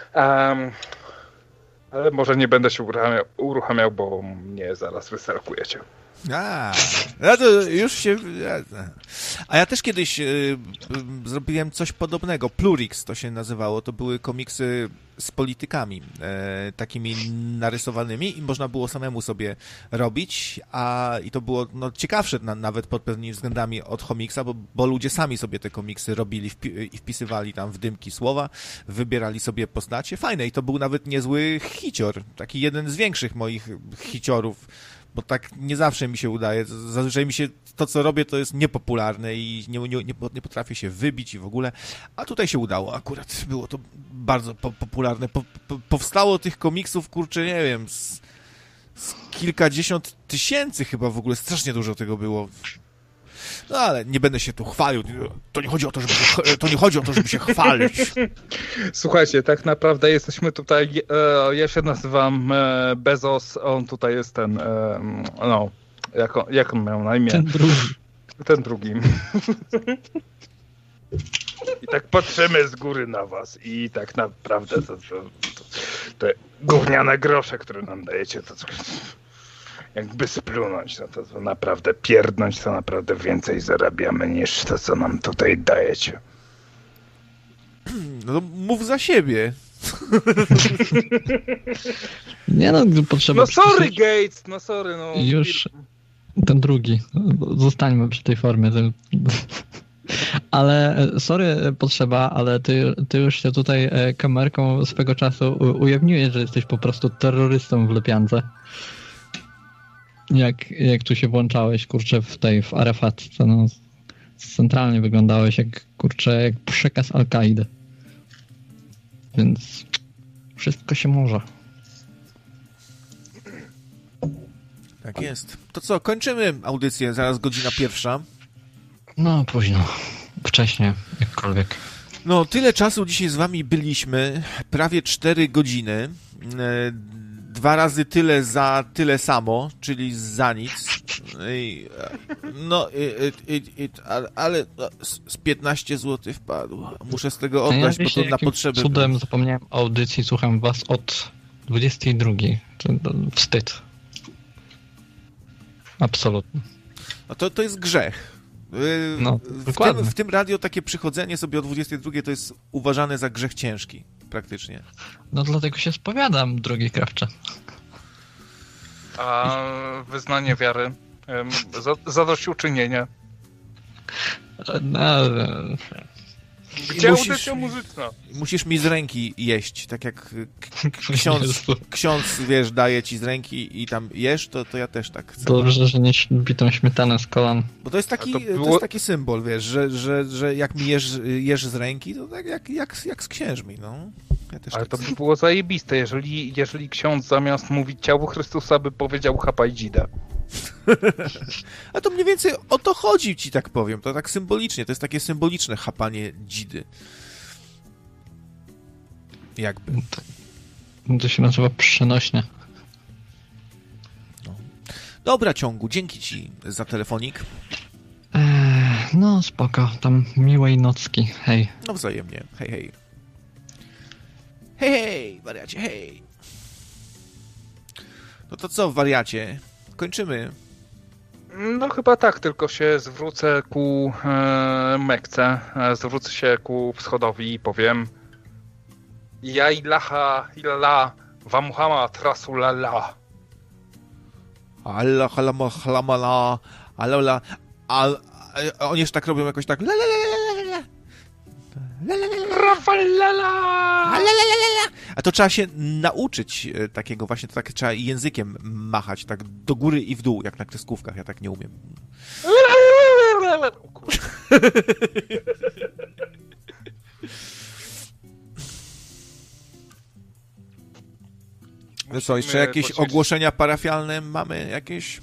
Ale może nie będę się uruchamiał, bo mnie zaraz wystalkujecie. No to już się... A ja też kiedyś zrobiłem coś podobnego. Plurix to się nazywało. To były komiksy z politykami takimi narysowanymi i można było samemu sobie robić, i to było ciekawsze nawet pod pewnymi względami od Chomiksa, bo ludzie sami sobie te komiksy robili i wpisywali tam w dymki słowa, wybierali sobie postacie. Fajne i to był nawet niezły hicior. Taki jeden z większych moich hiciorów, bo tak nie zawsze mi się udaje. Zazwyczaj mi się to, co robię, to jest niepopularne i nie potrafię się wybić i w ogóle. A tutaj się udało akurat. Było to bardzo popularne. Powstało tych komiksów, kurczę, nie wiem, z kilkadziesiąt tysięcy chyba w ogóle. Strasznie dużo tego było. No ale nie będę się tu chwalił. To nie chodzi o to, żeby się chwalić. Słuchajcie, tak naprawdę jesteśmy tutaj, ja się nazywam Bezos, on tutaj jest ten, jak on miał na imię? Ten drugi. I tak patrzymy z góry na was i tak naprawdę te gówniane grosze, które nam dajecie, to jakby splunąć, to naprawdę pierdnąć, to naprawdę więcej zarabiamy niż to, co nam tutaj dajecie. No to mów za siebie. Nie potrzeba... No sorry Gates, sorry. Już ten drugi. Zostańmy przy tej formie. Ale sorry potrzeba, ale ty już się tutaj kamerką swego czasu ujawniłeś, że jesteś po prostu terrorystą w Lepiance. Jak tu się włączałeś, kurczę, w Arafatce, centralnie wyglądałeś jak przekaz Al-Kaidy. Więc wszystko się może. Tak jest. To co, kończymy audycję, zaraz godzina 1. No, późno. Wcześnie, jakkolwiek. No, tyle czasu dzisiaj z wami byliśmy, prawie 4 godziny. 2 razy tyle za tyle samo, czyli za nic. Ale z 15 zł wpadło. Muszę z tego oddać, bo to na potrzeby. Cudem zapomniałem o audycji, słucham was od 22. Wstyd. Absolutnie. No to jest grzech. W tym radio takie przychodzenie sobie o 22 to jest uważane za grzech ciężki. Praktycznie. No dlatego się spowiadam, drogi krawcze. A wyznanie wiary? Zadośćuczynienie? Gdzie audycja muzyczna? Musisz mi z ręki jeść, tak jak ksiądz, wiesz, daje ci z ręki i tam jesz, to ja też tak chcę. Dobrze, że nie bitą śmietanę z kolan. Bo to jest taki symbol, wiesz, że jak mi jesz z ręki, to tak jak z księżmi, no. Ja też ale tak to by było zajebiste, jeżeli ksiądz zamiast mówić ciało Chrystusa by powiedział chapaj dzidę. A to mniej więcej o to chodzi, ci tak powiem. To tak symbolicznie, to jest takie symboliczne chapanie dzidy. Jakby. To się nazywa przenośnie. No. Dobra, Ciągu, dzięki ci za telefonik. No spoko, tam miłej nocki, hej. No wzajemnie, hej, hej. Hej, hej, wariacie, hej. No to co, wariacie? Kończymy. No chyba tak, tylko się zwrócę ku Mekce, zwrócę się ku wschodowi i powiem Ja ilaha illallah wa Muhammad Rasulallah. Allah, halamala, alala, oni już tak robią jakoś tak a to trzeba się nauczyć takiego właśnie, to tak trzeba językiem machać, tak do góry i w dół, jak na kreskówkach, ja tak nie umiem. No co, jeszcze jakieś ogłoszenia parafialne mamy jakieś?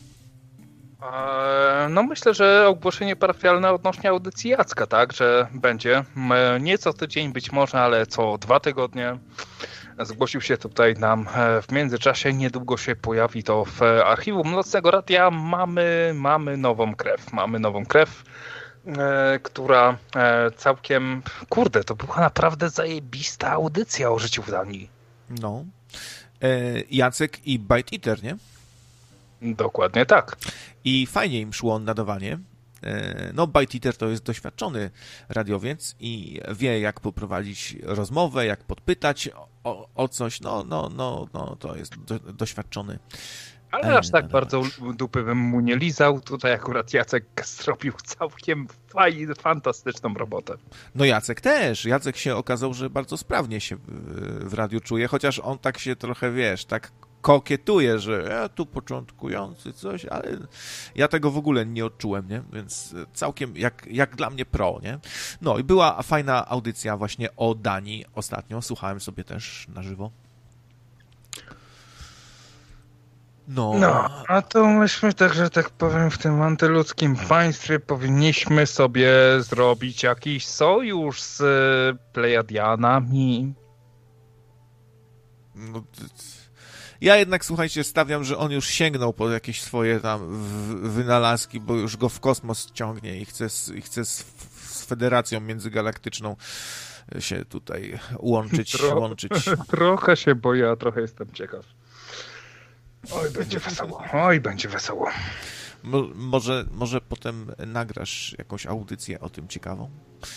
No myślę, że ogłoszenie parafialne odnośnie audycji Jacka, tak, że będzie nie co tydzień być może, ale co 2 tygodnie. Zgłosił się tutaj nam w międzyczasie, niedługo się pojawi to w archiwum Nocnego Radia. Mamy nową krew, która całkiem, kurde, to była naprawdę zajebista audycja o życiu w Danii. No. Jacek i Bite Eater, nie? Dokładnie tak. I fajnie im szło nadawanie. No, Bite Eater to jest doświadczony radiowiec i wie, jak poprowadzić rozmowę, jak podpytać o coś. No, to jest doświadczony. Ale aż tak bardzo dupy bym mu nie lizał. Tutaj akurat Jacek zrobił całkiem fantastyczną robotę. No Jacek też. Jacek się okazał, że bardzo sprawnie się w radiu czuje, chociaż on tak się trochę, wiesz, tak kokietuje, że ja tu początkujący coś, ale ja tego w ogóle nie odczułem, nie? Więc całkiem jak dla mnie pro, nie? No i była fajna audycja właśnie o Danii ostatnio. Słuchałem sobie też na żywo. No, a to myśmy tak, że tak powiem, w tym antyludzkim państwie powinniśmy sobie zrobić jakiś sojusz z Plejadianami. No, ja jednak, słuchajcie, stawiam, że on już sięgnął po jakieś swoje tam wynalazki, bo już go w kosmos ciągnie i chce z Federacją Międzygalaktyczną się tutaj łączyć. Trochę się boję, a trochę jestem ciekaw. Oj, będzie wesoło. Może potem nagrasz jakąś audycję o tym ciekawą?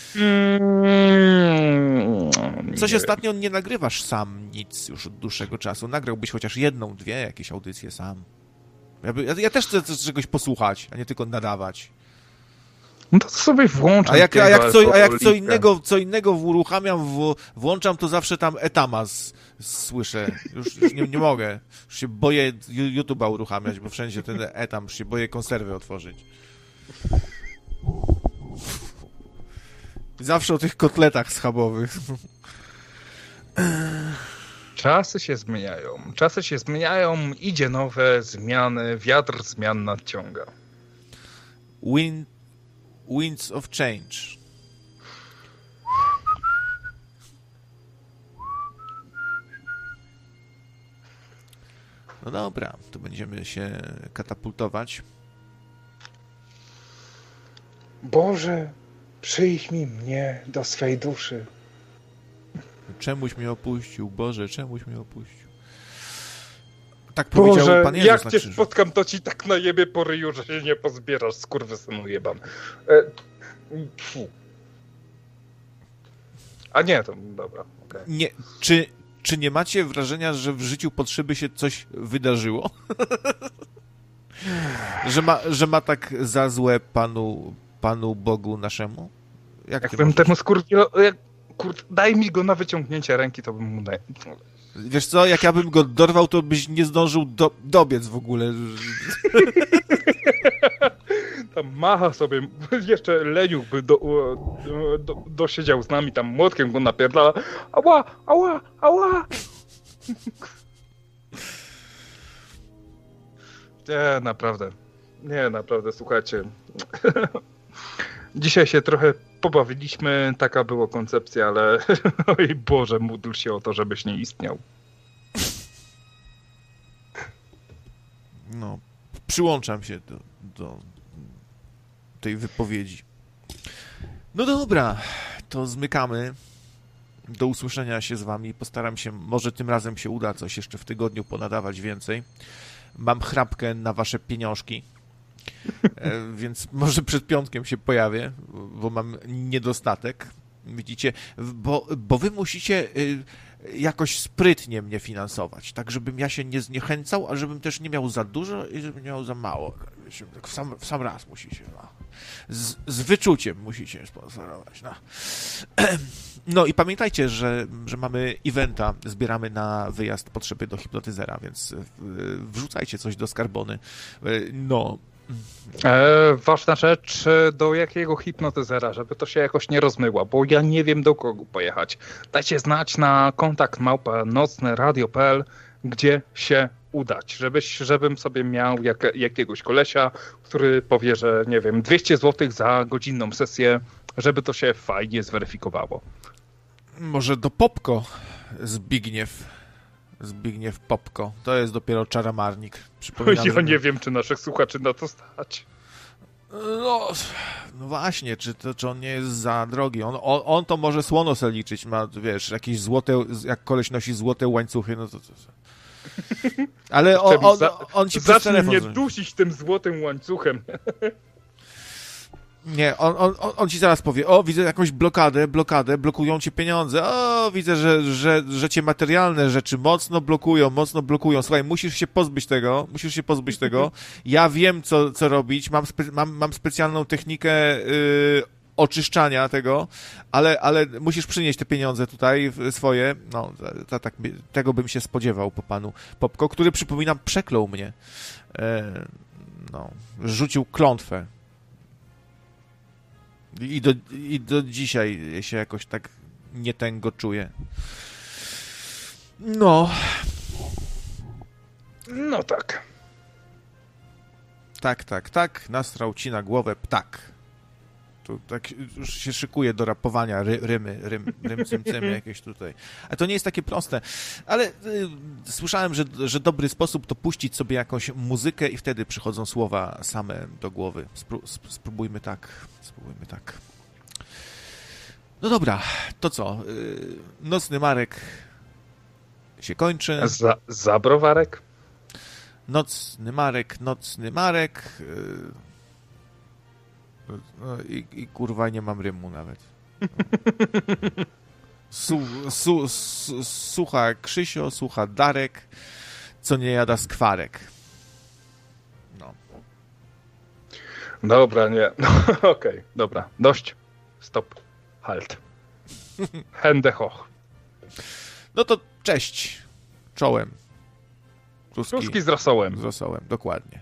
Coś ostatnio nie nagrywasz sam nic już od dłuższego czasu. Nagrałbyś chociaż 1, 2 jakieś audycje sam. Ja też chcę czegoś posłuchać, a nie tylko nadawać. No to sobie włączam. A jak co innego uruchamiam, włączam, to zawsze tam Etama słyszę. Już nie mogę. Już się boję YouTube'a uruchamiać, bo wszędzie ten Etam, już się boję konserwy otworzyć. Zawsze o tych kotletach schabowych. Czasy się zmieniają, idzie nowe zmiany, wiatr zmian nadciąga. Winds of Change. No dobra, to będziemy się katapultować. Boże, przyjmij mnie do swej duszy. Czemuś mnie opuścił, Boże, czemuś mnie opuścił. Tak powiedział Boże, Pan Jezus jak na cię krzyżu. spotkam, to ci tak najebie po ryju, że się nie pozbierasz, skurwysynu jebam. A nie, to dobra. Okay. Nie, czy nie macie wrażenia, że w życiu pod szyby się coś wydarzyło? że ma tak za złe Panu Bogu naszemu? Jakbym temu daj mi go na wyciągnięcie ręki, to bym mu dał. Wiesz co, jak ja bym go dorwał, to byś nie zdążył dobiec w ogóle. Tam macha sobie, jeszcze Leniuch by dosiedział z nami, tam młotkiem go napierdala. Ała, ała, ała! Nie, naprawdę, słuchajcie. Dzisiaj się trochę pobawiliśmy, taka była koncepcja, ale oj Boże, módl się o to, żebyś nie istniał. No, przyłączam się do tej wypowiedzi. No dobra, to zmykamy. Do usłyszenia się z wami. Postaram się, może tym razem się uda coś jeszcze w tygodniu ponadawać więcej. Mam chrapkę na wasze pieniążki, więc może przed piątkiem się pojawię, bo mam niedostatek. Widzicie, bo wy musicie jakoś sprytnie mnie finansować, tak żebym ja się nie zniechęcał, a żebym też nie miał za dużo i żebym nie miał za mało. W sam raz musicie. No. Z wyczuciem musicie sponsorować. No. No i pamiętajcie, że mamy eventa, zbieramy na wyjazd Potrzeby do hipnotyzera, więc wrzucajcie coś do Skarbony. No. Ważna rzecz, do jakiego hipnotyzera, żeby to się jakoś nie rozmyło, bo ja nie wiem, do kogo pojechać. Dajcie znać na kontakt @nocneradio.pl, gdzie się udać, żebym sobie miał jakiegoś kolesia, który powie, że nie wiem, 200 zł za godzinną sesję, żeby to się fajnie zweryfikowało. Może do Popko Zbigniew Popko. To jest dopiero czaramarnik. Ja nie wiem, czy naszych słuchaczy na to stać. No właśnie, czy on nie jest za drogi. On to może słono se liczyć. Ma, wiesz, jakieś złote, jak koleś nosi złote łańcuchy, no to. Ale on ci przez telefon... Zacznij mnie dusić tym złotym łańcuchem. Nie, on ci zaraz powie, o, widzę jakąś blokadę, blokują ci pieniądze, o, widzę, że cię materialne rzeczy mocno blokują. Słuchaj, musisz się pozbyć tego. Ja wiem, co robić, mam specjalną technikę oczyszczania tego, ale musisz przynieść te pieniądze tutaj swoje. No, tak, tego bym się spodziewał po panu Popko, który, przypominam, przeklął mnie. Rzucił klątwę. I do dzisiaj się jakoś tak nietęgo czuję. No. No tak. Tak. Nastrał ci na głowę ptak. Tu tak już się szykuje do rapowania rym, cym, jakieś tutaj. A to nie jest takie proste. Ale słyszałem, że dobry sposób to puścić sobie jakąś muzykę i wtedy przychodzą słowa same do głowy. Spróbujmy tak. No dobra, to co? Nocny Marek się kończy. Zabrowarek? Nocny Marek. I kurwa nie mam rymu nawet. Słucha Krzysio, słucha Darek, co nie jada skwarek. No. Dobra, nie. Okej, dobra. Dość. Stop. Halt. Hände hoch. No to cześć. Czołem. Kluski z rosołem. Z rosołem, dokładnie.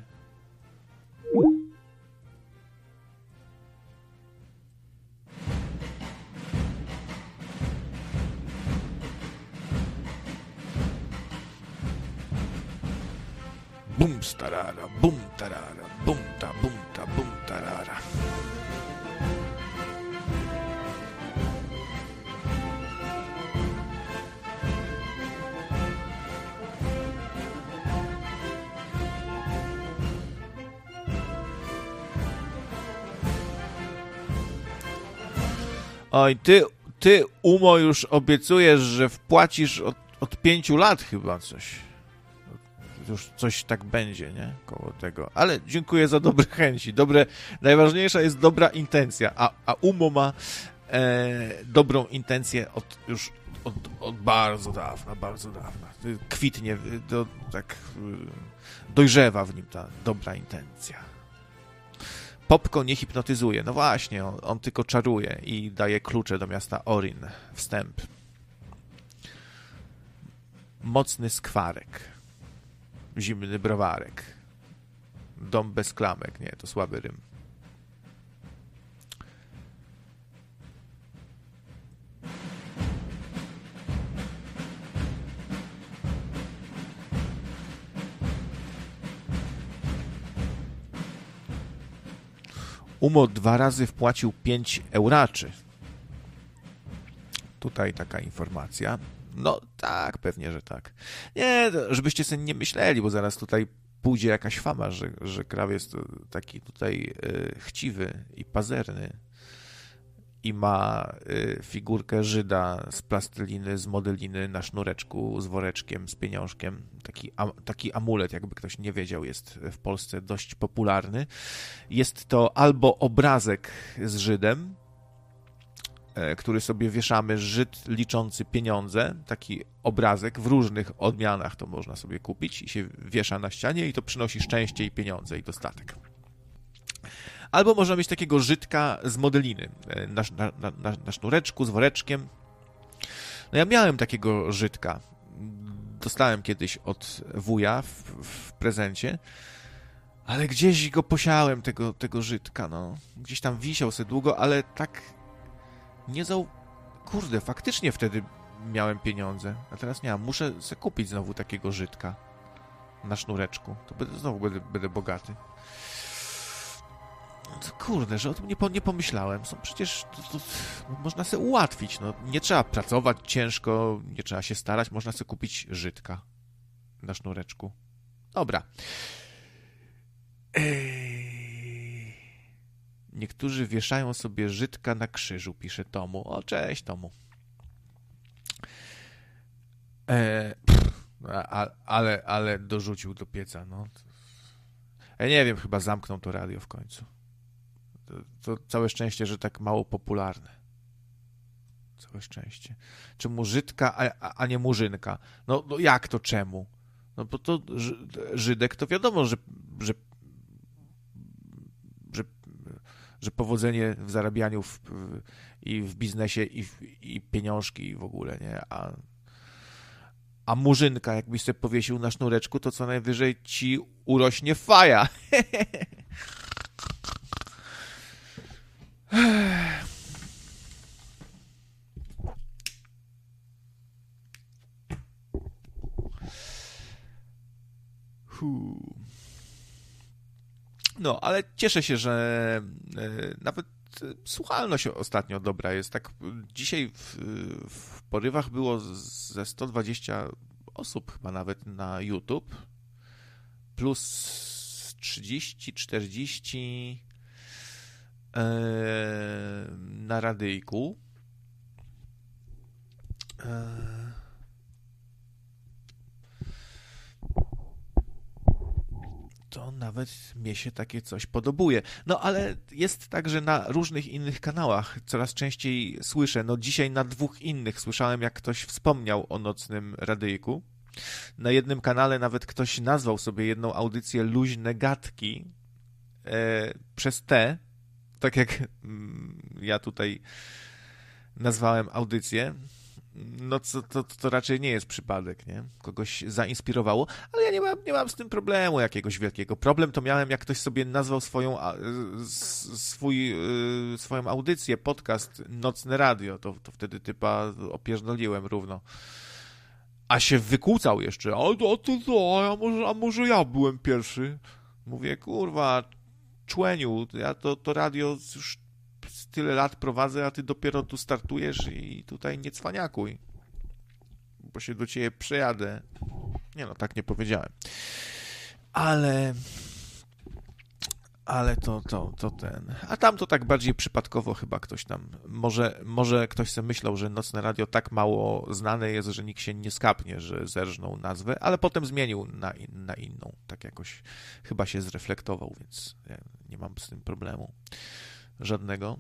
Bum starara, bum tarara, bum tarara. Oj, ty Umo już obiecujesz, że wpłacisz od 5 lat chyba coś. Już coś tak będzie, nie? Koło tego. Ale dziękuję za dobre chęci. Najważniejsza jest dobra intencja, a Umo ma dobrą intencję od bardzo dawna. Kwitnie, tak dojrzewa w nim ta dobra intencja. Popko nie hipnotyzuje. No właśnie, on tylko czaruje i daje klucze do miasta Orin. Wstęp. Mocny skwarek. Zimny browarek. Dom bez klamek. Nie, to słaby rym. Umo 2 razy wpłacił 5 euraczy. Tutaj taka informacja. No tak, pewnie, że tak. Nie, żebyście sobie nie myśleli, bo zaraz tutaj pójdzie jakaś fama, że Kraw jest taki tutaj chciwy i pazerny i ma figurkę Żyda z plasteliny, z modeliny na sznureczku, z woreczkiem, z pieniążkiem. Taki amulet, jakby ktoś nie wiedział, jest w Polsce dość popularny. Jest to albo obrazek z Żydem, który sobie wieszamy, Żyd liczący pieniądze, taki obrazek w różnych odmianach to można sobie kupić i się wiesza na ścianie i to przynosi szczęście i pieniądze i dostatek. Albo można mieć takiego Żydka z modeliny na sznureczku, z woreczkiem. No ja miałem takiego Żydka. Dostałem kiedyś od wuja w prezencie, ale gdzieś go posiałem, tego Żydka, no. Gdzieś tam wisiał sobie długo, ale tak nie Kurde, faktycznie wtedy miałem pieniądze, a teraz nie mam. Muszę sobie kupić znowu takiego Żydka na sznureczku. To znowu będę bogaty. Kurde, że o tym nie pomyślałem. Przecież to można sobie ułatwić. No. Nie trzeba pracować ciężko, nie trzeba się starać. Można sobie kupić Żydka na sznureczku. Dobra. Niektórzy wieszają sobie Żydka na krzyżu, pisze Tomu. O, cześć, Tomu. Ale dorzucił do pieca, no. Ja nie wiem, chyba zamkną to radio w końcu. To całe szczęście, że tak mało popularne. Całe szczęście. Czemu Żydka, a nie Murzynka? No jak to czemu? No bo to Żydek to wiadomo, że powodzenie w zarabianiu i w biznesie i pieniążki w ogóle, nie? A Murzynka, jakbyś sobie powiesił na sznureczku, to co najwyżej ci urośnie faja. No, ale cieszę się, że nawet słuchalność ostatnio dobra jest. Tak dzisiaj w porywach było ze 120 osób chyba nawet na YouTube, plus 30, 40 na radyjku. To nawet mnie się takie coś podobuje. No ale jest tak, że na różnych innych kanałach coraz częściej słyszę, no dzisiaj na 2 innych słyszałem, jak ktoś wspomniał o nocnym radyjku. Na jednym kanale nawet ktoś nazwał sobie jedną audycję Luźne Gadki przez T, tak jak ja tutaj nazwałem audycję. No to raczej nie jest przypadek, nie? Kogoś zainspirowało, ale ja nie mam z tym problemu jakiegoś wielkiego. Problem to miałem, jak ktoś sobie nazwał swoją audycję, podcast Nocne Radio, to wtedy typa opierdzieliłem równo. A się wykłócał jeszcze. A może ja byłem pierwszy? Mówię, kurwa, człeniu, ja to radio już tyle lat prowadzę, a ty dopiero tu startujesz i tutaj nie cwaniakuj, bo się do ciebie przejadę. Nie no, tak nie powiedziałem. Ale to ten... A tam to tak bardziej przypadkowo chyba ktoś tam... Może ktoś sobie myślał, że Nocne Radio tak mało znane jest, że nikt się nie skapnie, że zerżnął nazwę, ale potem zmienił na inną. Tak jakoś chyba się zreflektował, więc ja nie mam z tym problemu żadnego.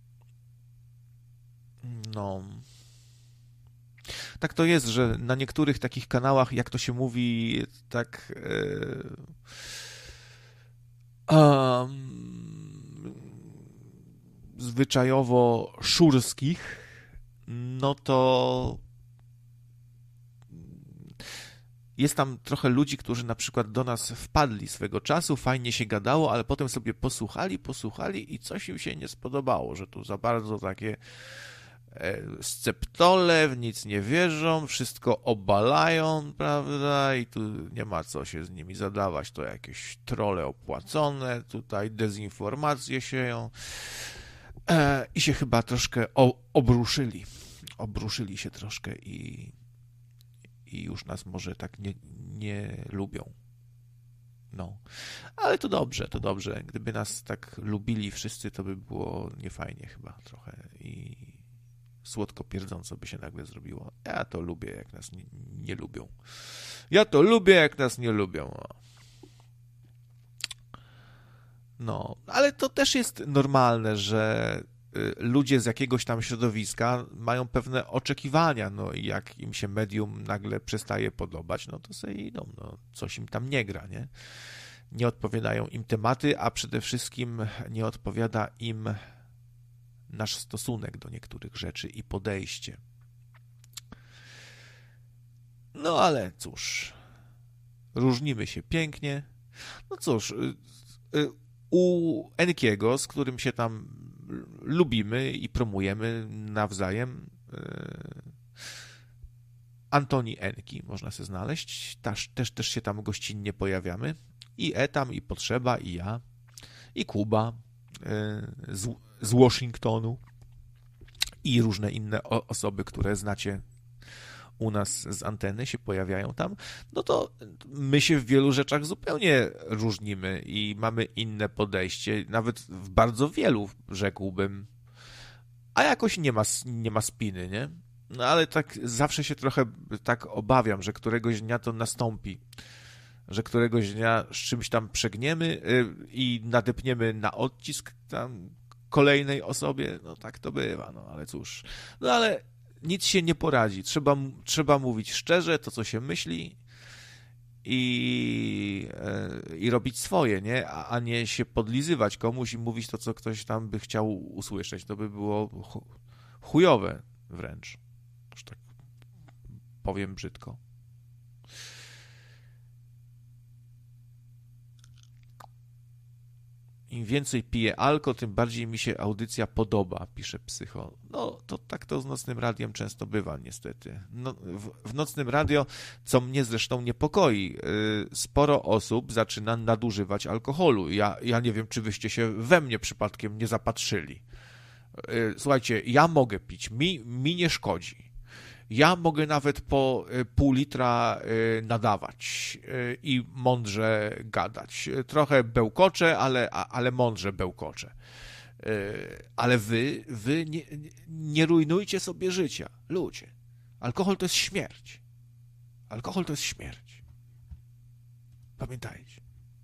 No. Tak to jest, że na niektórych takich kanałach, jak to się mówi, tak zwyczajowo szurskich, no to jest tam trochę ludzi, którzy na przykład do nas wpadli swego czasu, fajnie się gadało, ale potem sobie posłuchali i coś im się nie spodobało, że tu za bardzo takie sceptole, w nic nie wierzą, wszystko obalają, prawda, i tu nie ma co się z nimi zadawać, to jakieś trolle opłacone, tutaj dezinformacje sieją i się chyba troszkę obruszyli się troszkę i już nas może tak nie lubią. No, ale to dobrze. Gdyby nas tak lubili wszyscy, to by było niefajnie chyba trochę i słodko pierdząco by się nagle zrobiło. Ja to lubię, jak nas nie lubią. Ja to lubię, jak nas nie lubią. No, ale to też jest normalne, że ludzie z jakiegoś tam środowiska mają pewne oczekiwania, no i jak im się medium nagle przestaje podobać, no to sobie idą, no coś im tam nie gra, nie? Nie odpowiadają im tematy, a przede wszystkim nie odpowiada im nasz stosunek do niektórych rzeczy i podejście. No ale cóż, różnimy się pięknie. No cóż, u Enkiego, z którym się tam lubimy i promujemy nawzajem, Antoni Enki można sobie znaleźć, też się tam gościnnie pojawiamy, i Etam, i Potrzeba, i ja, i Kuba z Washingtonu i różne inne osoby, które znacie u nas z anteny, się pojawiają tam, no to my się w wielu rzeczach zupełnie różnimy i mamy inne podejście, nawet w bardzo wielu, rzekłbym, a jakoś nie ma spiny, nie? No ale tak zawsze się trochę tak obawiam, że któregoś dnia to nastąpi, że któregoś dnia z czymś tam przegniemy i nadepniemy na odcisk tam kolejnej osobie, no tak to bywa, no ale cóż, no ale nic się nie poradzi. Trzeba mówić szczerze to, co się myśli i robić swoje, nie? A nie się podlizywać komuś i mówić to, co ktoś tam by chciał usłyszeć. To by było chujowe wręcz. Że tak powiem brzydko. Im więcej piję alko, tym bardziej mi się audycja podoba, pisze Psycho. No, to tak to z Nocnym Radiem często bywa, niestety. No, w Nocnym Radio, co mnie zresztą niepokoi, sporo osób zaczyna nadużywać alkoholu. Ja nie wiem, czy wyście się we mnie przypadkiem nie zapatrzyli. Słuchajcie, ja mogę pić, mi nie szkodzi. Ja mogę nawet po pół litra nadawać i mądrze gadać. Trochę bełkoczę, ale mądrze bełkoczę. Ale wy nie rujnujcie sobie życia. Ludzie, alkohol to jest śmierć. Alkohol to jest śmierć. Pamiętajcie.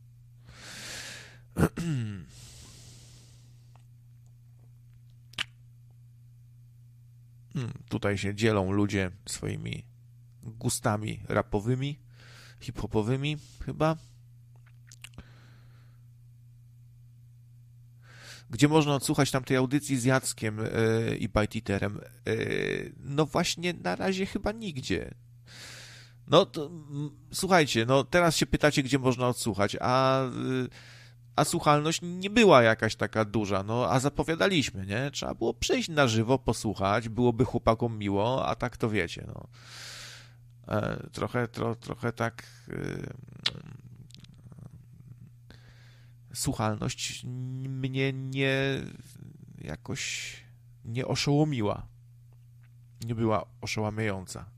Tutaj się dzielą ludzie swoimi gustami rapowymi, hip-hopowymi chyba. Gdzie można odsłuchać tamtej audycji z Jackiem i Bajtiterem? No właśnie na razie chyba nigdzie. No to, słuchajcie, no teraz się pytacie, gdzie można odsłuchać, a słuchalność nie była jakaś taka duża, no a zapowiadaliśmy, nie? Trzeba było przyjść na żywo, posłuchać, byłoby chłopakom miło, a tak to wiecie, no. Trochę tak słuchalność mnie jakoś nie oszołomiła. Nie była oszałamiająca.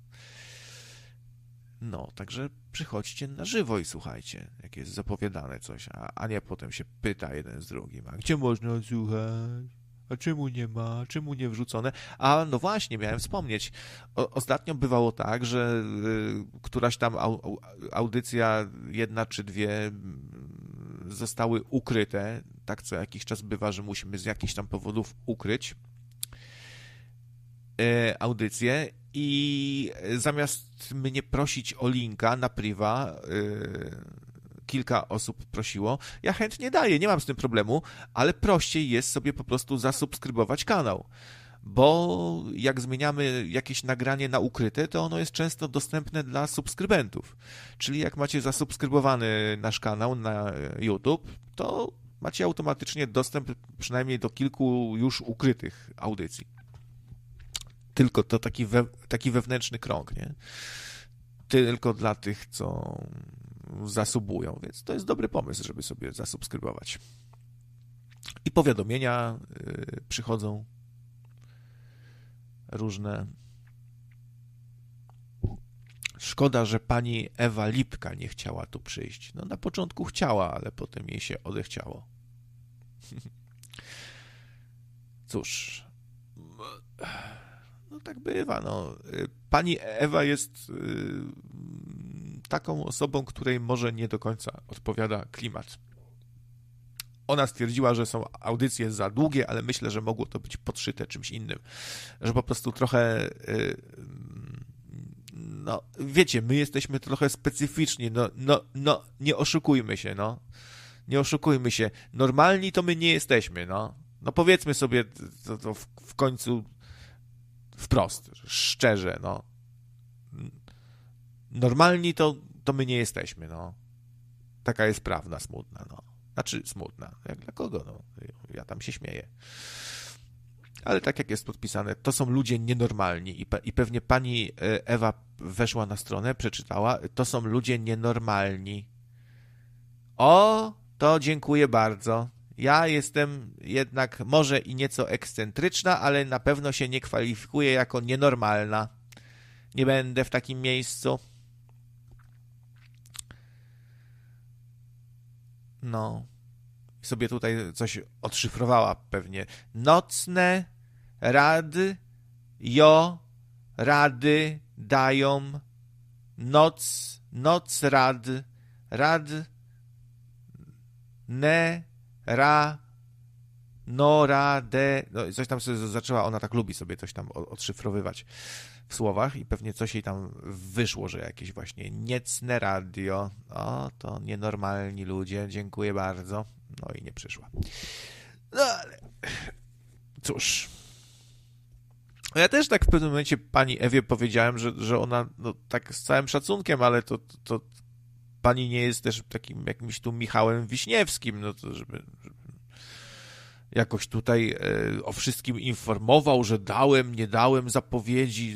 No, także przychodźcie na żywo i słuchajcie, jak jest zapowiadane coś, a nie potem się pyta jeden z drugim, a gdzie można odsłuchać? A czemu nie ma? Czemu nie wrzucone? A no właśnie, miałem wspomnieć. Ostatnio bywało tak, że któraś tam audycja, jedna czy dwie zostały ukryte. Tak co jakiś czas bywa, że musimy z jakichś tam powodów ukryć audycję i zamiast mnie prosić o linka na priwa, kilka osób prosiło. Ja chętnie daję, nie mam z tym problemu, ale prościej jest sobie po prostu zasubskrybować kanał. Bo jak zmieniamy jakieś nagranie na ukryte, to ono jest często dostępne dla subskrybentów. Czyli jak macie zasubskrybowany nasz kanał na YouTube, to macie automatycznie dostęp przynajmniej do kilku już ukrytych audycji. Tylko to taki wewnętrzny krąg, nie? Tylko dla tych, co zasubują, więc to jest dobry pomysł, żeby sobie zasubskrybować. I powiadomienia przychodzą różne. Szkoda, że pani Ewa Lipka nie chciała tu przyjść. No na początku chciała, ale potem jej się odechciało. Cóż, no tak bywa, no. Pani Ewa jest taką osobą, której może nie do końca odpowiada klimat. Ona stwierdziła, że są audycje za długie, ale myślę, że mogło to być podszyte czymś innym. Że po prostu trochę... No, wiecie, my jesteśmy trochę specyficzni, no, nie oszukujmy się, no. Nie oszukujmy się. Normalni to my nie jesteśmy, no. No powiedzmy sobie to w końcu wprost, szczerze, no. Normalni to my nie jesteśmy, no. Taka jest prawda smutna, no. Znaczy smutna. Jak dla kogo, no. Ja tam się śmieję. Ale tak jak jest podpisane, to są ludzie nienormalni i pewnie pani Ewa weszła na stronę, przeczytała, to są ludzie nienormalni. O, to dziękuję bardzo. Ja jestem jednak może i nieco ekscentryczna, ale na pewno się nie kwalifikuję jako nienormalna. Nie będę w takim miejscu. No. Sobie tutaj coś odszyfrowała pewnie. Nocne rady dają noc rad ne ra no radę, no coś tam sobie zaczęła, ona tak lubi sobie coś tam odszyfrowywać w słowach i pewnie coś jej tam wyszło, że jakieś właśnie niecne radio, o to nienormalni ludzie, dziękuję bardzo, no i nie przyszła. No ale cóż, ja też tak w pewnym momencie pani Ewie powiedziałem, że ona, no tak z całym szacunkiem, ale to pani nie jest też takim jakimś tu Michałem Wiśniewskim, no to żeby jakoś tutaj o wszystkim informował, że dałem, nie dałem zapowiedzi,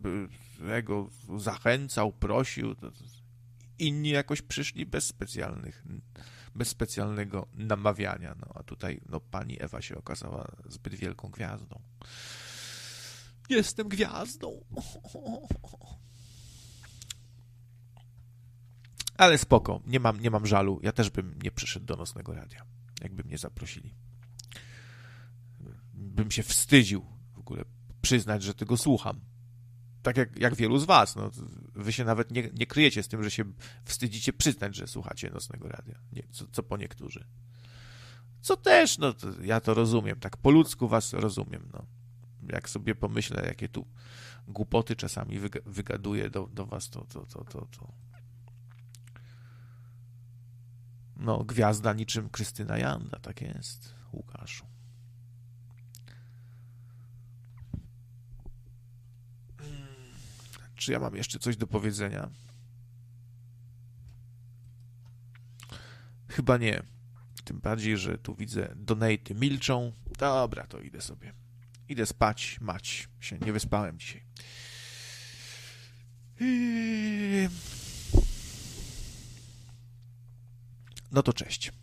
zachęcał, prosił. Inni jakoś przyszli bez specjalnego namawiania. No, a tutaj no, pani Ewa się okazała zbyt wielką gwiazdą. Jestem gwiazdą. Ale spoko, nie mam żalu. Ja też bym nie przyszedł do Nocnego Radia, jakby mnie zaprosili. Bym się wstydził w ogóle przyznać, że tego słucham. Tak jak wielu z was. No, wy się nawet nie kryjecie z tym, że się wstydzicie przyznać, że słuchacie Nocnego Radia. Nie, co po niektórzy. Co też, no ja to rozumiem. Tak po ludzku was rozumiem. No. Jak sobie pomyślę, jakie tu głupoty czasami wygaduję do was, to. No, gwiazda niczym Krystyna Janda. Tak jest, Łukaszu. Czy ja mam jeszcze coś do powiedzenia? Chyba nie. Tym bardziej, że tu widzę donaty milczą. Dobra, to idę sobie. Idę spać, mać. Się nie wyspałem dzisiaj. No to cześć.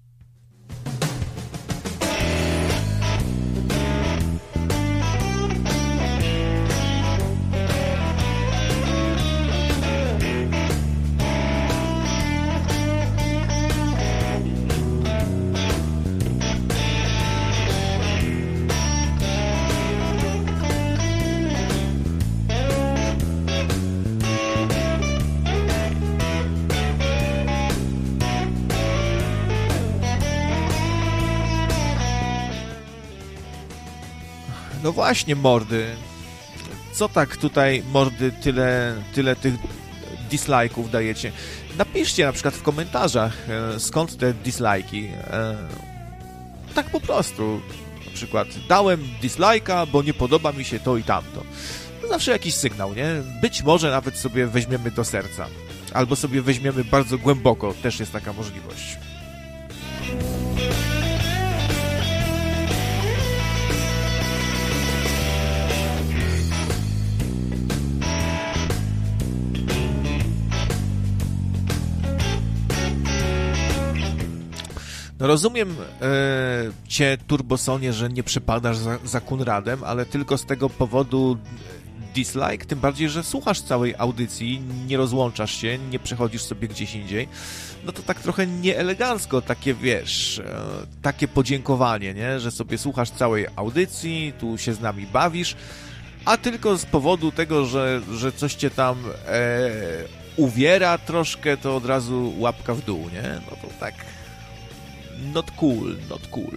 No właśnie, mordy. Co tak tutaj, mordy, tyle tych dislike'ów dajecie. Napiszcie na przykład w komentarzach, skąd te dislike'i. Tak po prostu. Na przykład dałem dislike'a, bo nie podoba mi się to i tamto. To zawsze jakiś sygnał, nie? Być może nawet sobie weźmiemy do serca. Albo sobie weźmiemy bardzo głęboko. Też jest taka możliwość. No rozumiem cię, Turbosonie, że nie przepadasz za Kunradem, ale tylko z tego powodu dislike, tym bardziej, że słuchasz całej audycji, nie rozłączasz się, nie przechodzisz sobie gdzieś indziej, no to tak trochę nieelegancko, takie wiesz, takie podziękowanie, nie? Że sobie słuchasz całej audycji, tu się z nami bawisz, a tylko z powodu tego, że coś cię tam uwiera troszkę, to od razu łapka w dół, nie? No to tak... Not cool, not cool.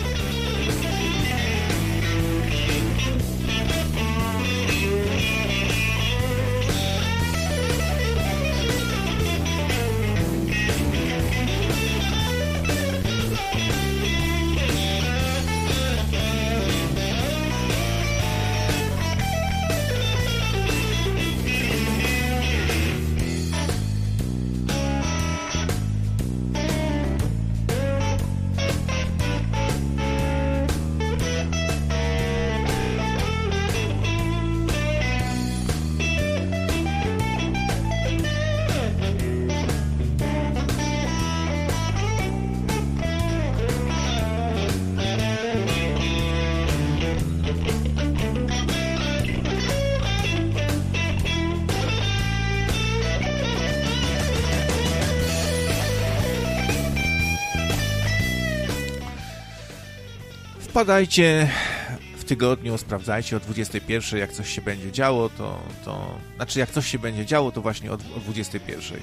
Wpadajcie w tygodniu, sprawdzajcie o 21, jak coś się będzie działo, to znaczy jak coś się będzie działo, to właśnie o 21.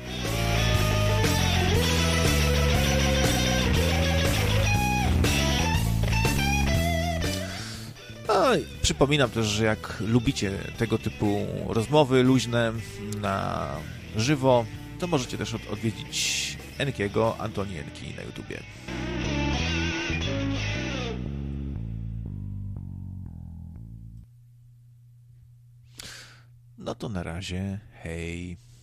No i przypominam też, że jak lubicie tego typu rozmowy luźne na żywo, to możecie też odwiedzić Enkiego, Antoni Enki na YouTubie. No to na razie, hej.